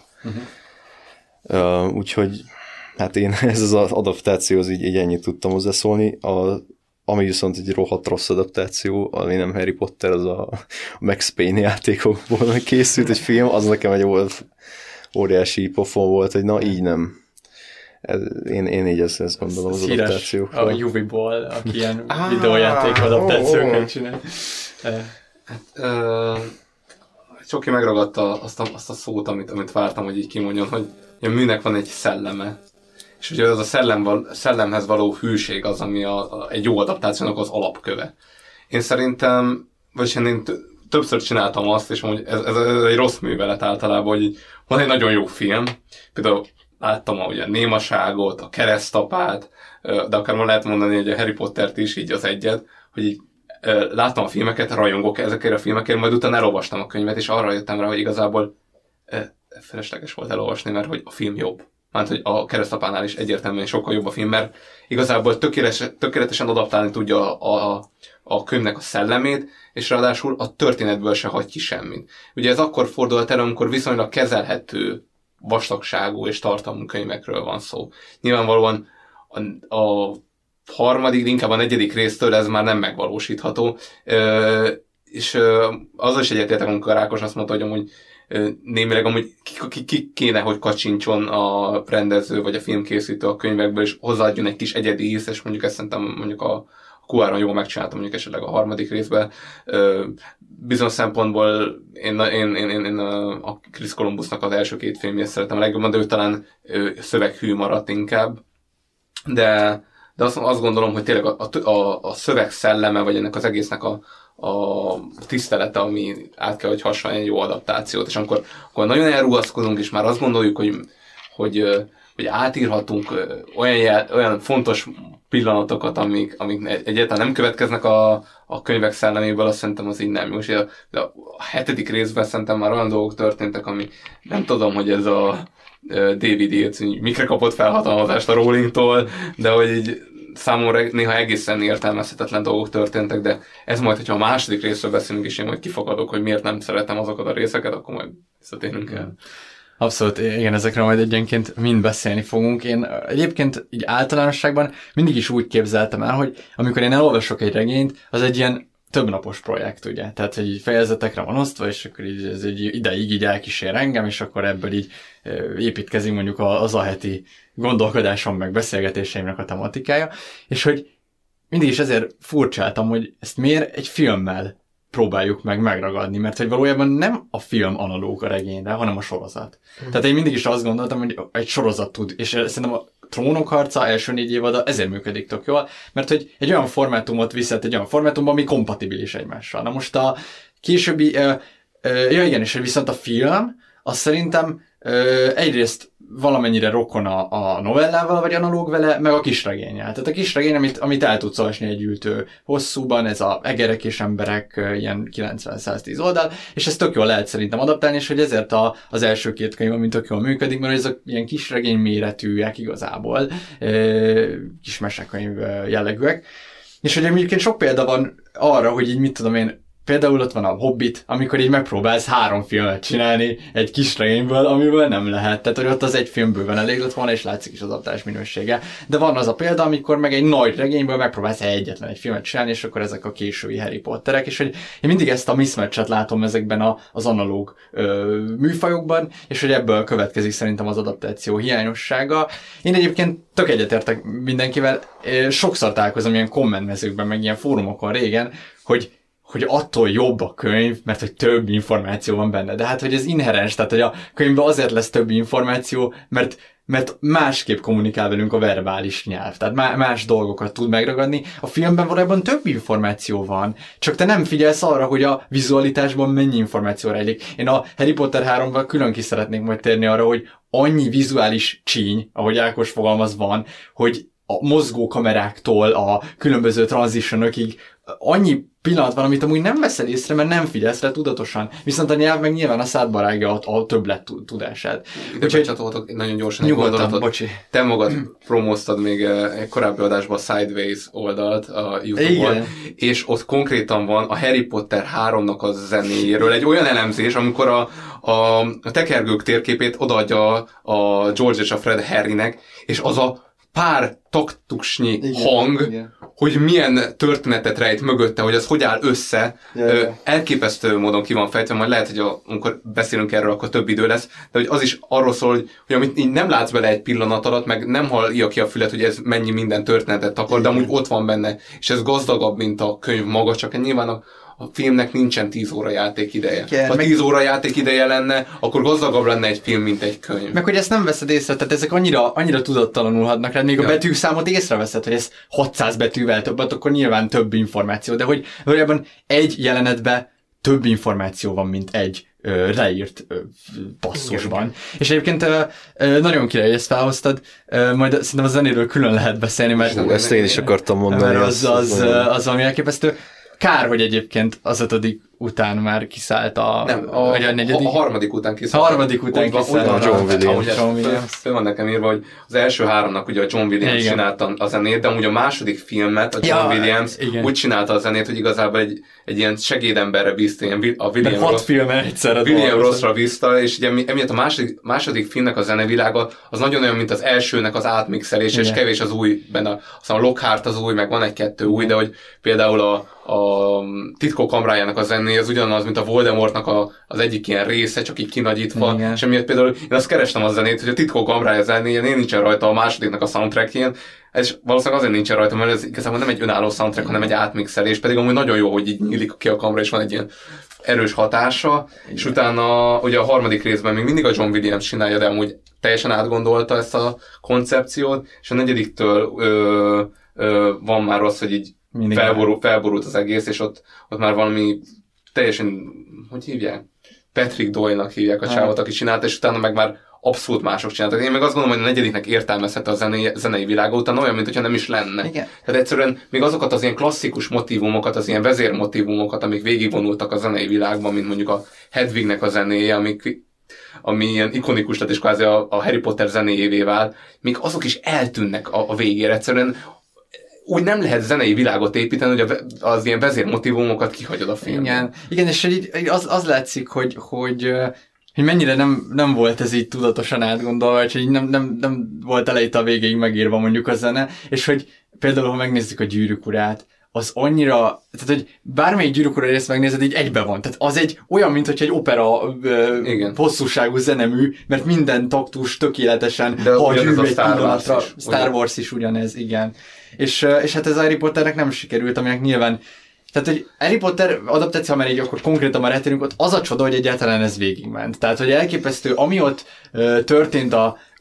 Úgyhogy hát én ez az adaptációhoz így ennyit tudtam hozzászólni. Ami viszont egy rohadt rossz adaptáció, ami nem Harry Potter, az a Max Payne játékokból készült egy film, az nekem egy óriási pofon volt, hogy na így nem. Én így ezt gondolom az adaptációkról. A Juviból, aki ilyen videójáték adaptációkat csinál. Csoki megragadta azt a szót, amit vártam, hogy így kimondjon, hogy a műnek van egy szelleme. És ugye az a szellemhez való hűség az, ami egy jó adaptációnak az alapköve. Én szerintem, vagyis én többször csináltam azt, és mondjuk ez egy rossz művelet általában, hogy van egy nagyon jó film, például láttam ugye a Némaságot, a Keresztapát, de akár ma lehet mondani, hogy a Harry Pottert is, így az egyet, hogy így láttam a filmeket, rajongok ezekért a filmekért, majd utána elolvastam a könyvet, és arra jöttem rá, hogy igazából felesleges volt elolvasni, mert hogy a film jobb. Mert hogy a Keresztapánál is egyértelműen sokkal jobb a film, mert igazából tökéletesen adaptálni tudja a könyvnek a szellemét, és ráadásul a történetből se hagy ki semmit. Ugye ez akkor fordulhat elő, amikor viszonylag kezelhető vastagságú és tartalmú könyvekről van szó. Nyilvánvalóan a harmadik, inkább a 4. résztől ez már nem megvalósítható, és azzal is egyetértek, amikor Ákos azt mondta, hogy amúgy némileg amúgy ki kéne, hogy kacsincson a rendező vagy a filmkészítő a könyvekből, és hozzáadjon egy kis egyedi íz, és mondjuk ezt szerintem mondjuk a Cuarón jól megcsináltam mondjuk esetleg a 3. részben. Bizonyos szempontból én a Chris Columbusnak az első 2 filmjét szeretem a legjobban, de ő talán szöveghű maradt inkább. De azt gondolom, hogy tényleg a szöveg szelleme, vagy ennek az egésznek a tisztelete, ami át kell, hogy hasonljon egy jó adaptációt, és akkor nagyon elrugaszkodunk, és már azt gondoljuk, hogy átírhatunk olyan fontos pillanatokat, amik egyáltalán nem következnek a könyvek szelleméből, azt szerintem az így nem. Most a 7. részben szerintem már olyan dolgok történtek, ami nem tudom, hogy ez a David Yates mikre kapott felhatalmazást a Rowlingtól, de hogy így számomra néha egészen értelmezhetetlen dolgok történtek, de ez majd, hogyha a második részről beszélünk, és én majd kifakadok, hogy miért nem szeretem azokat a részeket, akkor majd visszatérünk el. Abszolút, igen, ezekről majd egyenként mind beszélni fogunk. Én egyébként így általánosságban mindig is úgy képzeltem el, hogy amikor én elolvasok egy regényt, az egy ilyen többnapos projekt, ugye? Tehát, hogy így fejezetekre van osztva, és akkor így, ez egy ideig így elkísér engem, és akkor ebből így építkezik mondjuk az a heti gondolkodásom, meg beszélgetéseimnek a tematikája, és hogy mindig is ezért furcsáltam, hogy ezt miért egy filmmel próbáljuk meg megragadni, mert hogy valójában nem a film analóg a regényre, hanem a sorozat. Tehát én mindig is azt gondoltam, hogy egy sorozat tud, és szerintem a Trónok harca első 4 évada ezért működik tök jól, mert hogy egy olyan formátumot viszett egy olyan formátumban, ami kompatibilis egymással. Na most a későbbi, ja igen, és viszont a film, az szerintem egyrészt valamennyire rokon a novellával, vagy analóg vele, meg a kisregénnyel. Tehát a kisregény, amit el tudsz olvasni egy ültő hosszúban, ez a Egerek és emberek, ilyen 90-110 oldal, és ezt tök jól lehet szerintem adaptálni, és hogy ezért az első 2 könyv, mint tök jól működik, mert ezek ilyen kisregény méretűek igazából, kis mesekönyv jellegűek. És hogy egyébként sok példa van arra, hogy így mit tudom én, például ott van a Hobbit, amikor így megpróbálsz 3 filmet csinálni egy kis regényből, amiből nem lehet. Tehát, hogy ott az egy film bőven elég lett volna, és látszik is az adaptálás minősége. De van az a példa, amikor meg egy nagy regényből megpróbálsz egyetlen egy filmet csinálni, és akkor ezek a késői Harry Potterek, és hogy én mindig ezt a mismatchet látom ezekben az analóg műfajokban, és hogy ebből következik szerintem az adaptáció hiányossága. Én egyébként tök egyetértek mindenkivel, sokszor találkozom ilyen kommentmezőkben, meg ilyen fórumokon régen, hogy attól jobb a könyv, mert hogy több információ van benne. De hát, hogy ez inherens, tehát, hogy a könyvben azért lesz több információ, mert másképp kommunikál velünk a verbális nyelv. Tehát más dolgokat tud megragadni. A filmben valójában több információ van, csak te nem figyelsz arra, hogy a vizualitásban mennyi információ rejlik. Én a Harry Potter 3-ban külön ki szeretnék majd térni arra, hogy annyi vizuális csíny, ahogy Ákos fogalmaz van, hogy a mozgó kameráktól a különböző transitionokig annyi pillanat van, amit amúgy nem veszel észre, mert nem figyelsz rá tudatosan. Viszont a nyelv meg nyilván a szádba rágja a többlet tudását. Úgyhogy csatolhatok nagyon gyorsan egy gondolatot. Bocsi. Te magad promóztad még egy korábbi adásban a Sideways oldalt a YouTube-on, és ott konkrétan van a Harry Potter 3-nak a zenéjéről egy olyan elemzés, amikor a tekergők térképét odaadja a George és a Fred Harrynek, és az a pár taktusnyi hang, hogy milyen történetet rejt mögötte, hogy az hogy áll össze, elképesztő módon ki van fejtve, majd lehet, hogy amikor beszélünk erről, akkor több idő lesz, de hogy az is arról szól, hogy amit így nem látsz bele egy pillanat alatt, meg nem hallja ki a fület, hogy ez mennyi minden történetet akar, de amúgy ott van benne, és ez gazdagabb, mint a könyv maga, csak nyilván a filmnek nincsen 10 óra játékideje. Ha 10 óra játékideje lenne, akkor gazdagabb lenne egy film, mint egy könyv. Meg hogy ezt nem veszed észre, tehát ezek annyira tudattalanul hadnak rá, még a betűszámot észreveszed, hogy ez 600 betűvel több, akkor nyilván több információ, de hogy valójában egy jelenetben több információ van, mint egy leírt passzusban. Igen. És egyébként nagyon király, ezt felhoztad, majd szerintem a zenéről külön lehet beszélni, mert ezt én is akartam mondani. Mert az valami elképesztő. Kár, hogy egyébként az 5. után már kiszállt a 4. A 3. után kiszállt. A 3. után kiszállt a John Williams. Föl van nekem írva, hogy az első 3-nak ugye a John Williams csinálta a zenét, de amúgy a második filmet a John Williams úgy csinálta a zenét, hogy igazából egy ilyen segédemberre bízta, a William Rossra bízta, és ugye emiatt a második filmnek a zenevilága az nagyon olyan, mint az elsőnek az átmixelés, és kevés az új benne. Aztán a Lockhart az új, meg van 1-2 új, de hogy például a Titkok kamrájának a zené az ugyanaz, mint a Voldemortnak az egyik ilyen része, csak így kinagyítva. Igen. És emiatt például én azt kerestem a zenét, hogy a Titkok kamrája zenéje nincsen rajta a másodiknak a soundtrackjén, és valószínűleg azért nincsen rajta, mert ez igazából nem egy önálló soundtrack, hanem egy átmixelés, pedig amúgy nagyon jó, hogy így nyílik ki a kamra, és van egy ilyen erős hatása, és utána ugye a 3. részben még mindig a John Williams csinálja, de amúgy teljesen átgondolta ezt a koncepciót, és a 4-től van már az, hogy így felborult az egész, és ott már valami teljesen, hogy hívják? Patrick Doyle-nak hívják a csávot, aki csinálta, és utána meg már abszolút mások csináltak. Én meg azt gondolom, hogy a negyediknek értelmezhető a zenei világa, utána olyan, mintha nem is lenne. Igen. Tehát egyszerűen még azokat az ilyen klasszikus motívumokat, az ilyen vezérmotívumokat, amik végigvonultak a zenei világban, mint mondjuk a Hedwignek a zenéje, ami ilyen ikonikus lett, és kvázi a Harry Potter zenéjévé vált, még azok is eltűnnek a végére. Egyszerűen úgy nem lehet zenei világot építeni, hogy az ilyen vezérmotívumokat kihagyod a filmben. Igen, és az látszik, hogy mennyire nem volt ez így tudatosan átgondolva, vagy hogy nem volt elejét a végéig megírva mondjuk a zene, és hogy például, ha megnézzük a Gyűrűk urát, az annyira, tehát hogy bármelyik Gyűrűk ura részt megnézed, így egybe van. Tehát az olyan, mint hogy egy opera hosszúságú zenemű, mert minden taktus tökéletesen hagyjuk egy pillanatra. Star Wars is ugyanez, igen. És hát ez a Harry Potternek nem sikerült, aminek nyilván, tehát hogy Harry Potter adaptáció, mert így akkor konkrétan már eltérünk, ott az a csoda, hogy egyáltalán ez végigment. Tehát, hogy elképesztő, ami ott történt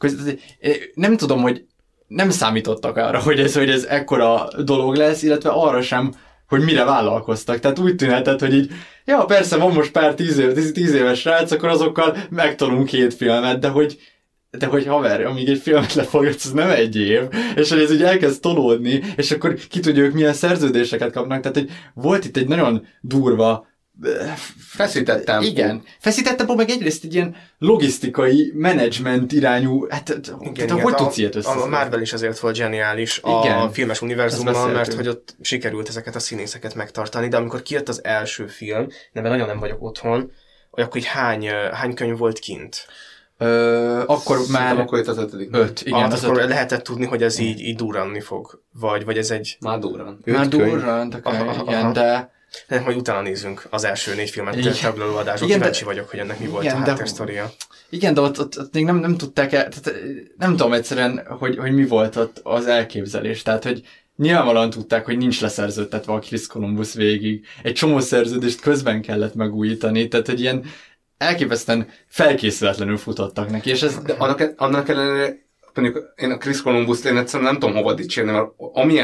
nem tudom, hogy nem számítottak arra, hogy ez ekkora dolog lesz, illetve arra sem, hogy mire vállalkoztak. Tehát úgy tűnhetett, hogy így, ja, persze van most pár 10 éves srác, akkor azokkal megtolunk 2 filmet, de hogy haver, amíg egy filmet leforgatsz, az nem 1 év, és hogy ez így elkezd tolódni, és akkor ki tudja, ők milyen szerződéseket kapnak, tehát hogy volt itt egy nagyon durva feszített tempó. Igen. Feszített tempó, meg egyrészt egy ilyen logisztikai, menedzsment irányú, hogy tudsz ilyet összeszedni? A Marvel is azért volt zseniális a filmes univerzummal, mert hogy ott sikerült ezeket a színészeket megtartani, de amikor kijött az első film, nagyon nem vagyok otthon, hogy akkor így hány könyv volt kint? Akkor már... Akkor itt az 5. 5, igen. Akkor lehetett tudni, hogy ez így durranni fog. Vagy ez egy... Már durrant. Már durrant, igen, de... Majd utána nézzünk az első 4 filmet taglaló adások. Kíváncsi vagyok, hogy ennek mi volt a háttérsztoria. Igen, de ott még nem tudták tehát nem tudom egyszerűen, hogy mi volt ott az elképzelés. Tehát, hogy nyilvánvalóan tudták, hogy nincs leszerződtetve a Chris Columbus végig. Egy csomó szerződést közben kellett megújítani, tehát, hogy ilyen elképesztően felkészületlenül futottak neki, és ez... De annak ellenére, mondjuk én a Chris Columbust én egyszerűen nem tudom hova dicsérni, mert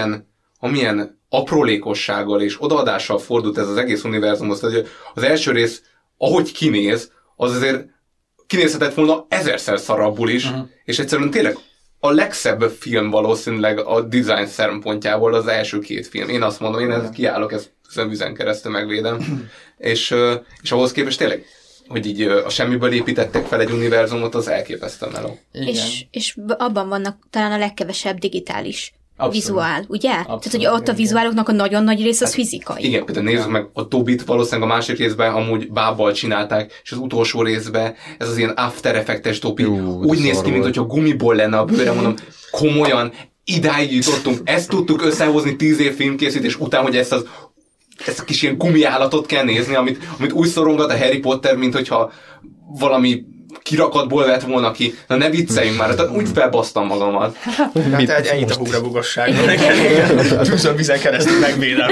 amilyen aprólékossággal és odaadással fordult ez az egész univerzumhoz, hogy az első rész, ahogy kinéz, az azért kinézhetett volna 1000-szer szarabbul is, és egyszerűen tényleg a legszebb film valószínűleg a design szempontjából az első 2 film. Én azt mondom, én ezt kiállok, ezt szemüzen keresztül megvédem, és ahhoz képest tényleg, hogy így a semmiből építettek fel egy univerzumot, az elképesztő meló. És abban vannak talán a legkevesebb digitális vizuál, ugye? Abszolút, tehát, hogy ott a vizuáloknak a nagyon nagy rész az fizikai. Igen, például nézzük meg a Tobit, valószínűleg a másik részben amúgy bábbal csinálták, és az utolsó részben ez az ilyen After Effects Tobi úgy néz ki, mintha gumiból lenne a bőre, mondom, komolyan, idáig jutottunk, ezt tudtuk összehozni 10 év filmkészítés után, hogy ezt a kis ilyen gumiállatot kell nézni, amit úgy szorongat a Harry Potter, mint hogyha valami kirakatból vett volna ki. Na ne vicceljünk már, tehát úgy felbasztam magamat. Hát ennyit a hugrabugasság. Tűzön vizen keresztül megvédem.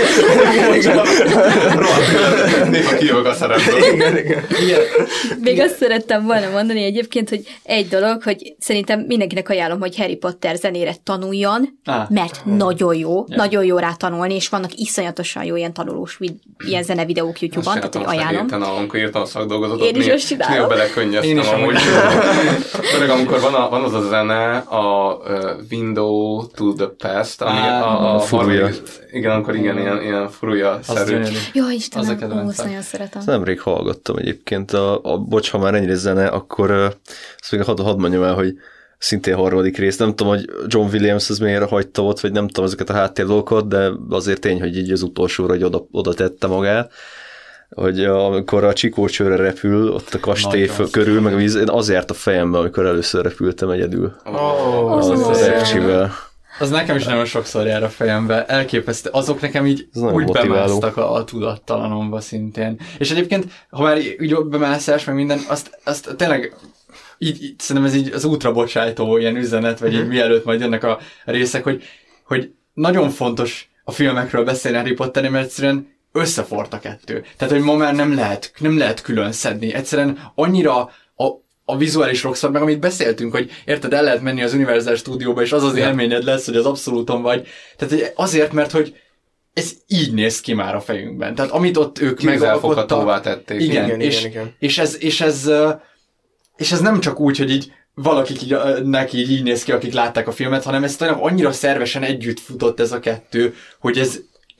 Néha kijövök a szerepből. Még azt szerettem volna mondani egyébként, hogy egy dolog, hogy szerintem mindenkinek ajánlom, hogy Harry Potter zenére tanuljon, mert nagyon jó, nagyon jó rá tanulni, és vannak iszonyatosan jó ilyen tanulós ilyen zenevideók YouTube-on, tehát hogy ajánlom. Amikor írtam a szakdolgozatot, én is azt csinálom. Én is amúgy. Főleg amikor van az a zene, a Window to the Past, ami a furúja. Igen, akkor ilyen furúja-szerű. Jó, Istenem, nagyon szeretem. Ezt nemrég hallgattam egyébként. Bocs, ha már ennyire zene, akkor azt még hadd mondjam el, hogy szintén 3. rész. Nem tudom, hogy John Williams az miért hagyta ott, vagy nem tudom ezeket a háttér dolgokat, de azért tény, hogy így az utolsóra hogy oda tette magát, hogy amikor a Csikócsőre repül, ott a kastély körül, meg a víz, én az járt a fejembe, amikor először repültem egyedül. Az Ercsivel. Az nekem is nagyon sokszor jár a fejembe, elképesztő. Azok nekem így úgy bemásztak a tudattalanomba szintén. És egyébként, ha már így bemászás, meg minden, azt tényleg így szerintem ez így az útra bocsájtó ilyen üzenet, vagy így mielőtt majd jönnek a részek, hogy nagyon fontos a filmekről beszélni Harry Potter, mert egyszerűen összefort a 2. Tehát, hogy ma már nem lehet külön szedni. Egyszerűen annyira a vizuális rockstar, meg amit beszéltünk, hogy érted, el lehet menni az Universal Studióba, és az élményed lesz, hogy az abszolúton vagy. Tehát azért, mert hogy ez így néz ki már a fejünkben. Tehát amit ott ők megalkottak. Kézzelfoghatóvá tették. Igen. És ez és ez nem csak úgy, hogy így valakik neki így néz ki, akik látták a filmet, hanem ez tényleg annyira szervesen együtt futott ez a kettő, hogy ez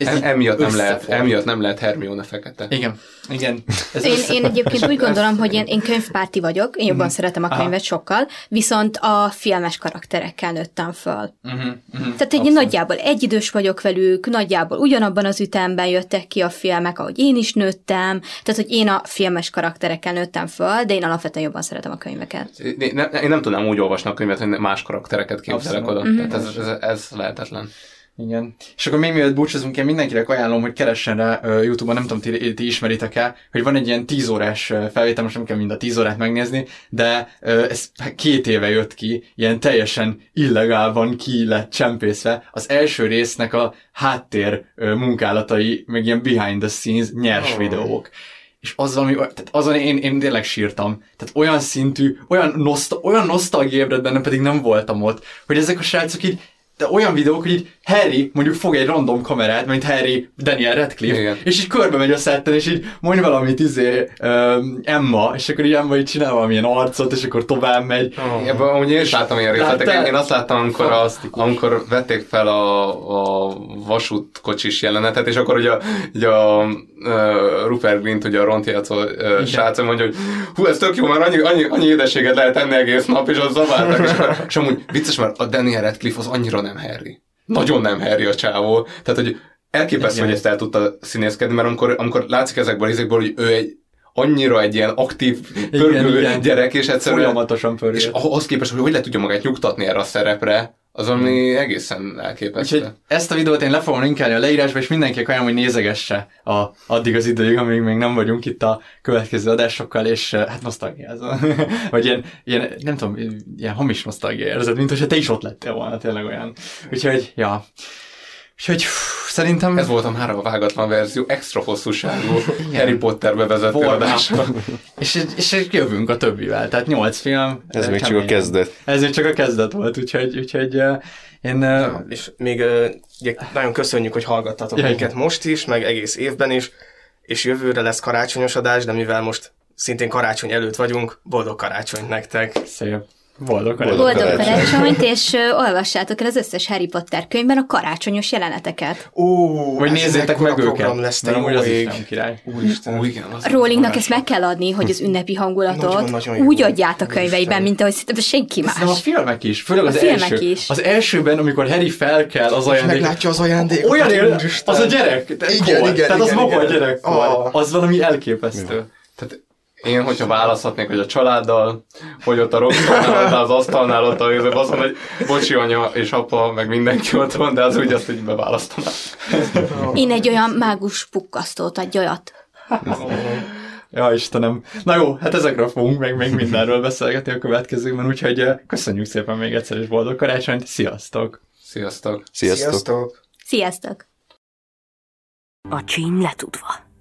emiatt nem lehet Hermione fekete. Igen. Én egyébként úgy gondolom, hogy én könyvpárti vagyok, én jobban szeretem a könyvet sokkal, viszont a filmes karakterekkel nőttem föl. Tehát én nagyjából egyidős vagyok velük, nagyjából ugyanabban az ütemben jöttek ki a filmek, ahogy én is nőttem, tehát hogy én a filmes karakterekkel nőttem föl, de én alapvetően jobban szeretem a könyveket. Én nem tudnám úgy olvasni a könyvet, hogy más karaktereket képzelek oda. Tehát ez lehetetlen. Igen. És akkor még mielőtt búcsúzunk, én mindenkinek ajánlom, hogy keressen rá YouTube-on, nem tudom, ti ismeritek-e, hogy van egy ilyen 10 órás felvétel, most nem kell mind a 10 órát megnézni, de ez 2 éve jött ki, ilyen teljesen illegálban ki lett csempészve. Az első résznek a háttér munkálatai, meg ilyen behind the scenes nyers videók. És azon én tényleg sírtam. Tehát olyan szintű, olyan nosztalgia ébredt bennem, pedig nem voltam ott, hogy ezek a srácok így, de olyan videók, hogy így Harry mondjuk fog egy random kamerát, mint Harry Daniel Radcliffe, igen. És így körbe megy a szetten, és így mondj valamit Emma, és akkor így Emma így csinál valamilyen arcot, és akkor tovább megy. Amúgy én is láttam ilyen részleteket. Én azt láttam, amikor vették fel a vasútkocsis jelenetet, és akkor ugye a Rupert Grint, ugye a Ront játszó srác mondja, hogy hú, ez tök jó, mert annyi édességet lehet enni egész nap, és az zaválták. És amúgy vicces, mert a Daniel Radcliffe az annyira nem Harry. Nagyon nem Harry a csávó. Tehát, hogy elképesztő, hogy ezt el tudta színészkedni, mert amikor látszik ezekből az izékből, hogy ő annyira egy ilyen aktív, pörgő gyerek, és egyszerűen folyamatosan pörgő. És ahhoz képest, hogy le tudja magát nyugtatni erre a szerepre, az ami egészen elképesztő. Úgyhogy ezt a videót én le fogom linkelni a leírásba, és mindenki ajánlom, hogy nézegesse addig az időig, amíg még nem vagyunk itt a következő adásokkal, és hát nosztalgiázol. Vagy ilyen, nem tudom, ilyen hamis nosztalgia érzed, mint hogyha te is ott lettél volna, tényleg olyan. Úgyhogy, ja. Úgyhogy szerintem... Ez volt már a vágatlan verzió, extra hosszúságú Harry Potter bevezető adásra. És jövünk a többivel, tehát 8 film. Ez még csak a kezdet. Ez még csak a kezdet volt, úgyhogy én... És még ugye, nagyon köszönjük, hogy hallgattatok minket most is, meg egész évben is, és jövőre lesz karácsonyos adás, de mivel most szintén karácsony előtt vagyunk, boldog karácsonyt nektek! Szép! Boldog karácsonyt, és olvassátok el az összes Harry Potter könyvben a karácsonyos jeleneteket. Vagy nézzétek meg őket, mert amúgy az is nem király. Rowlingnak ezt meg kell adni, hogy az ünnepi hangulatot nagyon úgy adját a könyveiben, mint ahogy szerintem senki más. De a filmek is, főleg az első. Is. Az elsőben, amikor Harry felkel az ajándék. Meglátja az ajándékot. Olyan az a gyerek. Igen. Tehát az maga a gyerek. Az valami elképesztő. Tehát én, hogyha választhatnék, hogy a családdal, hogy ott a rocknál, az asztalnál ott azt mondom, hogy bocsi anya és apa, meg mindenki ott van, de az úgy azt így beválasztanám. Én egy olyan mágus pukkasztót, egy olyat. Ja, Istenem. Na jó, hát ezekről fogunk még mindenről beszélgetni a következőkben, úgyhogy köszönjük szépen még egyszer, és boldog karácsonyt. Sziasztok! Sziasztok! Sziasztok! Sziasztok! A csíny letudva.